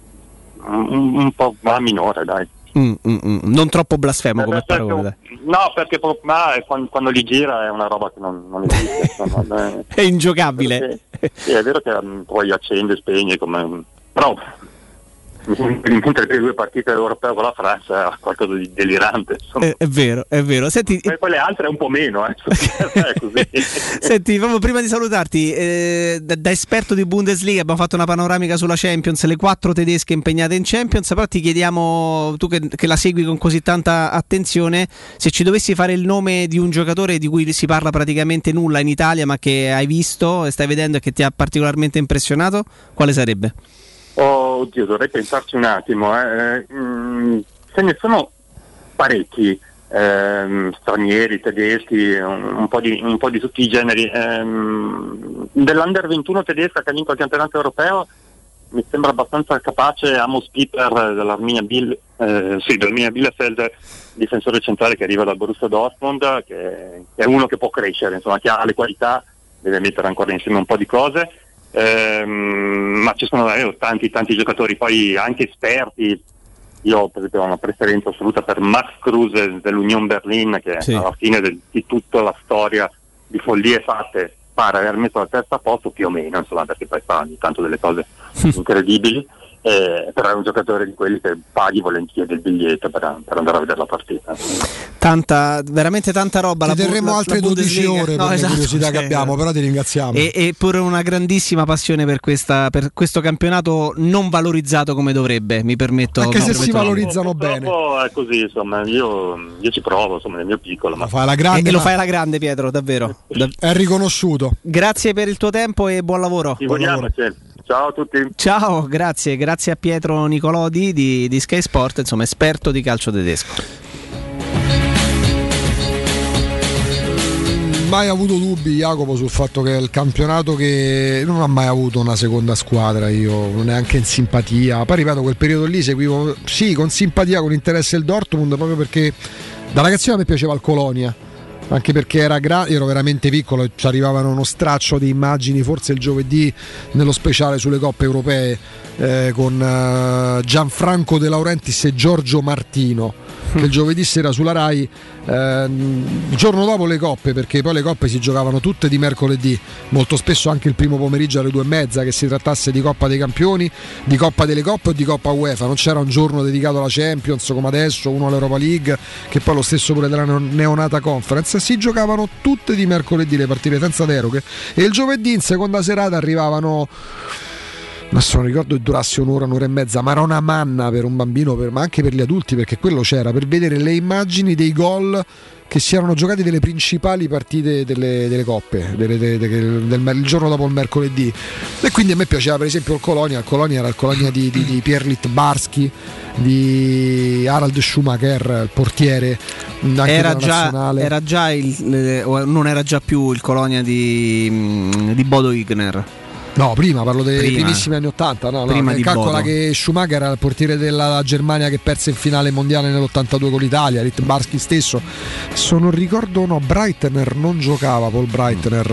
un po' minore, dai.
Non troppo blasfemo come parole.
No, perché quando li gira è una roba che non esiste. Insomma,
è ingiocabile.
Sì, è vero che poi accende e spegne, però mentre le 2 partite dell'Europeo con la Francia è qualcosa di delirante.
È vero. Senti,
e poi le altre un po' meno. Così.
Senti, proprio prima di salutarti, da esperto di Bundesliga abbiamo fatto una panoramica sulla Champions, le 4 tedesche impegnate in Champions, però ti chiediamo, tu che la segui con così tanta attenzione, se ci dovessi fare il nome di un giocatore di cui si parla praticamente nulla in Italia ma che hai visto e stai vedendo e che ti ha particolarmente impressionato, quale sarebbe?
Oddio, dovrei pensarci un attimo. Ce ne sono parecchi, stranieri, tedeschi, un po' di tutti i generi. Dell'Under 21 tedesca che ha vinto il campionato europeo mi sembra abbastanza capace Amos Pieper dell'Arminia Bielefeld, difensore centrale che arriva dal Borussia Dortmund, che è uno che può crescere, insomma, che ha le qualità, deve mettere ancora insieme un po' di cose. Ma ci sono tanti giocatori poi anche esperti, io per esempio ho una preferenza assoluta per Max Kruse dell'Union Berlin, che alla fine di tutta la storia di follie fatte pare aver messo la testa a posto più o meno, insomma, perché poi fa ogni tanto delle cose incredibili. Però è un giocatore di quelli che paghi volentieri il biglietto per andare a vedere la partita.
Veramente tanta roba.
Ti terremo altre 12 ore per le curiosità che abbiamo, però ti ringraziamo.
E pure una grandissima passione per questo campionato non valorizzato come dovrebbe, mi permetto.
Anche se si valorizzano bene.
È così, insomma, io ci provo, insomma, nel mio piccolo. Ma
fai alla grande,
e lo fai alla grande, Pietro, davvero.
È riconosciuto.
Grazie per il tuo tempo e buon lavoro.
Ciao a tutti.
Ciao, grazie a Pietro Nicolodi di Sky Sport, insomma, esperto di calcio tedesco.
Mai avuto dubbi, Jacopo, sul fatto che è il campionato che non ha mai avuto una seconda squadra, io neanche in simpatia. Poi ripeto, quel periodo lì seguivo con simpatia, con interesse il Dortmund, proprio perché da ragazzino a me piaceva il Colonia. Anche perché ero veramente piccolo e ci arrivavano uno straccio di immagini, forse il giovedì nello speciale sulle coppe europee con Gianfranco De Laurentiis e Giorgio Martino, che il giovedì sera sulla Rai, il giorno dopo le coppe, perché poi le coppe si giocavano tutte di mercoledì, molto spesso anche il primo pomeriggio alle 2:30, che si trattasse di Coppa dei Campioni, di Coppa delle Coppe o di Coppa UEFA. Non c'era un giorno dedicato alla Champions come adesso, uno all'Europa League, che poi lo stesso pure della neonata Conference. Si giocavano tutte di mercoledì le partite senza deroghe, e il giovedì in seconda serata arrivavano, adesso non ricordo che durasse un'ora e mezza, ma era una manna per un bambino, ma anche per gli adulti, perché quello c'era, per vedere le immagini dei gol che si erano giocati delle principali partite delle coppe il giorno dopo il mercoledì. E quindi a me piaceva per esempio il Colonia era il Colonia di Pierre Littbarski, di Harald Schumacher, il portiere
era già non era già più il Colonia di Bodo Igner.
No, prima parlo dei primissimi anni 80. Calcola che Schumacher era il portiere della Germania che perse in finale mondiale nell'82 con l'Italia, Littbarski stesso. Se non ricordo, Breitner non giocava, Paul Breitner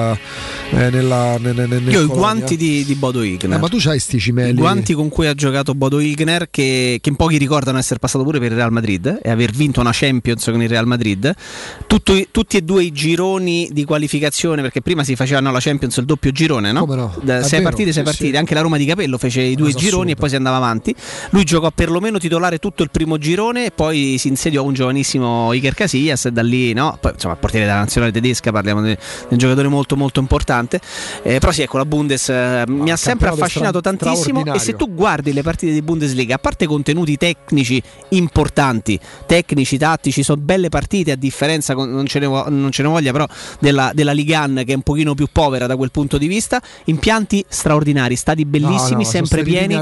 nel
io i guanti di Bodo Igner.
Ma tu c'hai sti cimelli.
I guanti con cui ha giocato Bodo Igner, che in pochi ricordano essere passato pure per il Real Madrid e aver vinto una Champions con il Real Madrid. Tutti e due i gironi di qualificazione, perché prima si facevano la Champions il doppio girone, no?
Come no?
Sei partite. Anche la Roma di Capello fece i due gironi e poi si andava avanti. Lui giocò perlomeno titolare tutto il primo girone e poi si insediò un giovanissimo Iker Casillas, e da lì poi, insomma, portiere della nazionale tedesca, parliamo di un giocatore molto molto importante. Però sì, ecco, la Bundes mi ha sempre affascinato tantissimo, e se tu guardi le partite di Bundesliga, a parte contenuti tecnici importanti, tecnici, tattici, sono belle partite, a differenza, non ce ne voglia, però della Ligue 1, che è un pochino più povera da quel punto di vista. Impianti straordinari, stati bellissimi, sempre pieni,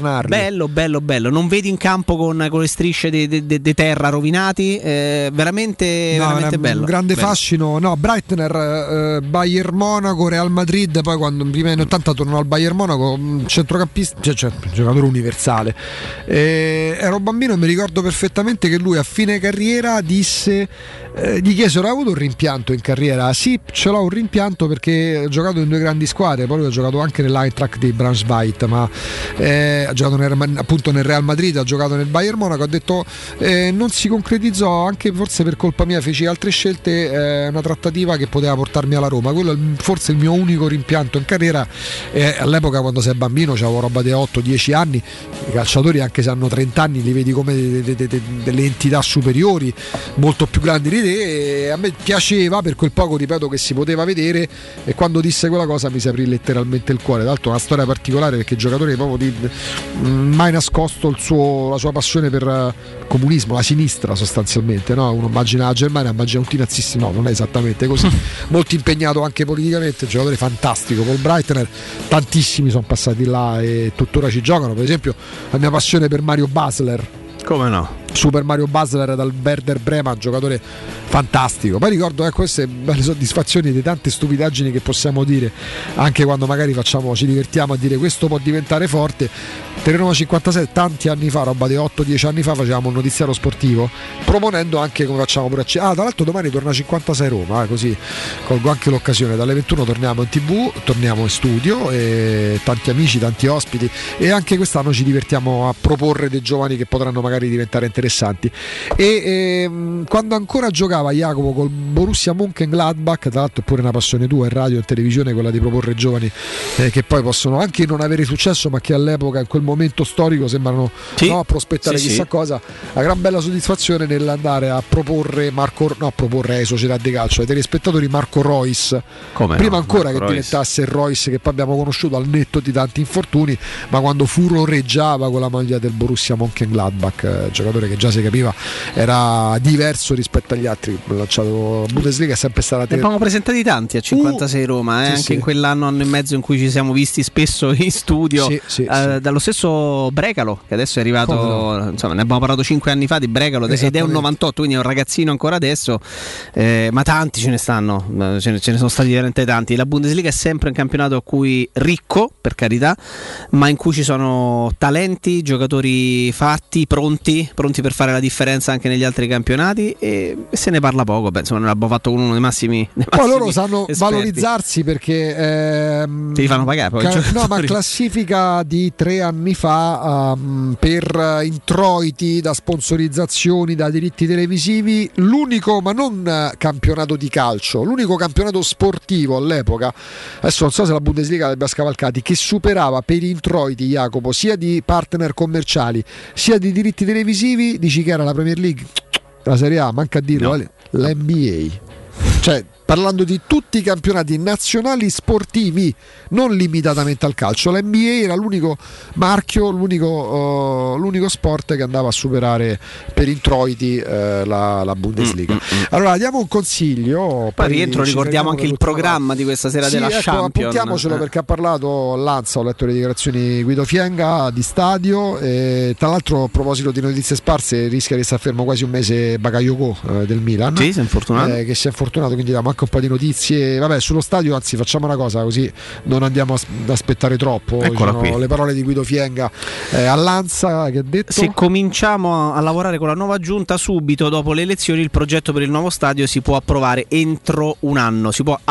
bello. Non vedi in campo con le strisce di terra rovinati, veramente bello.
Un grande fascino. Breitner, Bayern Monaco, Real Madrid, poi quando prima anni 80 tornò al Bayern Monaco, centrocampista, cioè giocatore universale. Ero bambino e mi ricordo perfettamente che lui a fine carriera disse, gli chiesero: hai avuto un rimpianto in carriera? Sì, ce l'ho un rimpianto, perché ho giocato in due grandi squadre, poi lui ha giocato anche nell'Eintracht di Braunschweig, ma ha giocato appunto nel Real Madrid, ha giocato nel Bayern Monaco. Ha detto non si concretizzò, anche forse per colpa mia feci altre scelte, una trattativa che poteva portarmi alla Roma. Quello è forse il mio unico rimpianto in carriera. All'epoca, quando sei bambino, c'avevo roba di 8-10 anni, i calciatori anche se hanno 30 anni li vedi come delle entità superiori, molto più grandi di te, e a me piaceva per quel poco, ripeto, che si poteva vedere, e quando disse quella cosa mi si aprì letteralmente il cuore. Tra l'altro una storia particolare, perché il giocatore proprio mai nascosto la sua passione per il comunismo, la sinistra sostanzialmente, no? Uno immagina la Germania, immagina tutti i nazisti, no, non è esattamente così. Molto impegnato anche politicamente, un giocatore fantastico. Paul Breitner, tantissimi sono passati là e tuttora ci giocano. Per esempio la mia passione per Mario Basler,
come no?
Super Mario Basler dal Werder Bremen, giocatore fantastico. Poi ricordo queste belle soddisfazioni di tante stupidaggini che possiamo dire anche quando magari ci divertiamo a dire questo può diventare forte. Teleroma 56 tanti anni fa, roba di 8-10 anni fa, facevamo un notiziario sportivo proponendo anche come facciamo pure tra l'altro domani torna 56 Roma, così colgo anche l'occasione, dalle 21 torniamo in TV, torniamo in studio, e tanti amici, tanti ospiti, e anche quest'anno ci divertiamo a proporre dei giovani che potranno magari diventare interessanti. E quando ancora giocava Jacopo col Borussia Mönchengladbach, tra l'altro è pure una passione tua in radio e in televisione, quella di proporre giovani che poi possono anche non avere successo, ma che all'epoca in quel momento storico sembrano prospettare chissà cosa. La gran bella soddisfazione nell'andare a proporre proporre ai società di calcio, ai telespettatori, Marco Reus, prima ancora che diventasse il Reus che poi abbiamo conosciuto al netto di tanti infortuni, ma quando furoreggiava con la maglia del Borussia Mönchengladbach, giocatore che già si capiva era diverso rispetto agli altri. Lanciato Bundesliga è sempre stata
ne abbiamo presentati tanti a 56 Roma, anche in quell'anno, anno e mezzo in cui ci siamo visti spesso in studio, dallo stesso Brecalo, che adesso è arrivato, insomma ne abbiamo parlato 5 anni fa di Brecalo ed è un 98, quindi è un ragazzino ancora adesso, ma tanti ce ne stanno, ce ne sono stati veramente tanti. La Bundesliga è sempre un campionato a cui ricco, per carità, ma in cui ci sono talenti, giocatori fatti, pronti per fare la differenza anche negli altri campionati, e se ne parla poco. Insomma, noi l'abbiamo fatto con uno dei massimi
poi loro sanno valorizzarsi, perché
ti fanno pagare poi
ma classifica di 3 anni fa per introiti da sponsorizzazioni, da diritti televisivi, l'unico, ma non campionato di calcio, l'unico campionato sportivo all'epoca, adesso non so se la Bundesliga l'abbia scavalcati, che superava per introiti, Jacopo, sia di partner commerciali sia di diritti televisivi, dici che era la Premier League, la Serie A, manca a dirlo, l'NBA. Cioè, parlando di tutti i campionati nazionali sportivi, non limitatamente al calcio, l'NBA era l'unico marchio, l'unico sport che andava a superare per introiti la Bundesliga. Allora diamo un consiglio,
poi rientro, ricordiamo anche il programma di questa sera della Champions.
Appuntiamocelo, perché ha parlato Lanza, ho letto le dichiarazioni di Guido Fienga di stadio, e tra l'altro a proposito di notizie sparse rischia di stare fermo quasi un mese Bakayoko del Milan,
si è infortunato,
che si è infortunato, quindi diamo anche un po' di notizie. Vabbè, sullo stadio, anzi facciamo una cosa, così non andiamo ad aspettare troppo. Le parole di Guido Fienga a Lanza, che ha detto:
se cominciamo a lavorare con la nuova giunta subito dopo le elezioni, il progetto per il nuovo stadio si può approvare entro un anno,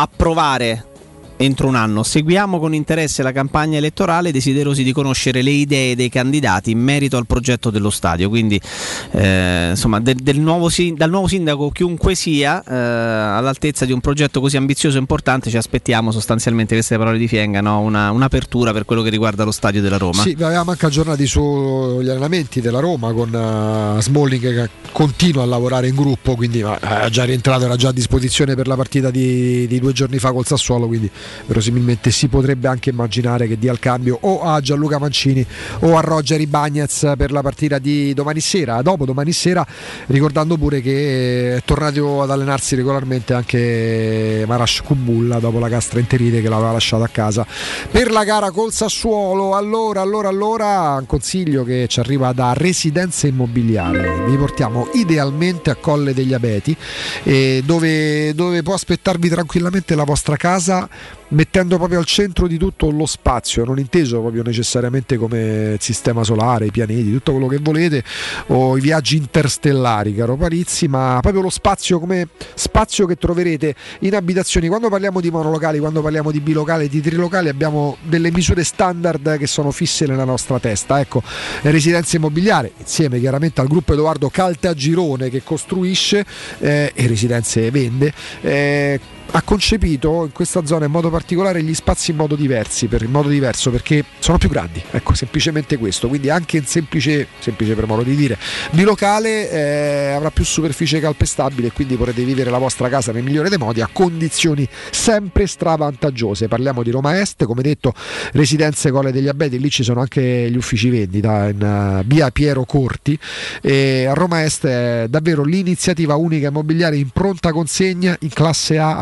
entro un anno. Seguiamo con interesse la campagna elettorale, desiderosi di conoscere le idee dei candidati in merito al progetto dello stadio. Quindi insomma dal nuovo sindaco, chiunque sia, all'altezza di un progetto così ambizioso e importante, ci aspettiamo sostanzialmente, queste parole di Fienga, un'apertura per quello che riguarda lo stadio della Roma.
Sì, avevamo anche aggiornati sugli allenamenti della Roma con Smalling, che continua a lavorare in gruppo, quindi è già rientrato, era già a disposizione per la partita di 2 giorni fa col Sassuolo, quindi verosimilmente si potrebbe anche immaginare che dia il cambio o a Gianluca Mancini o a Roger Ibañez per la partita di domani sera, dopo domani sera, ricordando pure che è tornato ad allenarsi regolarmente anche Marash Kumbulla dopo la gastroenterite che l'aveva lasciato a casa per la gara col Sassuolo. Allora un consiglio che ci arriva da Residenze Immobiliari: vi portiamo idealmente a Colle degli Abeti, dove può aspettarvi tranquillamente la vostra casa, mettendo proprio al centro di tutto lo spazio, non inteso proprio necessariamente come il sistema solare, i pianeti, tutto quello che volete, o i viaggi interstellari, caro Parizzi, ma proprio lo spazio come spazio che troverete in abitazioni. Quando parliamo di monolocali, quando parliamo di bilocali, di trilocali, abbiamo delle misure standard che sono fisse nella nostra testa. Ecco, Residenze Immobiliari, insieme chiaramente al gruppo Edoardo Caltagirone che costruisce e Residenze vende, ha concepito in questa zona in modo particolare gli spazi in modo diverso, perché sono più grandi, ecco, semplicemente questo. Quindi anche in semplice per modo di dire bilocale avrà più superficie calpestabile, e quindi potrete vivere la vostra casa nel migliore dei modi a condizioni sempre stravantaggiose. Parliamo di Roma Est, come detto, Residenze Colle degli Abeti, lì ci sono anche gli uffici vendita in via Piero Corti, e a Roma Est è davvero l'iniziativa unica immobiliare in pronta consegna in classe A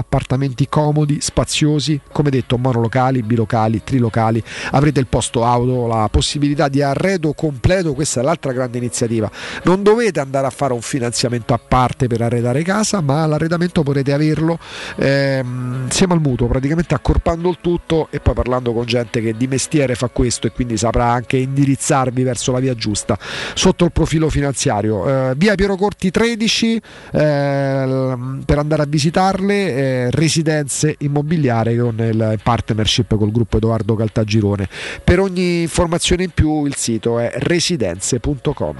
appartamenti comodi, spaziosi, come detto monolocali, bilocali, trilocali, avrete il posto auto, la possibilità di arredo completo. Questa è l'altra grande iniziativa, non dovete andare a fare un finanziamento a parte per arredare casa, ma l'arredamento potete averlo insieme al mutuo, praticamente accorpando il tutto e poi parlando con gente che di mestiere fa questo e quindi saprà anche indirizzarvi verso la via giusta sotto il profilo finanziario. Via Piero Corti 13 per andare a visitarle, residenze immobiliari con il partnership col gruppo Edoardo Caltagirone. Per ogni informazione in più il sito è residenze.com.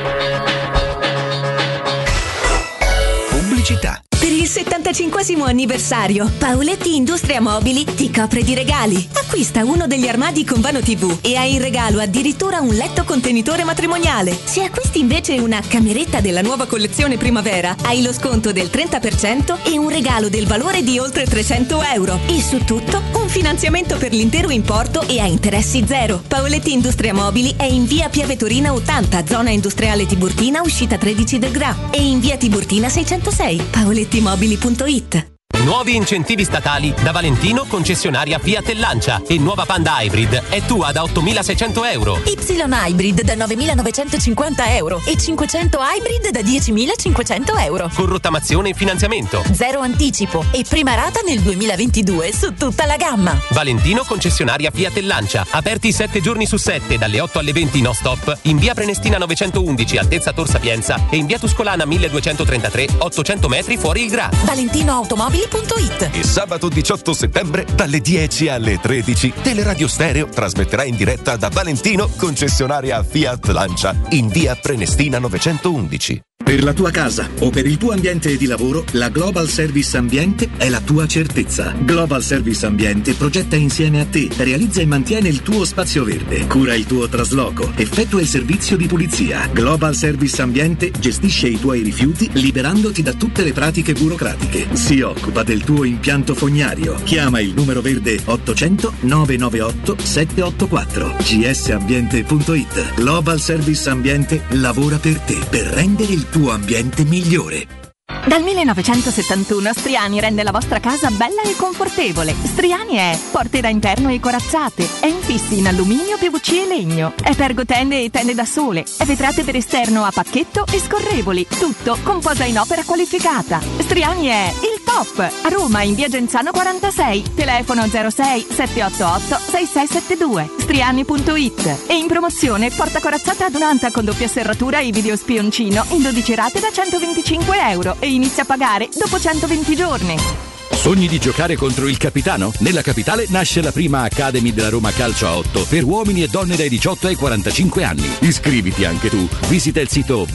Pubblicità.
Per il 75° anniversario, Paoletti Industria Mobili ti copre di regali. Acquista uno degli armadi con vano TV e hai in regalo addirittura un letto contenitore matrimoniale. Se acquisti invece una cameretta della nuova collezione primavera, hai lo sconto del 30% e un regalo del valore di oltre 300 euro. E su tutto, un finanziamento per l'intero importo e a interessi zero. Paoletti Industria Mobili è in via Pieve Torina 80, zona industriale Tiburtina, uscita 13 del Gra, e in via Tiburtina 606. Paolettimobili.it.
Nuovi incentivi statali da Valentino, concessionaria Fiat e Lancia, e nuova Panda Hybrid è tua da 8.600 euro.
Y Hybrid da 9.950 euro e 500 Hybrid da 10.500 euro.
Con rottamazione e finanziamento.
Zero anticipo e prima rata nel 2022 su tutta la gamma.
Valentino, concessionaria Fiat e Lancia, aperti 7 giorni su 7 dalle 8 alle 20 no stop in via Prenestina 911 altezza Tor Sapienza e in via Tuscolana 1233 800 metri fuori il Gra.
ValentinoAutomobili.it.
E sabato 18 settembre dalle 10 alle 13 Teleradio Stereo trasmetterà in diretta da Valentino, concessionaria Fiat Lancia, in via Prenestina 911.
Per la tua casa o per il tuo ambiente di lavoro, la Global Service Ambiente è la tua certezza. Global Service Ambiente progetta insieme a te, realizza e mantiene il tuo spazio verde, cura il tuo trasloco, effettua il servizio di pulizia. Global Service Ambiente gestisce i tuoi rifiuti liberandoti da tutte le pratiche burocratiche. Si occupa del tuo impianto fognario. Chiama il numero verde 800 998 784. gsambiente.it. Global Service Ambiente lavora per te, per rendere il tuo ambiente migliore.
Dal 1971 Striani rende la vostra casa bella e confortevole. Striani è porte da interno e corazzate, è infissi in alluminio, PVC e legno, è pergotende e tende da sole, è vetrate per esterno a pacchetto e scorrevoli, tutto con posa in opera qualificata. Striani è il top! A Roma in via Genzano 46, telefono 06 788 6672, striani.it. E in promozione porta corazzata adunata con doppia serratura e video spioncino in 12 rate da 125 euro e inizia a pagare dopo 120 giorni.
Sogni di giocare contro il capitano? Nella capitale nasce la prima Academy della Roma Calcio a 8 per uomini e donne dai 18 ai 45 anni. Iscriviti anche tu. Visita il sito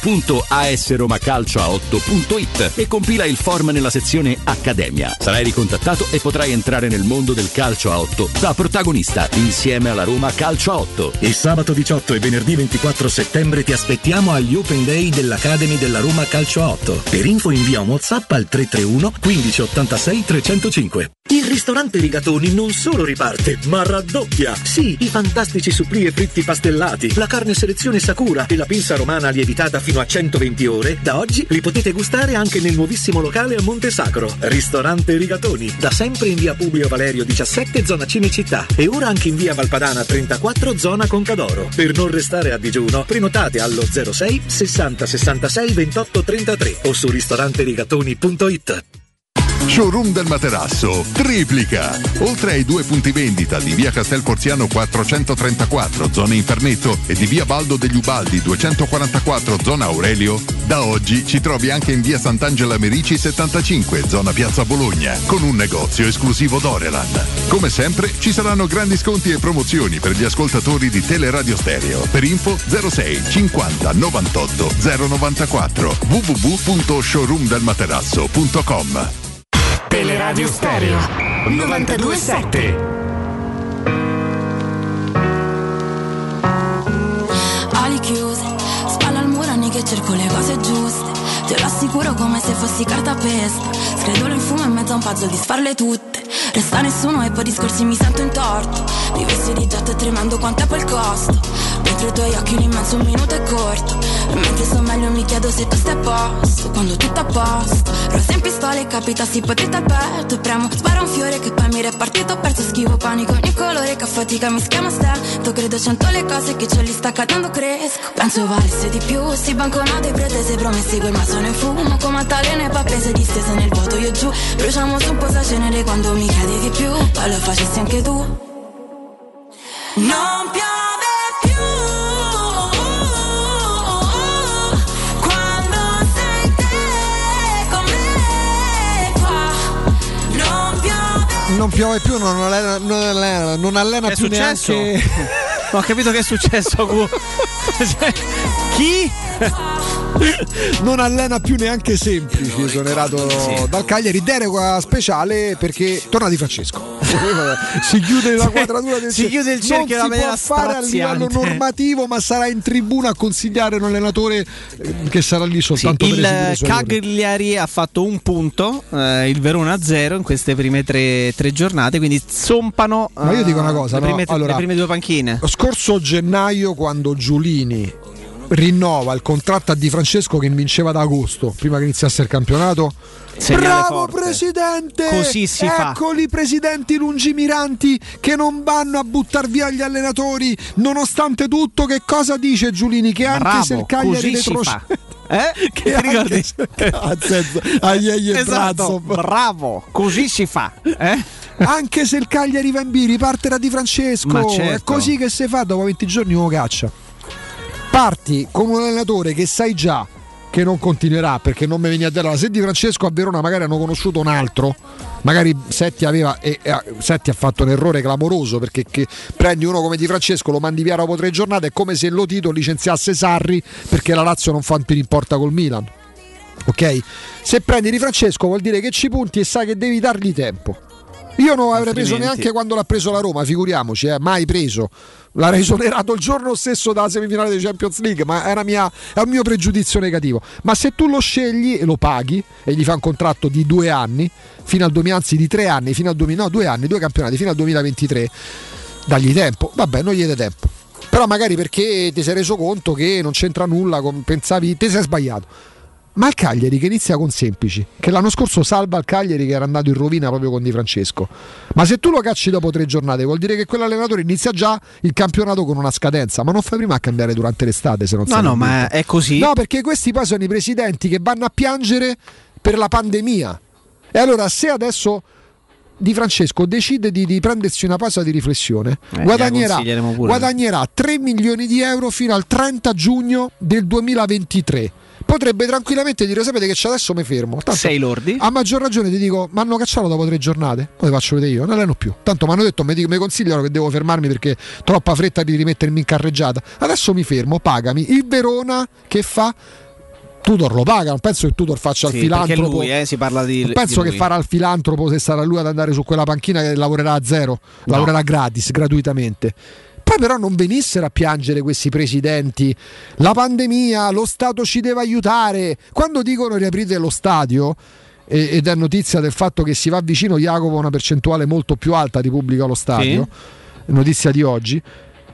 www.asromacalcioa8.it e compila il form nella sezione Accademia. Sarai ricontattato e potrai entrare nel mondo del calcio a 8 da protagonista insieme alla Roma Calcio a 8.
E sabato 18 e venerdì 24 settembre ti aspettiamo agli Open Day dell'Academy della Roma Calcio a 8. Per info invia un WhatsApp al 331 1586 305. Il ristorante Rigatoni non solo riparte, ma raddoppia. Sì, i fantastici supplì e fritti pastellati, la carne selezione Sakura e la pinza romana lievitata fino a 120 ore, da oggi li potete gustare anche nel nuovissimo locale a Monte Sacro. Ristorante Rigatoni, da sempre in via Publio Valerio 17, zona Cinecittà, e ora anche in via Valpadana 34, zona Concadoro. Per non restare a digiuno, prenotate allo 06 60 66 28 33 o su ristoranterigatoni.it.
Showroom del Materasso triplica. Oltre ai 2 punti vendita di via Castel Porziano 434 zona Infernetto e di via Baldo degli Ubaldi 244 zona Aurelio, da oggi ci trovi anche in via Sant'Angela Merici 75 zona Piazza Bologna con un negozio esclusivo Dorelan. Come sempre ci saranno grandi sconti e promozioni per gli ascoltatori di Teleradio Stereo. Per info 06 50 98 094 www.showroomdelmaterasso.com.
Teleradio Stereo 92.7.
Ali chiuse, spalla al muro anni che cerco le cose giuste. Te lo assicuro come se fossi carta pesta. Scredolo in fumo in mezzo a un puzzle di sfarle tutte. Resta nessuno e poi discorsi mi sento in torto. Vivessi di getto e tremando quanto è poi il costo. Dentro i tuoi occhi un immenso un minuto è corto. Mentre sto meglio mi chiedo se tu stai a posto, quando tutto a posto. Rosa in pistola e capita si potete al petto. Premo, spara un fiore che poi mi repartito. Ho perso schivo panico, ogni colore che a fatica mi schiama stento. Credo 100 le cose che ce li sta cadendo cresco. Penso valesse di più, si banconote pretese, promessi quel ma sono in fumo. Come altalene pappese distese nel vuoto io giù. Bruciamo su un po' sa cenere quando mi chiedi di più. Poi lo facessi anche tu. Non piove più quando sei te con me qua.
Non piove più, non allena
è
più
successo?
neanche.
Non ho capito che è successo. Chi?
Non allena più neanche Semplici, esonerato dal Cagliari. Deroga speciale perché torna Di Francesco. Si chiude la quadratura del
si chiude il cerchio
non
da
si può fare a livello normativo, ma sarà in tribuna a consigliare un allenatore che sarà lì soltanto per
il Cagliari ha fatto un punto, il Verona 0 in queste prime tre giornate, quindi zompano.
Ma io dico una cosa,
le prime due panchine.
Lo scorso gennaio, quando Giulini rinnova il contratto a Di Francesco che vinceva da agosto, prima che iniziasse il campionato. Bravo
forte.
Presidente!
Così si fa.
Eccoli presidenti lungimiranti che non vanno a buttar via gli allenatori nonostante tutto. Che cosa dice Giulini? Che anche
bravo,
se il Cagliari
retrocede,
che ti ricordi?
Esatto, bravo, così si fa.
Anche se il Cagliari va in B, riparte da Di Francesco.
Ma certo.
È così che si fa, dopo 20 giorni uno caccia. Parti con un allenatore che sai già che non continuerà, perché non mi viene a dire. Se Di Francesco a Verona magari hanno conosciuto un altro, magari Setti aveva Setti ha fatto un errore clamoroso, perché che prendi uno come Di Francesco, lo mandi via dopo 3 giornate, è come se Lotito licenziasse Sarri perché la Lazio non fa un in porta col Milan. Ok? Se prendi Di Francesco vuol dire che ci punti e sai che devi dargli tempo. Io non l'avrei preso neanche quando l'ha preso la Roma, figuriamoci, mai preso. L'ha esonerato il giorno stesso dalla semifinale di Champions League, ma è un mio pregiudizio negativo. Ma se tu lo scegli e lo paghi e gli fai un contratto di 2 anni fino al 2000, anzi di 3 anni fino al 2000, no, 2 anni, 2 campionati fino al 2023, dagli tempo. Vabbè, non gli dai tempo. Però magari perché ti sei reso conto che non c'entra nulla, pensavi, ti sei sbagliato. Ma il Cagliari che inizia con Semplici, che l'anno scorso salva il Cagliari che era andato in rovina proprio con Di Francesco, ma se tu lo cacci dopo 3 giornate vuol dire che quell'allenatore inizia già il campionato con una scadenza, ma non fai prima a cambiare durante l'estate, se non
no, ma è così.
No, perché questi poi sono i presidenti che vanno a piangere per la pandemia. E allora se adesso Di Francesco decide di prendersi una pausa di riflessione, guadagnerà 3 milioni di euro fino al 30 giugno del 2023. Potrebbe tranquillamente dire: sapete che c'è, adesso mi fermo. Tanto,
6 lordi.
A maggior ragione ti dico: mi hanno cacciato dopo 3 giornate. Poi ti faccio vedere io, non alleno più. Tanto mi hanno detto, mi consigliano che devo fermarmi perché troppa fretta di rimettermi in carreggiata. Adesso mi fermo, pagami. Il Verona che fa? Tudor lo paga, non penso che Tudor faccia il filantropo.
Lui, si parla di.
Non penso che farà il filantropo se sarà lui ad andare su quella panchina che lavorerà a zero, lavorerà gratis, gratuitamente. Poi però non venissero a piangere questi presidenti: la pandemia, lo Stato ci deve aiutare. Quando dicono riaprite lo stadio, ed è notizia del fatto che si va vicino Jacopo a una percentuale molto più alta di pubblico allo stadio, notizia di oggi,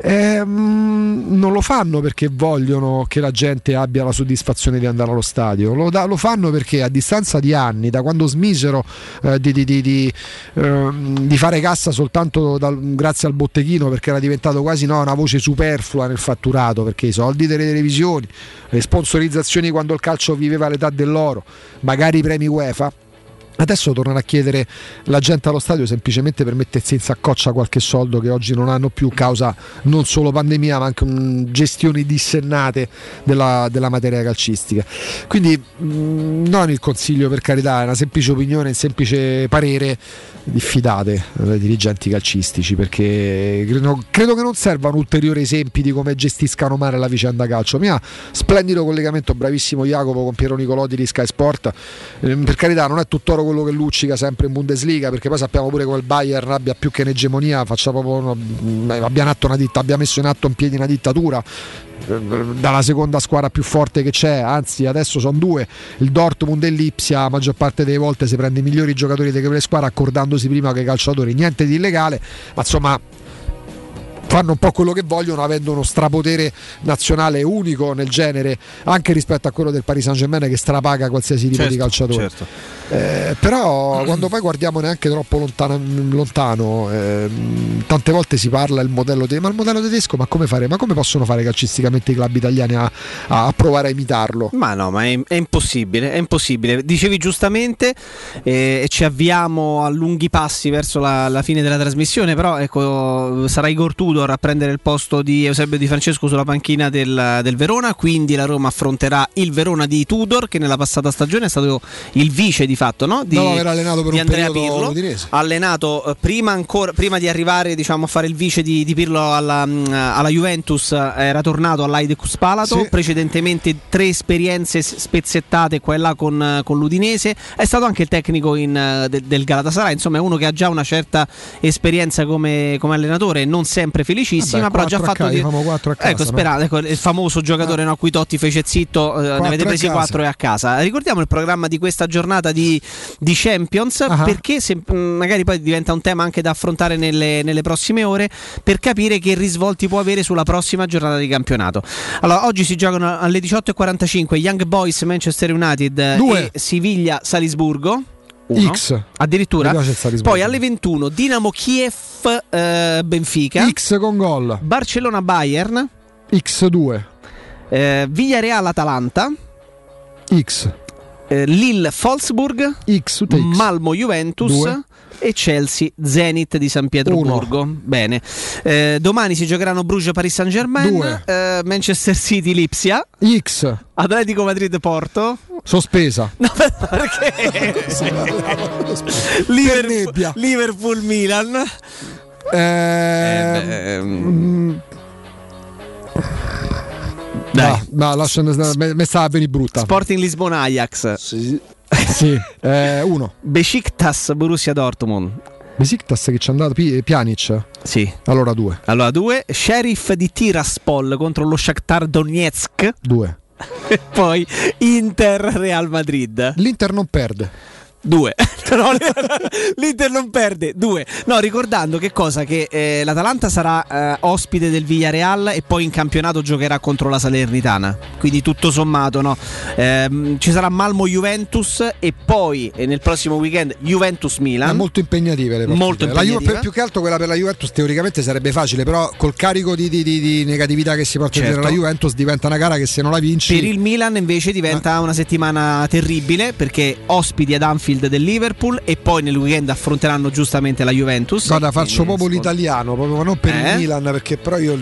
non lo fanno perché vogliono che la gente abbia la soddisfazione di andare allo stadio, lo fanno perché a distanza di anni, da quando smisero di fare cassa soltanto grazie al botteghino, perché era diventato quasi una voce superflua nel fatturato, perché i soldi delle televisioni, le sponsorizzazioni quando il calcio viveva l'età dell'oro, magari i premi UEFA, adesso tornano a chiedere la gente allo stadio semplicemente per mettersi in saccoccia qualche soldo che oggi non hanno più, causa non solo pandemia ma anche gestioni dissennate della materia calcistica. Quindi non il consiglio, per carità, è una semplice opinione, un semplice parere: diffidate dai dirigenti calcistici, perché credo che non servano ulteriori esempi di come gestiscano male la vicenda calcio. Mia splendido collegamento, bravissimo Jacopo con Piero Nicolotti di Sky Sport. Per carità, non è tutt'oro quello che luccica sempre in Bundesliga, perché poi sappiamo pure come il Bayern abbia più che un'egemonia, abbia messo in atto in piedi una dittatura dalla seconda squadra più forte che c'è, anzi adesso sono 2, il Dortmund e l'Ipsia. La maggior parte delle volte si prende i migliori giocatori di quelle squadre accordandosi prima con i calciatori, niente di illegale, ma insomma fanno un po' quello che vogliono, avendo uno strapotere nazionale unico nel genere, anche rispetto a quello del Paris Saint-Germain, che strapaga qualsiasi tipo di calciatore. Però quando poi guardiamo neanche troppo lontano, tante volte si parla del modello ma il modello tedesco, ma come possono fare calcisticamente i club italiani a provare a imitarlo?
Ma no, ma è impossibile. Dicevi giustamente, e ci avviamo a lunghi passi verso la fine della trasmissione, però ecco, sarà Igor Tudor a prendere il posto di Eusebio Di Francesco sulla panchina del Verona, quindi la Roma affronterà il Verona di Tudor, che nella passata stagione è stato il vice di fatto, no?
Dopo aver allenato per
di
un
Andrea
periodo
Pirlo,
l'Udinese.
allenato prima di arrivare, diciamo, a fare il vice di Pirlo alla Juventus, era tornato all'Hajduk Spalato,
Sì.
Precedentemente 3 esperienze spezzettate qua e là con l'Udinese, è stato anche il tecnico del Galatasaray, insomma è uno che ha già una certa esperienza come allenatore, non sempre felicissima, però ha già fatto ecco, il famoso giocatore a cui Totti fece zitto, ne avete presi 4 e a casa. Ricordiamo il programma di questa giornata di Champions, perché magari poi diventa un tema anche da affrontare nelle prossime ore, per capire che risvolti può avere sulla prossima giornata di campionato. Allora, oggi si giocano alle 18:45 Young Boys Manchester United
2.
e Siviglia Salisburgo. 1.
X
Addirittura. Poi alle 21 Dinamo Kiev Benfica,
X con gol,
Barcellona Bayern,
X2,
Villarreal Atalanta,
X,
Lille Wolfsburg,
X,
Malmo Juventus
2.
e Chelsea Zenit di San Pietroburgo. Bene. Domani si giocheranno Bruges Paris Saint-Germain, Manchester City Lipsia,
X,
Atletico Madrid Porto.
Sospesa.
No, perché? Liverpool Milan. Dai,
mi stava a venire brutta.
Sporting Lisbona Ajax.
Sì. 1.
Besiktas Borussia Dortmund.
Besiktas che ci è andato Pjanic.
Sì.
Allora 2.
Sheriff di Tiraspol contro lo Shakhtar Donetsk.
2.
E poi Inter Real Madrid.
L'Inter non perde.
2. No, l'Inter non perde. 2. No, ricordando che cosa? Che l'Atalanta sarà ospite del Villarreal e poi in campionato giocherà contro la Salernitana. Quindi tutto sommato, no? Ci sarà Malmo Juventus e poi nel prossimo weekend Juventus Milan.
Molto impegnative le partite.
Molto impegnativa.
Più che altro quella per la Juventus teoricamente sarebbe facile, però col carico di negatività che si porta dietro la Juventus diventa una gara che se non la vinci.
Per il Milan invece diventa una settimana terribile, perché ospiti ad Anfield del Liverpool e poi nel weekend affronteranno giustamente la Juventus.
Guarda, faccio proprio l'italiano, proprio non per il Milan, perché però io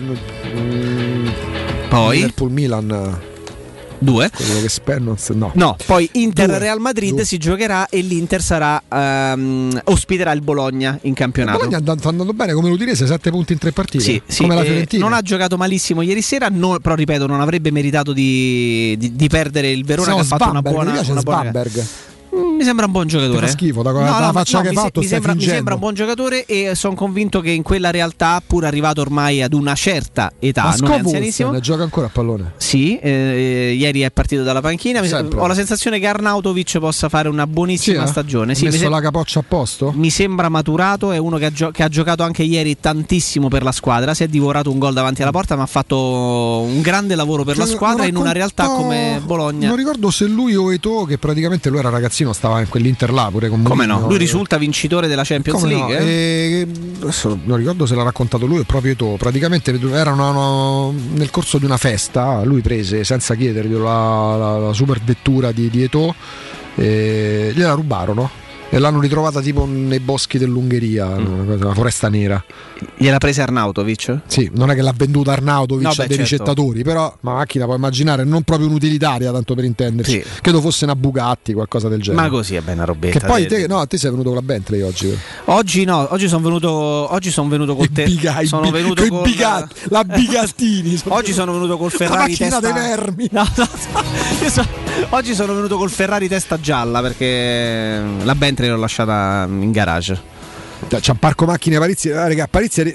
poi
Liverpool Milan
2.
Quello che spero
no. Poi Inter
2.
Real Madrid si giocherà e l'Inter sarà ospiterà il Bologna in campionato.
Il Bologna sta andando bene come l'Udinese, 7 punti in 3 partite.
Sì,
come la Fiorentina.
Non ha giocato malissimo ieri sera, però ripeto, non avrebbe meritato di perdere il Verona, che ha fatto una buona
Svanberg.
Mi sembra un buon giocatore.
Ti fa schifo la faccia che hai fatto.
Mi sembra un buon giocatore e sono convinto che in quella realtà, pur arrivato ormai ad una certa età, non è anzianissimo,
ne gioca ancora a pallone.
Sì, ieri è partito dalla panchina. Ho la sensazione che Arnautovic possa fare una buonissima stagione.
Ha messo la capoccia a posto?
Mi sembra maturato, è uno che ha giocato anche ieri tantissimo per la squadra, si è divorato un gol davanti alla porta, ma ha fatto un grande lavoro per la squadra in una realtà come Bologna.
Non ricordo se lui o Eto'o, che praticamente lui era ragazzino, stava in quell'Inter là pure con
come no? Lui risulta vincitore della Champions League.
Adesso non ricordo se l'ha raccontato lui o proprio Eto'o. Praticamente erano nel corso di una festa, lui prese senza chiederglielo la super vettura di Eto'o e gliela rubarono e l'hanno ritrovata tipo nei boschi dell'Ungheria, una foresta nera.
Gliela prese Arnautovic?
Sì, non è che l'ha venduta Arnautovic a dei ricettatori, però la macchina puoi immaginare non proprio un'utilitaria, tanto per intenderci. Sì. Credo fosse una Bugatti, qualcosa del genere.
Ma così è una robetta.
Che poi te sei venuto con la Bentley oggi.
Oggi no, oggi sono venuto con te. Sono venuto con
la Bigattini.
Oggi sono venuto col Ferrari
testa dei vermi.
Oggi sono venuto col Ferrari testa gialla perché la Bentley l'ho lasciata in garage.
C'è un parco macchine Parizzi, raga, Parizzi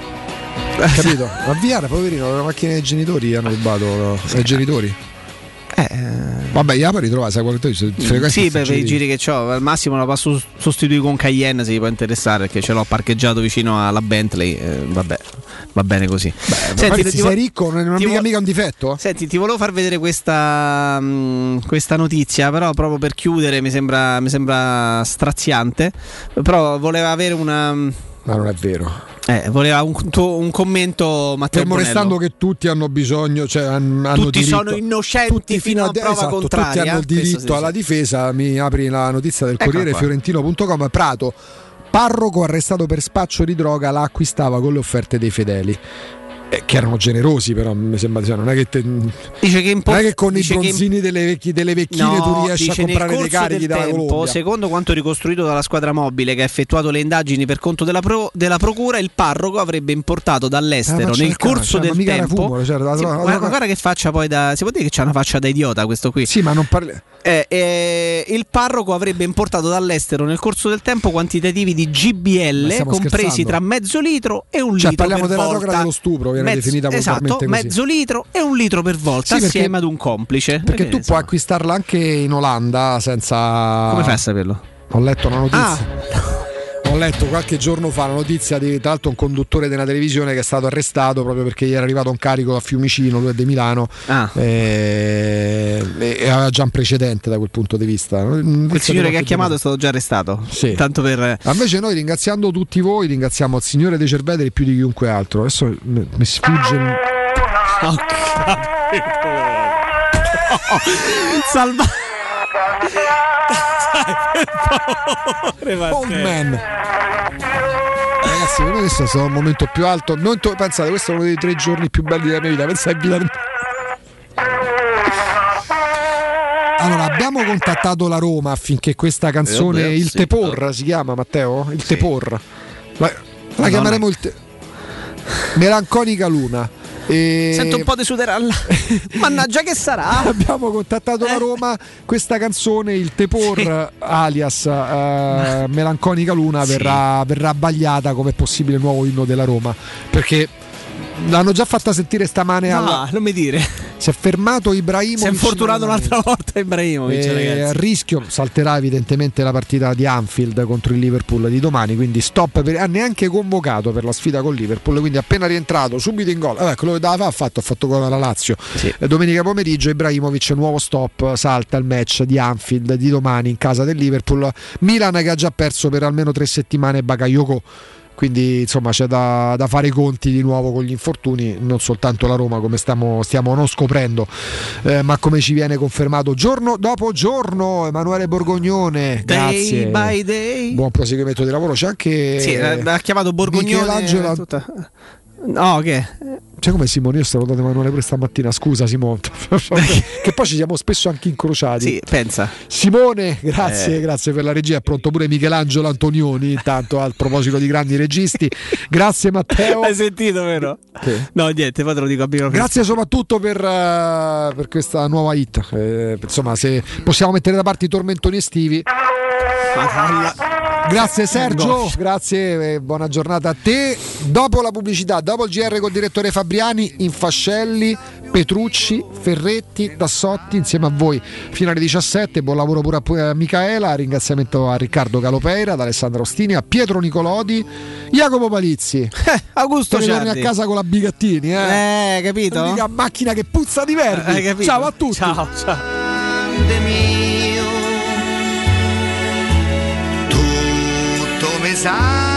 capito? Avviare, poverino, le macchine dei genitori hanno rubato ai genitori. Vabbè, Iapa ritrova, sai quanto
sì, per i giri che c'ho, al massimo la posso sostituire con Cayenne se gli può interessare, perché ce l'ho parcheggiato vicino alla Bentley. Vabbè, va bene così.
Senti, sei ricco, non è mica un difetto?
Senti, ti volevo far vedere questa notizia, però proprio per chiudere mi sembra straziante, però voleva avere una...
Ma non è vero.
Voleva un commento, Matteo
Fermo restando che tutti hanno bisogno, cioè hanno
tutti
diritto,
sono innocenti fino a prova contraria.
Tutti hanno il diritto alla difesa. Mi apri la notizia del Corriere Fiorentino.com. Prato, parroco arrestato per spaccio di droga, la acquistava con le offerte dei fedeli. Che erano generosi, però mi sembra, cioè, non è che non è che con i bronzini delle vecchine tu riesci a comprare dei carichi dalla Colombia.
Secondo quanto ricostruito dalla squadra mobile che ha effettuato le indagini per conto della procura, il parroco avrebbe importato dall'estero nel corso del tempo. Guarda che faccia poi si può dire che c'ha una faccia da idiota questo qui.
Sì, ma non parli.
Il parroco avrebbe importato dall'estero nel corso del tempo quantitativi di GBL compresi tra mezzo litro e un litro per volta.
Parliamo della droga dello stupro, viene definita volgarmente così.
Mezzo litro e un litro per volta, assieme ad un complice.
Perché tu puoi acquistarla anche in Olanda senza...
Come fai a saperlo?
Ho letto una notizia. Ho letto qualche giorno fa una notizia di, tra l'altro, un conduttore della televisione che è stato arrestato proprio perché gli era arrivato un carico da Fiumicino, lui è di Milano, e aveva già un precedente da quel punto di vista.
Il signore che ha chiamato è stato già arrestato.
Sì.
Tanto per...
Invece noi, ringraziando tutti voi, ringraziamo il Signore dei Cerveteri più di chiunque altro. Adesso mi sfugge
Salva.
Man. Ragazzi, per me questo è stato un momento più alto. Pensate, questo è uno dei 3 giorni più belli della mia vita. Pensate, allora, abbiamo contattato la Roma affinché questa canzone, il Tepor si chiama, Matteo? Il Tepor. La chiameremo Melanconica Luna.
Sento un po' di suderalla. Mannaggia che sarà.
Abbiamo contattato la Roma. Questa canzone, il Tepor alias Melanconica Luna, verrà bagliata come possibile nuovo inno della Roma, perché l'hanno già fatta sentire stamane.
Non mi dire.
Si è fermato Ibrahimovic.
Si è infortunato un'altra volta Ibrahimovic,
a rischio salterà evidentemente la partita di Anfield contro il Liverpool di domani, quindi stop ha neanche convocato per la sfida con Liverpool, quindi appena rientrato subito in gol. Quello che dava ha fatto gol alla Lazio. Domenica pomeriggio Ibrahimovic, nuovo stop, salta il match di Anfield di domani in casa del Liverpool. Milan che ha già perso per almeno 3 settimane Bakayoko. Quindi insomma c'è da fare i conti di nuovo con gli infortuni, non soltanto la Roma, come stiamo non scoprendo, ma come ci viene confermato giorno dopo giorno. Emanuele Borgognone, grazie,
day by day.
Buon proseguimento di lavoro. C'è anche
ha chiamato Borgognone no, che
cioè come Simone, io stavo dando Emanuele pure stamattina, scusa Simone che poi ci siamo spesso anche incrociati.
Sì, pensa
Simone, grazie per la regia. È pronto pure Michelangelo Antonioni, intanto a proposito di grandi registi. Grazie Matteo.
Hai sentito, vero? No, niente, poi te lo dico a microfono.
Grazie soprattutto per questa nuova hit, insomma, se possiamo mettere da parte i tormentoni estivi. Grazie Sergio, grazie, buona giornata a te. Dopo la pubblicità, dopo il GR col direttore Fabriani, Infascelli, Petrucci, Ferretti, Tassotti insieme a voi fino alle 17. Buon lavoro pure a Micaela. Ringraziamento a Riccardo Calopeira, ad Alessandro Ostini, a Pietro Nicolodi, Jacopo Palizzi.
Augusto
Ciardi. Torni a casa con la Bigattini,
capito?
L'unica macchina che puzza di Verdi. Ciao a tutti.
Ciao.
Mi sa